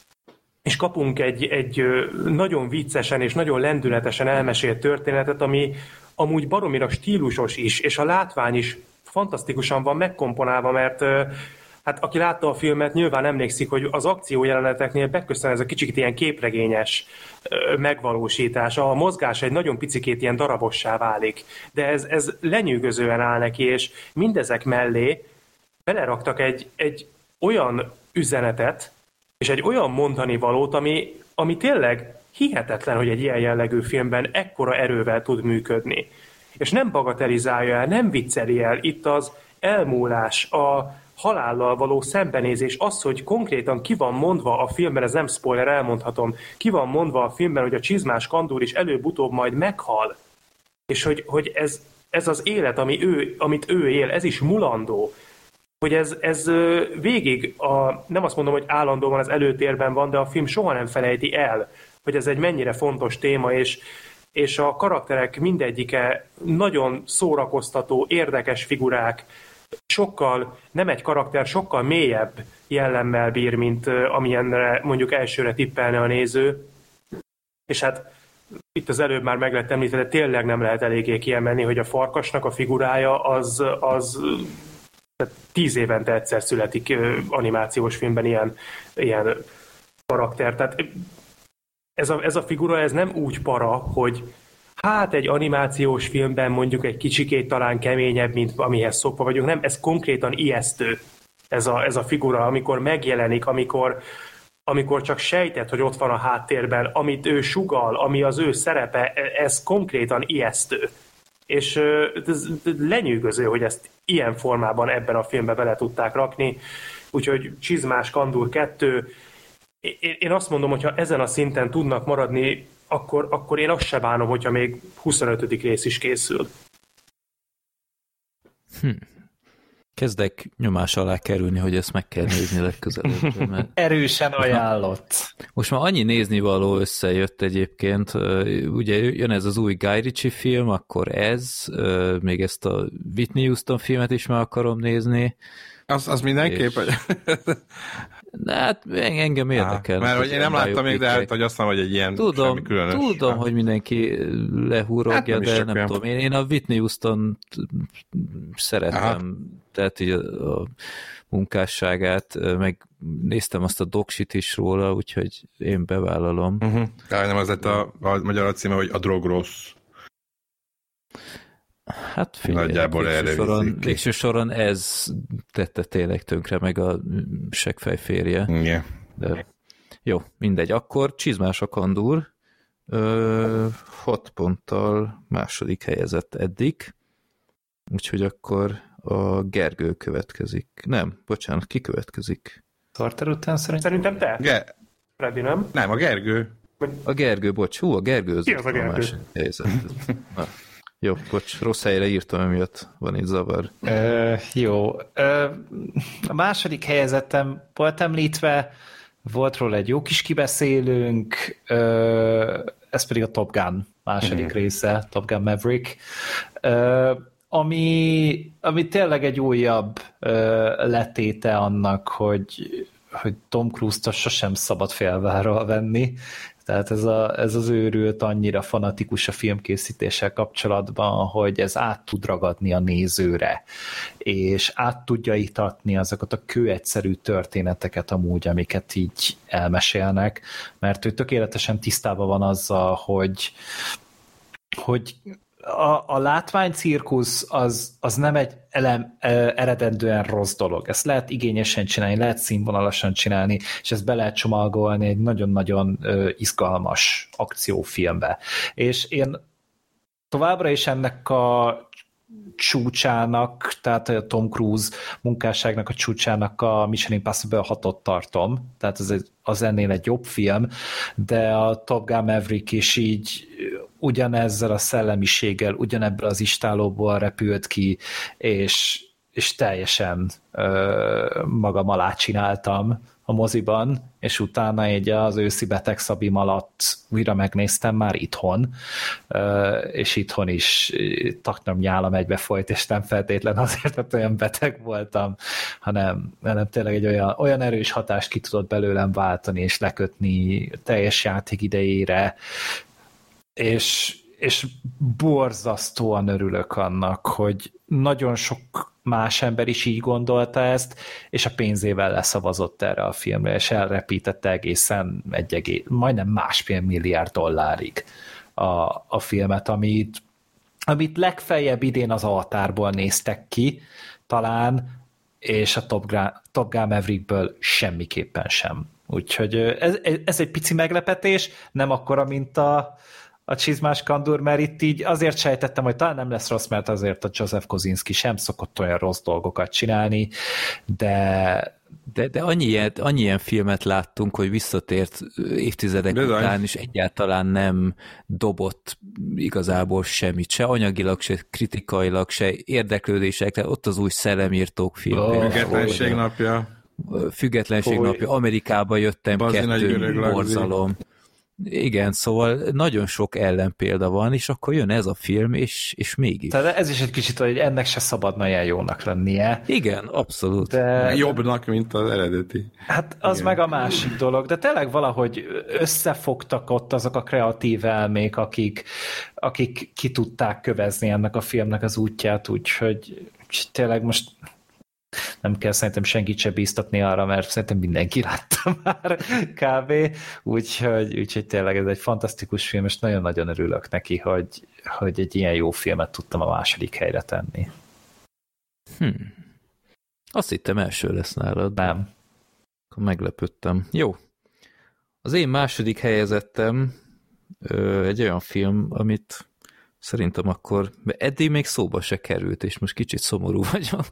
és kapunk egy, egy nagyon viccesen és nagyon lendületesen elmesélt történetet, ami amúgy baromira stílusos is, és a látvány is fantasztikusan van megkomponálva, mert hát aki látta a filmet, nyilván emlékszik, hogy az akció jeleneteknél beköszön ez a kicsit ilyen képregényes megvalósítás. A mozgás egy nagyon picikét ilyen darabossá válik, de ez, ez lenyűgözően áll neki, és mindezek mellé beleraktak egy, egy olyan üzenetet, és egy olyan mondani valót, ami, ami tényleg hihetetlen, hogy egy ilyen jellegű filmben ekkora erővel tud működni. És nem bagatelizálja el, nem vicceli el itt az elmúlás, a halállal való szembenézés, az, hogy konkrétan ki van mondva a filmben, ez nem spoiler, elmondhatom, ki van mondva a filmben, hogy a Csizmás Kandúr is előbb-utóbb majd meghal. És hogy, hogy ez, ez az élet, ami ő, amit ő él, ez is mulandó. Hogy ez, ez végig, a, nem azt mondom, hogy állandóan az előtérben van, de a film soha nem felejti el, hogy ez egy mennyire fontos téma, és, és a karakterek mindegyike nagyon szórakoztató, érdekes figurák, sokkal, nem egy karakter, sokkal mélyebb jellemmel bír, mint amilyenre mondjuk elsőre tippelne a néző. És hát itt az előbb már meg lett említve, de tényleg nem lehet eléggé kiemelni, hogy a farkasnak a figurája az, az tehát tíz évente egyszer születik animációs filmben ilyen, ilyen karakter. Tehát ez a, ez a figura, ez nem úgy para, hogy hát egy animációs filmben mondjuk egy kicsikét talán keményebb, mint amihez szokva vagyunk. Nem, ez konkrétan ijesztő, ez a, ez a figura, amikor megjelenik, amikor, amikor csak sejtett, hogy ott van a háttérben, amit ő sugall, ami az ő szerepe, ez konkrétan ijesztő. És ez lenyűgöző, hogy ezt ilyen formában ebben a filmben bele tudták rakni. Úgyhogy Csizmás Kandúr kettő. Én azt mondom, hogyha ezen a szinten tudnak maradni, akkor, akkor én azt se bánom, hogyha még huszonötödik rész is készül. Hm. Kezdek nyomás alá kerülni, hogy ezt meg kell nézni legközelebb. Mert... Erősen ajánlott. Most már annyi néznivaló összejött egyébként. Ugye jön ez az új Guy Ritchie film, akkor ez, még ezt a Whitney Houston filmet is már akarom nézni. Az, az mindenképp? És... De hát engem érdekel. Mert hogy én nem láttam még, de hát, hogy azt mondom, hogy egy ilyen tudom, semmi különös. Tudom, hogy mindenki lehúrogja, hát nem de nem tudom. Én, én a Whitney Houston szeretem, aha. Tehát így a, a munkásságát, meg néztem azt a doksit is róla, úgyhogy én bevállalom. Uh-huh. Ja, nem az lett a, a magyar címe, hogy a drog rossz. Hát figyelj, nagyjából végső soron, végső soron ez tette tényleg tönkre, meg a seggfej férje. Yeah. De Jó, mindegy. Akkor Csizmás a Kandúr ö, hat ponttal második helyezett eddig. Úgyhogy akkor a Gergő következik. Nem, bocsánat, ki következik? Tarter után szerintem? Szerintem te. Ge- Freddy, nem? Nem, a Gergő. A Gergő, bocs. Hú, a Gergő az Ki az a Gergő? Na, jó, bocs, rossz helyre írtam, emiatt van itt zavar. Ö, jó. Ö, a második helyezettem volt említve, volt róla egy jó kis kibeszélünk, ö, ez pedig a Top Gun második mm. része, Top Gun Maverick, ö, ami, ami tényleg egy újabb ö, letéte annak, hogy, hogy Tom Cruise-t sosem szabad félváról venni. Tehát ez, a, ez az őrült annyira fanatikus a filmkészítéssel kapcsolatban, hogy ez át tud ragadni a nézőre, és át tudja itatni azokat a kőegyszerű történeteket amúgy, amiket így elmesélnek, mert ő tökéletesen tisztában van azzal, hogy, hogy a, a látványcirkusz az, az nem egy elem, eredendően rossz dolog. Ezt lehet igényesen csinálni, lehet színvonalasan csinálni, és ezt be lehet csomagolni egy nagyon-nagyon izgalmas akciófilmbe. És én továbbra is ennek a csúcsának, tehát a Tom Cruise munkásságnak a csúcsának a Mission Impossible hatot tartom, tehát az, az ennél egy jobb film, de a Top Gun Maverick is így ugyanezzel a szellemiséggel, ugyanebből az istálóból repült ki, és, és teljesen ö, magam alá csináltam a moziban, és utána egy az őszi betegszabim alatt újra megnéztem már itthon, és itthon is taknyom nyálam egybefolyt, és nem feltétlen azért, mert olyan beteg voltam, hanem, hanem tényleg egy olyan, olyan erős hatást ki tudott belőlem váltani, és lekötni teljes játék idejére, és, és borzasztóan örülök annak, hogy nagyon sok más ember is így gondolta ezt, és a pénzével leszavazott erre a filmre, és elrepítette egészen egy egész, majdnem másfél milliárd dollárig a, a filmet, amit, amit legfeljebb idén az Avatarból néztek ki, talán, és a Top Gun, Top Gun Maverickből semmiképpen sem. Úgyhogy ez, ez egy pici meglepetés, nem akkora, mint a a Csizmás Kandúr, mert itt így azért sejtettem, hogy talán nem lesz rossz, mert azért a Joseph Kosinski sem szokott olyan rossz dolgokat csinálni, de... De, de annyi, ilyet, annyi ilyen filmet láttunk, hogy visszatért évtizedek Bizony. után, és egyáltalán nem dobott igazából semmit, se anyagilag, se kritikailag, se érdeklődések, tehát ott az új Szellemírtók film. Oh, Függetlenség napja. Függetlenség Foly. napja. Amerikába jöttem, Bazi kettő borzalom. Igen, szóval nagyon sok ellenpélda van, és akkor jön ez a film, és, és mégis. Tehát ez is egy kicsit, hogy ennek se szabadna ilyen jónak lennie. Igen, abszolút. De... Jobbnak, mint az eredeti. Hát az Igen. meg a másik dolog, de tényleg valahogy összefogtak ott azok a kreatív elmék, akik, akik ki tudták kövezni ennek a filmnek az útját, úgyhogy tényleg most nem kell szerintem senkit se bíztatni arra, mert szerintem mindenki látta már kb. Úgyhogy, úgyhogy tényleg ez egy fantasztikus film, és nagyon-nagyon örülök neki, hogy, hogy egy ilyen jó filmet tudtam a második helyre tenni. Hmm. Azt hittem első lesz nálad. Nem. Akkor meglepődtem. Jó. Az én második helyezettem ö, egy olyan film, amit szerintem akkor, eddig még szóba se került, és most kicsit szomorú vagyok,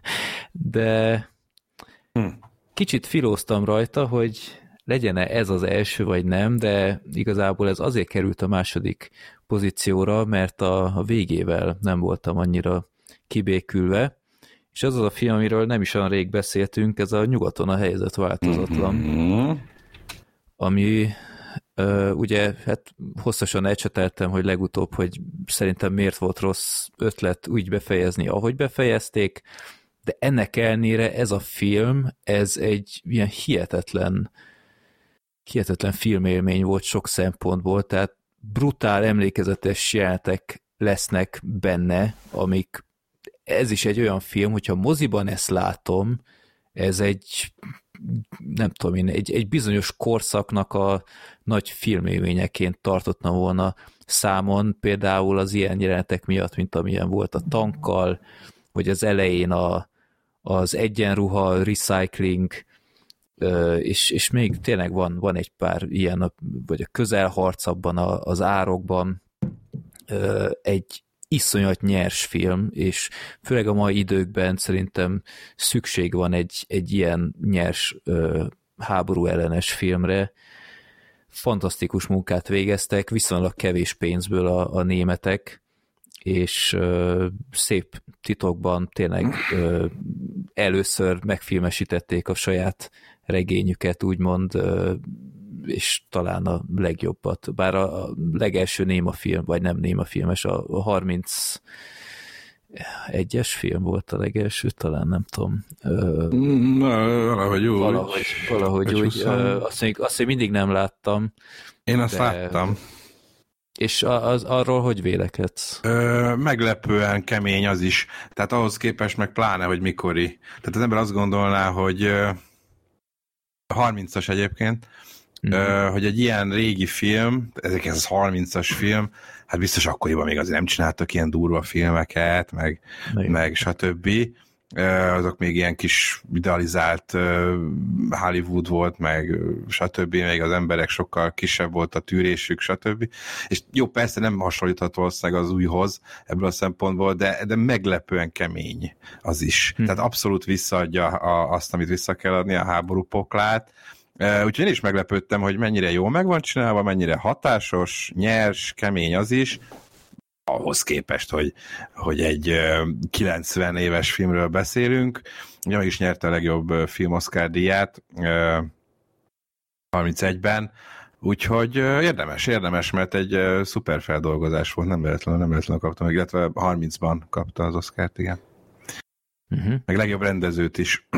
de hmm. kicsit filóztam rajta, hogy legyen-e ez az első, vagy nem, de igazából ez azért került a második pozícióra, mert a, a végével nem voltam annyira kibékülve, és az az a film, amiről nem is olyan rég beszéltünk, ez a Nyugaton a helyzet változatlan, mm-hmm. ami Uh, ugye, hát hosszasan elcseteltem, hogy legutóbb, hogy szerintem miért volt rossz ötlet úgy befejezni, ahogy befejezték, de ennek ellenére ez a film, ez egy ilyen hihetetlen hihetetlen filmélmény volt sok szempontból, tehát brutál emlékezetes jelenetek lesznek benne, amik, ez is egy olyan film, hogyha moziban ezt látom, ez egy nem tudom én, egy, egy bizonyos korszaknak a nagy filmélményeként tartotta volna számon, például az ilyen jelenetek miatt, mint amilyen volt a tankkal, vagy az elején a, az egyenruha, recycling, és, és még tényleg van, van egy pár ilyen, vagy a közelharc abban a, az árokban, egy iszonyat nyers film, és főleg a mai időkben szerintem szükség van egy, egy ilyen nyers háború ellenes filmre. Fantasztikus munkát végeztek, viszonylag kevés pénzből a, a németek, és ö, szép titokban tényleg ö, először megfilmesítették a saját regényüket, úgymond, ö, és talán a legjobbat. Bár a legelső néma film, vagy nem néma filmes, a harmincegyes film volt a legelső, talán nem tudom. Na, valahogy úgy. Valahogy, valahogy úgy. Azt még, azt még mindig nem láttam. Én azt de... láttam. És az, arról hogy vélekedsz? Ö, meglepően kemény az is. Tehát ahhoz képest meg pláne, hogy mikori. Tehát az ember azt gondolná, hogy harmincas egyébként, mm-hmm. hogy egy ilyen régi film, ezerkilencszázharmincas film, hát biztos akkoriban még azért nem csináltak ilyen durva filmeket, meg, meg stb. Azok még ilyen kis idealizált Hollywood volt, meg stb. Még az emberek sokkal kisebb volt a tűrésük, stb. És jó, persze nem hasonlítható valószínűleg az újhoz ebből a szempontból, de, de meglepően kemény az is. Hm. Tehát abszolút visszaadja a, azt, amit vissza kell adni, a háború poklát. Úgyhogy én is meglepődtem, hogy mennyire jól meg van csinálva, mennyire hatásos, nyers, kemény az is, ahhoz képest, hogy, hogy egy kilencven éves filmről beszélünk. Ugye meg is nyerte a legjobb film Oscar díját harmincegyben, úgyhogy érdemes, érdemes, mert egy szuper feldolgozás volt, nem véletlenül, nem véletlenül kaptam meg, illetve harmincban kapta az Oscart, igen. Uh-huh. Meg legjobb rendezőt is.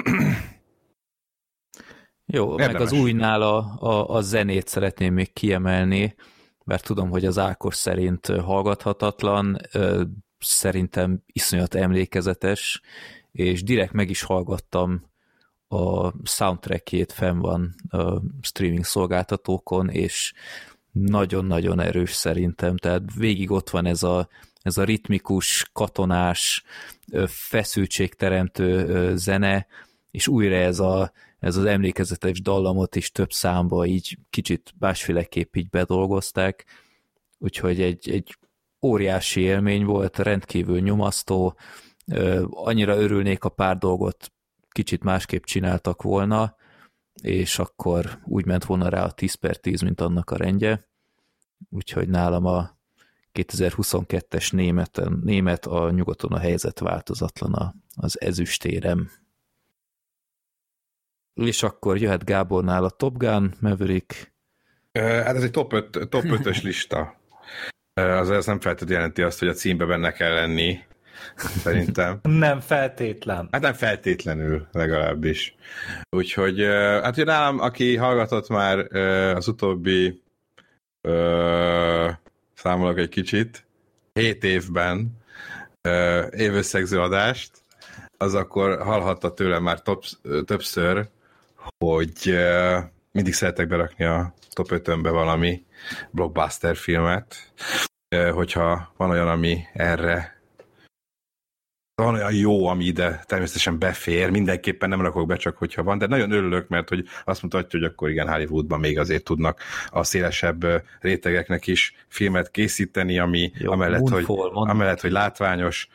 Jó, érdemes. Meg az újnál a, a, a zenét szeretném még kiemelni, mert tudom, hogy az Ákos szerint hallgathatatlan, szerintem iszonyat emlékezetes, és direkt meg is hallgattam a soundtrackjét, fenn van a streaming szolgáltatókon, és nagyon-nagyon erős szerintem, tehát végig ott van ez a, ez a ritmikus, katonás, feszültségteremtő zene, és újra ez a ez az emlékezetes dallamot is több számba így kicsit másféleképp így bedolgozták, úgyhogy egy, egy óriási élmény volt, rendkívül nyomasztó, annyira örülnék, a pár dolgot kicsit másképp csináltak volna, és akkor úgy ment volna rá a tíz per tíz, mint annak a rendje, úgyhogy nálam a kétezer-huszonkettes német, német a nyugaton a helyzet változatlan az ezüstérem. És akkor jöhet Gábornál a Top Gun, Maverick. Hát ez egy top ötös lista. Az ez nem feltétlenül jelenti azt, hogy a címbe benne kell lenni, szerintem. Nem feltétlen. Hát nem feltétlenül, legalábbis. Úgyhogy, hát ugye nálam, aki hallgatott már az utóbbi ö, számolok egy kicsit, hét évben évösszegző adást, az akkor hallhatta tőlem már top, többször, hogy uh, mindig szeretek berakni a top ötönbe valami blockbuster filmet, uh, hogyha van olyan, ami erre van olyan jó, ami ide természetesen befér, mindenképpen nem rakok be, csak hogyha van, de nagyon örülök, mert hogy azt mutatja, hogy akkor igen, Hollywoodban még azért tudnak a szélesebb rétegeknek is filmet készíteni, ami jó, amellett, hogy, amellett, hogy látványos.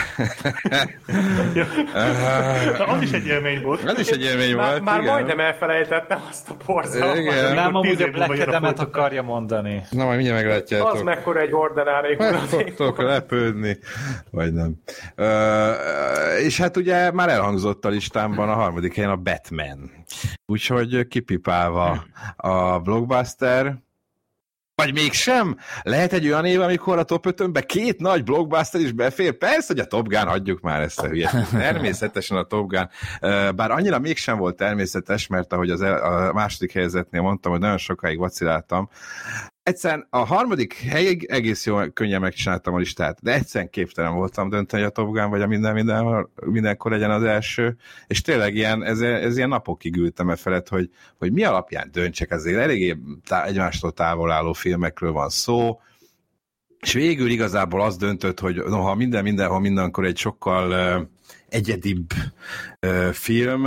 Az is egy élmény volt. Az is egy élmény már, volt, Már igen. majdnem elfelejtettem azt a borzalmat. Nem, amúgy a Black Adam-et akarja mondani. Na, majd mindjárt meglátjátok. Az mekkora egy ordinári. Meg fogtok lepődni, vagy nem. Uh, és hát ugye már elhangzott a listámban a harmadik helyen a Batman. Úgyhogy kipipálva a blockbuster, vagy mégsem? Lehet egy olyan év, amikor a top ötönbe két nagy blockbuster is befér? Persze, hogy a Top Gun, hagyjuk már ezt a hülyet. Természetesen a Top Gun. Bár annyira mégsem volt természetes, mert ahogy az el, a második helyezetnél mondtam, hogy nagyon sokáig vaciláltam. Egyszerűen a harmadik helyig egész jól könnyen megcsináltam a listát, de egyszerűen képtelen voltam dönteni, hogy a Top Gun vagy a minden, minden mindenkor legyen az első, és tényleg ilyen, ez, ez ilyen napokig ültem e felett, hogy, hogy mi alapján döntsek, azért eléggé tá- egymástól távol álló filmekről van szó, és végül igazából az döntött, hogy noha minden, mindenhol, mindenkor egy sokkal uh, egyedibb uh, film,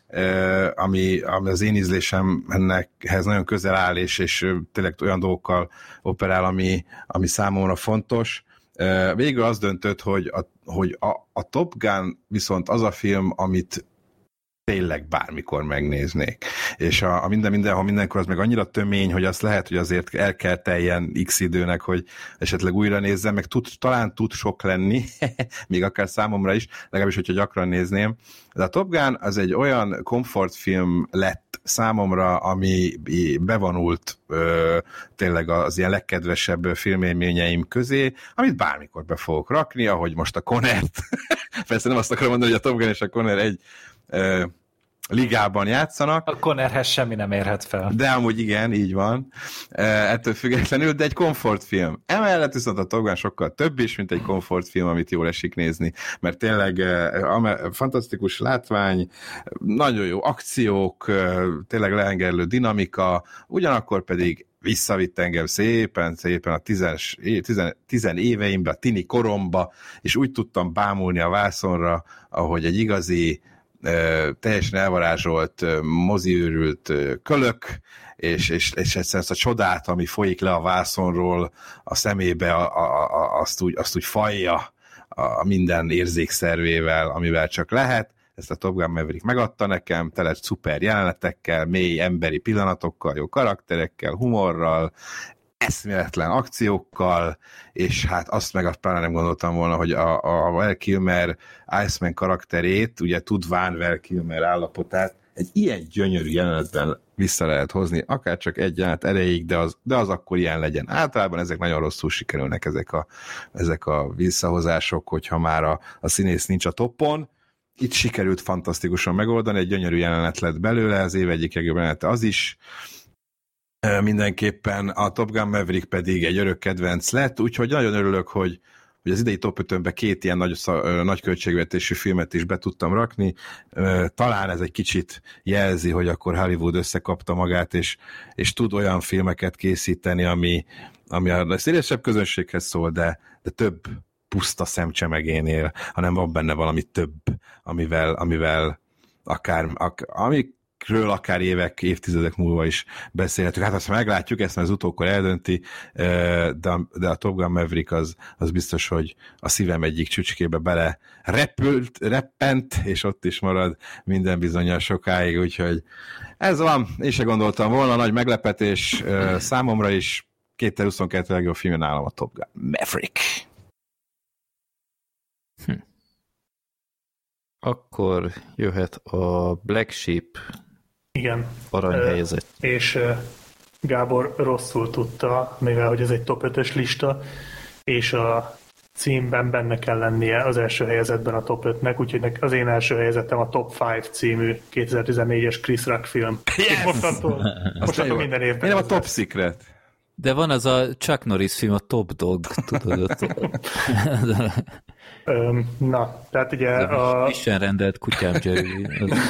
ami, ami az én ízlésemhez nagyon közel áll, és, és tényleg olyan dolgokkal operál, ami, ami számomra fontos. Végül az döntött, hogy a, hogy a, a Top Gun viszont az a film, amit tényleg bármikor megnéznék. És a, a minden mindenhol mindenkor az meg annyira tömény, hogy azt lehet, hogy azért el kell teljen x időnek, hogy esetleg újra nézzem, meg tud, talán tud sok lenni, még akár számomra is, legalábbis, hogyha gyakran nézném. De a Top Gun az egy olyan komfortfilm lett számomra, ami bevonult ö, tényleg az ilyen legkedvesebb filmélményeim közé, amit bármikor be fogok rakni, ahogy most a Conert. Persze nem azt akarom mondani, hogy a Top Gun és a Conner egy ö, ligában játszanak. A Connerhez semmi nem érhet fel. De amúgy igen, így van. Ettől függetlenül, de egy komfortfilm. Emellett viszont a Top Gun sokkal több is, mint egy komfortfilm, amit jól esik nézni. Mert tényleg fantasztikus látvány, nagyon jó akciók, tényleg lehengerlő dinamika, ugyanakkor pedig visszavitt engem szépen, szépen a tízes, tizen, tizen éveimbe, a tini koromba, és úgy tudtam bámulni a vászonra, ahogy egy igazi teljesen elvarázsolt, moziőrült kölök, és, és, és egyszerűen ezt a csodát, ami folyik le a vászonról a szemébe, a, a, a, azt, úgy, azt úgy fajja a minden érzékszervével, amivel csak lehet. Ezt a Top Gun Maverick megadta nekem, tele szuper jelenetekkel, mély emberi pillanatokkal, jó karakterekkel, humorral, eszméletlen akciókkal, és hát azt meg azt pláne nem gondoltam volna, hogy a, a Val Kilmer Iceman karakterét, ugye tudván Val Kilmer állapotát, egy ilyen gyönyörű jelenetben vissza lehet hozni, akár csak egy jelenet erejéig, de az, de az akkor ilyen legyen. Általában ezek nagyon rosszul sikerülnek, ezek a, ezek a visszahozások, hogyha már a, a színész nincs a toppon. Itt sikerült fantasztikusan megoldani, egy gyönyörű jelenet lett belőle, az év egyik legjobb jelenete az is, mindenképpen a Top Gun Maverick pedig egy örök kedvenc lett, úgyhogy nagyon örülök, hogy, hogy az idei top ötönbe két ilyen nagy, nagy költségvetésű filmet is be tudtam rakni. Talán ez egy kicsit jelzi, hogy akkor Hollywood összekapta magát, és, és tud olyan filmeket készíteni, ami, ami a szélesebb közönséghez szól, de, de több puszta szemcsemegénél, hanem van benne valami több, amivel, amivel akár, ak, ami ről akár évek, évtizedek múlva is beszélhetünk. Hát azt meglátjuk, ezt már az utókor eldönti, de a, de a Top Gun Maverick az, az biztos, hogy a szívem egyik csücskébe bele repült, reppent, és ott is marad minden bizonnyal sokáig, úgyhogy ez van, én se gondoltam volna, nagy meglepetés számomra is, kétezer-huszonkettő legjobb filmje nálam a Top Gun Maverick. Hm. Akkor jöhet a Black Sheep. Igen. Aranyhelyezett. Uh, és uh, Gábor rosszul tudta, mivel hogy ez egy top ötös lista, és a címben benne kell lennie az első helyezetben a top ötnek, úgyhogy az én első helyezettem a Top öt című kétezer-tizennégyes Chris Rock film. Yes! Mostantól, mostantól minden évben. Miért a Top Secret? De van az a Chuck Norris film, a Top Dog, tudod. Öm, na, tehát ugye a... Isten rendelt kutyám Jerry.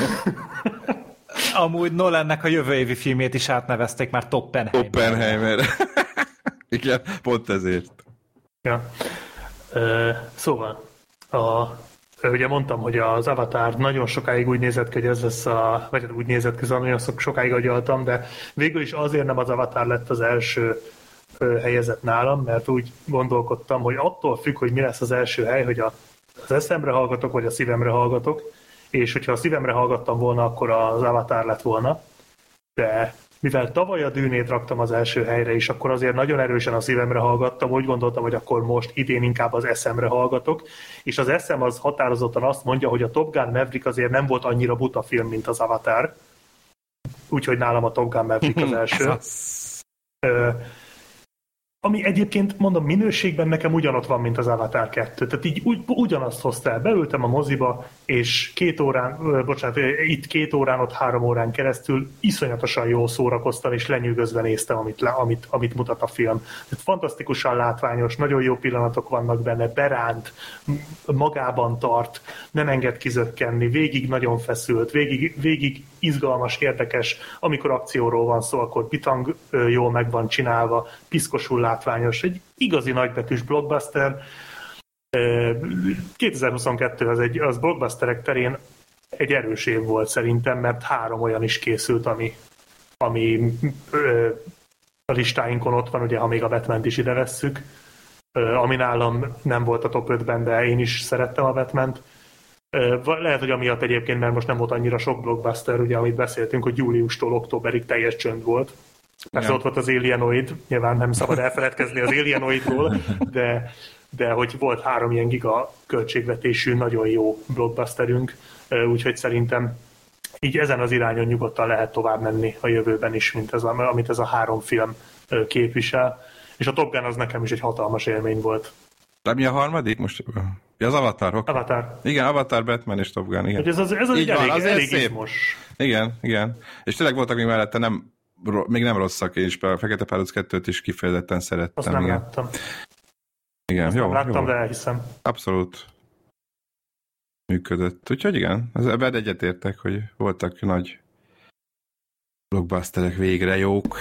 Amúgy Nolannek a jövő évi filmét is átnevezték már Toppenheimer. Oppenheimer. Igen, pont ezért. Ja. Ö, szóval, a, ugye mondtam, hogy az Avatar nagyon sokáig úgy nézett ki, hogy ez lesz a... Vagy úgy nézett ki, szóval nagyon sokáig agyaltam, de végül is azért nem az Avatar lett az első helyezett nálam, mert úgy gondolkodtam, hogy attól függ, hogy mi lesz az első hely, hogy a, az eszemre hallgatok, vagy a szívemre hallgatok, és hogyha a szívemre hallgattam volna, akkor az Avatar lett volna, de mivel tavaly a Dűnét raktam az első helyre is, akkor azért nagyon erősen a szívemre hallgattam, úgy gondoltam, hogy akkor most idén inkább az eszemre hallgatok, és az eszem az határozottan azt mondja, hogy a Top Gun Maverick azért nem volt annyira buta film, mint az Avatar, úgyhogy nálam a Top Gun Maverick az első. Ami egyébként, mondom, minőségben nekem ugyanott van, mint az Avatar kettő. Tehát így ugy, ugyanazt hozta el. Beültem a moziba, és két órán, bocsánat, itt két órán, ott három órán keresztül iszonyatosan jól szórakoztam, és lenyűgözve néztem, amit, le, amit, amit mutat a film. Tehát fantasztikusan látványos, nagyon jó pillanatok vannak benne, beránt, magában tart, nem enged kizökkenni, végig nagyon feszült, végig, végig izgalmas, érdekes. Amikor akcióról van szó, akkor bitang jól meg van csinálva, piszkosul látványos, egy igazi nagybetűs blockbuster. kétezer-huszonkettő az, egy, az blockbusterek terén egy erős év volt szerintem, mert három olyan is készült, ami, ami ö, a listáinkon ott van, ugye, ha még a Batman-t is ide vesszük, ö, ami nálam nem volt a top ötben, de én is szerettem a Batman-t. Ö, lehet, hogy amiatt egyébként, mert most nem volt annyira sok blockbuster, ugye, amit beszéltünk, hogy júliustól októberig teljes csönd volt. Persze ja. Ott volt az Alienoid, nyilván nem szabad elfeledkezni az Alienoidról, de, de hogy volt három ilyen giga költségvetésű, nagyon jó blockbusterünk, úgyhogy szerintem így ezen az irányon nyugodtan lehet tovább menni a jövőben is, mint ez a, amit ez a három film képvisel. És a Top Gun az nekem is egy hatalmas élmény volt. De mi a harmadik? Most ja, az Avatar. Okay. Avatar. Igen, Avatar, Batman és Top Gun. Igen. Ez az, ez az így elég, van, az elég izmos. Igen, igen. És tényleg voltak még mellette nem, még nem rosszak, és a Fekete Pálóc kettőt is kifejezetten szerettem. Azt nem igen. láttam. Igen, Azt jó. nem láttam, jó. de elhiszem. Abszolút működött. Úgyhogy igen, ebben egyetértek, hogy voltak nagy blockbusterek végre jók.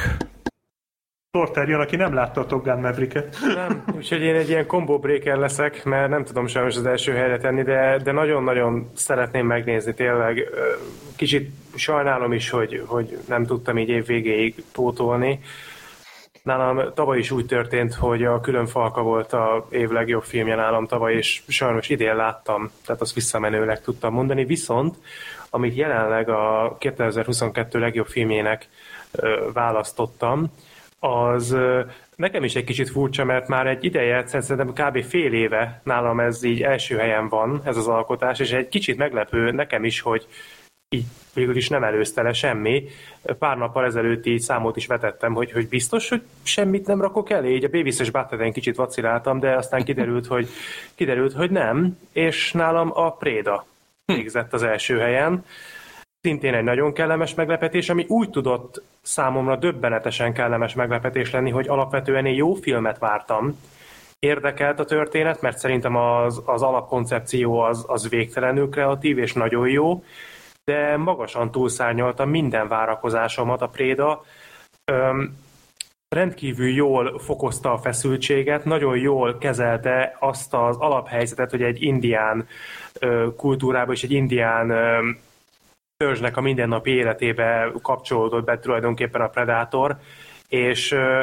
Torter jön, aki nem látta a Top Gun Mavericket. Nem, úgyhogy én egy ilyen combo breaker leszek, mert nem tudom sajnos az első helyre tenni, de, de nagyon-nagyon szeretném megnézni tényleg. Kicsit sajnálom is, hogy, hogy nem tudtam így év végéig pótolni. Nálam tavaly is úgy történt, hogy a Külön falka volt a év legjobb filmje nálam tavaly, és sajnos idén láttam, tehát azt visszamenőleg tudtam mondani. Viszont, amit jelenleg a kétezer-huszonkettő legjobb filmjének választottam, az nekem is egy kicsit furcsa, mert már egy ideje, szerintem kb. Fél éve nálam ez így első helyen van, ez az alkotás, és egy kicsit meglepő nekem is, hogy így végül is nem előzte le semmi. Pár nappal ezelőtt így számot is vetettem, hogy, hogy biztos, hogy semmit nem rakok elé. Így a Beavis és Butthead-en kicsit vaciláltam, de aztán kiderült, hogy, kiderült, hogy nem, és nálam a Préda végzett az első helyen. Szintén egy nagyon kellemes meglepetés, ami úgy tudott számomra döbbenetesen kellemes meglepetés lenni, hogy alapvetően én jó filmet vártam. Érdekelt a történet, mert szerintem az, az alapkoncepció az, az végtelenül kreatív és nagyon jó, de magasan túlszárnyaltam minden várakozásomat. A Préda öm, rendkívül jól fokozta a feszültséget, nagyon jól kezelte azt az alaphelyzetet, hogy egy indián ö, kultúrába és egy indián ö, törzsnek a mindennapi életébe kapcsolódott be tulajdonképpen a Predator, és ö,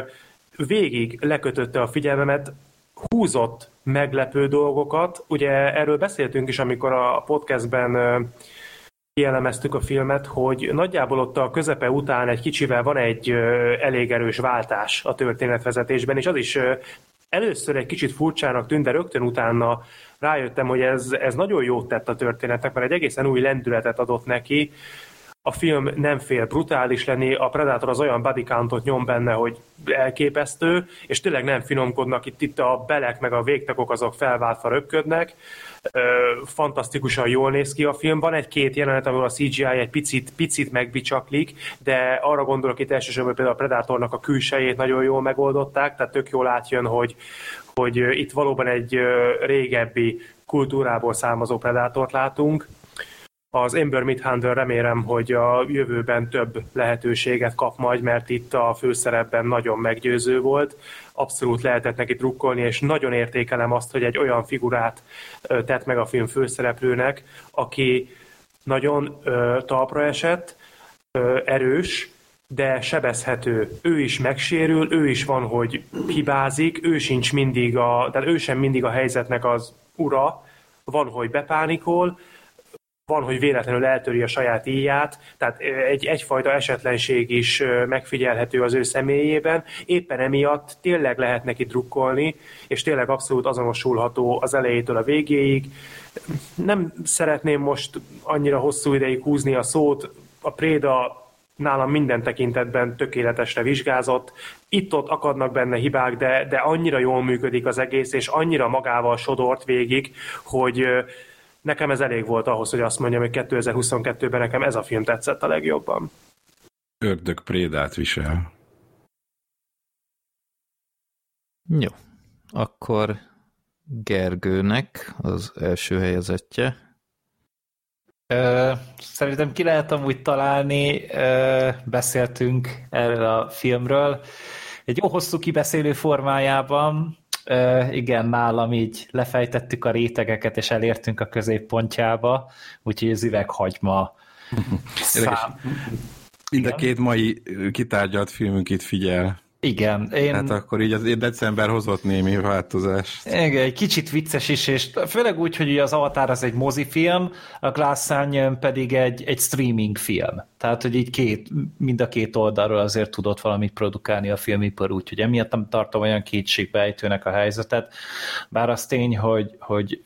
végig lekötötte a figyelmemet, húzott meglepő dolgokat. Ugye erről beszéltünk is, amikor a podcastben ö, kielemeztük a filmet, hogy nagyjából ott a közepe után egy kicsivel van egy ö, elég erős váltás a történetvezetésben, és az is ö, először egy kicsit furcsának tűnt, de rögtön utána rájöttem, hogy ez, ez nagyon jót tett a történetnek, mert egy egészen új lendületet adott neki. A film nem fél brutális lenni, a Predator az olyan body countot nyom benne, hogy elképesztő, és tényleg nem finomkodnak, itt, itt a belek meg a végtagok azok felváltva röpködnek. Fantasztikusan jól néz ki a film. Van egy-két jelenet, ahol a cé gé í egy picit, picit megbicsaklik, de arra gondolok itt elsősorban, hogy például a Predatornak a külsejét nagyon jól megoldották, tehát tök jól átjön, hogy, hogy itt valóban egy régebbi kultúrából származó Predátort látunk. Az Amber Midhunter remélem, hogy a jövőben több lehetőséget kap majd, mert itt a főszerepben nagyon meggyőző volt. Abszolút lehetett neki drukkolni, és nagyon értékelem azt, hogy egy olyan figurát tett meg a film főszereplőnek, aki nagyon ö, talpra esett, ö, erős, de sebezhető. Ő is megsérül, ő is van, hogy hibázik, ő sincs mindig a, tehát ő sem mindig a helyzetnek az ura, van, hogy bepánikol, van, hogy véletlenül eltöri a saját íját, tehát egy, egyfajta esetlenség is megfigyelhető az ő személyében. Éppen emiatt tényleg lehet neki drukkolni, és tényleg abszolút azonosulható az elejétől a végéig. Nem szeretném most annyira hosszú ideig húzni a szót, a Préda nálam minden tekintetben tökéletesre vizsgázott. Itt-ott akadnak benne hibák, de, de annyira jól működik az egész, és annyira magával sodort végig, hogy nekem ez elég volt ahhoz, hogy azt mondjam, hogy kétezer-huszonkettőben nekem ez a film tetszett a legjobban. Ördög Prédát visel. Jó. Akkor Gergőnek az első helyezettje. Ö, szerintem ki lehet amúgy találni, ö, beszéltünk erről a filmről. Egy jó hosszú kibeszélő formájában Uh, igen, nálam így lefejtettük a rétegeket, és elértünk a középpontjába, úgyhogy az üveghagyma szám... Mind a két mai kitárgyalt filmünk itt figyel. Igen. Én... Tehát akkor így az december hozott némi változást. Igen, egy kicsit vicces is, és főleg úgy, hogy az Avatar az egy mozifilm, a Glass Onion pedig egy, egy streaming film. Tehát, hogy így két, mind a két oldalról azért tudott valamit produkálni a filmipar, úgyhogy emiatt nem tartom olyan kétségbejtőnek a helyzetet. Bár az tény, hogy, hogy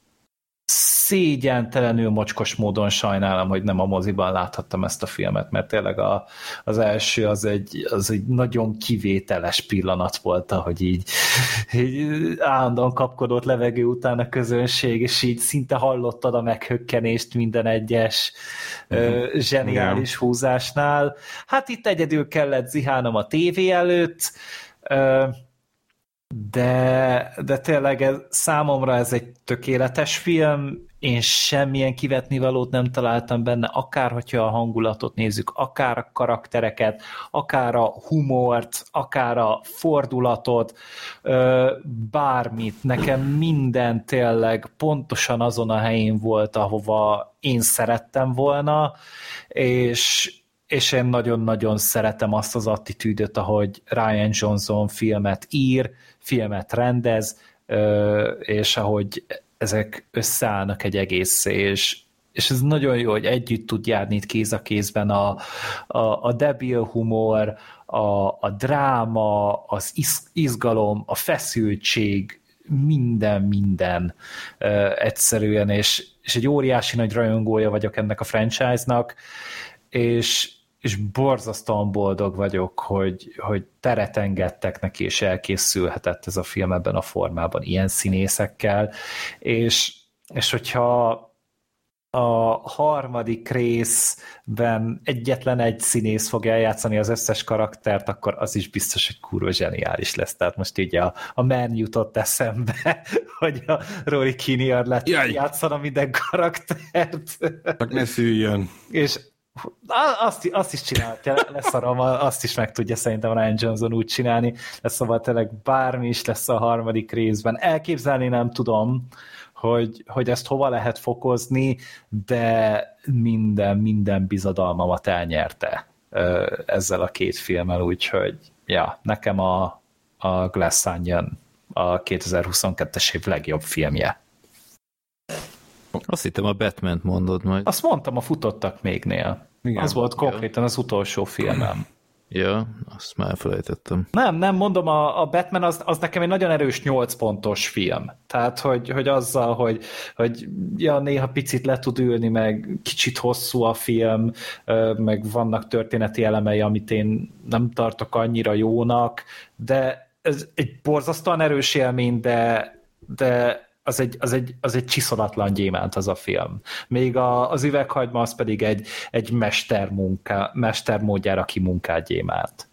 szégyentelenül mocskos módon sajnálom, hogy nem a moziban láthattam ezt a filmet, mert tényleg a, az első az egy, az egy nagyon kivételes pillanat volt, ahogy így, így állandóan kapkodott levegő után a közönség, és így szinte hallottad a meghökkenést minden egyes uh-huh. uh, zseniális yeah. húzásnál. Hát itt egyedül kellett zihálnom a tévé előtt, uh, de, de tényleg ez, számomra ez egy tökéletes film, én semmilyen kivetnivalót nem találtam benne, akár hogyha a hangulatot nézzük, akár a karaktereket, akár a humort, akár a fordulatot, bármit, nekem minden tényleg pontosan azon a helyén volt, ahova én szerettem volna, és és én nagyon-nagyon szeretem azt az attitűdöt, ahogy Rian Johnson filmet ír, filmet rendez, és ahogy ezek összeállnak egy egészé, és, és ez nagyon jó, hogy együtt tud járni itt kéz a kézben a, a, a debil humor, a, a dráma, az izgalom, a feszültség, minden, minden egyszerűen, és, és egy óriási nagy rajongója vagyok ennek a franchise-nak, és és borzasztóan boldog vagyok, hogy, hogy teret engedtek neki, és elkészülhetett ez a film ebben a formában, ilyen színészekkel, és, és hogyha a harmadik részben egyetlen egy színész fog eljátszani az összes karaktert, akkor az is biztos, hogy kurva zseniális lesz. Tehát most így a, a Man jutott eszembe, hogy a Rory Kinnear lett játszana minden karaktert. Csak ne szüljön. És Azt, azt is csinálja, leszarom, azt is meg tudja szerintem Rian Johnson úgy csinálni, lesz szóval tényleg bármi is lesz a harmadik részben. Elképzelni nem tudom, hogy, hogy ezt hova lehet fokozni, de minden, minden bizadalmamat elnyerte ezzel a két filmmel, úgyhogy ja, nekem a, a Glass Onion a kétezer-huszonkettes év legjobb filmje. Azt hittem a Batman-t mondod majd. Azt mondtam a Futottak mégnél. Igen. Az volt konkrétan az utolsó filmem. Ja, azt már elfelejtettem. Nem, nem, mondom, a, a Batman az, az nekem egy nagyon erős nyolc pontos film. Tehát, hogy, hogy azzal, hogy, hogy ja, néha picit le tud ülni, meg kicsit hosszú a film, meg vannak történeti elemei, amit én nem tartok annyira jónak, de ez egy borzasztóan erős élmény, de, de az egy, az, egy, az egy csiszolatlan gyémánt az a film. Még a, az Üveghagyma az pedig egy, egy mestermunka, mestermódjára kimunkált gyémánt.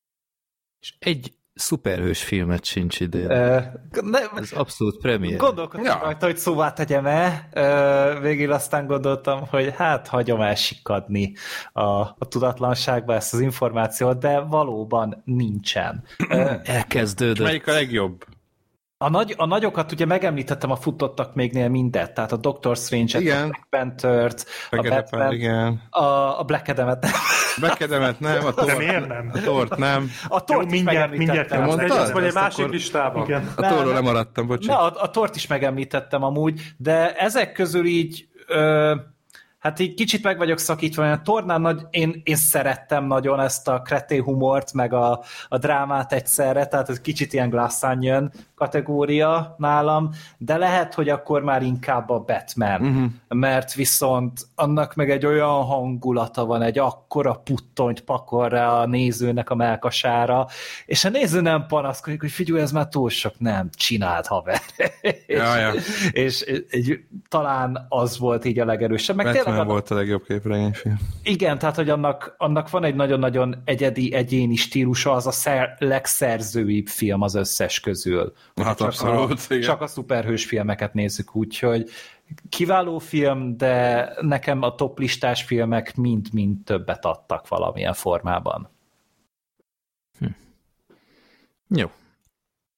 És egy szuperhős filmet sincs idén. Uh, Ez abszolút premier. Gondolkodtam ja. rajta, hogy szóvá tegyem-e. Uh, végül aztán gondoltam, hogy hát hagyom elsikadni a, a tudatlanságba ezt az információt, de valóban nincsen. Uh, Elkezdődött. Melyik a legjobb? A, nagy, a nagyokat ugye megemlítettem a Futottak mégnél mindet, tehát a Doctor Strange-et, a Black Panther-t, a Batman, igen. a, a Black Adam-et. Black Adam-et nem, a Thort miért nem? A Thort nem. A Thort is megemlítettem. Mondtad? Vagy egy másik listában. Igen. A Thorról lemaradtam, bocsánat. Na, a, a Thort is megemlítettem amúgy, de ezek közül így... Ö, hát így kicsit meg vagyok szakítva, mert a Tornán nagy, én, én szerettem nagyon ezt a kreté humort, meg a, a drámát egyszerre, tehát ez kicsit ilyen Glass Onion kategória nálam, de lehet, hogy akkor már inkább a Batman, uh-huh. mert viszont annak meg egy olyan hangulata van, egy akkora puttonyt pakol rá a nézőnek a melkasára, és a néző nem panaszkodik, hogy figyelj, ez már túl sok, nem, csináld, haver. Ja, ja. és, és egy, talán az volt így a legerősebb. Meg Batman tényleg, volt a legjobb képregényfilm. Igen, tehát, hogy annak, annak van egy nagyon-nagyon egyedi, egyéni stílusa, az a szer, legszerzőibb film az összes közül. Hát csak, abszolút, a, csak a szuperhős filmeket nézzük, úgyhogy kiváló film, de nekem a top listás filmek mind-mind többet adtak valamilyen formában. Hm. Jó.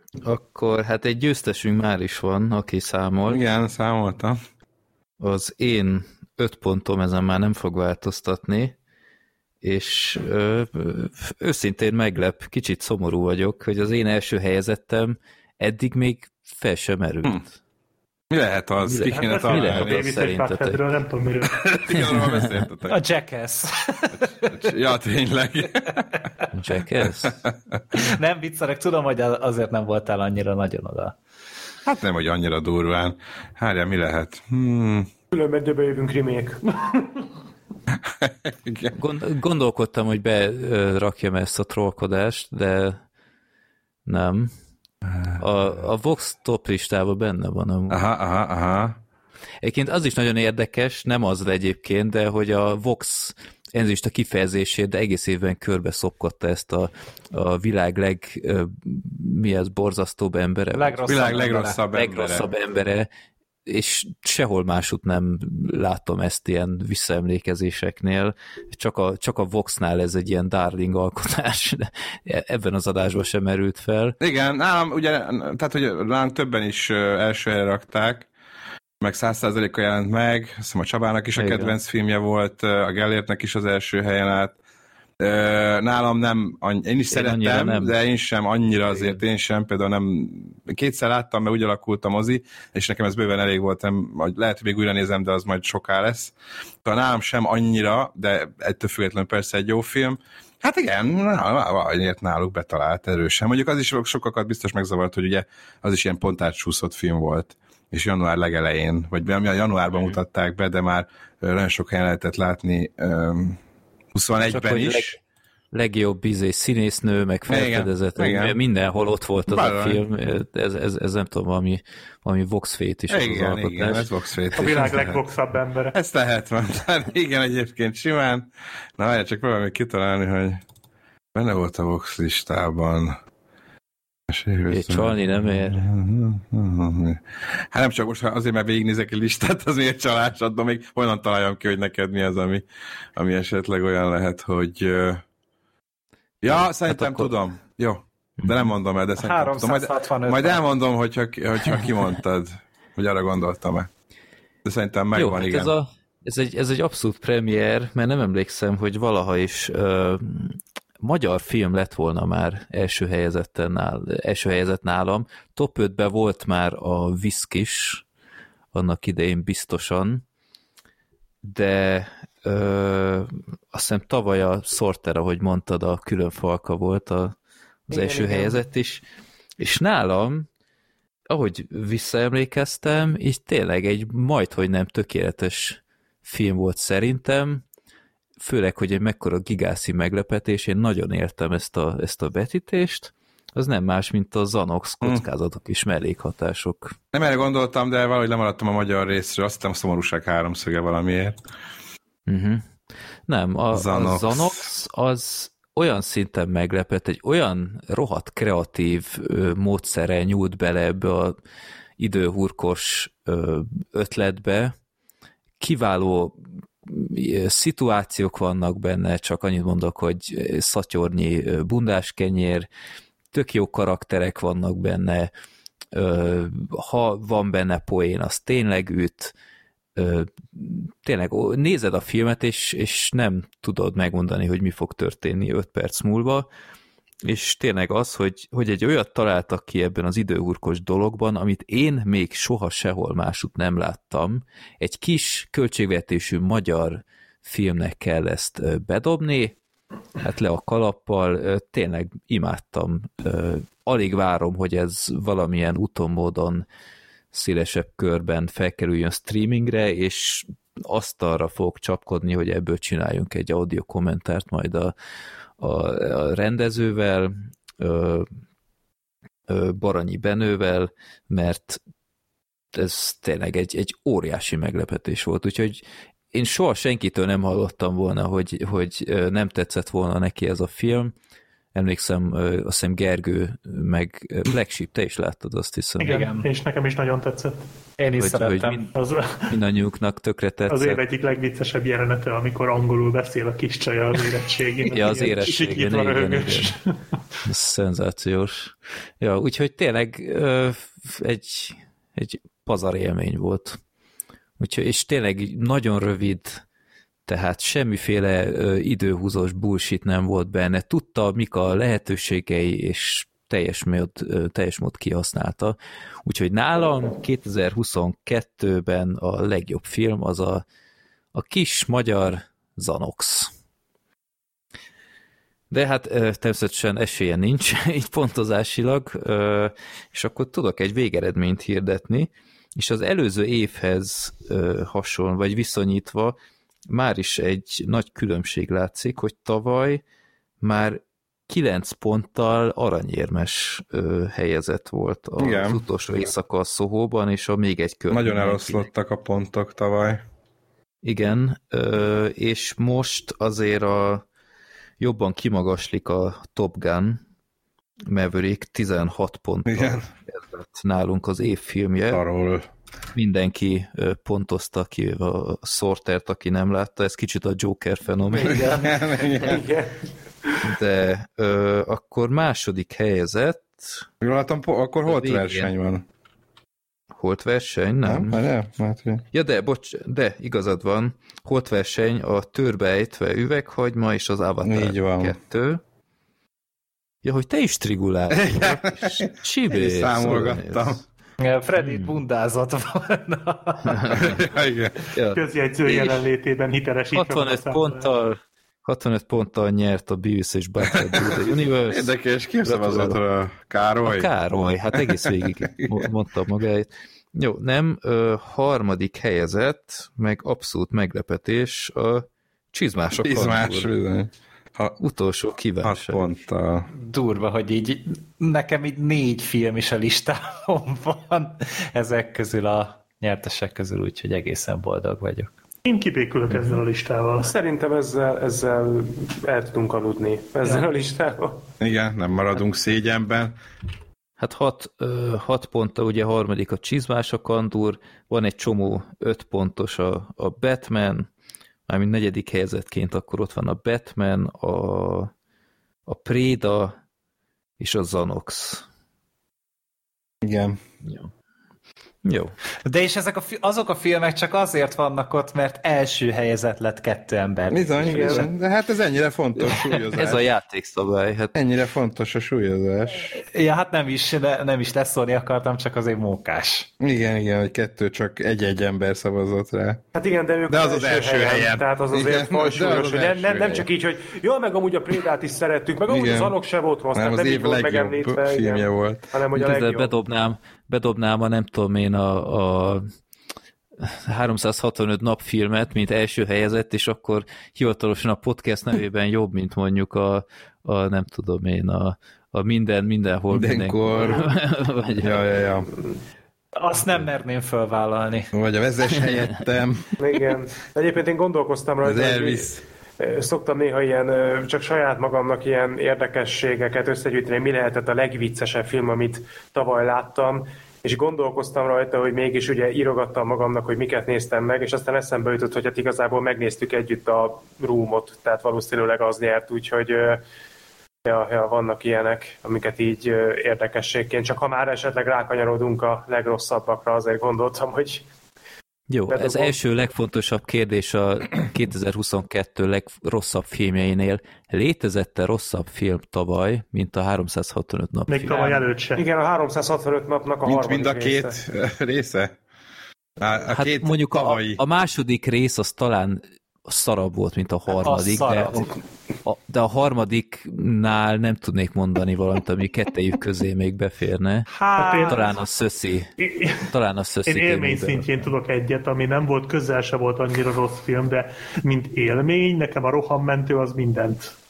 Akkor hát egy győztesünk már is van, aki számol. Igen, számoltam. Az én öt pontom ezen már nem fog változtatni, és ö, őszintén meglep, kicsit szomorú vagyok, hogy az én első helyezettem eddig még fel sem merült. Hm. Mi lehet az? Mi, Ki le- kéne hát mi lehet az szerintetek? Nem tudom, miről. A Jackass. Ja, tényleg. Jackass? Nem viccelek, tudom, hogy azért nem voltál annyira nagyon oda. Hát nem, hogy annyira durván. Hárja, mi lehet? Hmm. Különben bejövünk remake. Gond, gondolkodtam, hogy berakjam ezt a trollkodást, de nem. A, a Vox top listában benne van. Amúgy. Aha, aha, aha. Egyébként az is nagyon érdekes, nem az egyébként, de hogy a Vox enzista kifejezését, de egész évben körbe szopkodta ezt a, a világ leg, mi az, borzasztóbb embere? Legrosszabb világ embere. legrosszabb embere. Legrosszabb embere, és sehol másút nem látom ezt ilyen visszaemlékezéseknél, csak a, csak a Voxnál ez egy ilyen darling alkotás, de ebben az adásban sem merült fel. Igen, nálam ugye, tehát hogy nálunk többen is első helyre rakták, meg száz százalékkal jelent meg, azt hiszem a Csabának is a Igen. kedvenc filmje volt, a Gellértnek is az első helyen állt. Nálam nem, én is én szerettem, nem. De én sem annyira azért, én sem, például nem, kétszer láttam, mert úgy alakult a mozi, és nekem ez bőven elég volt, nem, lehet, hogy még újra nézem, de az majd soká lesz. Tehát nálam sem annyira, de ettől függetlenül persze egy jó film. Hát igen, valamiért náluk betalált erősen. Mondjuk az is sokakat biztos megzavart, hogy ugye az is ilyen pont átsúszott film volt, és január legelején, vagy januárban mutatták be, de már nagyon sok helyen lehetett látni, huszonegyben is. Leg, legjobb izé színésznő, meg felfedezett, meg mindenhol ott volt az Bár a film. Ez, ez, ez nem tudom, valami, valami Vox-fét is igen, az alkotás. Igen, ez Vox-fét. A világ legvoxabb embere. Ezt lehet mondani. Igen, egyébként simán. Na, várj, csak próbálom még kitalálni, hogy benne volt a Vox listában. É, csalni nem ér. Hát nem csak most, azért, mert végignézek egy listát, az miért csalás, adom még honnan találjam ki, hogy neked mi az, ami, ami esetleg olyan lehet, hogy... Ja, hát szerintem akkor... tudom. Jó, de nem mondom el, de szerintem tudom. Majd, majd elmondom, hogyha, hogyha kimondtad, hogy arra gondoltam-e. De szerintem megvan, Jó, igen. Hát ez, a, ez, egy, ez egy abszolút premier, mert nem emlékszem, hogy valaha is... Uh, magyar film lett volna már első helyezetten nál, első helyezett nálam. Top ötbe volt már a Viszk is, annak idején biztosan, de ö, azt hiszem tavaly a Sorter, ahogy mondtad, a Külön falka volt a, az igen, első igen. helyezett is, és nálam, ahogy visszaemlékeztem, így tényleg egy majdhogy nem tökéletes film volt szerintem, főleg, hogy egy mekkora gigászi meglepetés, én nagyon értem ezt a, ezt a vetítést, az nem más, mint a Zanox kockázatok és mellékhatások. Nem erre gondoltam, de valahogy lemaradtam a magyar részről, azt hiszem a szomorúság háromszöge valamiért. Uh-huh. Nem, a Zanox. a Zanox az olyan szinten meglepett, egy olyan rohadt kreatív ö, módszerrel nyúlt bele ebbe az időhurkos ö, ötletbe, kiváló szituációk vannak benne, csak annyit mondok, hogy szatyornyi bundáskenyér, tök jó karakterek vannak benne, ha van benne poén, az tényleg üt, tényleg nézed a filmet, és, és nem tudod megmondani, hogy mi fog történni öt perc múlva, és tényleg az, hogy, hogy egy olyat találtak ki ebben az időhurkos dologban, amit én még soha sehol másút nem láttam. Egy kis költségvetésű magyar filmnek kell ezt bedobni, hát le a kalappal, tényleg imádtam. Alig várom, hogy ez valamilyen úton, módon szélesebb körben felkerüljön streamingre, és azt arra fog csapkodni, hogy ebből csináljunk egy audio kommentárt majd a a rendezővel, Baranyi Benővel, mert ez tényleg egy, egy óriási meglepetés volt, úgyhogy én soha senkitől nem hallottam volna, hogy, hogy nem tetszett volna neki ez a film. emlékszem, azt hiszem Gergő, meg Black Sheep, te is láttad, azt hiszem. Igen, Igen. és nekem is nagyon tetszett. Én is hogy, szerettem. Hogy mind, az, mindannyiuknak tökre tetszett. Az év egyik legviccesebb jelenete, amikor angolul beszél a kis csaja az érettségén. Ja, az érettségén, igen, igen, igen. Ez szenzációs. Ja, úgyhogy tényleg ö, egy, egy pazar élmény volt. Úgyhogy, és tényleg nagyon rövid, tehát semmiféle ö, időhúzós bullshit nem volt benne. Tudta, mik a lehetőségei, és teljes mód, ö, teljes mód kihasználta. Úgyhogy nálam kétezer-huszonkettőben a legjobb film az a, a kis magyar Zanox. De hát ö, természetesen esélye nincs, így pontozásilag, ö, és akkor tudok egy végeredményt hirdetni, és az előző évhez ö, hasonló, vagy viszonyítva már is egy nagy különbség látszik, hogy tavaly már kilenc ponttal aranyérmes ö, helyezett volt az Igen. utolsó éjszaka a Sohóban, és a még egy kör. Nagyon eloszlottak a pontok tavaly. Igen, ö, és most azért a jobban kimagaslik a Top Gun Maverick, tizenhat ponttal kezdett nálunk az évfilmje. Arról. Mindenki pontozta ki a Sortert, aki nem látta, ez kicsit a Joker fenomén. Igen. Igen. De ö, akkor második helyezett. Jól látom, akkor holt verseny van. Holt verseny? Nem. nem, nem, nem. Ja, de, bocs, de igazad van. Holt verseny a Törbeejtve üveghagyma és az Avatar kettő. Ja, hogy te is trigulálsz. Csibész. Én számolgattam. Freddy hmm. bundázott volna. ja. Közjegyző jelenlétében hitelesítve. hatvanöt ponttal hatvanöt ponttal nyert a Beavis és Butthead The Universe. Érdekes, ki szavazott a Károly? A Károly, hát egész végig mondta magáit. Jó, nem, ö, harmadik helyezett, meg abszolút meglepetés a Csizmás a Csizmás, bizony. Ha, utolsó kívánság. Ponttal. Durva, hogy így nekem így négy film is a listámon van ezek közül a nyertesek közül, úgyhogy egészen boldog vagyok. Én kibékülök uh-huh. ezzel a listával. Szerintem ezzel, ezzel el tudunk aludni ezzel ja. a listával. Igen, nem maradunk szégyenben. Hát hat, ö, hat ponttal ugye harmadik a Csizmás a Kandúr, van egy csomó öt pontos a, a Batman, mármint negyedik helyezettként akkor ott van a Batman, a, a Préda és a Zanox. Igen. Jó. Jó. De és ezek a, azok a filmek csak azért vannak ott, mert első helyezett lett kettő ember. Bizony, igen. De hát ez ennyire fontos súlyozás. Ez a játékszabály. Hát... Ennyire fontos a súlyozás. Ja, hát nem is, nem is leszólni akartam, csak azért mókás. Igen, igen, hogy kettő csak egy-egy ember szavazott rá. Hát igen, de ők de az az, az első helyen. helyen. Tehát az azért falsúlyos, hogy nem, nem, nem csak így, hogy jó, meg amúgy a Prédát is szerettük, meg amúgy az Anok se volt rossz. Nem, az év legjobb filmje volt. Hanem, hogy a legjobb. Bedobnám, bedobnám a nem tudom én a, a háromszázhatvanöt napfilmet, mint első helyezett, és akkor hivatalosan a podcast nevében jobb, mint mondjuk a, a nem tudom én, a, a minden, mindenhol, mindenkor. mindenkor. Vagy ja, ja, ja. Azt nem merném fölvállalni. Vagy a vezess helyettem. Igen. Egyébként én gondolkoztam rajta, az Elvis. Szoktam néha ilyen, csak saját magamnak ilyen érdekességeket összegyűjteni, mi lehetett a legviccesebb film, amit tavaly láttam, és gondolkoztam rajta, hogy mégis ugye írogattam magamnak, hogy miket néztem meg, és aztán eszembe jutott, hogy hát igazából megnéztük együtt a Roomot, tehát valószínűleg az nyert, úgyhogy ja, ja, vannak ilyenek, amiket így érdekességként, csak ha már esetleg rákanyarodunk a legrosszabbakra, azért gondoltam, hogy jó, bedobom. Ez első legfontosabb kérdés a kétezer-huszonkettő legrosszabb filmjeinél. Létezett-e rosszabb film tavaly, mint a háromszázhatvanöt nap Még film? tavaly előtt se. Igen, a háromszázhatvanöt napnak a mint harmadik mind a két része. része? A, a hát két mondjuk a, a második rész az talán szarabb volt, mint a harmadik, de a, a, de a harmadiknál nem tudnék mondani valamit, ami kettejük közé még beférne. Hát, talán a szöszi. Talán a szöszi. Én élmény szintjén tudok egyet, ami nem volt, közel se volt annyira rossz film, de mint élmény, nekem a rohammentő az mindent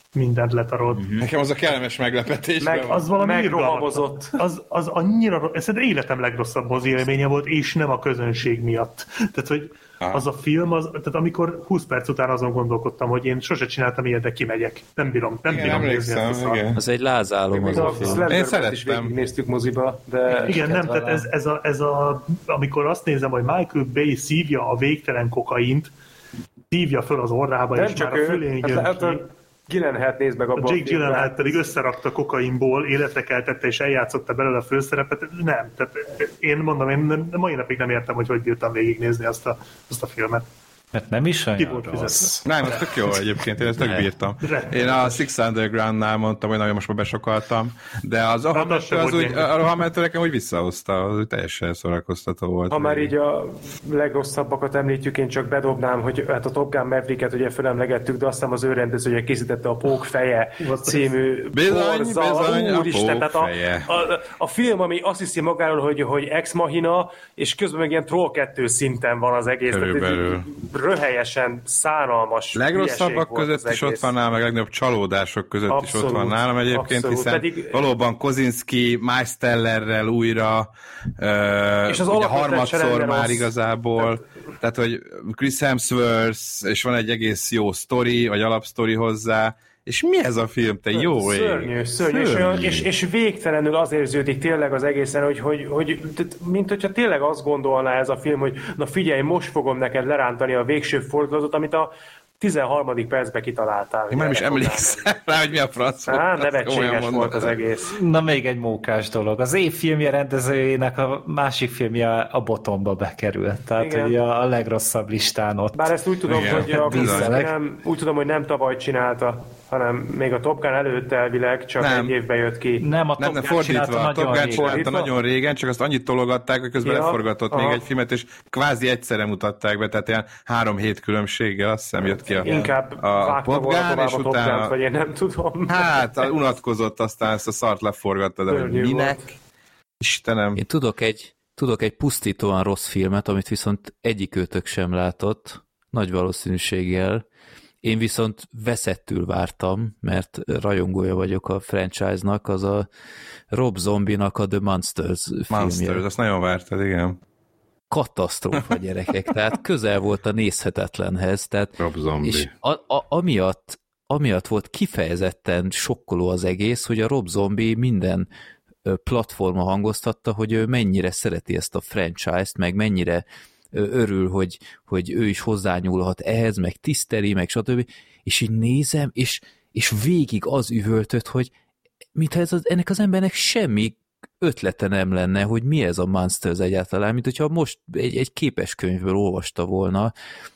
mindent letarolt. Mm-hmm. Nekem az a kellemes meglepetés. Meg, az valami megrohamozott. Az, az annyira, ez az életem legrosszabb mozi élménye volt, és nem a közönség miatt. Tehát, hogy ah. az a film, az, tehát amikor húsz perc után azon gondolkodtam, hogy én sose csináltam ilyet, de kimegyek. Nem bírom, nem igen, bírom nézni ezt a Az egy lázálom az a film. Én szerettem. Néztük moziba, de... Igen, nem, tehát ez, ez, a, ez a, amikor azt nézem, hogy Michael Bay szívja a végtelen kokaint, szívja föl az orrába, nem és csak már ő, a fölén hát, jön hát, ki. Gyllenhaalt nézd meg abban a Jake Gyllenhaalt pedig összerakta kokainból, életre keltette és eljátszotta belőle a főszerepet. Nem, tehát én mondom, én nem, mai napig nem értem, hogy hogy bírtam végignézni azt a, azt a filmet. Mert nem is olyan rossz. Nem, ez tök jó egyébként, én ezt tök bírtam. Én a Six Underground-nál mondtam, hogy nagyon most már besokaltam, de az a hamentő az úgy, a hamentő nekem úgy visszahozta, az úgy teljesen szórakoztató volt. Ha már így a legrosszabbakat említjük, én csak bedobnám, hogy hát a Top Gun Mavericket ugye fölemlegettük, de aztán az ő rendezője készítette a Pók feje című bizony, borza. bizony, Úristen, a tehát a, a, a film, ami azt hiszi magáról, hogy, hogy Ex Machina, és közben meg ilyen Troll kettő szinten van az egész. Körülbelül. Röhelyesen, szánalmas legrosszabbak között is ott van nálam, meg legnagyobb csalódások között abszolút, is ott van nálam egyébként, abszolút. Hiszen pedig, valóban Kozinski, Miles Tellerrel újra és az ugye harmadszor már rossz. Igazából, tehát, tehát hogy Chris Hemsworth, és van egy egész jó sztori, vagy alapsztori hozzá, és mi ez a film, te jó ég? Szörnyű, szörnyű, szörnyű. És, és végtelenül az érződik tényleg az egészen, hogy, hogy, hogy mint hogyha tényleg azt gondolná ez a film, hogy na figyelj, most fogom neked lerántani a végső fordulatot, amit a tizenharmadik percben kitaláltál. Én már nem is emlékszem rá, hogy mi a franc volt. Á, nevetséges volt az egész. Na még egy mókás dolog. Az év filmje rendezőjének a másik filmje a Botomba bekerült. Tehát igen. Hogy a legrosszabb listán ott. Bár ezt úgy tudom, igen. Hogy a nem, úgy tudom, hogy nem tavaly csinálta, hanem még a Top Gun előtt elvileg, csak nem. Egy évben jött ki. Nem, a Top nem, Gun csinálta a Top Gun csinálta nagyon régen, csak azt annyit tologatták, hogy közben ja. leforgatott aha. még egy filmet, és kvázi egyszerre mutatták be, tehát ilyen három hét különbséggel, azt hiszem jött ki a, inkább a Top Gun, és a utána... vagy én nem tudom. Hát, unatkozott, aztán ezt a szart leforgatta, de hogy minek? Volt. Istenem. Én tudok egy, tudok egy pusztítóan rossz filmet, amit viszont egyik őtök sem látott, nagy valószínűséggel. Én viszont veszettül vártam, mert rajongója vagyok a franchise-nak, az a Rob Zombie-nak a The Monsters filmje. Monsters, azt nagyon vártad, igen. Katasztrófa, gyerekek, tehát közel volt a nézhetetlenhez. Tehát, Rob Zombie. És a, a, amiatt, amiatt volt kifejezetten sokkoló az egész, hogy a Rob Zombie minden platforma hangoztatta, hogy ő mennyire szereti ezt a franchise-t, meg mennyire örül, hogy, hogy ő is hozzányúlhat ehhez, meg tiszteli, meg stb. És így nézem, és, és végig az üvöltött, hogy mintha ez az, ennek az embernek semmi ötlete nem lenne, hogy mi ez a Monsters egyáltalán, mint hogyha most egy, egy képeskönyvből olvasta volna.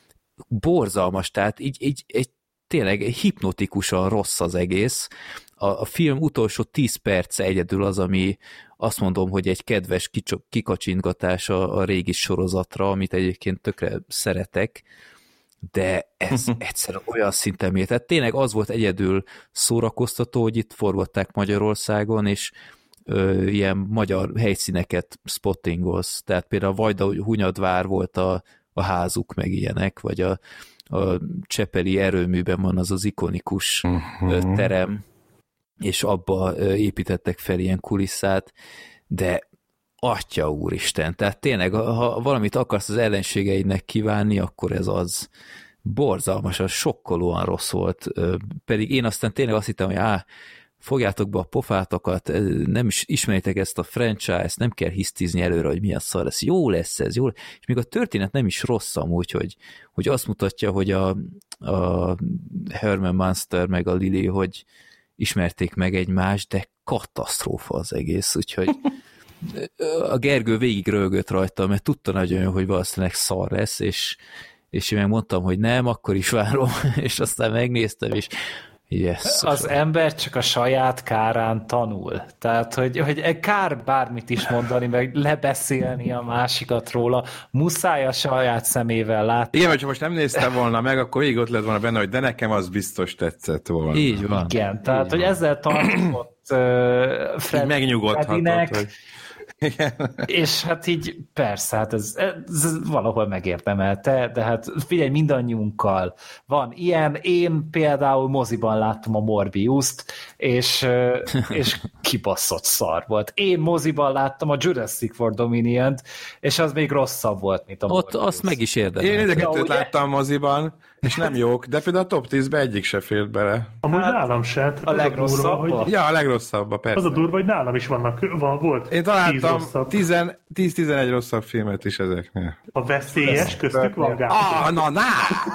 Borzalmas, tehát így, így egy, tényleg hipnotikusan rossz az egész. A, a film utolsó tíz perce egyedül az, ami azt mondom, hogy egy kedves kikacsintgatás a, a régi sorozatra, amit egyébként tökre szeretek, de ez egyszerűen olyan szinten mér. Tehát tényleg az volt egyedül szórakoztató, hogy itt forgatták Magyarországon, és ö, ilyen magyar helyszíneket spottingolsz. Tehát például a Vajda-Hunyadvár volt a, a házuk, meg ilyenek, vagy a, a Csepeli erőműben van az az ikonikus uh-huh. terem, és abba építettek fel ilyen kulisszát, de atya úristen, tehát tényleg, ha valamit akarsz az ellenségeidnek kívánni, akkor ez az borzalmasan, sokkolóan rossz volt, pedig én aztán tényleg azt hittem, hogy á, fogjátok be a pofátokat, nem is ismeritek ezt a franchise-t, nem kell hisztizni előre, hogy mi a szar, ez jó lesz ez, jó lesz. És még a történet nem is rossz amúgy, hogy, hogy azt mutatja, hogy a, a Herman Munster meg a Lily, hogy ismerték meg egymást, de katasztrófa az egész, úgyhogy a Gergő végig röhögött rajta, mert tudta nagyon jó, hogy valószínűleg szar lesz, és, és én megmondtam, hogy nem, akkor is várom, és aztán megnéztem, és yes, az ember csak a saját kárán tanul. Tehát, hogy, hogy kár bármit is mondani, meg lebeszélni a másikat róla, muszáj a saját szemével látni. Igen, hogyha most nem nézte volna meg, akkor végig ott lett volna benne, hogy de nekem az biztos tetszett volna. Így van. Igen, tehát, így hogy van. ezzel tartott uh, Fred megnyugodhatott, hogy... Igen. És hát így persze, hát ez, ez valahol megérdemelte, de hát figyelj, mindannyiunkkal van ilyen. Én például moziban láttam a Morbiust, és, és kibaszott szar volt. Én moziban láttam a Jurassic World Dominion-t, és az még rosszabb volt, mint a Morbius. Ott azt meg is érdemelt. Én idegetőt láttam moziban, és nem jók, de például a top tízbe egyik se fért bele. Amúgy hát, nálam se. A legrosszabb? Hogy... Ja, a legrosszabb, persze. Az a durva, hogy nálam is vannak, van, volt Én találtam tíz-tizenegy rosszabb filmet is ezeknél. A veszélyes köztük van, Gábor? Ah, na, na!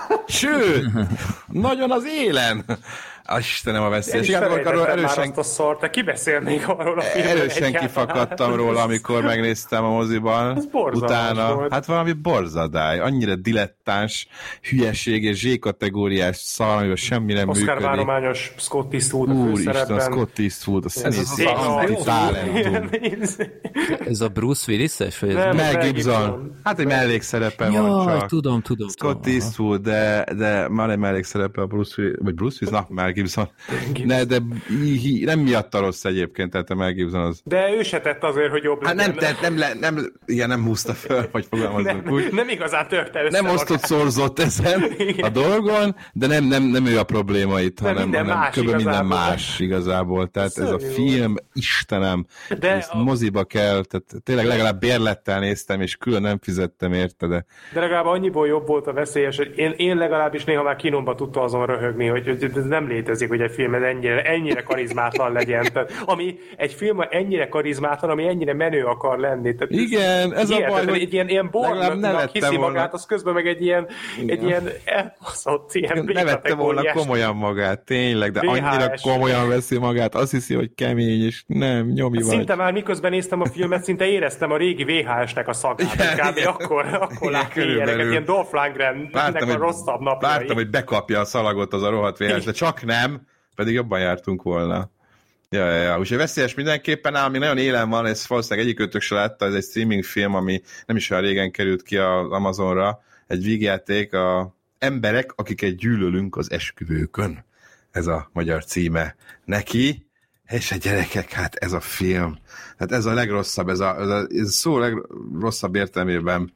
Sőt! Nagyon az élen! Istenem, a veszélyes. Én is felejtettem erősen... már azt a szart, de ki beszélnék arról a filmről? Erősen kifakadtam róla, amikor megnéztem a moziban. Ez utána, volt. Hát valami borzadály, annyira dilettáns, hülyeség és Z-kategóriás szar, amivel semmi nem Oscar működik. Oscar várományos Scott Eastwood a főszerepben. Úristen, Scott Eastwood, a színész talentum. Ez a Bruce Willis-es? Mel Gibson. Hát egy mellékszerepe van csak. tudom, tudom. Scott Eastwood, de, de már egy mellékszerepe a Bruce Willis, vagy Bruce Willis, na, Mel Gibson. Ne, de nem miatta rossz egyébként, tehát a Mel Gibson az... De ő se tett azért, hogy jobb hát nem, tett, nem, nem, nem, igen, nem húzta föl, vagy fogalmazunk nem, úgy. Nem igazán törte össze Nem magát. Osztott szorzott ezen igen. a dolgon, de nem, nem, nem ő a probléma itt, hanem, minden hanem más kb. Minden igazából. más igazából. Tehát szörnyű ez a film, Istenem, de ezt a... moziba kell, tehát tényleg legalább bérlettel néztem, és külön nem fizettem érte, de... De legalább annyiból jobb volt a veszélyes, hogy én, én legalábbis néha már kínomba tudtam azon röhögni, hogy, hogy ez nem létezik, hogy egy film ennyire, ennyire karizmátlan legyen. Tehát, ami egy film ennyire karizmátlan, ami ennyire menő akar lenni. Tehát igen, ez ilyen, a baj, hogy egy ilyen, ilyen bornnak hiszi volna. magát, az közben meg egy ilyen, egy ilyen elbaszott, ilyen ne vette volna komolyan magát, tényleg, de vé há es. Annyira komolyan veszi magát, azt hiszi, hogy kemény, és nem, nyomi hát vagy. Szinte már miközben néztem a filmet, szinte éreztem a régi vé há esnek a szagát. Igen, igen. Akkor, akkor látni ilyeneket, ilyen Dolph Lundgrennek a rosszabb napjai. Vártam, hogy bekapja a szalagot az a rohadt vé há es, de csak nem, pedig jobban jártunk volna. Ja, ja, ja. Úgyhogy veszélyes mindenképpen, ám még nagyon élen van, ez valószínűleg egyikőtök se látta, ez egy streaming film, ami nem is olyan régen került ki az Amazonra, egy vígjáték, a Emberek, akiket gyűlölünk az esküvőkön. Ez a magyar címe neki, és a gyerekek, hát ez a film, hát ez a legrosszabb, ez a, ez a, ez a szó legrosszabb értelmében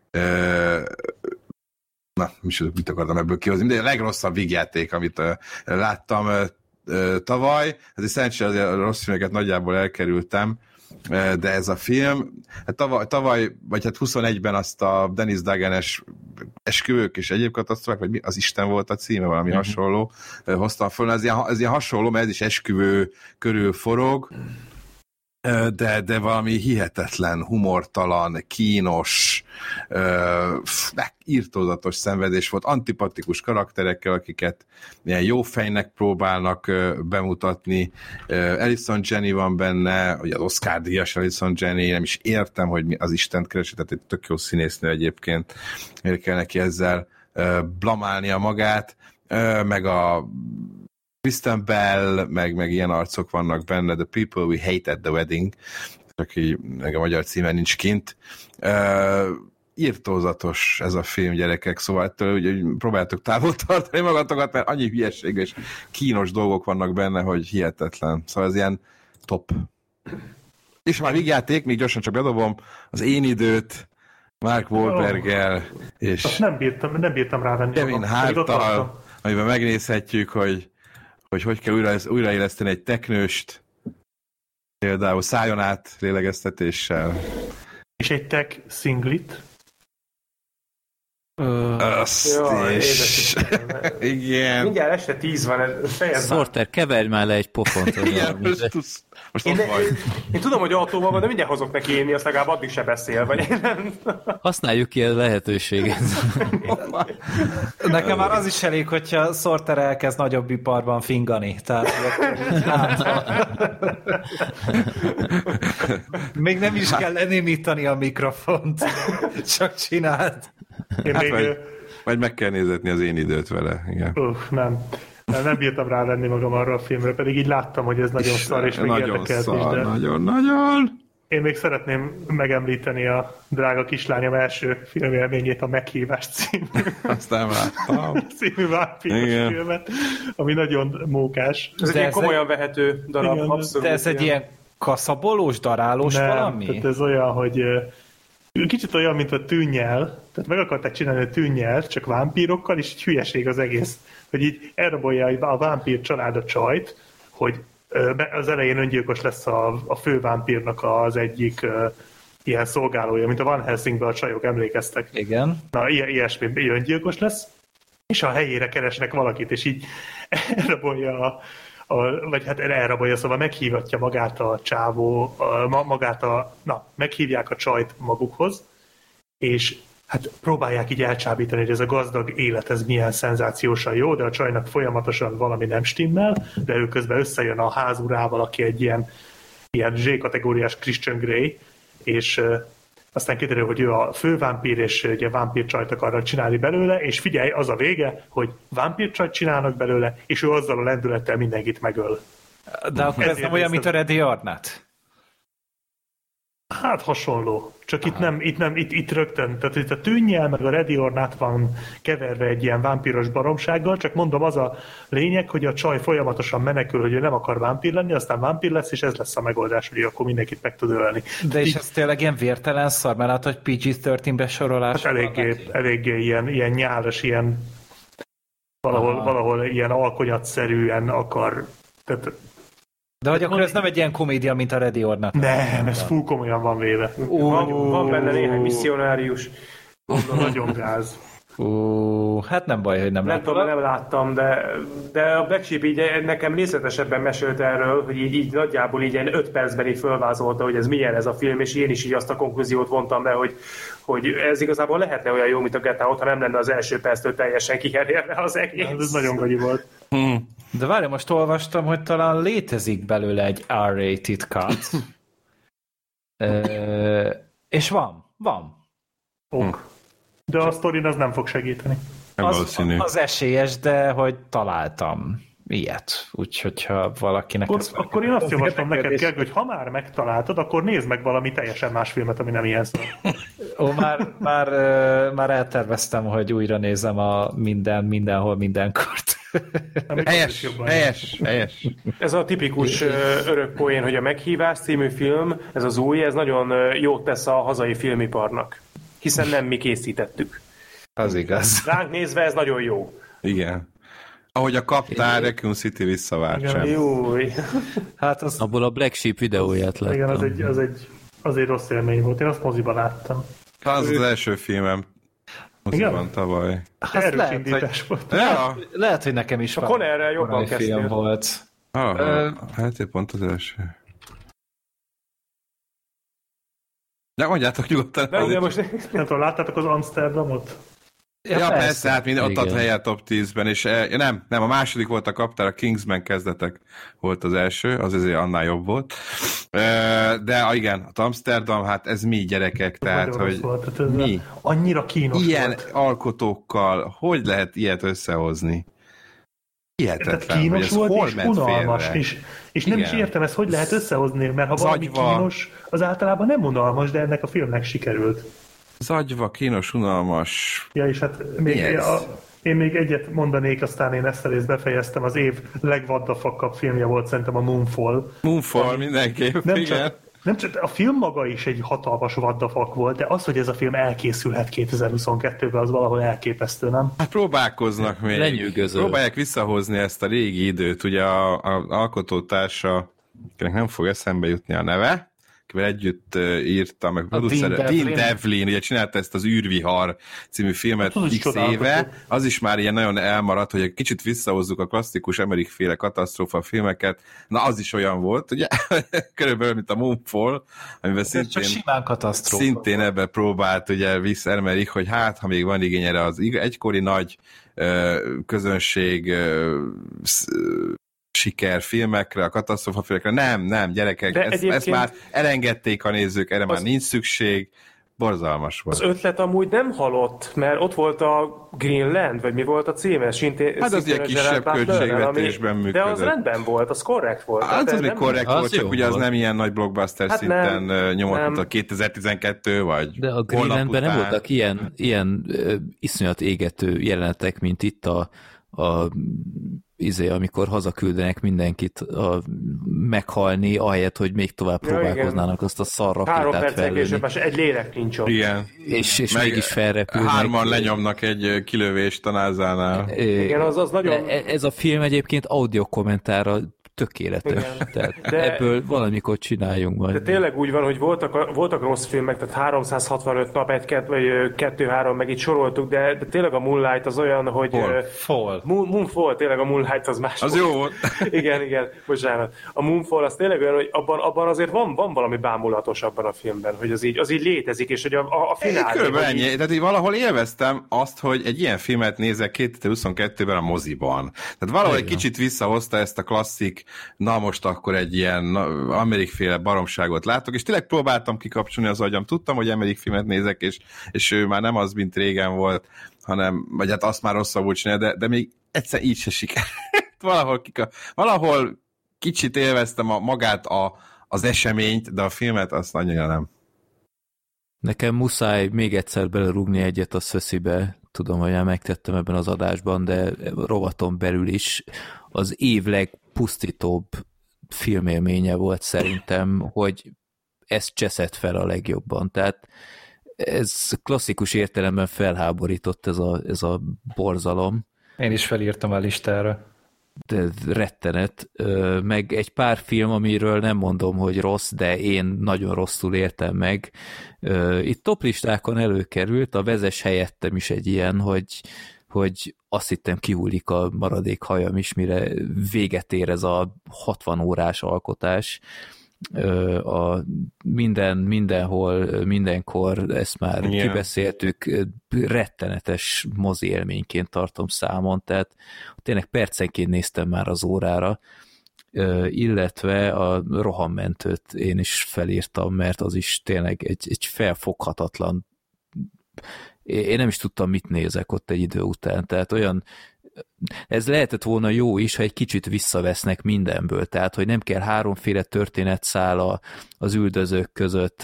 ö, na, mit akartam ebből kihozni, de a legrosszabb vígjáték, amit ö, láttam ö, ö, tavaly, azért szerencsére a rossz filmeket nagyjából elkerültem, ö, de ez a film, hát tavaly, tavaly, vagy hát huszonegyben azt a Dennis Dugan-es Esküvők és egyéb katasztrófák, vagy mi, az Isten volt a címe, valami mm-hmm. hasonló, ö, hoztam föl, ez ilyen, ez ilyen hasonló, mert ez is esküvő körül forog, De, de valami hihetetlen, humortalan, kínos, írtózatos szenvedés volt, antipatikus karakterekkel, akiket ilyen jó fejnek próbálnak bemutatni. Allison Janney van benne, vagy az Oscar-díjas Allison Janney, nem is értem, hogy mi az Istent keresi, tehát egy tök jó színésznő egyébként, miért kell neki ezzel blamálnia magát, meg a Kristen Bell, meg, meg ilyen arcok vannak benne, The People We Hate at the Wedding, csak így, meg a magyar címe nincs kint. Uh, írtózatos ez a film, gyerekek, szóval ettől úgy, próbáljátok távol tartani magatokat, mert annyi hülyeség és kínos dolgok vannak benne, hogy hihetetlen. Szóval ez ilyen top. És már vígjáték, még gyorsan csak bedobom, az Én időt, Mark Wahlberggel, oh. és azt nem bírtam, nem bírtam rávenni. Kevin Harttal, amiben megnézhetjük, hogy hogy hogy kell újra, újraéleszteni egy teknőst, például szájon át lélegeztetéssel. És egy tech szinglit. Azt jó, is. Igen. Mindjárt este tíz van, fejezd Sorter, keverj már le egy pofont. Igen, most, most, most én, én, én tudom, hogy autóval van, de mindjárt hozok neki inni, azt legalább addig se beszél, vagy én nem. Használjuk ki a lehetőséget. Nekem már az is elég, hogyha Sorter elkezd nagyobb iparban fingani. Tehát, még nem is kell lenémítani a mikrofont. Csak csináld. Én hát még... majd, majd meg kell nézetni az Én időt vele. Igen. Uh, nem. nem. Nem bírtam rávenni magam arra a filmre, pedig így láttam, hogy ez nagyon és szar, és még érdekelt szar, is. De... Nagyon, nagyon. Én még szeretném megemlíteni a drága kislányom első filmélményét, a Meghívás című. Azt nem láttam. című vámpíros filmet, ami nagyon mókás. Ez de egy ez komolyan egy... vehető darab, igen, abszolút. De ez egy ilyen kaszabolós, darálós nem, valami? Tehát ez olyan, hogy kicsit olyan, mint a tűnnyel, tehát meg akarták csinálni a tűnnyel, csak vámpírokkal, és így hülyeség az egész, hogy így elrabolja a vámpír család a csajt, hogy az elején öngyilkos lesz a, a fő vámpírnak az egyik uh, ilyen szolgálója, mint a Van Helsingben a csajok, emlékeztek? Igen. Na, ilyen, ilyesmi öngyilkos lesz, és a helyére keresnek valakit, és így elrabolja a, a, vagy hát elrabolja, szóval meghívatja magát a csávó, a, magát a, na, meghívják a csajt magukhoz, és hát próbálják így elcsábítani, hogy ez a gazdag élet, ez milyen szenzációsan jó, de a csajnak folyamatosan valami nem stimmel, de ő közben összejön a házurával, aki egy ilyen, ilyen Z-kategóriás Christian Grey, és uh, aztán kiderül, hogy ő a fő vámpír, és ugye vámpírcsajt akarnak csinálni belőle, és figyelj, az a vége, hogy vámpírcsajt csinálnak belőle, és ő azzal a lendülettel mindenkit megöl. De akkor ez nem olyan, mint a Ready or Not? Hát hasonló. Csak itt nem, itt nem, itt, itt rögtön, tehát itt a tűnnyel, meg a Ready or Not van keverve egy ilyen vámpíros baromsággal, csak mondom, az a lényeg, hogy a csaj folyamatosan menekül, hogy ő nem akar vámpír lenni, aztán vámpír lesz, és ez lesz a megoldás, hogy akkor mindenkit meg tud ölni. De és ez tényleg ilyen vértelen szar, mert látod, hogy pé gé tizenkettő besorolás. Hát eléggé, eléggé ilyen, ilyen nyálas, ilyen valahol, valahol ilyen alkonyatszerűen akar, tehát de hogy akkor ez nem egy ilyen komédia, mint a Ready or Not? Nem, ez full komolyan van véve. Ó, van, van benne néhány misszionárius. Nagyon gáz. Ó, hát nem baj, hogy nem, nem láttam. Nem láttam, de, de a Black Sheep így nekem részletesebben mesélt erről, hogy így, így nagyjából így öt percben így fölvázolta, hogy ez milyen ez a film, és én is így azt a konklúziót vontam be, hogy, hogy ez igazából lehetne olyan jó, mint a Get Out, ha nem lenne az első perctől teljesen kiherélve az egész. Ez nagyon gagyi volt. Hmm. De várj, most olvastam, hogy talán létezik belőle egy R-rated cut. e, és van, van. Ok. De a sztorin az nem fog segíteni. Az, az esélyes, de hogy találtam ilyet. Úgyhogy ha valakinek... Akkor, akkor én azt javaslom neked, Gergő, hogy ha már megtaláltad, akkor nézd meg valami teljesen más filmet, ami nem ilyen szó. Ó, már, már, már elterveztem, hogy újra nézem a minden, mindenhol, mindenkort. Helyes, helyes, helyes. Ez a tipikus örök poén, hogy a Meghívás című film, ez az új, ez nagyon jót tesz a hazai filmiparnak. Hiszen nem mi készítettük. Az igaz. Ránk nézve ez nagyon jó. Igen. Ahogy a kaptár, Raccoon City visszavárt sem. Júj. Hát az... Abból a Black Sheep videóját láttam. Igen, az egy, az egy, az egy rossz élmény volt. Én azt moziban láttam. Az az első filmem. Moziban tavaly. Hát lehet, hogy, volt. Ja. Lehet, hogy nekem is a van. A Connerrel jobban kezdtél. Volt. Ah, Ö... Hát épp pont az első. De mondjátok nyugodtan. De ugye most nem tudom, láttátok az Amsterdamot? Ja, ja persze, persze, hát minden ott ad helye a top tízben, és nem, nem, a második volt a kaptár, a Kingsman kezdetek volt az első, az azért annál jobb volt. De igen, a Amsterdam, hát ez mi gyerekek, tehát, hogy volt, tehát mi? Annyira kínos ilyen volt. alkotókkal, hogy lehet ilyet összehozni? Hihetetlen, tehát kínos hogy ez volt, és unalmas, és, és nem is értem ezt, hogy lehet összehozni, mert ha valami Zagyva. kínos, az általában nem unalmas, de ennek a filmnek sikerült. Zagyva, kínos, unalmas. Ja, és hát még a, én még egyet mondanék, aztán én ezt a részt befejeztem, az év legvaddafakabb filmje volt szerintem a Moonfall. Moonfall mindenképp, nem igen. Csak, nem csak a film maga is egy hatalmas vaddafak volt, de az, hogy ez a film elkészülhet kétezer-huszonkettőben, az valahol elképesztő, nem? Hát próbálkoznak még. Lenyűgöző. Próbálják visszahozni ezt a régi időt. Ugye a, a alkotótársa, akinek nem fog eszembe jutni a neve, akivel együtt uh, írta, meg producer, Dean Devlin. Devlin, ugye csinálta ezt az űrvihar című filmet hát, x éve, az is már ilyen nagyon elmaradt, hogy egy kicsit visszahozzuk a klasszikus Emmerich-féle katasztrófa filmeket, na az is olyan volt, ugye, körülbelül, mint a Moonfall, amiben szintén, szintén ebben próbált ugye vissza Emmerich, hogy hát, ha még van igény erre az egykori nagy uh, közönség uh, sikerfilmekre, a katasztrófa filmekre. Nem, nem, gyerekek, ezt, egyébként... ezt már elengedték a nézők, erre az... már nincs szükség. Borzalmas volt. Az ötlet amúgy nem halott, mert ott volt a Greenland, vagy mi volt a címe? Sinté, hát az ilyen kisebb költségvetésben működött. De az rendben volt, az korrekt volt. Hát az még korrekt volt, az csak ugye az nem ilyen nagy blockbuster hát szinten nem, nyomott, mint a kétezer-tizenkettő, vagy de a Greenlandben nem voltak ilyen, ilyen uh, iszonyat égető jelenetek, mint itt a, a izé, amikor hazaküldenek mindenkit a, meghalni, ahelyett, hogy még tovább ja, próbálkoznának igen. azt a szar rakétát felülni. Egy lélek nincs ott. Igen. És, és mégis felrepülnek. Hárman lenyomnak egy kilövést a názánál. Igen, az, az nagyon... Ez a film egyébként audio kommentára tökéletes. Tehát de, ebből valamikor csináljunk majd. De tényleg úgy van, hogy voltak, voltak rossz filmek, tehát háromszázhatvanöt nap, egy, kettő, vagy kettő-három, meg itt soroltuk, de, de tényleg a Moonlight az olyan, hogy... Fall. Moon, Moonfall, tényleg a Moonlight az más. Az jó volt. igen, igen, bocsánat. A Moonfall az tényleg olyan, hogy abban, abban azért van, van valami bámulatos abban a filmben, hogy az így, az így létezik, és hogy a, a, a finál... Körülbelül ennyi. Így... Tehát így valahol élveztem azt, hogy egy ilyen filmet nézek kétezer-huszonkettőben a moziban. Tehát valahol egy kicsit visszahozta ezt a klasszik na most akkor egy ilyen Amerik-féle baromságot látok, és tényleg próbáltam kikapcsolni az agyam. Tudtam, hogy Amerik filmet nézek, és, és ő már nem az, mint régen volt, hanem, vagy hát azt már rosszabbul csinálja, de, de még egyszer így se siker. valahol, kika, valahol kicsit élveztem a, magát a, az eseményt, de a filmet azt annyira nem. Nekem muszáj még egyszer belerúgni egyet a szöszibe. Tudom, hogy már megtettem ebben az adásban, de rovaton belül is az év legpusztítóbb filmélménye volt szerintem, hogy ez cseszett fel a legjobban. Tehát ez klasszikus értelemben felháborított ez a, ez a borzalom. Én is felírtam a listára. De rettenet. Meg egy pár film, amiről nem mondom, hogy rossz, de én nagyon rosszul értem meg. Itt toplistákon előkerült, a Vezess helyettem is egy ilyen, hogy, hogy azt hittem kihullik a maradék hajam is, mire véget ér ez a hatvan órás alkotás. A minden, mindenhol, mindenkor, ezt már yeah. kibeszéltük, rettenetes mozi élményként tartom számon, tehát tényleg percenként néztem már az órára, illetve a rohammentőt én is felírtam, mert az is tényleg egy, egy felfoghatatlan, én nem is tudtam, mit nézek ott egy idő után, tehát olyan ez lehetett volna jó is, ha egy kicsit visszavesznek mindenből, tehát, hogy nem kell háromféle történetszál az üldözők között.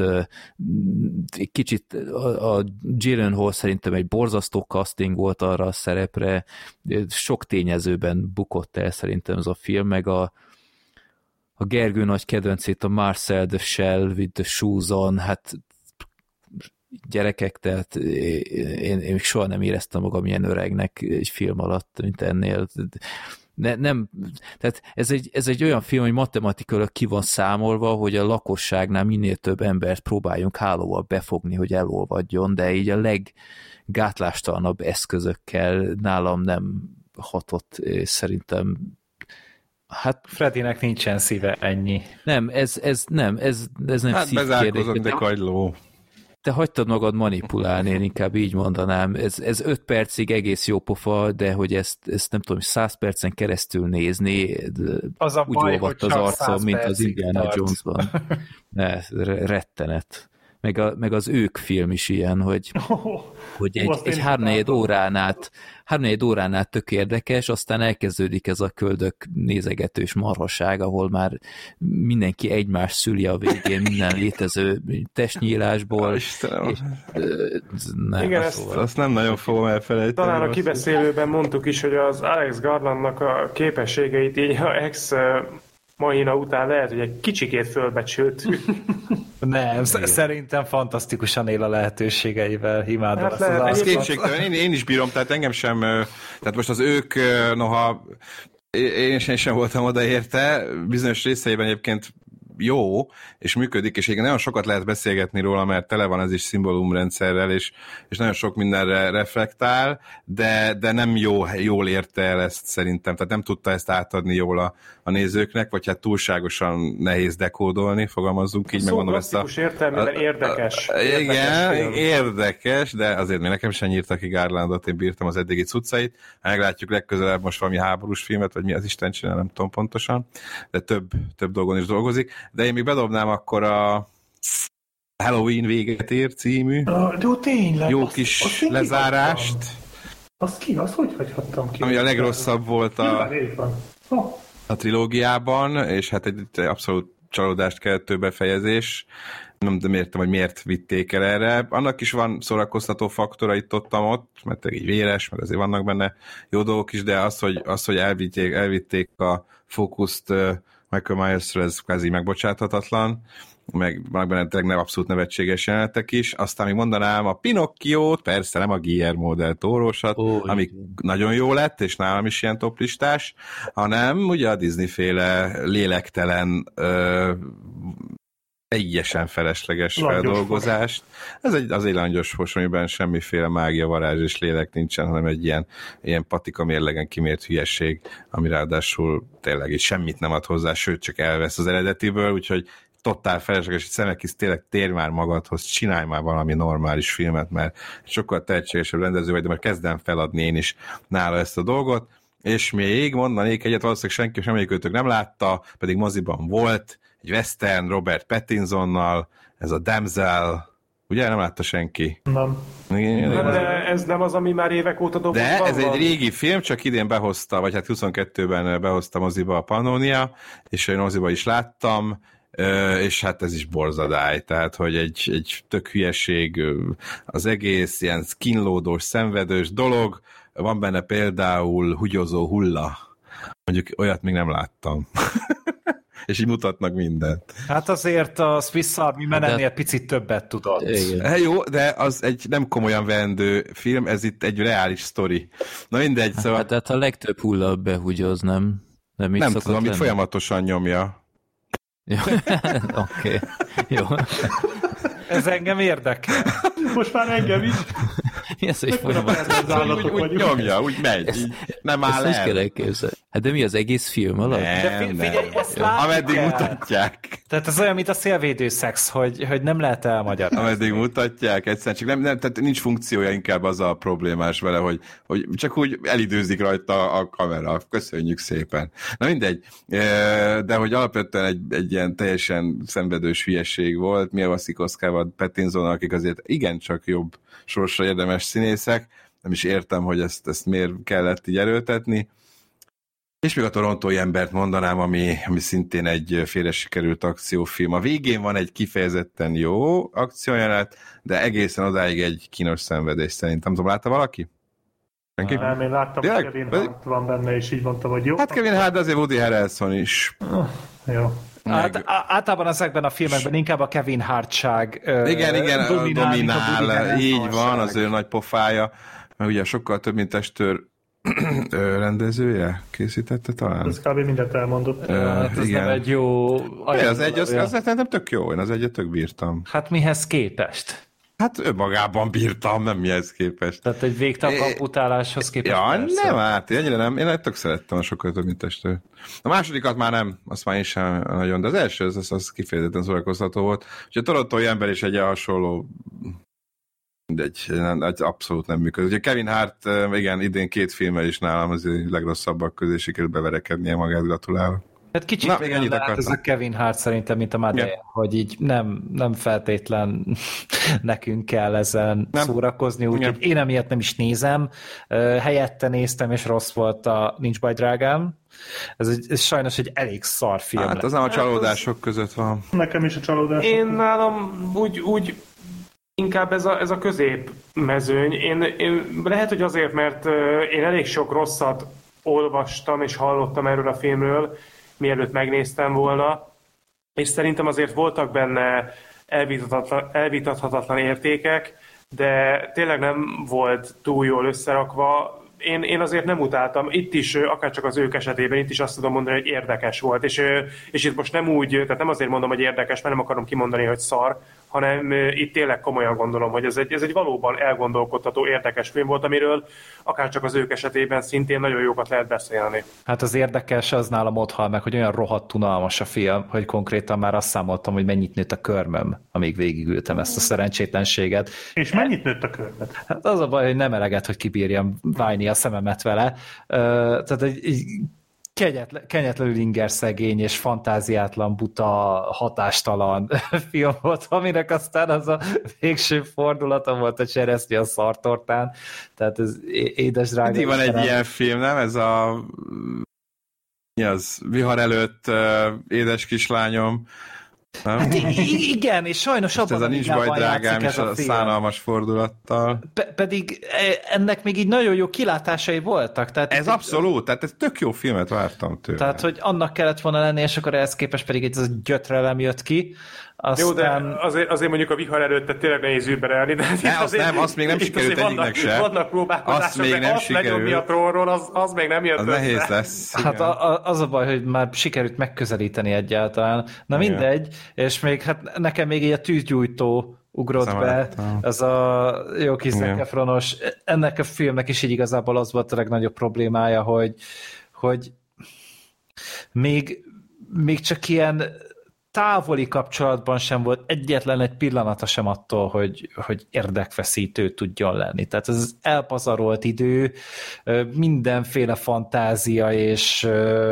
Kicsit a, a Gyllenhaal szerintem egy borzasztó casting volt arra a szerepre, sok tényezőben bukott el szerintem ez a film, meg a, a Gergő nagy kedvencét, a Marcel the Shell with the Shoes on, hát gyerekek, tehát én, én soha nem éreztem magam ilyen öregnek egy film alatt, mint ennél. Ne, nem, tehát ez egy, ez egy olyan film, hogy matematikailag ki van számolva, hogy a lakosságnál minél több embert próbáljunk hálóval befogni, hogy elolvadjon, de így a leggátlástalanabb eszközökkel nálam nem hatott, szerintem. Hát, Fredinek nincsen szíve, ennyi. Nem, ez, ez nem, ez, ez nem hát bezárkozott, de kagyló. Te hagytad magad manipulálni, én inkább így mondanám. Ez, ez öt percig egész jó pofa, de hogy ezt, ezt nem tudom, száz percen keresztül nézni, az a úgy baj, olvadt az arcom, mint az Indiana tart. Jonesban. Ne, rettenet. Meg, a, meg az ők film is ilyen, hogy, oh, hogy egy, egy háromnegyed órán át háromnegyed órán át tök érdekes, aztán elkezdődik ez a köldök nézegetős marhaság, ahol már mindenki egymás szüli a végén minden létező testnyílásból. Istenem. És, nem, igen, ezt, szóval. Azt nem nagyon fogom elfelejteni. Talán a kibeszélőben mondtuk is, hogy az Alex Garlandnak a képességeit így a ex Mahina után lehet, hogy egy kicsikét fölbecsültük. Nem, szerintem fantasztikusan él a lehetőségeivel, imádom hát azt lehet, az, az kétségtelen, én, én is bírom, tehát engem sem, tehát most az ők, noha én sem, sem voltam odaérte, bizonyos részeiben egyébként jó, és működik, és igen, nagyon sokat lehet beszélgetni róla, mert tele van ez is szimbólumrendszerrel, és, és nagyon sok mindenre reflektál, de, de nem jó, jól érte el ezt szerintem, tehát nem tudta ezt átadni jól a, a nézőknek, vagy hát túlságosan nehéz dekódolni, fogalmazzunk így, megmondom ezt a... értelmében érdekes. A, érdekes igen, film. Érdekes, de azért még nekem sem nyírtak ki Garlandot, én bírtam az eddigi cuccait, meglátjuk legközelebb most valami háborús filmet, vagy mi az Isten csinál, nem tudom pontosan, de több, több dolgon is dolgozik. De én még bedobnám akkor a Halloween véget ér című uh, tényleg, jó kis azt, azt lezárást. Azt ki? Azt hogy hagyhattam ki? Ami a legrosszabb volt a, a trilógiában, és hát egy abszolút csalódást keltő befejezés. Nem de értem, hogy miért vitték el erre. Annak is van szórakoztató faktora itt-ottam ott, mert így véres, meg azért vannak benne jó dolgok is, de az, hogy, az, hogy elvitték, elvitték a fókuszt Michael Myers-ra, ez kvázi megbocsáthatatlan, meg vannak benne tényleg nem abszolút nevetséges jelenetek is. Aztán még mondanám a Pinocchiót, persze nem a Guillermo del Toro-sat, oh, ami igen. nagyon jó lett, és nálam is ilyen toplistás, hanem ugye a Disney-féle lélektelen ö, teljesen felesleges langyos feldolgozást. Ez egy, az egy langyos fos, amiben semmiféle mágia, varázs és lélek nincsen, hanem egy ilyen, ilyen patika mérlegen kimért hülyeség, ami ráadásul tényleg így semmit nem ad hozzá, sőt, csak elvesz az eredetiből, úgyhogy totál felesleges, hogy Szemekis tényleg tér már magadhoz, csinálj már valami normális filmet, mert sokkal tehetségesebb rendező vagy, de már kezdem feladni én is nála ezt a dolgot, és még mondanék egyet, valószínűleg senki semmelyikőtök nem látta, pedig moziban volt, egy western Robert Pattinsonnal, ez a Damsel, ugye nem látta senki? Nem. Igen, de, de ez nem az, ami már évek óta dobott. De ez van? Egy régi film, csak idén behozta, vagy hát huszonkettőben behozta moziba a Pannonia, és én moziba is láttam, és hát ez is borzadály, tehát, hogy egy, egy tök hülyeség, az egész ilyen skinlódós, szenvedős dolog, van benne például húgyozó hulla, mondjuk olyat még nem láttam. És így mutatnak mindent. Hát azért a Swiss Army Man ennél picit többet tudott. Hát jó, de az egy nem komolyan vendő film, ez itt egy reális sztori. Na mindegy, hát, szóval... Hát, hát a legtöbb hulla behugyoz, nem? De mit nem tudom, amit folyamatosan nyomja. Oké, okay. Jó. Ez engem érdekel. Most már engem is. Mi ez, hogy folyamatosan? Úgy, úgy nyomja, úgy megy. Ezt, nem áll el. Kell elképzelni. Hát de mi az egész film alatt? Nem, de fi- figyelj, nem. ezt látni ameddig kell. Mutatják. Tehát ez olyan, mint a szélvédő szex, hogy, hogy nem lehet elmagyarázni. Ameddig mutatják, egyszerűen csak nem, nem, tehát nincs funkciója, inkább az a problémás vele, hogy, hogy csak úgy elidőzik rajta a kamera. Köszönjük szépen. Na mindegy, de hogy alapvetően egy, egy ilyen teljesen szenvedős hülyeség volt, mi a Wasikowskával, Pattinson, akik azért igencsak jobb sorsra érdemes színészek, nem is értem, hogy ezt, ezt miért kellett így erőltetni. És még a torontói embert mondanám, ami, ami szintén egy félre sikerült akciófilm. A végén van egy kifejezetten jó akciójelenet, de egészen odáig egy kínos szenvedés szerintem. Nem tudom, látta valaki? Senki? Nem, én láttam, hogy Kevin Hart van benne, és így mondtam, hogy jó. Hát Kevin Hart, de azért Woody Harrelson is. Uh, jó. Hát, általában ezekben a filmekben inkább a Kevin Hart-ság igen, igen, dominál, dominál így van, az ő nagy pofája, mert ugye sokkal több, mint testőr rendezője készítette talán. Ez kb. Mindent elmondott. Uh, hát ez igen. Nem egy jó... Ja, az egy, az, az, az nem tök jó, én az egyet tök bírtam. Hát mihez képest? Hát önmagában bírtam, nem mihez képest. Tehát egy végtelen kamputáláshoz képest. Ja, persze. Nem, hát ennyire nem. Én tök szerettem a sokkal több, mint testő. A másodikat már nem, azt már is sem nagyon, de az első az, az kifejezetten szórakoztató volt. Úgyhogy a torontói ember is egy hasonló mindegy, abszolút nem működik. Ugye Kevin Hart, igen, idén két filmmel is nálam az legrosszabbak közé sikerült beverekednie magát, gratulálok. Hát kicsit Na, olyan lehet ez a Kevin Hart szerintem, mint a Madeleine, yeah. hogy így nem, nem feltétlen nekünk kell ezen nem. szórakozni, úgyhogy én emiatt nem is nézem. Helyette néztem, és rossz volt a Nincs baj, drágám. Ez, egy, ez sajnos egy elég szar film. Hát az nem a csalódások között van. Nekem is a csalódások. Én nálam úgy, úgy inkább ez a, ez a középmezőny. Én, én, lehet, hogy azért, mert én elég sok rosszat olvastam és hallottam erről a filmről, mielőtt megnéztem volna, és szerintem azért voltak benne elvitathatatlan, elvitathatatlan értékek, de tényleg nem volt túl jól összerakva. Én, én azért nem utáltam. Itt is, akárcsak az ők esetében, itt is azt tudom mondani, hogy érdekes volt. És, és itt most nem úgy, tehát nem azért mondom, hogy érdekes, mert nem akarom kimondani, hogy szar, hanem itt tényleg komolyan gondolom, hogy ez egy, ez egy valóban elgondolkodtató, érdekes film volt, amiről akárcsak az ők esetében szintén nagyon jókat lehet beszélni. Hát az érdekes, az nálam ott hal meg, hogy olyan rohadt unalmas a film, hogy konkrétan már azt számoltam, hogy mennyit nőtt a körmöm, amíg végigültem ezt a szerencsétlenséget. És mennyit nőtt a körmöd? Hát az a baj, hogy nem eleget, hogy kibírjam vájni a szememet vele. Tehát egy, egy Kegyetlen, kegyetlenül ingerszegény és fantáziátlan, buta, hatástalan film volt, aminek aztán az a végső fordulata volt a cseresznye a szartortán. Tehát ez édes drága. Mindig van egy ilyen film, nem? Ez a Mi az? Vihar előtt, uh, édes kislányom. Hát igen, és sajnos abban a nincs baj, drágám, és a, a szánalmas fordulattal. Pe- pedig ennek még így nagyon jó kilátásai voltak. Tehát ez abszolút, tehát ez tök jó filmet vártam tőle. Tehát, hogy annak kellett volna lenni, és akkor ehhez képest pedig ez a gyötrelem jött ki. Aztán... Jó, de azért, azért mondjuk a Vihar előtt tényleg nehéz überelni. De ne, azt nem, azt még nem sikerült egyiknek se. Vannak próbálkozások, azt még nem azt lenyomni a trónról, az, az még nem jött az össze. Nehéz lesz. Hát a, a, az a baj, hogy már sikerült megközelíteni egyáltalán. Na mindegy, igen. És még hát nekem még így a tűzgyújtó ugrott be, ez a jó kis Zac Efronos. Ennek a filmnek is így igazából az volt a legnagyobb problémája, hogy, hogy még, még csak ilyen távoli kapcsolatban sem volt egyetlen egy pillanata sem attól, hogy, hogy érdekfeszítő tudjon lenni. Tehát ez elpazarolt idő, mindenféle fantázia és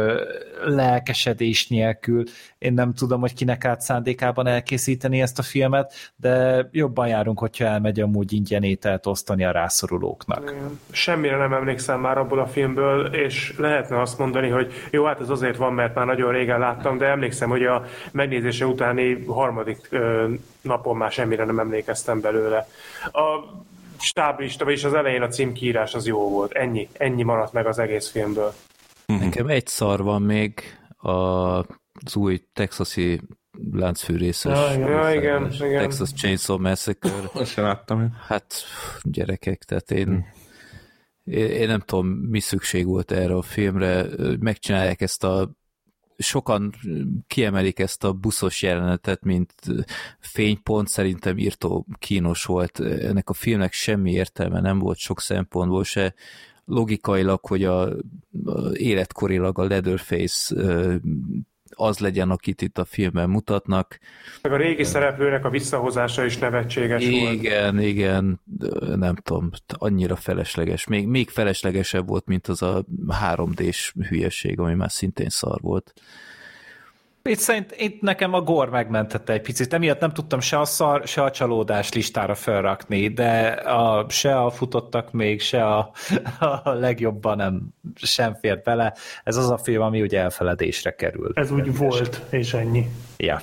lelkesedés nélkül. Én nem tudom, hogy kinek állt szándékában elkészíteni ezt a filmet, de jobban járunk, hogyha elmegy amúgy ingyen ételt osztani a rászorulóknak. Semmire nem emlékszem már abból a filmből, és lehetne azt mondani, hogy jó, hát ez azért van, mert már nagyon régen láttam, de emlékszem, hogy a megnézése utáni harmadik ö, napon már semmire nem emlékeztem belőle. A stáblista, vagyis az elején a címkiírás az jó volt. Ennyi, ennyi maradt meg az egész filmből. Nekem egy szar van még a, az új texasi láncfűrészes. Ja, igen, ja, igen, igen. Texas Chainsaw Massacre. Azt sem láttam. Hát gyerekek, tehát én, én, én nem tudom, mi szükség volt erre a filmre. Megcsinálják ezt a sokan kiemelik ezt a buszos jelenetet, mint fénypont, szerintem írtó kínos volt. Ennek a filmnek semmi értelme nem volt sok szempontból se, logikailag, hogy a, a életkorilag a Leatherface az legyen, akit itt a filmben mutatnak. Meg a régi szereplőnek a visszahozása is nevetséges igen, volt. Igen, igen, nem tudom, annyira felesleges. Még, még feleslegesebb volt, mint az a három dés hülyeség, ami már szintén szar volt. Itt szerint itt nekem a gore megmentette egy picit, emiatt nem tudtam se a szar, se a csalódás listára felrakni, de a, se a futottak még, se a, a legjobban nem sem fért bele. Ez az a film, ami ugye elfeledésre kerül. Ez úgy volt, és ennyi. Ja.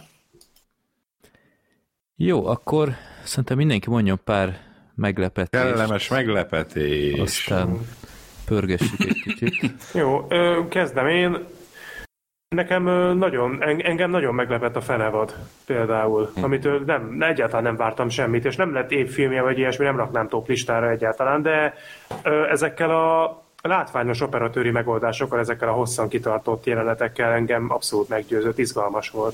Jó, akkor szerintem mindenki mondjon pár meglepetést. Kellemes meglepetés. Aztán pörgessük egy kicsit. Jó, kezdem én. Nekem nagyon, engem nagyon meglepett a Fenevad például, hm. amitől nem, egyáltalán nem vártam semmit, és nem lett évfilmje vagy ilyesmi, nem raknám top listára egyáltalán, de ezekkel a látványos operatőri megoldásokkal, ezekkel a hosszan kitartott jelenetekkel engem abszolút meggyőzött, izgalmas volt.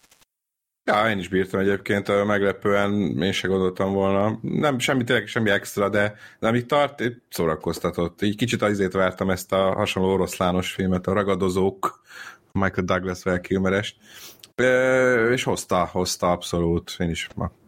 Ja, én is bírtam egyébként, meglepően én se gondoltam volna. Nem, semmi, tényleg semmi extra, de, de amíg tart, szórakoztatott. Így kicsit azért vártam ezt a hasonló oroszlános filmet, a Ragadozók, Michael Douglas Val Kilmerest, és hozta, hozta abszolút, én is ma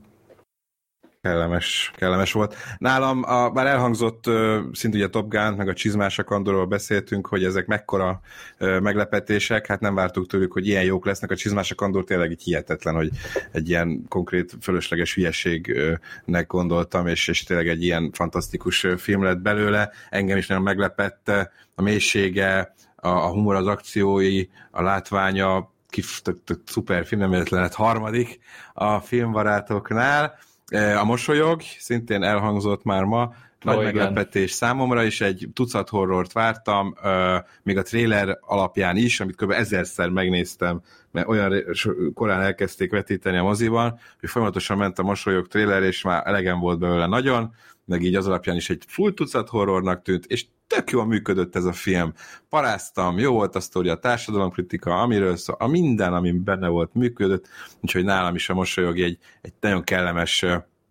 kellemes, kellemes volt. Nálam, a, már elhangzott szint ugye Top Gun, meg a Csizmások Andorról beszéltünk, hogy ezek mekkora meglepetések, hát nem vártuk tőlük, hogy ilyen jók lesznek. A Csizmások Andor tényleg így hihetetlen, hogy egy ilyen konkrét fölösleges hülyeségnek gondoltam, és, és tényleg egy ilyen fantasztikus film lett belőle. Engem is nagyon meglepett a mélysége, a, a humor, az akciói, a látványa, kif, tök, tök, szuper film, nem véletlen lett harmadik a filmbarátoknál. A Mosolyog, szintén elhangzott már ma, nagy oh, meglepetés igen. Számomra is, egy tucat horrort vártam, még a trailer alapján is, amit kb. ezerszer megnéztem, mert olyan korán elkezdték vetíteni a moziban, hogy folyamatosan ment a Mosolyog trailer, és már elegem volt belőle nagyon, meg így az alapján is egy full tucat horrornak tűnt, és tök jól működött ez a film. Paráztam, jó volt a sztori, a társadalomkritika, amiről szó, a minden, ami benne volt, működött, úgyhogy nálam is a Mosolyog egy, egy nagyon kellemes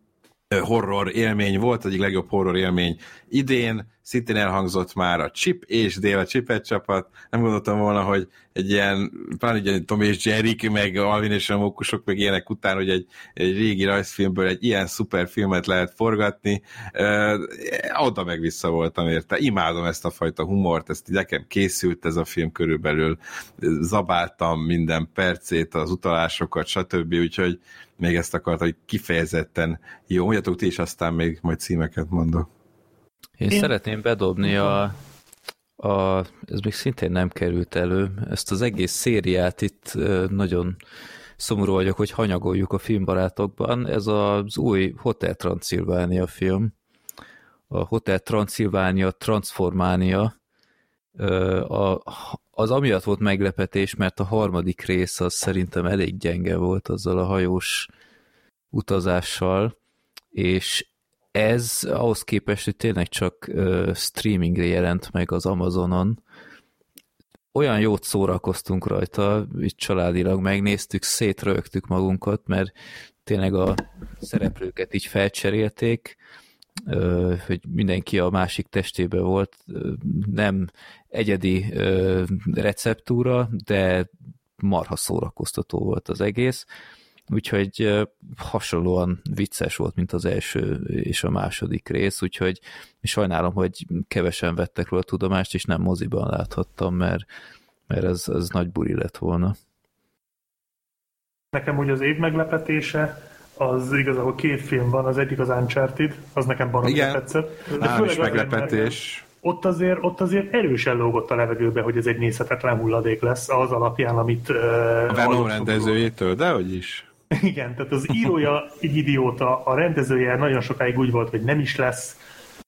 horror élmény volt, egyik legjobb horror élmény idén, szintén elhangzott már a Chip és Dale, a Chipet csapat, nem gondoltam volna, hogy egy ilyen, pláne egy Tom és Jerry, meg Alvin és a Mókusok, meg ilyenek után, hogy egy, egy régi rajzfilmből egy ilyen szuper filmet lehet forgatni, Ö, oda meg vissza voltam érte. Imádom ezt a fajta humort, ezt nekem készült ez a film körülbelül, zabáltam minden percét, az utalásokat, stb. Úgyhogy még ezt akartam, hogy kifejezetten jó. Mondjatok ti is, aztán még majd címeket mondok. Én, Én szeretném bedobni a, a, ez még szintén nem került elő. Ezt az egész szériát itt nagyon szomorú vagyok, hogy hanyagoljuk a filmbarátokban. Ez az új Hotel Transylvania film. A Hotel Transylvania Transformania. A, az amiatt volt meglepetés, mert a harmadik rész az szerintem elég gyenge volt azzal a hajós utazással, és ez ahhoz képest, hogy tényleg csak uh, streamingre jelent meg az Amazonon, olyan jót szórakoztunk rajta, itt családilag megnéztük, szétrögtük magunkat, mert tényleg a szereplőket így felcserélték, uh, hogy mindenki a másik testében volt, uh, nem egyedi uh, receptúra, de marha szórakoztató volt az egész. Úgyhogy hasonlóan vicces volt, mint az első és a második rész, úgyhogy sajnálom, hogy kevesen vettek róla tudomást, és nem moziban láthattam, mert, mert ez, ez nagy buri lett volna. Nekem úgy az év meglepetése, az igazából két film van, az egyik az Uncharted, az nekem baromira tetszett. De Ám is meglepetés. Ott azért, ott azért erősen lógott a levegőbe, hogy ez egy nézhetetlen hulladék lesz az alapján, amit... Uh, a Venom rendezőjétől, de hogy is. Igen, tehát az írója egy idióta, a rendezője nagyon sokáig úgy volt, hogy nem is lesz,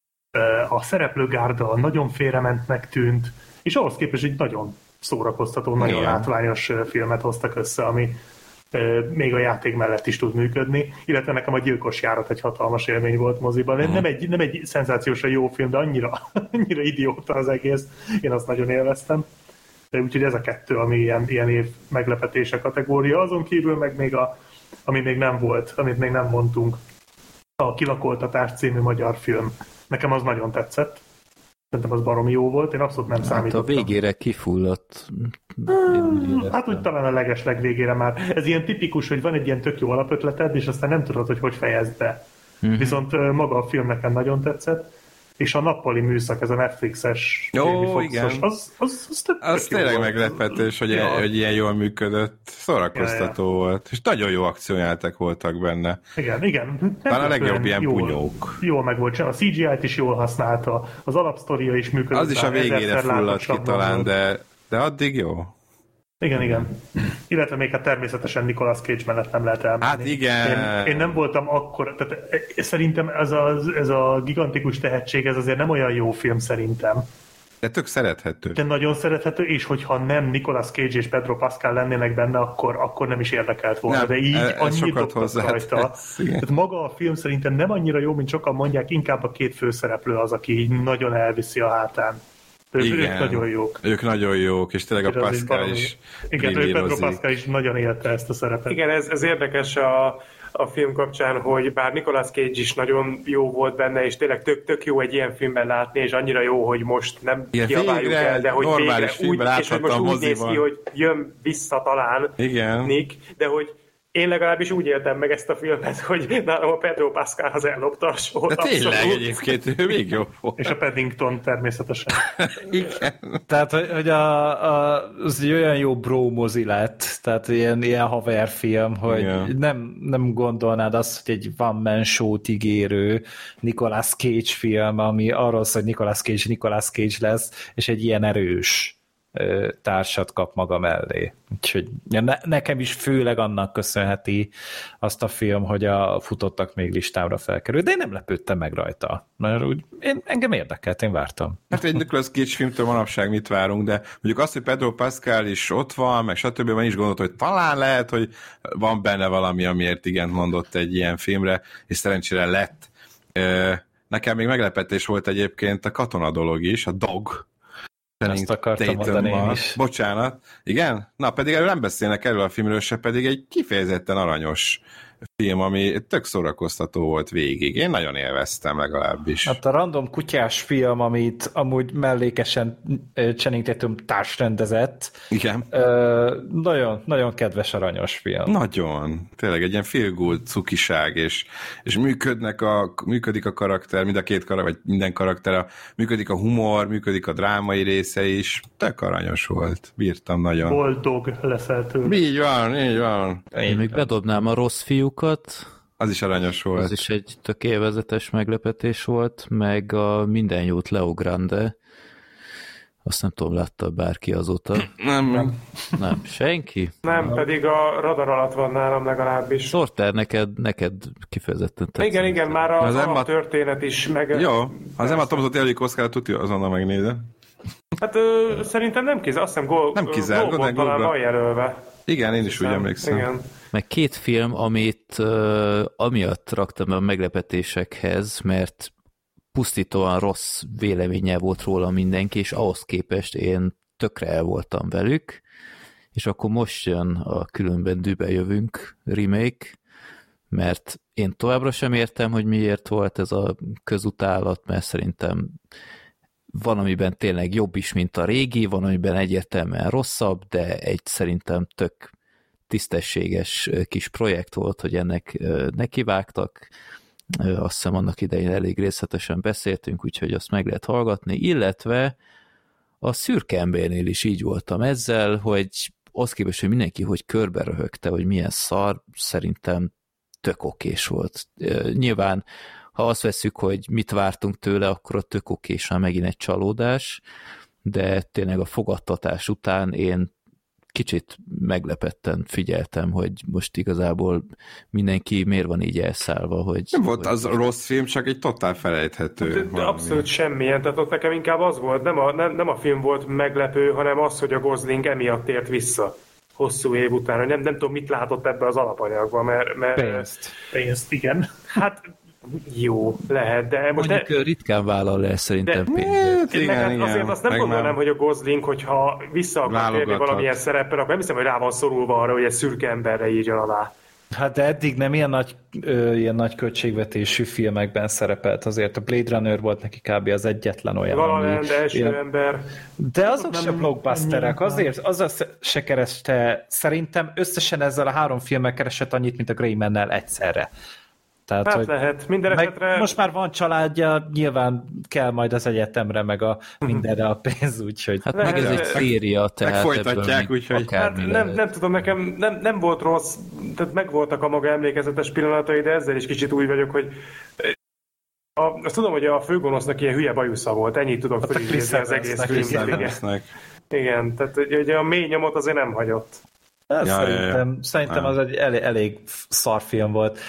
a szereplőgárda nagyon félrementnek tűnt, és ahhoz képest egy nagyon szórakoztató, nagyon Igen. látványos filmet hoztak össze, ami még a játék mellett is tud működni, illetve nekem a Gyilkos járat egy hatalmas élmény volt moziban. Uh-huh. Nem, egy, nem egy szenzációsan jó film, de annyira, annyira idióta az egész, én azt nagyon élveztem. Úgyhogy ez a kettő, ami ilyen, ilyen év meglepetése kategória. Azon kívül meg még a, ami még nem volt, amit még nem mondtunk, a Kilakoltatás című magyar film. Nekem az nagyon tetszett. Szerintem az baromi jó volt, én abszolút nem hát számítottam. Hát a végére kifulladt. Hmm, hát úgy talán a legesleg végére már. Ez ilyen tipikus, hogy van egy ilyen tök jó alapötleted, és aztán nem tudod, hogy hogy fejezd be. Mm-hmm. Viszont maga a film nekem nagyon tetszett, és a nappali műszak, ez a Netflixes, Ó, igen. az, az, az, az, tök az tényleg meglepetés, hogy, ja. hogy ilyen jól működött, szórakoztató ja, ja. volt, és nagyon jó akciójátek voltak benne. Igen, igen. Talán a legjobb ilyen jól, bunyók. Jól meg volt csinálva, a cé gé í-t is jól használta, az alapsztoria is működött. Az is a végére fulladt ki talán, de, de addig jó. Igen, igen. Illetve még hát természetesen Nicolas Cage mellett nem lehet elmenni. Hát igen. Én, én nem voltam akkor, tehát szerintem ez a, ez a gigantikus tehetség, ez azért nem olyan jó film szerintem. De tök szerethető. De nagyon szerethető, és hogyha nem Nicolas Cage és Pedro Pascal lennének benne, akkor, akkor nem is érdekelt volna. Nem, de így e, annyit dobtak rajta. Tehát maga a film szerintem nem annyira jó, mint sokan mondják, inkább a két főszereplő az, aki nagyon elviszi a hátán. Ők, ők nagyon jók. Ők nagyon jók, és tényleg a Pascal is igen, ő Pedro Pascal is nagyon élte ezt a szerepet. Igen, ez, ez érdekes a, a film kapcsán, hogy bár Nicolas Cage is nagyon jó volt benne, és tényleg tök, tök jó egy ilyen filmben látni, és annyira jó, hogy most nem igen, kiabáljuk el, de hogy végre úgy, és hogy most úgy néz ki, hogy jön vissza talán igen. Nick, de hogy én legalábbis úgy éltem meg ezt a filmet, hogy nálam a Pedro Pascal az ellopta a sót. De tényleg abszolút. Egyébként ő még jobb volt. És a Paddington természetesen. Igen. Tehát, hogy a, a, az egy olyan jó bro mozi lett, tehát ilyen, ilyen haverfilm, hogy igen. nem, nem gondolnád azt, hogy egy one-man show-t ígérő Nicolas Cage film, ami arról szól, hogy Nicolas Cage Nicolas Cage lesz, és egy ilyen erős társat kap maga mellé. Úgyhogy ne, nekem is főleg annak köszönheti azt a film, hogy a futottak még listámra felkerül, de én nem lepődtem meg rajta. Mert úgy, én, engem érdekelt, én vártam. Hát egy Nicolas Cage filmtől manapság mit várunk, de mondjuk azt, hogy Pedro Pascal is ott van, meg stb. Van is gondolt, hogy talán lehet, hogy van benne valami, amiért igent mondott egy ilyen filmre, és szerencsére lett. Nekem még meglepetés volt egyébként a katona dolog is, a Dog. Ezt akartam mondani én is. Bocsánat. Igen? Na, pedig erről nem beszélnek erről a filmről se, pedig egy kifejezetten aranyos film, ami tök szórakoztató volt végig. Én nagyon élveztem legalábbis. Hát a random kutyás film, amit amúgy mellékesen Channing Tatum társrendezett. Igen. Nagyon, nagyon kedves, aranyos film. Nagyon. Tényleg egy ilyen feel good cukiság, és, és működnek a, működik a karakter, mind a két karakter, vagy minden karakter, működik a humor, működik a drámai része is. Tök aranyos volt. Bírtam nagyon. Boldog leszel tőle. Így van, így van. Én még bedobnám a Rossz fiúkat. Az is aranyos volt. Az is egy tök élvezetes meglepetés volt, meg a Minden jót Leo Grande, Azt nem tudom, látta bárki azóta. Nem, nem. Nem, senki? Nem, nem, pedig a radar alatt van nálam legalábbis. Sorter, neked, neked kifejezetten tetszett. Igen, igen, már az, az Emma... történet is meg... Jó, az Emma Thompson jelölik Oscar-ra, tudja azonnal megnézem. Hát ö, szerintem nem kizárt, azt hiszem gól, nem kizárt, gól, talán van jelölve. Igen, én is úgy emlékszem. Igen. Meg két film, amit uh, amiatt raktam be a meglepetésekhez, mert pusztítóan rossz véleménye volt róla mindenki, és ahhoz képest én tökre el voltam velük, és akkor most jön a Különben dühbe jövünk remake, mert én továbbra sem értem, hogy miért volt ez a közutálat, mert szerintem van, amiben tényleg jobb is, mint a régi, van, amiben egyértelműen rosszabb, de egy szerintem tök tisztességes kis projekt volt, hogy ennek nekivágtak. Azt hiszem annak idején elég részletesen beszéltünk, úgyhogy azt meg lehet hallgatni, illetve a Szürke embernél is így voltam ezzel, hogy az képest, hogy mindenki hogy körbe röhögte, hogy milyen szar, szerintem tök okés volt. Nyilván, ha azt vesszük, hogy mit vártunk tőle, akkor a tök okés már megint egy csalódás, de tényleg a fogadtatás után én kicsit meglepetten figyeltem, hogy most igazából mindenki miért van így elszállva, hogy... Nem volt hogy az rossz film, csak egy totál felejthető. De, de abszolút semmilyen, tehát ott nekem inkább az volt, nem a, nem, nem a film volt meglepő, hanem az, hogy a Gosling emiatt tért vissza hosszú év után, hogy nem, nem tudom, mit látott ebbe az alapanyagba, mert... mert pénzt. Pénzt, igen. Hát... Jó, lehet, de most... Mondjuk de, ritkán vállal le szerintem pénzt. Igen, igen, azért azt nem gondolnám, hogy a Gosling, hogyha vissza akar térni valamilyen szereppel, akkor nem hiszem, hogy rá van szorulva arra, hogy egy szürke emberre írjon alá. Hát de eddig nem ilyen nagy, ö, ilyen nagy költségvetésű filmekben szerepelt, azért a Blade Runner volt neki kb. Az egyetlen olyan. Valaland, első ilyen... ember. De azok nem, se blockbusterek, azért az se kereste, szerintem összesen ezzel a három filmmel keresett annyit, mint a Greymannel egyszerre. Tehát, hát hogy lehet, minden esetre... Most már van családja, nyilván kell majd az egyetemre, meg a mindenre a pénz, úgyhogy... Hát meg ez egy széria, tehát megfolytatják, úgyhogy... Hát nem, nem tudom, nekem nem, nem volt rossz, tehát megvoltak a maga emlékezetes pillanatai, de ezzel is kicsit úgy vagyok, hogy a, azt tudom, hogy a főgonosznak ilyen hülye bajusza volt, ennyit tudok fölidézni az egész filmet. Igen, tehát ugye a mély nyomot azért nem hagyott. Ja, szerintem ja, ja. szerintem az egy elég, elég szar film volt.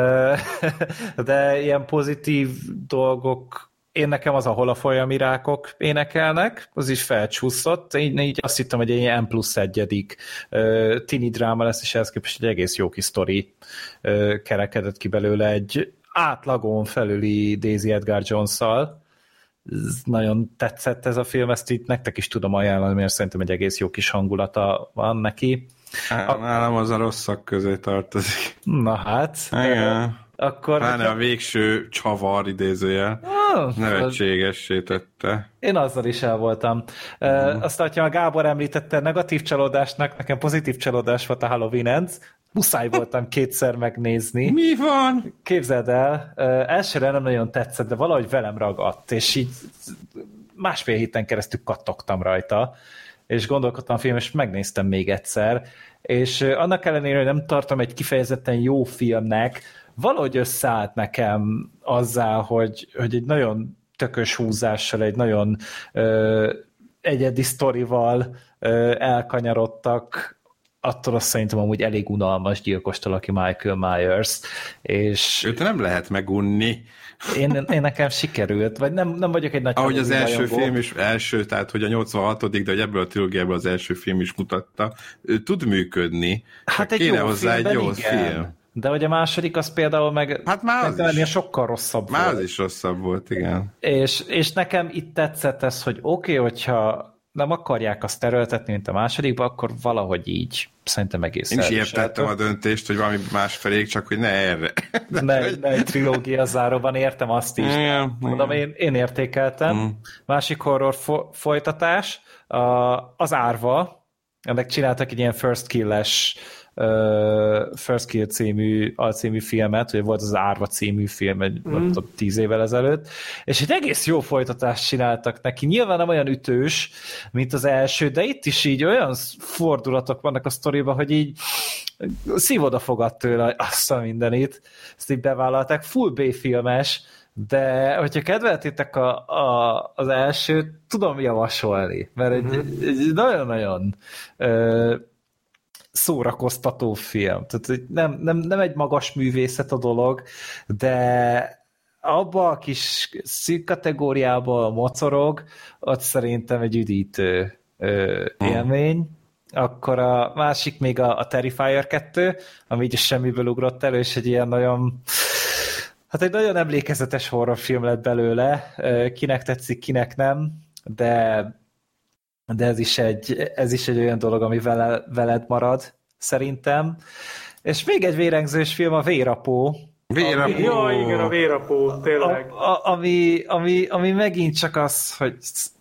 De ilyen pozitív dolgok, én nekem az, ahol a folyamirákok énekelnek, az is felcsúszott. Én így azt hittem, hogy egy ilyen M plusz egyedik tini dráma lesz, és ehhez képest egy egész jó kis sztori kerekedett ki belőle egy átlagon felüli Daisy Edgar Jones-szal. Nagyon tetszett ez a film, ezt itt nektek is tudom ajánlani, mert szerintem egy egész jó kis hangulata van neki. A... Nálam az a rosszak közé tartozik. Na hát. Igen. Akkor Pláne nekem... a végső csavar idézőjel ah, nevetségessé tette. Én azzal is el voltam. Uh-huh. Uh, aztán, hogyha a Gábor említette negatív csalódásnak, nekem pozitív csalódás volt a Halloween Ends. Muszáj voltam kétszer megnézni. Mi van? Képzeld el, uh, elsőre nem nagyon tetszett, de valahogy velem ragadt, és így másfél héten keresztül kattogtam rajta, és gondolkodtam a film, és megnéztem még egyszer, és uh, annak ellenére, hogy nem tartom egy kifejezetten jó filmnek, valahogy összeállt nekem azzal, hogy, hogy egy nagyon tökös húzással, egy nagyon uh, egyedi sztorival uh, elkanyarodtak, attól azt szerintem amúgy elég unalmas gyilkostól, aki Michael Myers, és... Őt nem lehet megunni. Én, én nekem sikerült, vagy nem, nem vagyok egy nagy... Ahogy az első rajongó. Film is, első, tehát hogy a nyolcvanhatodik, de hogy ebből a trilógiából az első film is mutatta, ő tud működni. Hát egy kéne jó hozzá egy jó igen. film. De hogy a második az például meg, hát már az meg is, sokkal rosszabb már volt. az is rosszabb volt, igen. És, és nekem itt tetszett ez, hogy oké, okay, hogyha nem akarják azt erőltetni, mint a másodikba, akkor valahogy így szerintem egész Én is értettem a döntést, hogy valami másfelé, csak hogy ne erre. Ne, ne egy trilógia záróban, értem azt is. Igen, mondom, én, én értékeltem. Mm. Másik horror fo- folytatás, a, az Árva, ennek csináltak egy ilyen First Kill-es Uh, First Kill című, alcímű filmet, hogy volt az Árva című film egy mm. tíz évvel ezelőtt, és egy egész jó folytatást csináltak neki. Nyilván nem olyan ütős, mint az első, de itt is így olyan fordulatok vannak a sztoriban, hogy így szívoda-fogad tőle azt a mindenit, ezt így bevállalták, full B-filmes, de hogyha kedveltétek a, a, az elsőt, tudom javasolni, mert egy, uh-huh. egy nagyon-nagyon ö, szórakoztató film. Tehát nem, nem, nem egy magas művészet a dolog, de abba a kis szűk kategóriába mocorog, ott szerintem egy üdítő ö, élmény. Akkor a másik még a, a Terrifier kettő, ami így semmiből ugrott elő, és egy ilyen nagyon hát egy nagyon emlékezetes horrorfilm lett belőle, kinek tetszik, kinek nem, de, de ez, is egy, ez is egy olyan dolog, ami vele, veled marad, szerintem. És még egy vérengzős film, a Vérapó. Vérapó. Ami, ja, igen, a Vérapó, tényleg. A, a, ami, ami, ami megint csak az, hogy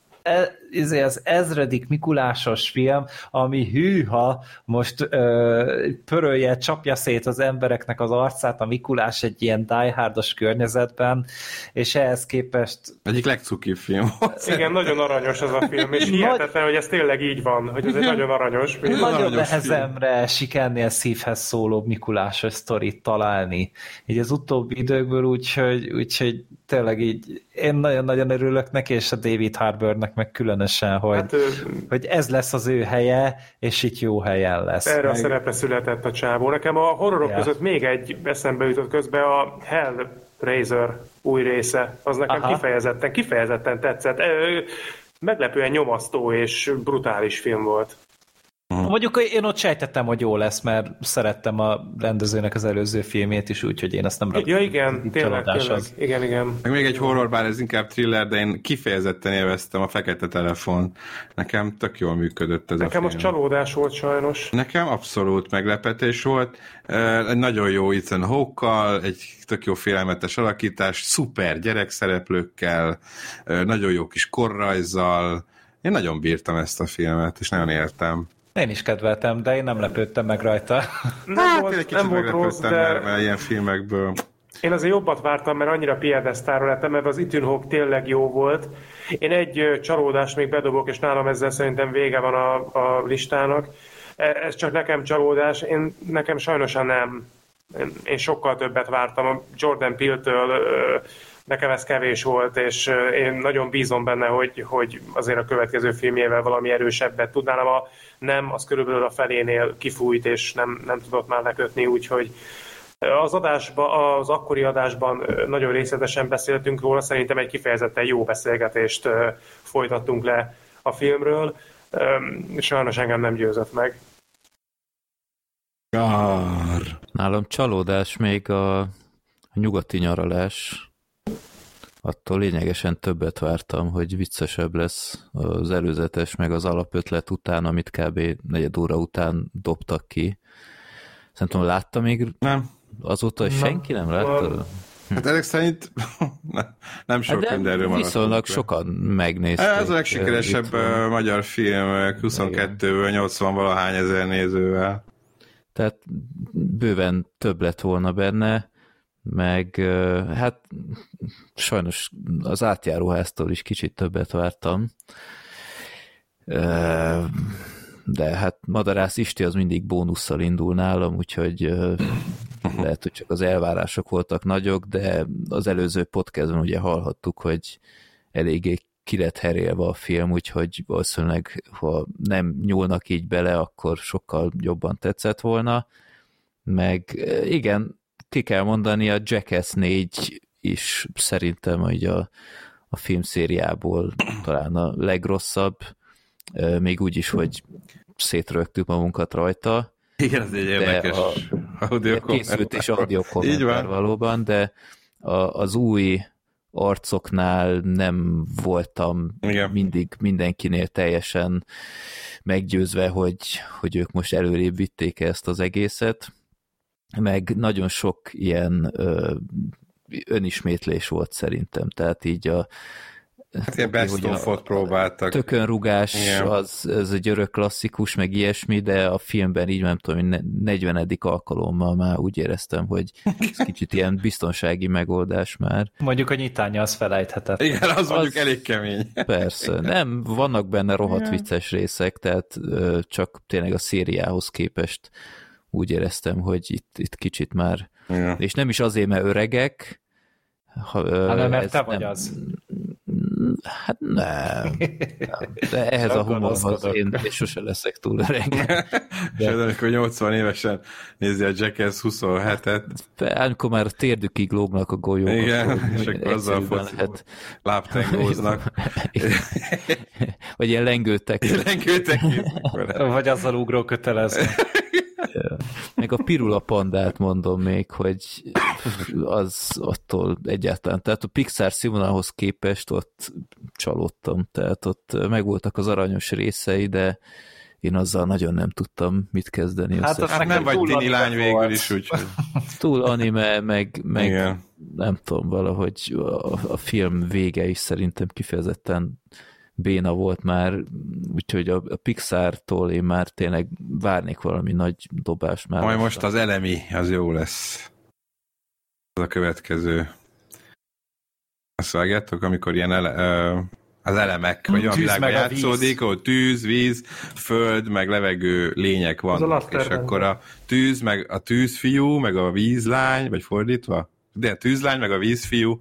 az ezredik Mikulásos film, ami hűha, most ö, pörölje, csapja szét az embereknek az arcát a Mikulás egy ilyen die-hardos környezetben, és ehhez képest... Egyik legcukibb film. Igen, nagyon aranyos ez a film, és hihetetlen, hogy ez tényleg így van, hogy ez egy nagyon aranyos film. Nagyon nehezemre esik ennél szívhez szólóbb Mikulásos sztorit találni. Így az utóbbi időkből úgyhogy úgy, hogy tényleg így én nagyon-nagyon örülök neki, és a David Harbournek meg különösen, hogy, hát, hogy ez lesz az ő helye, és itt jó helyen lesz. Erre meg... a szerepre született a csávó. Nekem a horrorok ja. között még egy eszembe jutott közben a Hellraiser új része. Az nekem Aha. kifejezetten, kifejezetten tetszett. Meglepően nyomasztó és brutális film volt. Uh-huh. Mondjuk én ott sejtettem, hogy jó lesz, mert szerettem a rendezőnek az előző filmét is, úgyhogy én ezt nem raktam. Ja, igen, tényleg, tényleg. Igen, igen. Meg még egy horror, bár ez inkább thriller, de én kifejezetten élveztem a Fekete Telefon. Nekem tök jól működött ez Nekem a film. Nekem az csalódás volt sajnos. Nekem abszolút meglepetés volt. Egy nagyon jó Ethan Hawke-kal, egy tök jó félelmetes alakítás, szuper gyerekszereplőkkel, nagyon jó kis korrajzzal. Én nagyon bírtam ezt a filmet, és nagyon éltem. Én is kedveltem, de én nem lepődtem meg rajta. Nem hát, volt, egy nem volt rossz, de... Mert, mert ilyen filmekből... Én azért jobbat vártam, mert annyira piedesztára lettem, mert az Ethan Hawke tényleg jó volt. Én egy csalódást még bedobok, és nálam ezzel szerintem vége van a, a listának. Ez csak nekem csalódás, én, nekem sajnosan nem. Én, én sokkal többet vártam. A Jordan Peele-től nekem ez kevés volt, és én nagyon bízom benne, hogy, hogy azért a következő filmjével valami erősebbet tudnám. A nem, az körülbelül a felénél kifújt, és nem, nem tudott már lekötni, úgyhogy az adásban, az akkori adásban nagyon részletesen beszéltünk róla, szerintem egy kifejezetten jó beszélgetést folytattunk le a filmről, sajnos engem nem győzött meg. Kár. Nálam csalódás még a, a nyugati nyaralás. Attól lényegesen többet vártam, hogy viccesebb lesz az előzetes, meg az alapötlet után, amit kb. Negyed óra után dobtak ki. Szerintem látta még nem. azóta, hogy senki nem látta? Hát ezek szerint nem sok hát mindenről maradt. Viszonylag sokan megnézték. Ez a legsikeresebb magyar film, huszonkettőből nyolcvan valahány ezer nézővel. Tehát bőven több lett volna benne, meg hát sajnos az átjáróháztól is kicsit többet vártam. De hát Madarász Isti az mindig bónusszal indul nálam, úgyhogy lehet, hogy csak az elvárások voltak nagyok, de az előző podcastban ugye hallhattuk, hogy eléggé ki lett herélve a film, úgyhogy valószínűleg, ha nem nyúlnak így bele, akkor sokkal jobban tetszett volna. Meg igen, ki kell mondani, a Jackass négy is szerintem hogy a, a filmszériából talán a legrosszabb, még úgy is, hogy szétrögtük magunkat rajta. Igen, ez egy érdekes audiokommentár. Készült és audiokommentár valóban, de a, az új arcoknál nem voltam igen. mindig mindenkinél teljesen meggyőzve, hogy, hogy ők most előrébb vitték ezt az egészet, meg nagyon sok ilyen ö, önismétlés volt szerintem, tehát így a hát ilyen best of-ot próbáltak. Tökönrugás, az, ez egy örök klasszikus, meg ilyesmi, de a filmben így nem tudom, hogy negyvenedik alkalommal már úgy éreztem, hogy ez kicsit ilyen biztonsági megoldás már. Mondjuk a nyitánya az felejthetetlen. Igen, az, az mondjuk elég kemény. Persze, nem, vannak benne rohadt vicces részek, tehát csak tényleg a szériához képest úgy éreztem, hogy itt, itt kicsit már, ja. és nem is azért, mert öregek, ha, hanem mert te vagy nem, az. Hát nem. De ehhez a humorhoz én sose leszek túl öreg. És amikor nyolcvan évesen nézi a Jackass huszonhetet. Amikor már a térdükig lógnak a golyók. Igen, akkor, és akkor azzal lehet... lábtengóznak. Vagy ilyen lengőtek. Lengőtek. Vagy azzal ugró kötelező. Meg a Pirula pandát mondom még, hogy az attól egyáltalán. Tehát a Pixar színvonalhoz képest ott csalódtam. Tehát ott megvoltak az aranyos részei, de én azzal nagyon nem tudtam mit kezdeni. Hát az nem vagy tini lány végül is, úgyhogy. Túl anime, meg, meg nem tudom, valahogy a, a film vége is szerintem kifejezetten béna volt már, úgyhogy a, a Pixar-tól én már tényleg várnék valami nagy dobást már. Majd most az elemi, az jó lesz. Az a következő. Azt vágjátok, amikor ilyen ele, az elemek, vagy a világban játszódik, ahol tűz, víz, föld, meg levegő lények vannak, és akkor a tűz, meg a tűzfiú, meg a vízlány, vagy fordítva? De a tűzlány, meg a vízfiú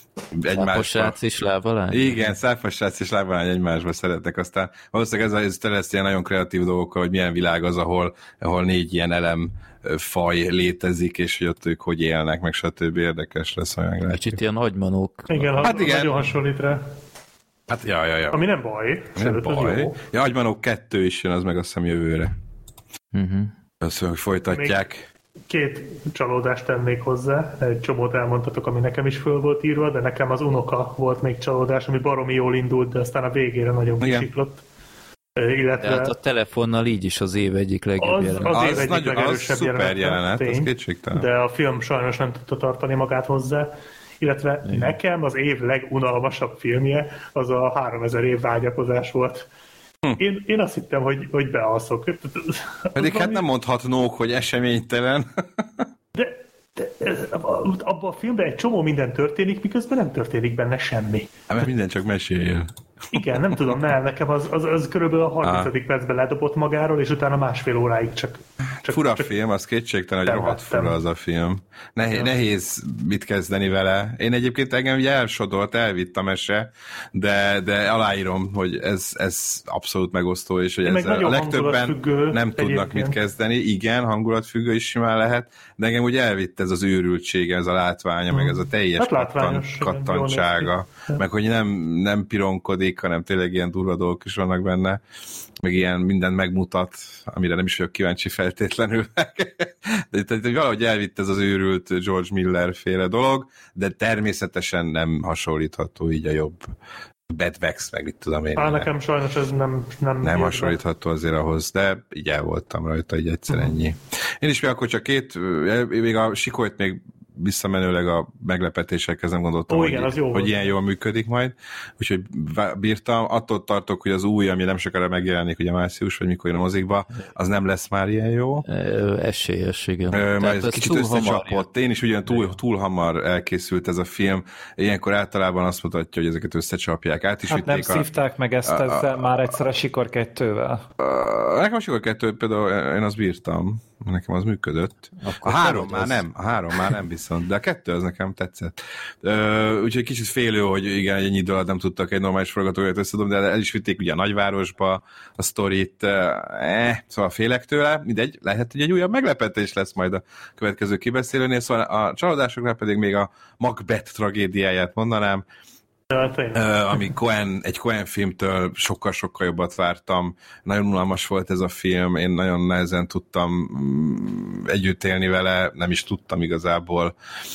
Szápos és lábalány? Igen, szápos és lábalány egymásba szeretnek, aztán valószínűleg ez, ez lesz ilyen nagyon kreatív dolgokkal, hogy milyen világ az, ahol, ahol négy ilyen elem faj létezik, és hogy ott ők hogy élnek, meg stb. Érdekes lesz, olyan meglátjuk. Kicsit ilyen agymanók. Igen, hát igen. Nagyon hasonlít rá. Hát, ja, ja, ja. Ami nem baj. Nem baj. Ja, agymanók kettő is jön, az meg azt hiszem jövőre. Uh-huh. Azt mondom, hogy folytatják. Még két csalódást tennék hozzá. Egy csomót elmondtatok, ami nekem is föl volt írva, de nekem az Unoka volt még csalódás, ami baromi jól indult, de aztán a végére nagyon kisiklott. Illetve... Tehát a telefonnal így is az év egyik legjobb az, jelenet. Az, az év egyik nagyon, legerősebb az szuper jelenet, tény, az kétségtelen. De a film sajnos nem tudta tartani magát hozzá. Illetve igen. Nekem az év legunalmasabb filmje az a háromezer év vágyakozás volt. Hm. Én, én azt hittem, hogy, hogy bealszok. Pedig hát nem mondhatnók, hogy eseménytelen. De, de abban a filmben egy csomó minden történik, miközben nem történik benne semmi. Hát mert minden csak mesél. Igen, nem tudom, nem, nekem az, az, az körülbelül a harmincadik percben ledobott magáról, és utána másfél óráig csak... csak fura csak film, az kétségtelen, hogy rohadt fura az a film. Nehéz, ja. nehéz mit kezdeni vele. Én egyébként engem ugye elsodolt, elvitt a mese, de, de aláírom, hogy ez, ez abszolút megosztó, és hogy ezzel a legtöbben nem tudnak egyébként mit kezdeni. Igen, hangulatfüggő is simán lehet, de engem ugye elvitt ez az őrültsége, ez a látványa, hmm. meg ez a teljes hát kattan, kattantsága, meg hogy nem, nem pironkodik, hanem tényleg ilyen durva dolgok is vannak benne, meg ilyen mindent megmutat, amire nem is vagyok kíváncsi feltétlenül. de tehát, hogy valahogy elvitt ez az őrült George Miller féle dolog, de természetesen nem hasonlítható így a jobb Bad Wax, meg mit tudom én. Á, nekem sajnos ez nem... Nem, nem hasonlítható azért ahhoz, de így el voltam rajta, így egyszer ennyi. Én is még akkor csak két, még a Sikolyt még visszamenőleg a meglepetésekhez nem gondoltam, Ó, igen, hogy, hogy ilyen jól működik majd, úgyhogy bírtam. Attól tartok, hogy az új, ami nem sokára megjelenik, ugye március, vagy mikor jön a mozikba, az nem lesz már ilyen jó. Esélyes, igen. Ö, mert ez kicsit összecsapott. Én is ugyan túl, túl hamar elkészült ez a film. Ilyenkor általában azt mutatja, hogy ezeket összecsapják. Át is hát nem szívták meg ezt a, ezzel a, már egyszer a Sikor kettővel. A, nekem a Sikor kettő például én azt bírtam. Nekem az működött. Akkor a három már az... nem, a három már nem viszont, de a kettő az nekem tetszett. Ö, úgyhogy kicsit félő, hogy igen, egy ennyi idő alatt nem tudtak egy normális forgatókönyvet összedobni, de el is vitték ugye a nagyvárosba a sztorit, eh, szóval félek tőle, mindegy, lehet, hogy egy újabb meglepetés lesz majd a következő kibeszélőnél, szóval a csalódásoknál pedig még a Macbeth tragédiáját mondanám, Uh, ami Coen, egy Coen filmtől sokkal-sokkal jobbat vártam. Nagyon unalmas volt ez a film, én nagyon nehezen tudtam mm, együtt élni vele, nem is tudtam igazából.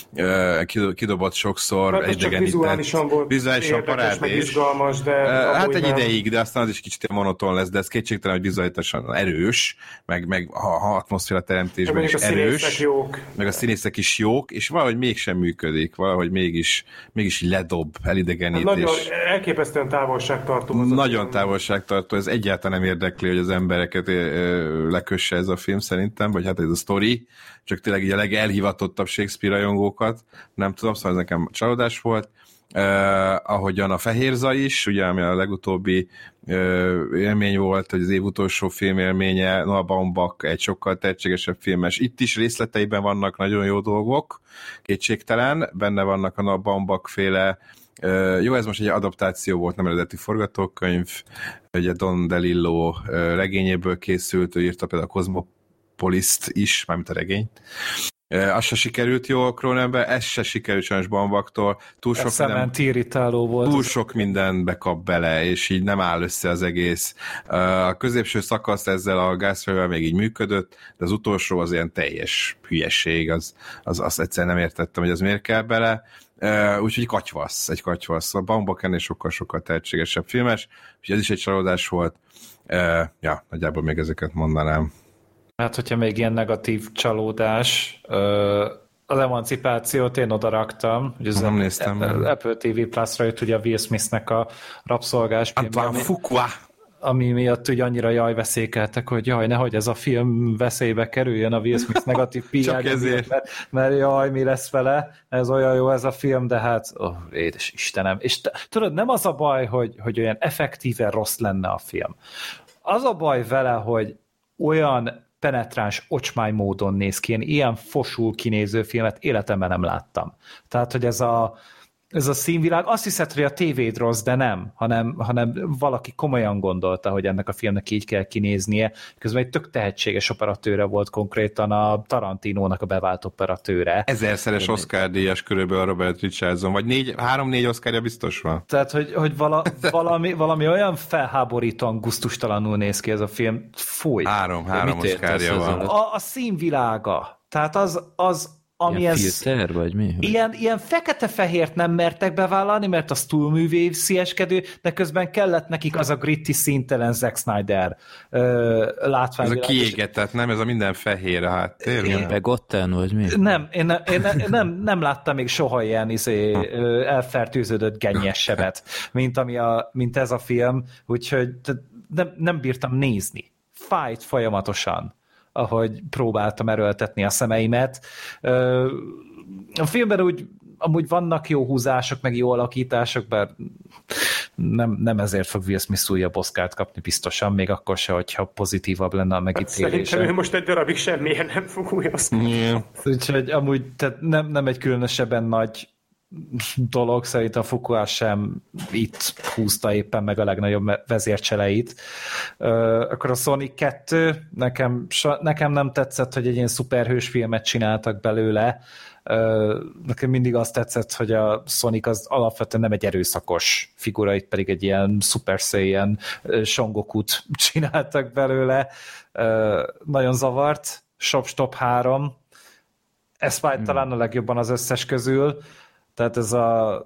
Uh, kidobott sokszor, hát idegenített. Vizuálisan volt vizuálisan érdekes, meg izgalmas, de... Uh, hát egy nem. ideig, de aztán az is kicsit monoton lesz, de ez kétségtelen, hogy vizuálisan erős, meg, meg ha, ha atmoszféra teremtésben is erős. Jók. Meg a színészek is jók, és valahogy mégsem működik, valahogy mégis, mégis ledob, elidegen elidegenítés. Nagyon elképesztően távolságtartó. Nagyon távolságtartó, ez egyáltalán nem érdekli, hogy az embereket lekösse ez a film szerintem, vagy hát ez a sztori, csak tényleg így a legelhivatottabb Shakespeare rajongókat, nem tudom, szóval ez nekem csalódás volt. Uh, ahogyan a Fehérza is, ugye, ami a legutóbbi uh, élmény volt, hogy az év utolsó filmélménye, Noah Baumbach egy sokkal tehetségesebb filmes. Itt is részleteiben vannak nagyon jó dolgok, kétségtelen, benne vannak a Noah Baumbach féle, uh, jó, ez most egy adaptáció volt, nem eredeti forgatókönyv, ugye Don DeLillo uh, regényéből készült, ő írta például a Cosmopoliszt is, mármint a regényt. Az se sikerült jó Cronenberg, ez se sikerült sajnos Baumbach-tól. Túl sok, minden, volt. túl sok minden bekap bele, és így nem áll össze az egész. A középső szakasz ezzel a gázfejvel még így működött, de az utolsó az ilyen teljes hülyeség, az, az, azt egyszerűen nem értettem, hogy az miért kell bele. Úgyhogy katyvasz, egy katyvasz. A Baumbach ennél sokkal-sokkal tehetségesebb filmes, úgyhogy ez is egy csalódás volt. Ja, nagyjából még ezeket mondanám. Hát, hogyha még ilyen negatív csalódás, az Emancipációt én odaraktam, hogy ez nem néztem. Apple té vé Plus-ra jött ugye a Will Smith-nek a rabszolgás filmje, ami, ami miatt ugye annyira jaj veszékeltek, hogy jaj, nehogy ez a film veszélybe kerüljön a Will Smith negatív pé er, mert, mert jaj, mi lesz vele, ez olyan jó ez a film, de hát, ó, oh, édes Istenem. És te, tudod, nem az a baj, hogy, hogy olyan effektíven rossz lenne a film. Az a baj vele, hogy olyan penetráns ocsmány módon néz ki. Én ilyen fosul kinéző filmet életemben nem láttam. Tehát, hogy ez a, ez a színvilág, azt hiszed, hogy a tévéd rossz, de nem, hanem, hanem valaki komolyan gondolta, hogy ennek a filmnek így kell kinéznie. Közben egy tök tehetséges operatőre volt konkrétan a Tarantinónak a bevált operatőre. Ezerszeres Oscar-díjas körülbelül a Robert Richardson, vagy négy, három-négy Oscarja biztos van. Tehát, hogy, hogy vala, valami, valami olyan felháborítóan gusztustalanul néz ki ez a film. Fúj. Három, három Oscarja van. A, a színvilága. Tehát az, az ami ilyen ez, filter, vagy mi? Ilyen, ilyen fekete-fehért nem mertek bevállalni, mert az túlművészsieskedő, de közben kellett nekik az a gritty, színtelen Zack Snyder uh, látványvilág. Ez a kiégetett, nem? Ez a minden fehér a háttér. Ilyen Begotten, vagy mi? Nem, én, ne, én, ne, én nem, nem láttam még soha ilyen izé, elfertőződött gennyes sebet, mint, ami a, mint ez a film, úgyhogy nem, nem bírtam nézni. Fájt folyamatosan, ahogy próbáltam erőltetni a szemeimet. A filmben úgy amúgy vannak jó húzások, meg jó alakítások, bár nem, nem ezért fog Will Smith újabb Oscart kapni biztosan, még akkor se, hogyha pozitívabb lenne a megítélése. Szerintem ő most egy darabig semmilyen nem fog új Oscart. Yeah. Úgyhogy amúgy tehát nem, nem egy különösebben nagy dolog, szerintem a Fuqua sem itt húzta éppen meg a legnagyobb vezércseleit. Uh, akkor a Sonic kettő, nekem, nekem nem tetszett, hogy egy ilyen szuperhős filmet csináltak belőle. Uh, nekem mindig azt tetszett, hogy a Sonic az alapvetően nem egy erőszakos figura, itt pedig egy ilyen Super Saiyan Son Gokut csináltak belőle. Uh, nagyon zavart. Shop Stop három. Ez fájt hmm. talán a legjobban az összes közül. Tehát ez a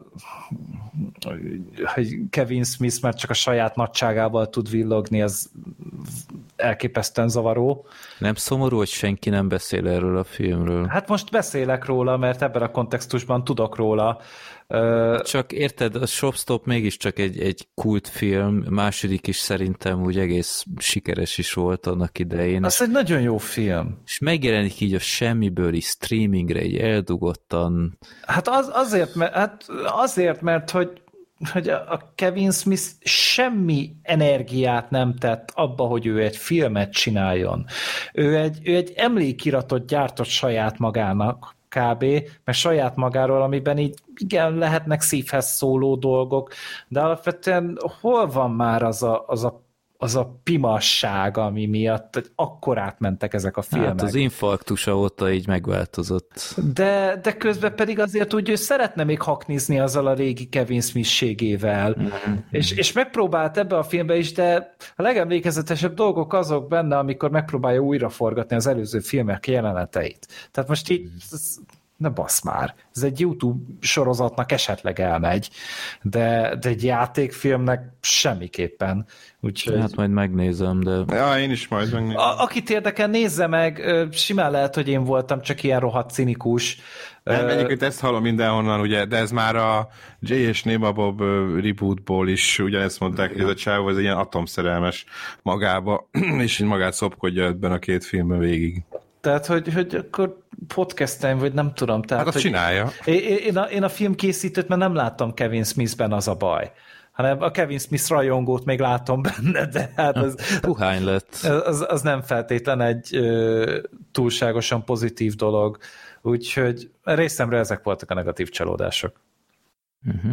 hogy Kevin Smith már csak a saját nagyságával tud villogni, az elképesztően zavaró. Nem szomorú, hogy senki nem beszél erről a filmről? Hát most beszélek róla, mert ebben a kontextusban tudok róla. Csak érted, a Shopstop mégiscsak egy, egy kultfilm, második is szerintem úgy egész sikeres is volt annak idején. Az egy nagyon jó film. És megjelenik így a semmiből is streamingre, így eldugottan. Hát az, azért, mert, hát azért, mert hogy, hogy a Kevin Smith semmi energiát nem tett abba, hogy ő egy filmet csináljon. Ő egy, ő egy emlékiratot gyártott saját magának, kb., mert saját magáról, amiben így igen, lehetnek szívhez szóló dolgok, de alapvetően hol van már az a, az a, az a pimasság, ami miatt hogy akkor átmentek ezek a filmek. Hát az infarktusa óta így megváltozott. De, de közben pedig azért úgy, ő szeretne még haknizni azzal a régi Kevin Smith-ségével. Mm-hmm. És, és megpróbált ebbe a filmbe is, de a legemlékezetesebb dolgok azok benne, amikor megpróbálja újraforgatni az előző filmek jeleneteit. Tehát most így ne bassz már. Ez egy YouTube sorozatnak esetleg elmegy, de, de egy játékfilmnek semmiképpen. Úgyhogy... Hát majd megnézem, de... Ja, én is majd megnézem. A, akit érdekel, nézze meg. Simán lehet, hogy én voltam csak ilyen rohadt cinikus, Nem, egyébként ezt hallom mindenhonnan, ugye, de ez már a Jay és Néma Bob rebootból is ugyanezt mondták, hogy ez a csávó, ez egy ilyen atomszerelmes magába, és így magát szopkodja ebben a két filmben végig. Tehát, hogy, hogy akkor podcastem, vagy nem tudom. Tehát, hát azt hogy csinálja. Én, én, a, én a filmkészítőt, mert nem láttam Kevin Smithben, az a baj. Hanem a Kevin Smith rajongót még látom benne, de hát az, puhány lett. Az, az nem feltétlen egy ö, túlságosan pozitív dolog. Úgyhogy részemre ezek voltak a negatív csalódások. Uh-huh.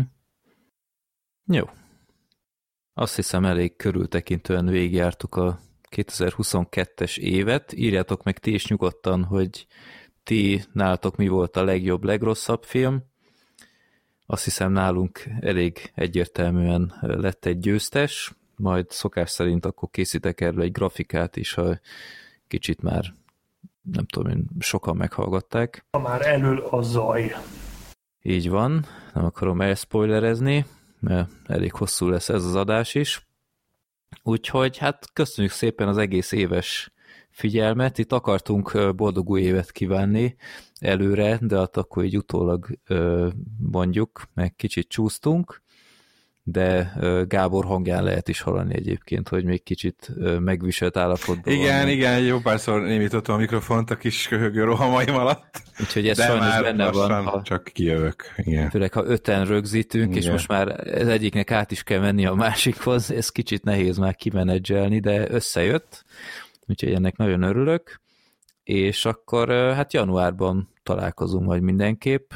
Jó. Azt hiszem elég körültekintően végigjártuk a kétezer-huszonkettes évet. Írjátok meg ti is nyugodtan, hogy ti nálatok mi volt a legjobb, legrosszabb film. Azt hiszem nálunk elég egyértelműen lett egy győztes, majd szokás szerint akkor készítek erről egy grafikát is, ha kicsit már nem tudom én, sokan meghallgatták. Ha már elől a zaj. Így van, nem akarom elspoilerezni, mert elég hosszú lesz ez az adás is. Úgyhogy hát köszönjük szépen az egész éves figyelmet. Itt akartunk boldog új évet kívánni előre, de hát akkor így utólag mondjuk, meg kicsit csúsztunk, de Gábor hangján lehet is hallani egyébként, hogy még kicsit megviselt állapotban Igen, van. igen, jó párszor némítottam a mikrofont a kis köhögő rohamaim alatt. Úgyhogy ez de sajnos benne van. Ha, csak kijövök. Igen. Főleg, ha öten rögzítünk, igen. És most már az egyiknek át is kell menni a másikhoz, ez kicsit nehéz már kimenedzselni, de összejött, úgyhogy ennek nagyon örülök, és akkor hát januárban találkozunk majd mindenképp.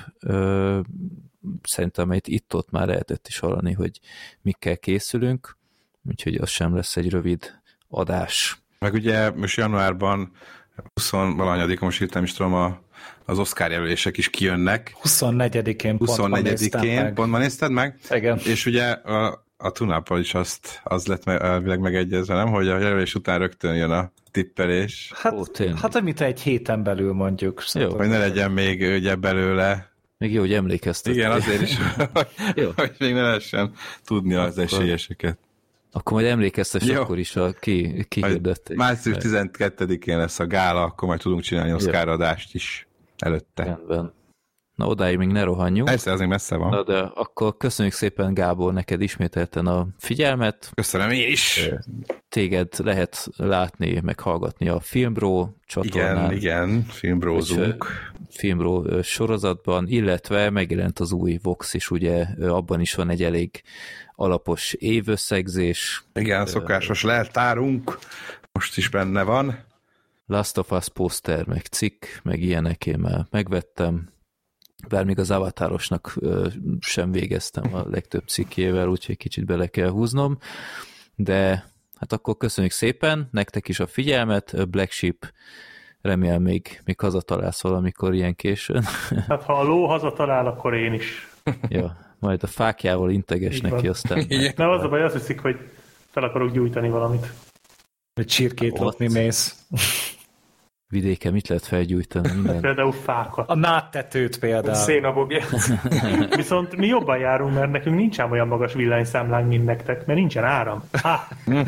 Szerintem itt-ott már lehetett is hallani, hogy mikkel készülünk, úgyhogy az sem lesz egy rövid adás. Meg ugye most januárban huszonvalahanyadik, most hirtelen is tudom, a, az Oscar jelölések is kijönnek. huszonnegyedikén pont huszonnegyedikén pont ma nézted meg? Igen. És ugye a, a Tunáppal is azt, az lett elvileg megegyezve, nem? Hogy a jelölés után rögtön jön a tippelés. Hát, Ó, hát amit egy héten belül mondjuk. Jó, hogy ne legyen még ugye belőle. Még jó, hogy emlékeztet. Igen, azért is, hogy, hogy még ne lehessen tudni az akkor, esélyeseket. Akkor majd emlékeztes akkor is, a ki, ki hirdették. március tizenkettedikén lesz a gála, akkor majd tudunk csinálni Oscar adást is előtte. Rendben. Na, odáig még ne rohanjunk. Persze, az még messze van. Na, de akkor köszönjük szépen, Gábor, neked ismételten a figyelmet. Köszönöm én is. Téged lehet látni, meg hallgatni a Filmbro csatornán. Igen, igen, filmbrózunk. Filmbro sorozatban, illetve megjelent az új Vox is, ugye abban is van egy elég alapos évösszegzés. Igen, szokásos leltárunk, most is benne van. Last of Us poszter, meg cikk, meg ilyenek én már megvettem. Bár még az Avatárosnak sem végeztem a legtöbb cikkjével, úgyhogy kicsit bele kell húznom, de hát akkor köszönjük szépen, nektek is a figyelmet, Black Sheep, remélem még, még hazatalálsz valamikor ilyen későn. Hát ha a ló hazatalál, akkor én is. Ja, majd a fákjával integes így neki, van. Aztán... Nem, az a baj, azt hiszik, hogy fel akarok gyújtani valamit. Hogy csirkét lopni mész. Vidéken mit lehet felgyújtani? Minden? Például fákat. A nádtetőt például. Szénabobját. Viszont mi jobban járunk, mert nekünk nincsen olyan magas villanyszámlánk, mint nektek, mert nincsen áram. Ha.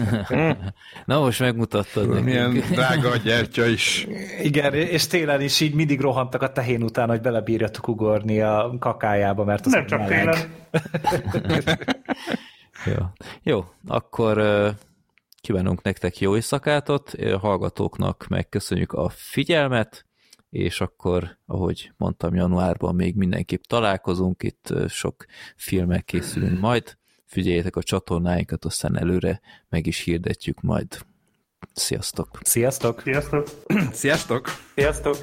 Na most megmutattad nekünk. Milyen drága a gyertya is. Igen, és télen is így mindig rohantak a tehén után, hogy belebírjatok ugorni a kakájába, mert az nem csak meleg. Télen. Jó. Jó, akkor... Kívánunk nektek jó éjszakátot, hallgatóknak megköszönjük a figyelmet, és akkor, ahogy mondtam, januárban még mindenképp találkozunk, itt sok filmek készülünk majd, figyeljétek a csatornáinkat, aztán előre meg is hirdetjük majd. Sziasztok! Sziasztok! Sziasztok! Sziasztok! Sziasztok!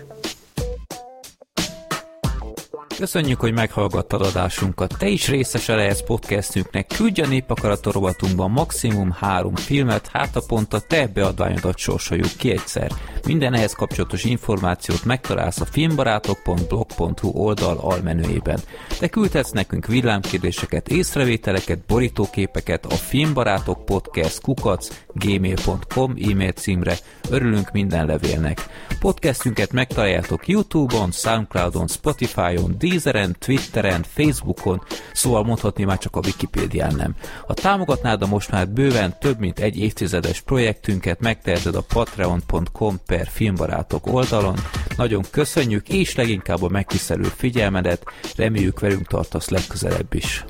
Köszönjük, hogy meghallgattad adásunkat. Te is részese lehetsz podcastünknek. Küldj a Népakarator rovatunkban maximum három filmet, hát a pont a te beadványodat sorsoljuk ki egyszer. Minden ehhez kapcsolatos információt megtalálsz a filmbarátok pont blog pont hu oldal almenüjében. Te küldhetsz nekünk villámkérdéseket, észrevételeket, borítóképeket a filmbarátok podcast kukac gmail pont com e-mail címre. Örülünk minden levélnek. Podcastünket megtaláljátok YouTube-on, Soundcloud-on, Spotify-on, Deezeren, Twitteren, Facebookon, szóval mondhatni már csak a Wikipédián nem. Ha támogatnád a most már bőven több mint egy évtizedes projektünket, megteheted a patreon pont com per filmbarátok oldalon. Nagyon köszönjük, és leginkább a megtisztelő figyelmedet, reméljük velünk tartasz legközelebb is.